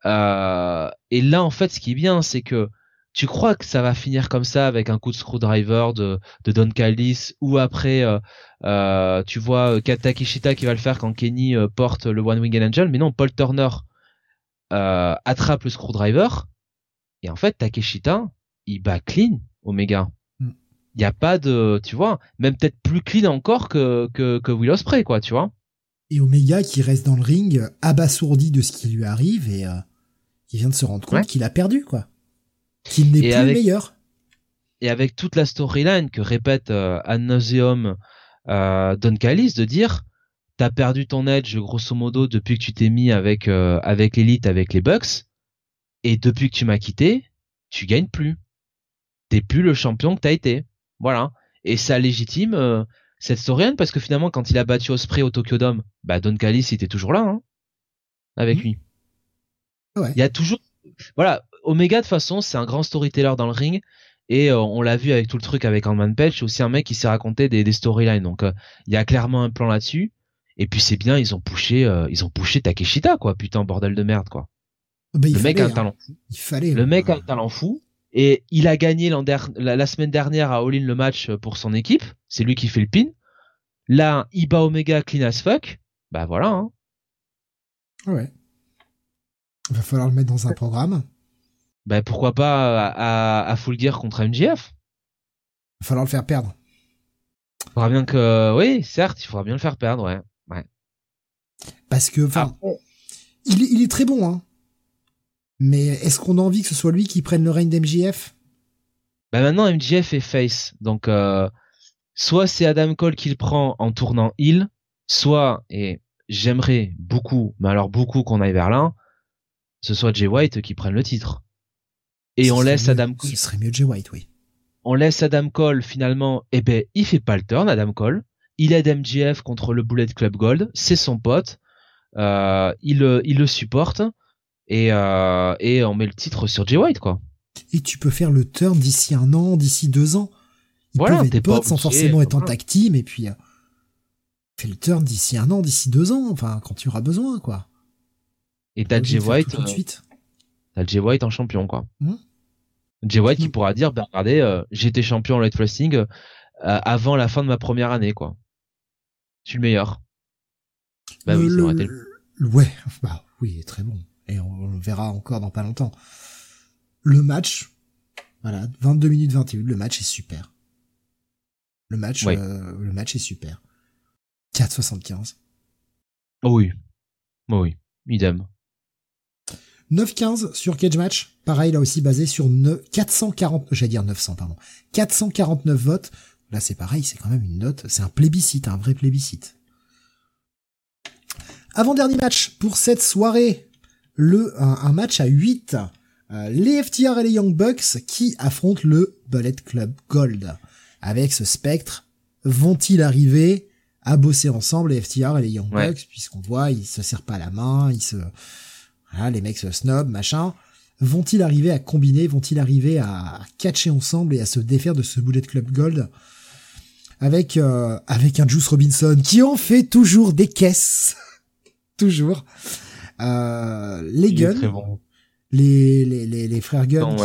Et là en fait ce qui est bien c'est que tu crois que ça va finir comme ça avec un coup de screwdriver de Don Callis ou après tu vois Takeshita qui va le faire quand Kenny porte le One Winged Angel, mais non, Paul Turner attrape le screwdriver et en fait Takeshita il bat clean Omega. Il y a pas de, tu vois, même peut-être plus clean encore que Will Ospreay quoi, tu vois. Et Omega qui reste dans le ring abasourdi de ce qui lui arrive et il vient de se rendre compte qu'il a perdu quoi. Qu'il n'est plus le meilleur. Et avec toute la storyline que répète ad nauseum Don Callis de dire t'as perdu ton edge grosso modo depuis que tu t'es mis avec l'élite, avec les Bucks, et depuis que tu m'as quitté, tu gagnes plus. T'es plus le champion que t'as été. Voilà. Et ça légitime cette storyline parce que finalement quand il a battu Ospreay au Tokyo Dome, Don Callis il était toujours là hein, avec lui. Ouais. Il y a toujours voilà, Omega de toute façon c'est un grand storyteller dans le ring et on l'a vu avec tout le truc avec Hangman Page, c'est aussi un mec qui s'est raconté des storylines donc il y a clairement un plan là-dessus et puis c'est bien ils ont poussé Takeshita quoi, putain bordel de merde quoi. Le mec a un talent fou. Il fallait. Le mec a un talent fou et il a gagné la semaine dernière à All In le match pour son équipe, c'est lui qui fait le pin. Là, il bat Omega clean as fuck. Voilà hein. Ouais. Il va falloir le mettre dans un programme. Pourquoi pas à Full Gear contre MJF. Il va falloir le faire perdre. Faudra bien que, oui, certes, il faudra bien le faire perdre, ouais. Parce que, il est très bon, hein. Mais est-ce qu'on a envie que ce soit lui qui prenne le règne d'MJF? Maintenant, MJF est face. Donc, soit c'est Adam Cole qui le prend en tournant heel, soit, et j'aimerais beaucoup, mais alors beaucoup qu'on aille vers là, ce soit Jay White qui prenne le titre. Et on laisse Adam Cole. Ce serait mieux Jay White, oui. On laisse Adam Cole finalement, il fait pas le turn, Adam Cole. Il aide MJF contre le Bullet Club Gold, c'est son pote. Il le supporte et on met le titre sur Jay White quoi. Et tu peux faire le turn d'ici 1 an, d'ici 2 ans. Ils peuvent être potes sans forcément être en tag team et puis fais le turn d'ici 1 an, d'ici 2 ans, enfin quand tu auras besoin quoi. Et t'as Jay White tout de suite. T'as Jay White en champion quoi. Jay White qui pourra dire regardez, j'étais champion en light wrestling avant la fin de ma première année quoi. Je suis le meilleur. Oui, c'est vrai. Ouais, oui, il est très bon. et on le verra encore dans pas longtemps. Le match, voilà, 22 minutes 21, le match est super. Le match est super. 4,75. Oh oui. Oh oui. Idem. 9,15 sur Cage Match. Pareil, là aussi basé sur 449 votes. Là, c'est pareil, c'est quand même une note. C'est un plébiscite, un vrai plébiscite. Avant-dernier match pour cette soirée. Un match à 8. Les FTR et les Young Bucks qui affrontent le Bullet Club Gold. Avec ce spectre, vont-ils arriver à bosser ensemble, les FTR et les Young Bucks, puisqu'on voit, ils se serrent pas la main, voilà, les mecs se snob, machin. Vont-ils arriver à combiner, vont-ils arriver à catcher ensemble et à se défaire de ce Bullet Club Gold avec un Juice Robinson qui en fait toujours des caisses. Toujours. Les Guns, bon. les frères Guns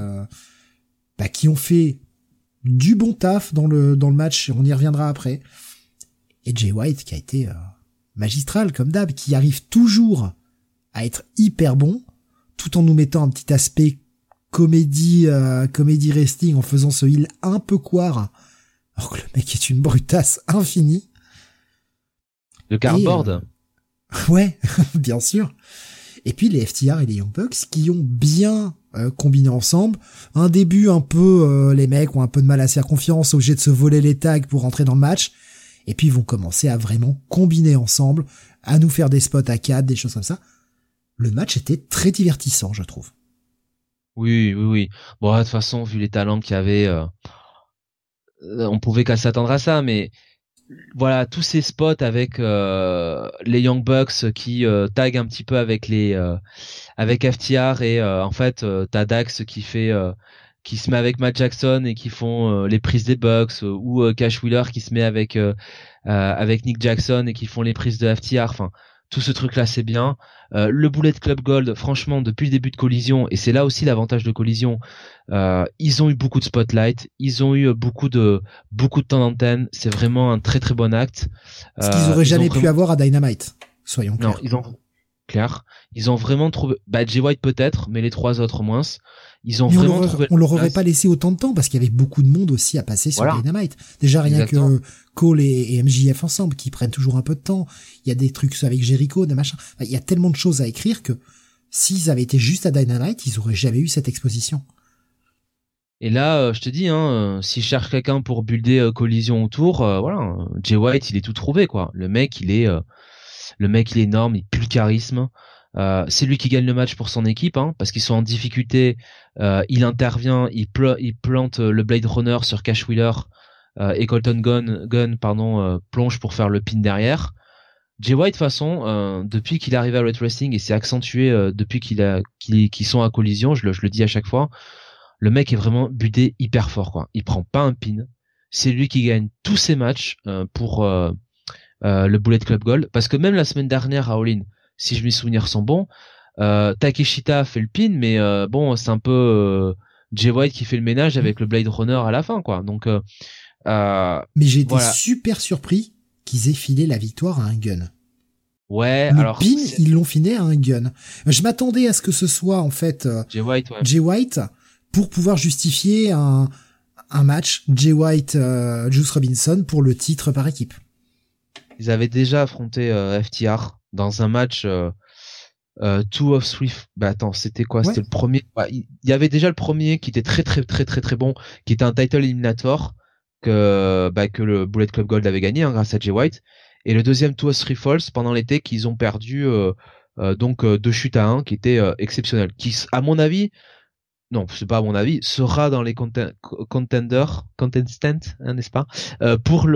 qui ont fait du bon taf dans le match, on y reviendra après. Et Jay White qui a été magistral comme d'hab, qui arrive toujours à être hyper bon, tout en nous mettant un petit aspect comédie wrestling, en faisant ce heel un peu couard, alors que le mec est une brutasse infinie. Le cardboard. Ouais, bien sûr. Et puis les FTR et les Young Bucks qui ont bien combiné ensemble. Un début un peu, les mecs ont un peu de mal à se faire confiance, obligés de se voler les tags pour rentrer dans le match. Et puis ils vont commencer à vraiment combiner ensemble, à nous faire des spots à 4, des choses comme ça. Le match était très divertissant, je trouve. Oui. Bon, de toute façon, vu les talents qu'il y avait, on pouvait qu'à s'attendre à ça, mais voilà, tous ces spots avec les Young Bucks qui taguent un petit peu avec avec FTR et en fait t'as Dax qui se met avec Matt Jackson et qui font les prises des Bucks, ou Cash Wheeler qui se met avec Nick Jackson et qui font les prises de FTR. Enfin, tout ce truc là c'est bien. Le Bullet Club Gold, franchement, depuis le début de Collision, et c'est là aussi l'avantage de Collision, ils ont eu beaucoup de spotlight, ils ont eu beaucoup de temps d'antenne. C'est vraiment un très très bon acte. Ce qu'ils auraient jamais pu avoir à Dynamite, soyons clairs. Non, ils ont vraiment trouvé, Jay White peut-être, mais les trois autres moins. Ils ont trouvé. On leur aurait pas laissé autant de temps parce qu'il y avait beaucoup de monde aussi à passer sur Dynamite. Déjà rien que Cole et MJF ensemble qui prennent toujours un peu de temps. Il y a des trucs avec Jericho, des machins. Il y a tellement de choses à écrire que s'ils avaient été juste à Dynamite, ils auraient jamais eu cette exposition. Et là, je te dis, s'ils cherchent quelqu'un pour builder Collision autour, voilà, Jay White, il est tout trouvé, quoi. Le mec, il est énorme, il pue le charisme. C'est lui qui gagne le match pour son équipe, parce qu'ils sont en difficulté. Il intervient, il plante le Blade Runner sur Cash Wheeler, et Colton Gunn plonge pour faire le pin derrière. Jay White, de toute façon, depuis qu'il est arrivé à Red Wrestling, et c'est accentué depuis qu'ils sont à Collision, je le dis à chaque fois, le mec est vraiment buté hyper fort, quoi. Il prend pas un pin. C'est lui qui gagne tous ses matchs pour le Bullet Club Gold, parce que même la semaine dernière à All In, si je mes souvenirs sont bons, Takeshita fait le pin, mais bon, c'est un peu Jay White qui fait le ménage avec le Blade Runner à la fin, quoi. Donc mais j'ai été super surpris qu'ils aient filé la victoire à un Gun. Ouais, le alors pin, ils l'ont filé à un Gun. Je m'attendais à ce que ce soit en fait Jay White, Jay White pour pouvoir justifier un match Jay White Juice Robinson pour le titre par équipe. Ils avaient déjà affronté FTR dans un match 2 of 3. Attends, c'était quoi? C'était le premier. Il y avait déjà le premier qui était très très très très très bon, qui était un title eliminator que le Bullet Club Gold avait gagné grâce à Jay White. Et le deuxième 2 of 3 Falls pendant l'été qu'ils ont perdu 2 chutes à 1 qui était exceptionnel. Qui, à mon avis, non, c'est pas à mon avis, sera dans les contestants, n'est-ce pas, pour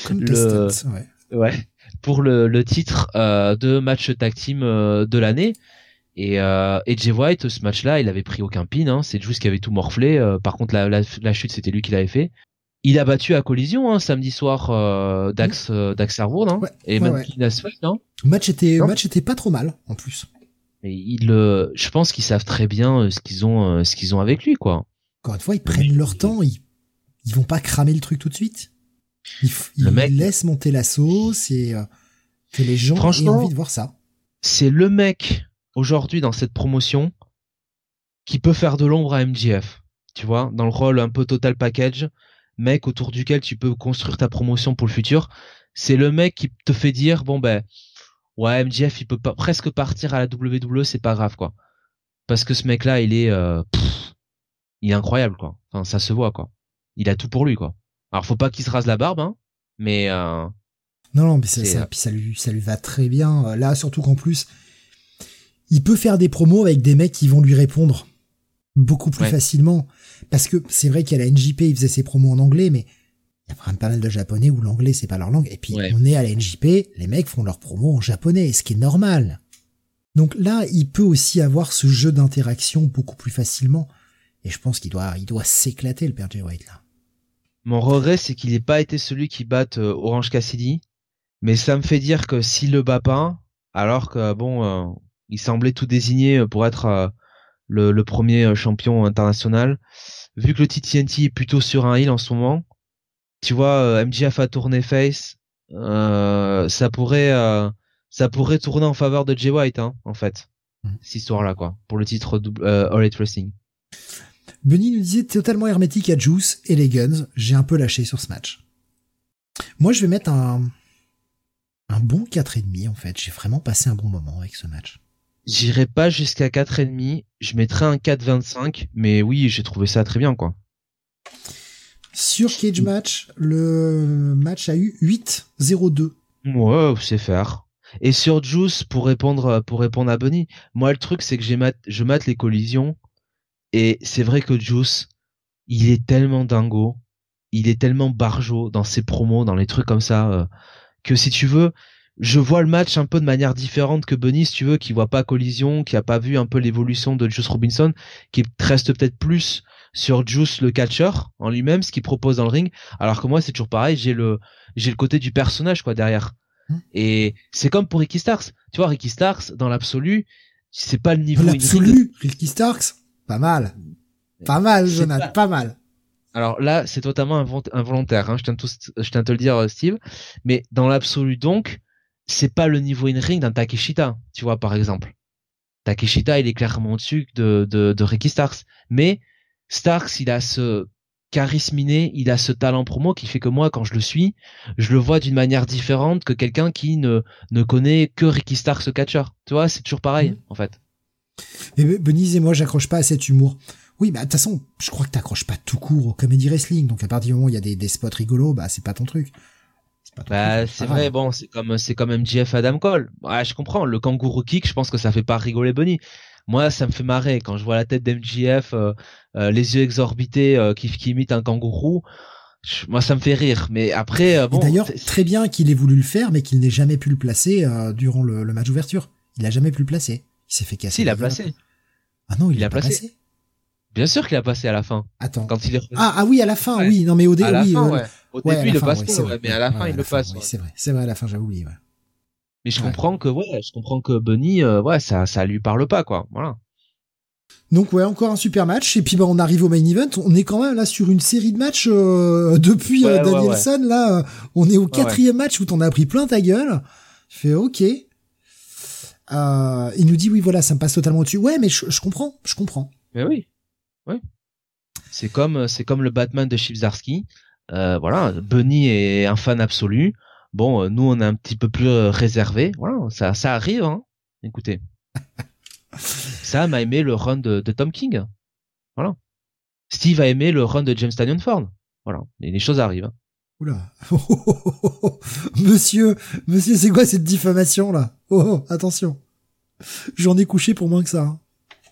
pour le titre de match tag team de l'année. Et Jay White, ce match-là, il avait pris aucun pin, c'est Juice qui avait tout morflé. Par contre, la chute, c'était lui qui l'avait fait. Il a battu à Collision samedi soir Dax Harwood, et même Nasfeld, Match était pas trop mal en plus. Et je pense qu'ils savent très bien ce qu'ils ont avec lui, quoi. Encore une fois, ils prennent leur temps, ils vont pas cramer le truc tout de suite. Ils laissent monter la sauce et que les gens aient envie de voir ça. C'est le mec aujourd'hui dans cette promotion qui peut faire de l'ombre à MJF. Tu vois, dans le rôle un peu total package, mec autour duquel tu peux construire ta promotion pour le futur. C'est le mec qui te fait dire, bon ben, ouais, MJF, il peut pas, presque partir à la WWE, c'est pas grave, quoi. Parce que ce mec-là, il est incroyable, quoi. Enfin, ça se voit, quoi. Il a tout pour lui, quoi. Alors, faut pas qu'il se rase la barbe, hein, mais Non, mais puis ça lui va très bien. Là, surtout qu'en plus, il peut faire des promos avec des mecs qui vont lui répondre beaucoup plus facilement. Parce que c'est vrai qu'à la NJP, il faisait ses promos en anglais, mais il y a quand même pas mal de japonais où l'anglais, c'est pas leur langue. Et puis, on est à la NJP, les mecs font leurs promos en japonais, ce qui est normal. Donc là, il peut aussi avoir ce jeu d'interaction beaucoup plus facilement. Et je pense qu'il doit s'éclater, le père Jay White, là. Mon regret, c'est qu'il n'ait pas été celui qui batte Orange Cassidy. Mais ça me fait dire que s'il le bat pas, alors que il semblait tout désigné pour être le premier champion international, vu que le TNT est plutôt sur un heel en ce moment, tu vois, MJF a tourné face, ça pourrait tourner en faveur de Jay White, hein, en fait, cette histoire-là, quoi, pour le titre All Elite Wrestling. Benny nous disait totalement hermétique à Juice et les Guns. J'ai un peu lâché sur ce match. Moi, je vais mettre un bon 4,5 en fait. J'ai vraiment passé un bon moment avec ce match. J'irai pas jusqu'à 4,5. Je mettrais un 4,25. Mais oui, j'ai trouvé ça très bien, quoi. Sur Cage Match, le match a eu 8,02. Ouais, c'est faire. Et sur Juice, pour répondre à Benny, moi, le truc, c'est que je mate les collisions. Et c'est vrai que Juice, il est tellement dingo, il est tellement barjot dans ses promos, dans les trucs comme ça, que si tu veux, je vois le match un peu de manière différente que Benny, si tu veux, qui voit pas collision, qui a pas vu un peu l'évolution de Juice Robinson, qui reste peut-être plus sur Juice le catcheur en lui-même, ce qu'il propose dans le ring, alors que moi c'est toujours pareil, j'ai le côté du personnage, quoi, derrière. Et c'est comme pour Ricky Starks, tu vois, Ricky Starks, dans l'absolu, c'est pas le niveau... Dans l'absolu, Ricky Starks, pas mal, Jonathan, pas mal. Alors là, c'est totalement involontaire, hein, je tiens à te le dire, Steve. Mais dans l'absolu, donc, c'est pas le niveau in-ring d'un Takeshita, tu vois, par exemple. Takeshita, il est clairement au-dessus de Ricky Starks. Mais Starks, il a ce charisme inné, il a ce talent promo qui fait que moi, quand je le suis, je le vois d'une manière différente que quelqu'un qui ne connaît que Ricky Starks, le catcheur. Tu vois, c'est toujours pareil, en fait. Et Benise et moi, j'accroche pas à cet humour. Oui, bah de toute façon, je crois que t'accroches pas tout court au comedy wrestling. Donc à partir du moment où il y a des spots rigolos, bah c'est pas ton truc. C'est vrai, bon, c'est comme MJF Adam Cole. Ouais, je comprends. Le kangourou kick, je pense que ça fait pas rigoler Bunny. Moi, ça me fait marrer quand je vois la tête d'MJF, les yeux exorbités, qui imite un kangourou. Moi, ça me fait rire. Mais après, bon. Et d'ailleurs, très bien qu'il ait voulu le faire, mais qu'il n'ait jamais pu le placer durant le match d'ouverture. Il a jamais pu le placer. Il s'est fait casser. Si, il a placé. Ah non, il a pas placé. Bien sûr qu'il a passé à la fin. Attends. Quand il est... Ah oui, à la fin, oui. Non, mais au début, oui. Ouais. Au début, il le passe pas, mais à la fin, il le passe. Oui, c'est vrai, à la fin, j'avais oublié, ouais. Mais je comprends que Bunny, ça lui parle pas, quoi. Voilà. Donc ouais, encore un super match. Et puis bah on arrive au main event. On est quand même là sur une série de matchs depuis Danielson. Là, on est au 4e match où t'en as pris plein ta gueule. Je fais ok. Il nous dit oui, voilà, ça me passe totalement au-dessus. Ouais, mais je comprends. Mais oui. C'est comme le Batman de Chip Zdarsky. Voilà, Bunny est un fan absolu. Bon, nous on est un petit peu plus réservé. Voilà, ça arrive, hein. Écoutez. Sam a aimé le run de Tom King. Voilà. Steve a aimé le run de James Tanyon Ford. Voilà. Et les choses arrivent. Hein. Oula. Monsieur, c'est quoi cette diffamation là? Oh, attention. J'en ai couché pour moins que ça. Hein.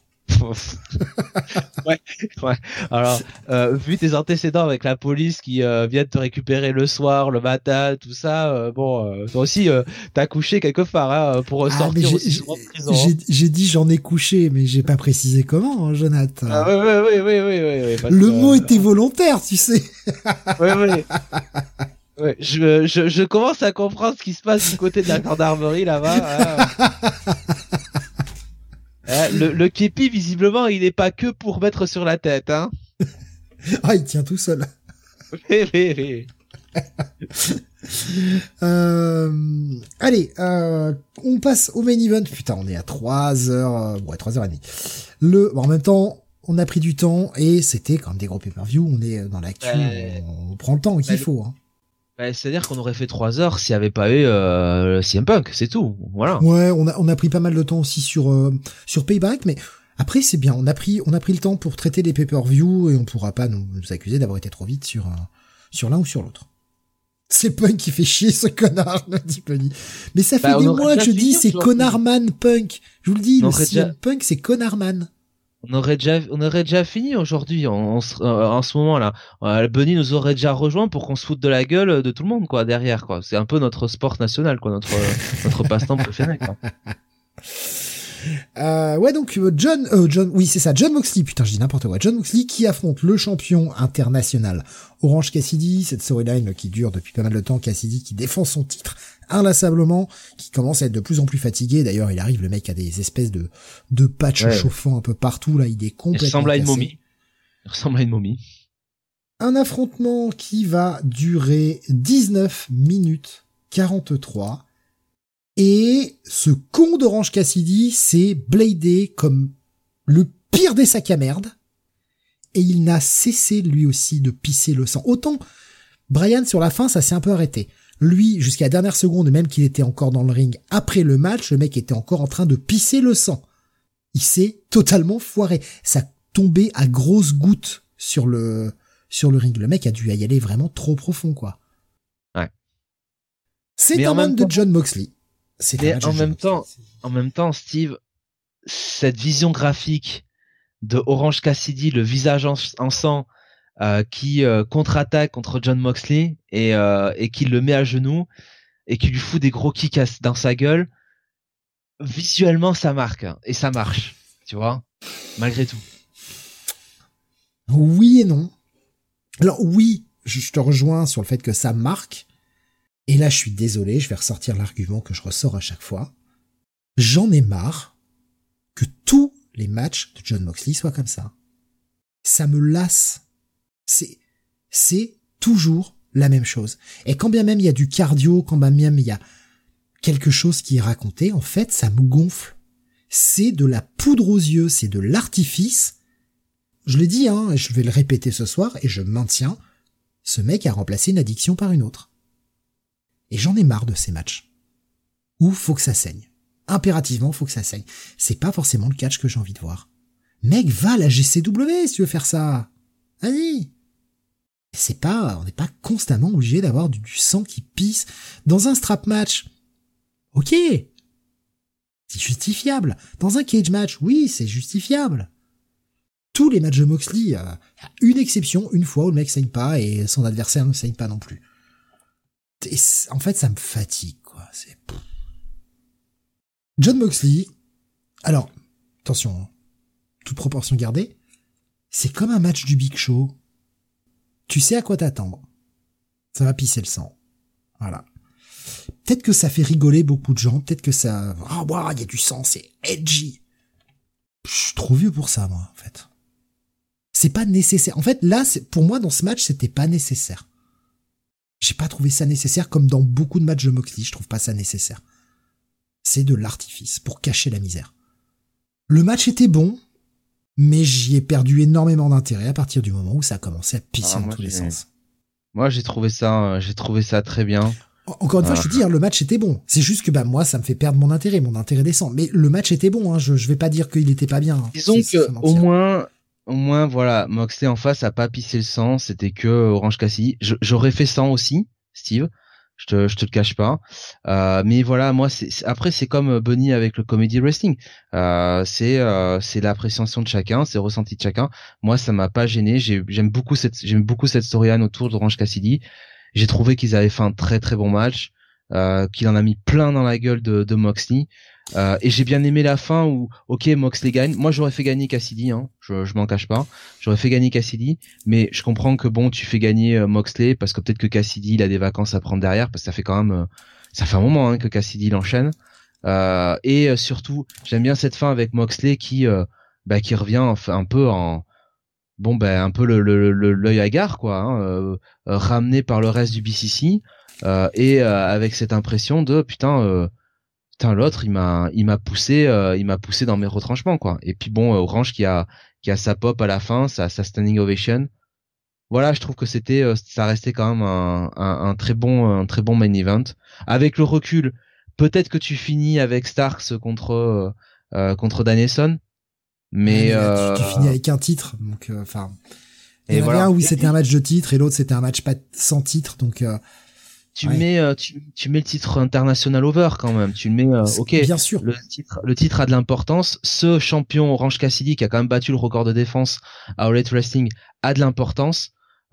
ouais. Alors, vu tes antécédents avec la police qui viennent te récupérer le soir, le matin, tout ça, toi aussi, t'as couché quelque part hein, pour sortir aussi souvent de prison. J'ai dit j'en ai couché, mais j'ai pas précisé comment, hein, Jonathan. Ah oui. Le mot était volontaire, tu sais. Oui. Ouais, je commence à comprendre ce qui se passe du côté de la gendarmerie là-bas. Le képi, visiblement, il n'est pas que pour mettre sur la tête, hein. Ah, il tient tout seul. Oui. Allez, on passe au main event. Putain, on est à 3h, 3h30. En même temps, on a pris du temps et c'était quand même des gros pay-per-view. On est dans l'actu, on prend le temps qu'il faut. Hein. C'est-à-dire qu'on aurait fait 3 heures s'il n'y avait pas eu CM Punk, c'est tout. Voilà. Ouais, on a pris pas mal de temps aussi sur Payback, mais après c'est bien. On a pris le temps pour traiter les pay-per-view et on pourra pas nous accuser d'avoir été trop vite sur l'un ou sur l'autre. C'est Punk qui fait chier ce connard, me dit Penny. Mais ça fait des mois que je dis c'est Connardman Punk. Je vous le dis, le CM Punk c'est Connardman. On aurait déjà fini aujourd'hui en ce moment-là. Bunny nous aurait déjà rejoint pour qu'on se foute de la gueule de tout le monde, quoi, derrière, quoi. C'est un peu notre sport national, quoi, notre passe-temps préféré, quoi. Ouais, donc John Moxley, putain, je dis n'importe quoi. John Moxley qui affronte le champion international Orange Cassidy, cette storyline qui dure depuis pas mal de temps, Cassidy qui défend son titre inlassablement, qui commence à être de plus en plus fatigué. D'ailleurs, il arrive, le mec a des espèces de patchs chauffants un peu partout, là, il est complètement Il ressemble à une cassé. momie. Un affrontement qui va durer 19 minutes 43. Et ce con d'Orange Cassidy s'est bladé comme le pire des sacs à merde. Et il n'a cessé lui aussi de pisser le sang. Autant Brian sur la fin, ça s'est un peu arrêté. Lui, jusqu'à la dernière seconde, même qu'il était encore dans le ring après le match, le mec était encore en train de pisser le sang. Il s'est totalement foiré. Ça tombait à grosses gouttes sur le ring. Le mec a dû y aller vraiment trop profond, quoi. Ouais. C'est un man de John Moxley. Mais en même temps, Steve, cette vision graphique de Orange Cassidy, le visage en sang, qui contre-attaque contre John Moxley et qui le met à genoux et qui lui fout des gros kicks dans sa gueule, visuellement ça marque, hein, et ça marche, tu vois, malgré tout. Oui et non. Alors oui, je te rejoins sur le fait que ça marque. Et là, je suis désolé, je vais ressortir l'argument que je ressors à chaque fois. J'en ai marre que tous les matchs de John Moxley soient comme ça. Ça me lasse. C'est toujours la même chose. Et quand bien même il y a du cardio, quand bien même il y a quelque chose qui est raconté, en fait, ça me gonfle. C'est de la poudre aux yeux, c'est de l'artifice. Je l'ai dit, hein, et je vais le répéter ce soir, et je maintiens, ce mec a remplacé une addiction par une autre. Et j'en ai marre de ces matchs où faut que ça saigne. Impérativement, faut que ça saigne. C'est pas forcément le catch que j'ai envie de voir. Mec, va à la GCW si tu veux faire ça. Vas-y. On n'est pas constamment obligé d'avoir du sang qui pisse dans un strap match. Ok. C'est justifiable. Dans un cage match, oui, c'est justifiable. Tous les matchs de Moxley, il y a une exception, une fois où le mec saigne pas et son adversaire ne saigne pas non plus. Et en fait, ça me fatigue, quoi. John Moxley, alors, attention, hein, toute proportion gardée, c'est comme un match du Big Show. Tu sais à quoi t'attendre. Ça va pisser le sang. Voilà. Peut-être que ça fait rigoler beaucoup de gens, peut-être que ça... Ah, oh, il y a du sang, c'est edgy. Je suis trop vieux pour ça, moi, en fait. C'est pas nécessaire. En fait, là, pour moi, dans ce match, c'était pas nécessaire. J'ai pas trouvé ça nécessaire, comme dans beaucoup de matchs de Moxley, je trouve pas ça nécessaire. C'est de l'artifice, pour cacher la misère. Le match était bon, mais j'y ai perdu énormément d'intérêt à partir du moment où ça a commencé à pisser dans tous les sens. Moi, j'ai trouvé ça très bien. Encore une fois, je te dis, hein, le match était bon. C'est juste que, moi, ça me fait perdre mon intérêt descend. Mais le match était bon, hein, je vais pas dire qu'il était pas bien. Hein. Disons que, au moins, voilà, Moxley en face a pas pissé le sang, c'était que Orange Cassidy. J'aurais fait 100 aussi, Steve. Je te le cache pas. Mais voilà, moi, après, c'est comme Bunny avec le comedy wrestling. C'est l'appréciation de chacun, c'est le ressenti de chacun. Moi, ça m'a pas gêné. J'aime beaucoup cette storyline autour d'Orange Cassidy. J'ai trouvé qu'ils avaient fait un très très bon match, qu'il en a mis plein dans la gueule de Moxley. Et j'ai bien aimé la fin où, ok, Moxley gagne. Moi, j'aurais fait gagner Cassidy, hein. Je m'en cache pas. J'aurais fait gagner Cassidy, mais je comprends que bon, tu fais gagner Moxley parce que peut-être que Cassidy, il a des vacances à prendre derrière parce que ça fait quand même, ça fait un moment, hein, que Cassidy l'enchaîne. Et surtout, j'aime bien cette fin avec Moxley qui revient un peu en, un peu l'œil hagard, quoi, hein, ramené par le reste du BCC. avec cette impression de putain l'autre il m'a poussé dans mes retranchements quoi. Et puis bon, Orange qui a sa pop à la fin, sa standing ovation. Voilà, je trouve que ça restait quand même un très bon main event. Avec le recul, peut-être que tu finis avec Starks contre Danielson, mais tu finis avec un titre, donc enfin. Il y en avait un où c'était un match de titre et l'autre c'était un match pas sans titre, donc. Tu mets le titre international over quand même. Tu le mets, ok. Bien sûr. Le titre a de l'importance. Ce champion Orange Cassidy qui a quand même battu le record de défense à All Elite Wrestling a de l'importance.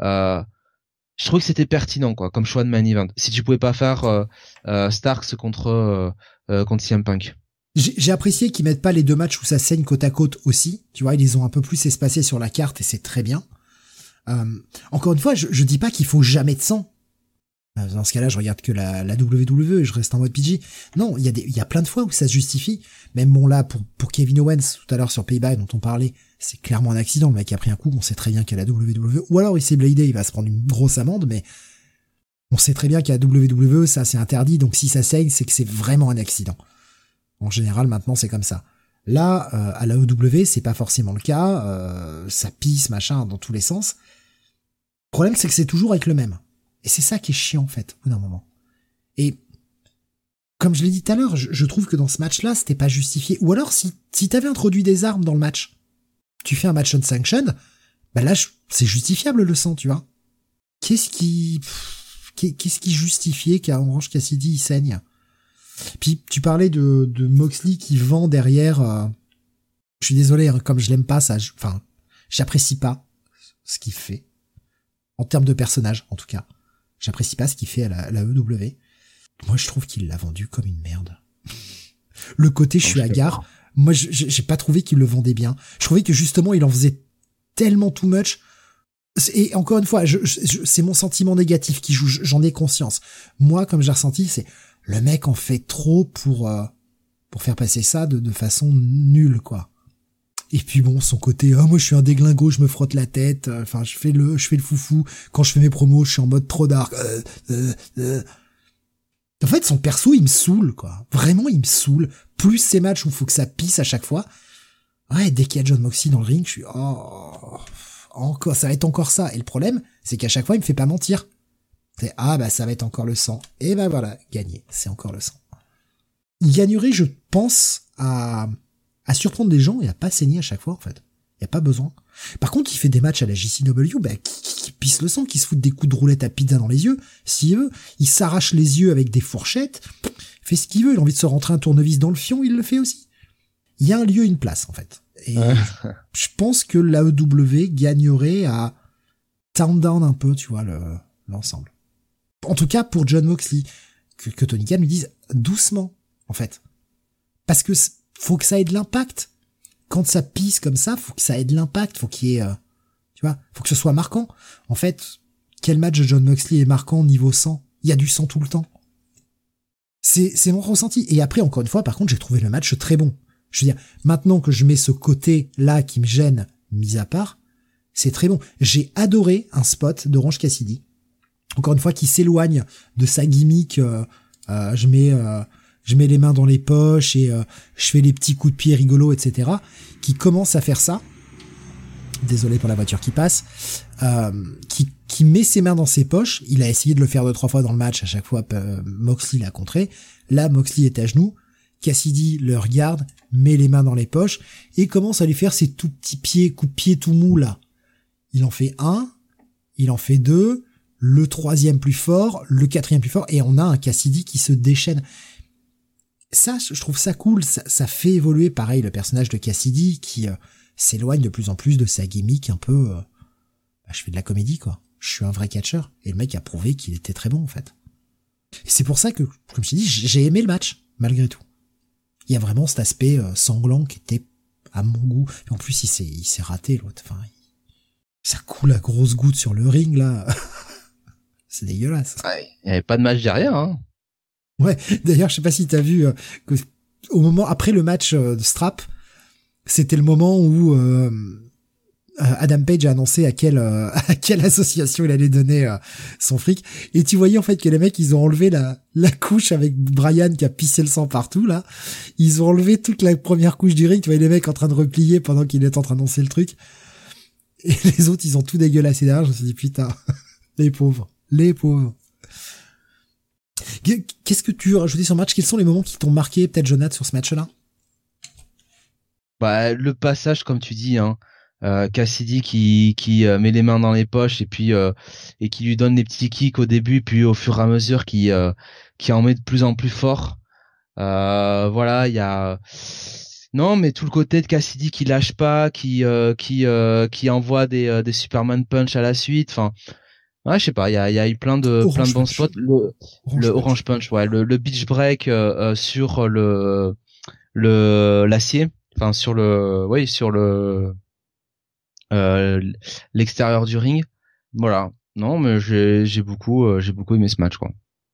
Je trouve que c'était pertinent quoi, comme choix de main event. Si tu pouvais pas faire Starks contre CM Punk. J'ai apprécié qu'ils mettent pas les deux matchs où ça saigne côte à côte aussi. Tu vois, ils les ont un peu plus espacés sur la carte et c'est très bien. Encore une fois, je dis pas qu'il faut jamais de sang. Dans ce cas-là, je regarde que la WWE et je reste en mode PG. Non, il y a plein de fois où ça se justifie. Même bon là, pour Kevin Owens, tout à l'heure sur Payback dont on parlait, c'est clairement un accident. Le mec a pris un coup, on sait très bien qu'à la WWE, ou alors il s'est bladé, il va se prendre une grosse amende, mais on sait très bien qu'à la WWE, ça c'est interdit, donc si ça saigne, c'est que c'est vraiment un accident. En général, maintenant, c'est comme ça. Là, à la EW, c'est pas forcément le cas, ça pisse, machin, dans tous les sens. Le problème, c'est que c'est toujours avec le même. Et c'est ça qui est chiant, en fait, au bout d'un moment. Et, comme je l'ai dit tout à l'heure, je trouve que dans ce match-là, c'était pas justifié. Ou alors, si t'avais introduit des armes dans le match, tu fais un match unsanctioned, bah là, c'est justifiable le sang, tu vois. Qu'est-ce qui justifiait qu'à Orange Cassidy, il saigne? Puis, tu parlais de Moxley qui vend derrière, je suis désolé, hein, comme je l'aime pas, j'apprécie pas ce qu'il fait. En termes de personnage, en tout cas. J'apprécie pas ce qu'il fait à la EW. Moi, je trouve qu'il l'a vendu comme une merde. Le côté je suis hagard, moi, j'ai pas trouvé qu'il le vendait bien. Je trouvais que justement, il en faisait tellement too much. Et encore une fois, c'est mon sentiment négatif qui joue, j'en ai conscience. Moi, comme j'ai ressenti, c'est le mec en fait trop pour faire passer ça de façon nulle, quoi. Et puis bon, son côté, moi je suis un déglingo, je me frotte la tête, enfin je fais le foufou, quand je fais mes promos, je suis en mode trop dark. En fait, son perso, il me saoule, quoi. Vraiment, il me saoule. Plus ces matchs où il faut que ça pisse à chaque fois. Ouais, dès qu'il y a John Moxley dans le ring, je suis, encore, ça va être encore ça. Et le problème, c'est qu'à chaque fois, il me fait pas mentir. C'est, ça va être encore le sang. Et voilà, gagné. C'est encore le sang. Il gagnerait, je pense, à surprendre des gens et à pas saigner à chaque fois, en fait. Y a pas besoin. Par contre, il fait des matchs à la JCW, qui pisse le sang, qui se fout des coups de roulette à pizza dans les yeux, s'il veut. Il s'arrache les yeux avec des fourchettes. Il fait ce qu'il veut. Il a envie de se rentrer un tournevis dans le fion, il le fait aussi. Il y a un lieu, une place, en fait. Et je pense que l'AEW gagnerait à turn down un peu, tu vois, l'ensemble. En tout cas, pour John Moxley, que Tony Khan lui dise doucement, en fait. Parce que faut que ça ait de l'impact. Quand ça pisse comme ça, faut que ça ait de l'impact, faut qu'il y ait, tu vois, faut que ce soit marquant. En fait, quel match de John Moxley est marquant niveau sang? Il y a du sang tout le temps. C'est mon ressenti. Et après, encore une fois, par contre, j'ai trouvé le match très bon. Je veux dire, maintenant que je mets ce côté-là qui me gêne, mis à part, c'est très bon. J'ai adoré un spot d'Orange Cassidy. Encore une fois, qui s'éloigne de sa gimmick, je mets les mains dans les poches et je fais les petits coups de pied rigolos, etc. Qui commence à faire ça. Désolé pour la voiture qui passe. Qui met ses mains dans ses poches. Il a essayé de le faire 2-3 fois dans le match. À chaque fois, Moxley l'a contré. Là, Moxley est à genoux. Cassidy le regarde, met les mains dans les poches et commence à lui faire ses tout petits pieds, coups de pied tout mou là. Il en fait un, il en fait deux, le troisième plus fort, le quatrième plus fort, et on a un Cassidy qui se déchaîne. Ça, je trouve ça cool, ça fait évoluer pareil le personnage de Cassidy qui s'éloigne de plus en plus de sa gimmick un peu... je fais de la comédie quoi, je suis un vrai catcheur, et le mec a prouvé qu'il était très bon en fait. Et c'est pour ça que, comme je t'ai dit, j'ai aimé le match, malgré tout. Il y a vraiment cet aspect sanglant qui était à mon goût. Et en plus, il s'est raté, l'autre. Enfin, ça coule à grosses gouttes sur le ring, là. C'est dégueulasse. Ouais, il n'y avait pas de match derrière, hein. Ouais, d'ailleurs, je sais pas si t'as vu, que, au moment, après le match de Strap, c'était le moment où Adam Page a annoncé à quelle association il allait donner son fric, et tu voyais en fait que les mecs ils ont enlevé la couche avec Brian qui a pissé le sang partout là, ils ont enlevé toute la première couche du ring, tu voyais les mecs en train de replier pendant qu'il était en train d'annoncer le truc, et les autres ils ont tout dégueulassé derrière. Je me suis dit putain, les pauvres. Qu'est-ce que tu veux rajouter sur le match? Quels sont les moments qui t'ont marqué, peut-être Jonathan, sur ce match-là? Bah, le passage, comme tu dis, hein, Cassidy qui met les mains dans les poches et puis et qui lui donne des petits kicks au début, puis au fur et à mesure qui en met de plus en plus fort. Voilà, il y a non, mais tout le côté de Cassidy qui lâche pas, qui envoie des Superman punch à la suite. Enfin, ouais, je sais pas, il y a eu plein de bons spots. Le Orange Punch, ouais, le beach break sur l'acier, enfin sur l'extérieur du ring. Voilà. Non, mais j'ai beaucoup aimé ce match, quoi.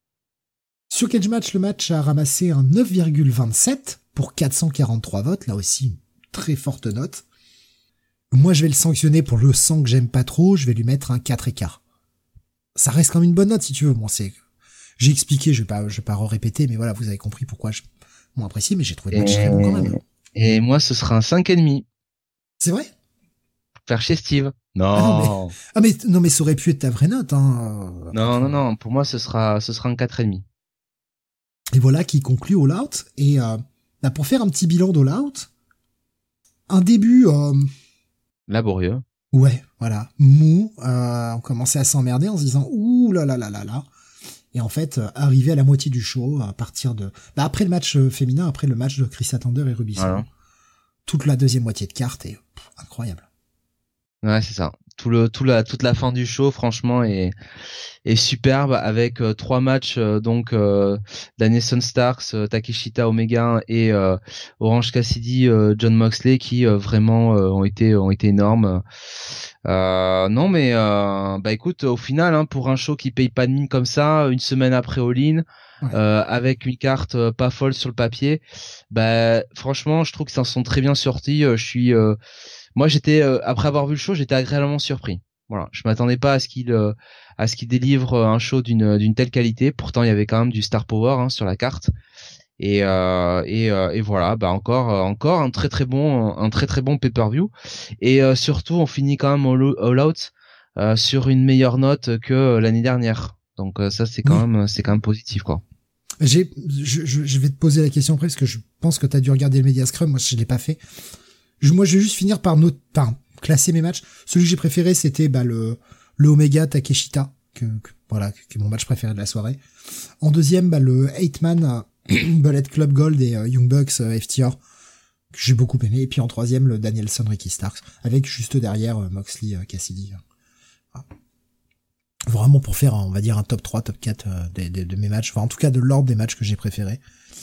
Sur Cage Match, le match a ramassé un 9,27 pour 443 votes. Là aussi, une très forte note. Moi, je vais le sanctionner pour le sang que j'aime pas trop. Je vais lui mettre un 4,25. Ça reste quand même une bonne note, si tu veux. Bon, j'ai expliqué, je vais pas répéter, mais voilà, vous avez compris pourquoi je m'ont apprécié, mais j'ai trouvé le match très bon quand même. Et moi, ce sera un 5,5. C'est vrai? Faire chez Steve. Non. Non, mais ça aurait pu être ta vraie note, hein. Non. Pour moi, ce sera un 4,5. Et voilà qui conclut All Out. Et pour faire un petit bilan d'All Out, un début laborieux. Ouais, voilà, mou. On commençait à s'emmerder en se disant ouh là là là là là. Et en fait, arrivé à la moitié du show, à partir de après le match féminin, après le match de Chris Statlander et Ruby Soho, toute la deuxième moitié de carte est incroyable. Ouais, c'est ça. Toute la fin du show, franchement, est superbe avec 3 matchs donc Danielson Starks, Takeshita Omega et Orange Cassidy, John Moxley qui vraiment ont été énormes. Non mais bah écoute, au final, hein, pour un show qui paye pas de mine comme ça, une semaine après All-In, avec une carte pas folle sur le papier, bah franchement, je trouve qu'ils s'en sont très bien sortis. Moi, j'étais après avoir vu le show, j'étais agréablement surpris. Voilà, je m'attendais pas à ce qu'il délivre un show d'une telle qualité. Pourtant, il y avait quand même du star power, hein, sur la carte. Et voilà, bah encore un très très bon pay-per-view. Et surtout, on finit quand même All Out sur une meilleure note que l'année dernière. Donc ça, c'est quand même positif, quoi. Je vais te poser la question après parce que je pense que t'as dû regarder le Media Scrum. Moi, je l'ai pas fait. Moi, je vais juste finir par classer mes matchs. Celui que j'ai préféré, c'était le Omega Takeshita, qui est mon match préféré de la soirée. En deuxième, le 8-man Bullet Club Gold et Young Bucks FTR, que j'ai beaucoup aimé. Et puis en troisième, le Danielson Ricky Starks, avec juste derrière Moxley Cassidy. Voilà. Vraiment pour faire, on va dire, un top 3, top 4 de mes matchs. Enfin, en tout cas, de l'ordre des matchs que j'ai préférés.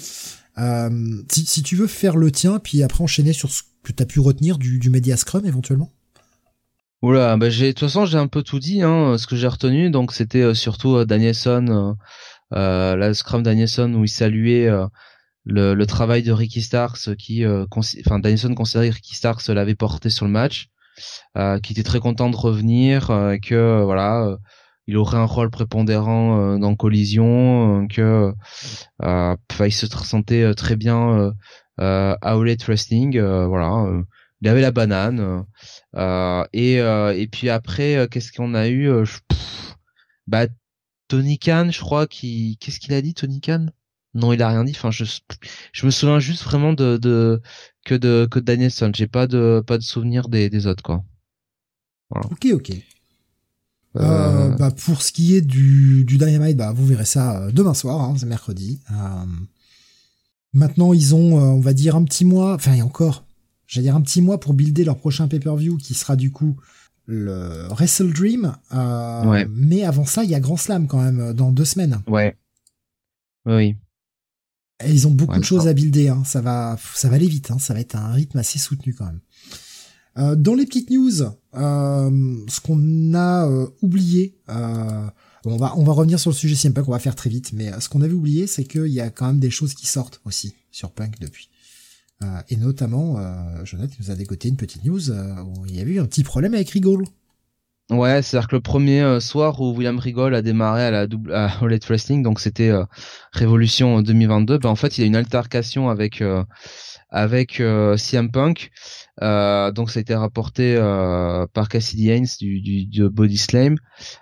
Si tu veux faire le tien, puis après enchaîner sur ce que t'as pu retenir du Media Scrum éventuellement. Oula, bah de toute façon j'ai un peu tout dit, hein, ce que j'ai retenu. Donc c'était surtout Danielson, la Scrum Danielson où il saluait le travail de Ricky Starks, Danielson considérait que Ricky Starks l'avait porté sur le match, qui était très content de revenir, que voilà. Il aurait un rôle prépondérant dans Collision, que il se sentait très bien à All Elite Wrestling, voilà. Il avait la banane, et puis après, qu'est-ce qu'on a eu? Tony Khan, je crois, qu'est-ce qu'il a dit, Tony Khan? Non, il a rien dit. Enfin, je me souviens juste vraiment que de Danielson. J'ai pas de souvenir des autres, quoi. Voilà. Ok. Pour ce qui est du Dynamite, vous verrez ça demain soir, hein, c'est mercredi. Maintenant, ils ont, on va dire, un petit mois, enfin, et encore, j'allais dire un petit mois pour builder leur prochain pay-per-view, qui sera du coup le Wrestle Dream. Mais avant ça, il y a Grand Slam quand même, dans 2 semaines. Ouais. Oui. Et ils ont beaucoup de choses à builder, hein. Ça va aller vite, hein. Ça va être un rythme assez soutenu quand même. Dans les petites news, ce qu'on a oublié, on va revenir sur le sujet CM Punk, on va faire très vite, mais ce qu'on avait oublié, c'est qu'il y a quand même des choses qui sortent aussi sur Punk depuis. Et notamment, Jonathan nous a dégoté une petite news où il y a eu un petit problème avec Regal. Ouais, c'est-à-dire que le premier soir où William Regal a démarré à All Elite Wrestling, donc c'était Révolution 2022, en fait il y a une altercation avec CM Punk. Donc ça a été rapporté par Cassidy Haynes de Body Slam.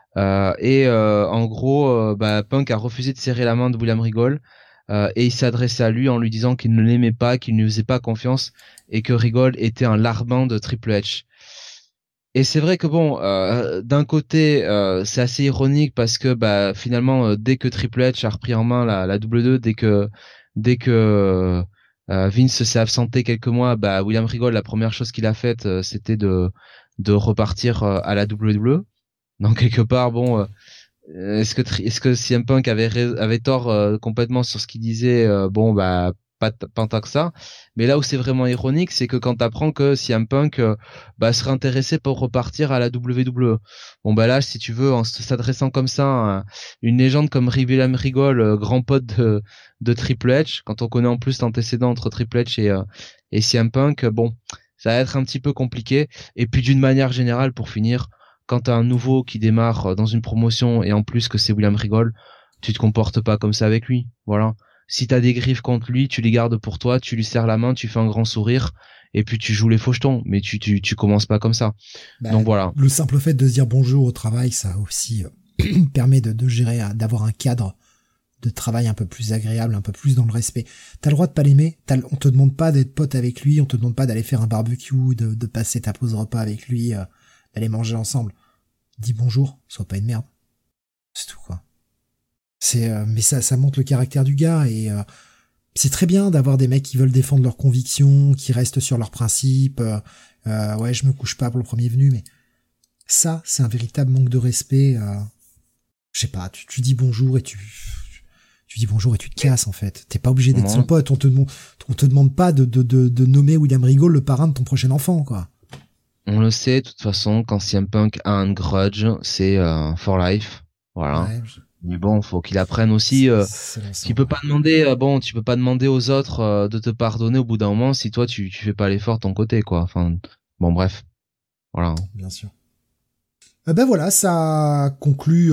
En gros, Punk a refusé de serrer la main de William Regal. Et il s'est adressé à lui en lui disant qu'il ne l'aimait pas, qu'il ne lui faisait pas confiance et que Regal était un larbin de Triple H. Et c'est vrai que d'un côté, c'est assez ironique parce que finalement, dès que Triple H a repris en main la WWE, dès que Vince s'est absenté quelques mois, William Regal, la première chose qu'il a faite, c'était de repartir à la WWE. Donc quelque part, est-ce que CM Punk avait tort complètement sur ce qu'il disait, pas tant que ça, mais là où c'est vraiment ironique, c'est que quand t'apprends que CM Punk serait intéressé pour repartir à la WWE. Là, si tu veux, en s'adressant comme ça à une légende comme William Regal, grand pote de Triple H, quand on connaît en plus l'antécédent entre Triple H et CM Punk, ça va être un petit peu compliqué. Et puis d'une manière générale, pour finir, quand t'as un nouveau qui démarre dans une promotion et en plus que c'est William Regal, tu te comportes pas comme ça avec lui. Voilà. Si t'as des griffes contre lui, tu les gardes pour toi, tu lui serres la main, tu fais un grand sourire et puis tu joues les fauchetons, mais tu commences pas comme ça. Donc voilà. Le simple fait de se dire bonjour au travail, ça aussi permet de gérer, d'avoir un cadre de travail un peu plus agréable, un peu plus dans le respect. T'as le droit de pas l'aimer, on te demande pas d'être pote avec lui, on te demande pas d'aller faire un barbecue, de passer ta pause repas avec lui, d'aller manger ensemble. Dis bonjour, sois pas une merde. C'est tout, quoi. Mais ça montre le caractère du gars et c'est très bien d'avoir des mecs qui veulent défendre leurs convictions, qui restent sur leurs principes. Ouais, je me couche pas pour le premier venu, mais ça, c'est un véritable manque de respect. Je sais pas, tu dis bonjour et tu dis bonjour et tu te casses en fait. T'es pas obligé d'être son pote. On te demande pas de nommer William Regal le parrain de ton prochain enfant, quoi. On le sait, de toute façon, quand CM Punk a un grudge, c'est for life. Voilà. Ouais, mais faut qu'il apprenne aussi. Tu peux pas demander aux autres de te pardonner au bout d'un moment si toi tu fais pas l'effort de ton côté, quoi. Enfin, bref. Voilà. Bien sûr. Voilà, ça conclut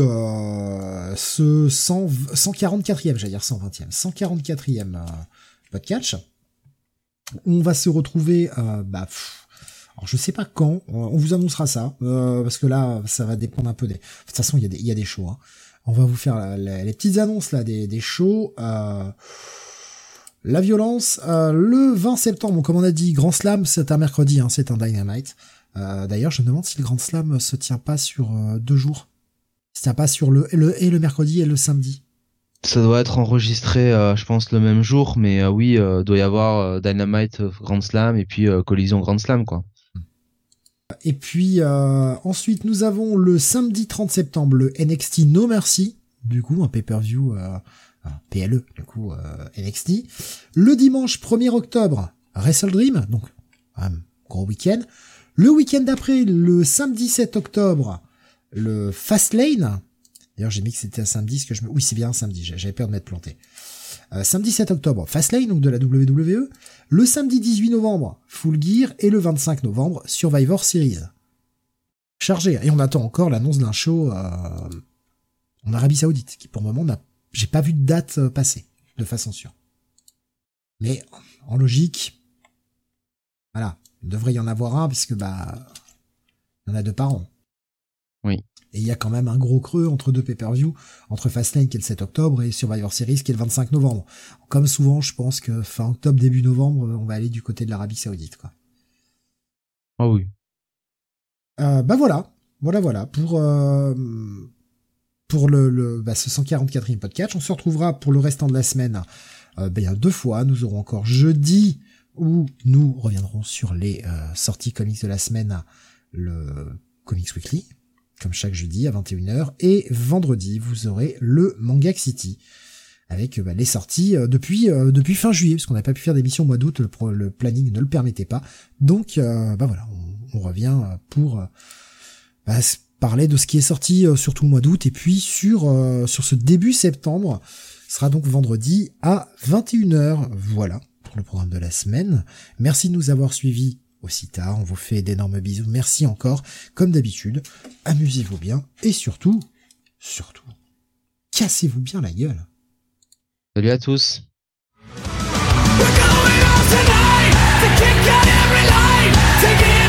ce 144e, j'allais dire 120e, 144e podcast. On va se retrouver, alors je sais pas quand, on vous annoncera ça, parce que là, ça va dépendre un peu de toute façon, il y a des shows, hein. On va vous faire les petites annonces là des shows. La violence, le 20 septembre, comme on a dit, Grand Slam, c'est un mercredi, hein, c'est un Dynamite. D'ailleurs, je me demande si le Grand Slam se tient pas sur 2 jours. Il se tient pas sur le mercredi et le samedi. Ça doit être enregistré, je pense, le même jour, mais oui, doit y avoir Dynamite Grand Slam et puis Collision Grand Slam, quoi. Et puis ensuite nous avons le samedi 30 septembre le NXT No Mercy, du coup un pay-per-view PLE, du coup NXT. Le dimanche 1er octobre Wrestle Dream, donc gros week-end. Le week-end d'après, le samedi 7 octobre, le Fastlane. D'ailleurs j'ai mis que c'était un samedi, oui c'est bien un samedi, j'avais peur de m'être planté. Samedi 7 octobre, Fastlane, donc de la WWE. Le samedi 18 novembre, Full Gear. Et le 25 novembre, Survivor Series. Chargé. Et on attend encore l'annonce d'un show en Arabie Saoudite, qui pour le moment, j'ai pas vu de date passer, de façon sûre. Mais, en logique, voilà, il devrait y en avoir un, puisque il y en a 2 par an. Oui. Et il y a quand même un gros creux entre 2 pay-per-view, entre Fastlane qui est le 7 octobre et Survivor Series qui est le 25 novembre. Comme souvent, je pense que fin octobre, début novembre, on va aller du côté de l'Arabie Saoudite, quoi. Ah oui. Voilà pour ce 144e podcast. On se retrouvera pour le restant de la semaine. 2 fois. Nous aurons encore jeudi où nous reviendrons sur les sorties comics de la semaine, le Comics Weekly, comme chaque jeudi à 21h, et vendredi vous aurez le Manga City avec les sorties depuis fin juillet, parce qu'on n'a pas pu faire d'émission au mois d'août, le planning ne le permettait pas. Donc voilà, on revient pour parler de ce qui est sorti sur tout le mois d'août, et puis sur ce début septembre, ce sera donc vendredi à 21h. Voilà. pour le programme de la semaine. Merci de nous avoir suivis aussi tard. On vous fait d'énormes bisous. Merci encore. Comme d'habitude, amusez-vous bien. Et surtout, cassez-vous bien la gueule. Salut à tous. We're going out tonight to kick out every line, take it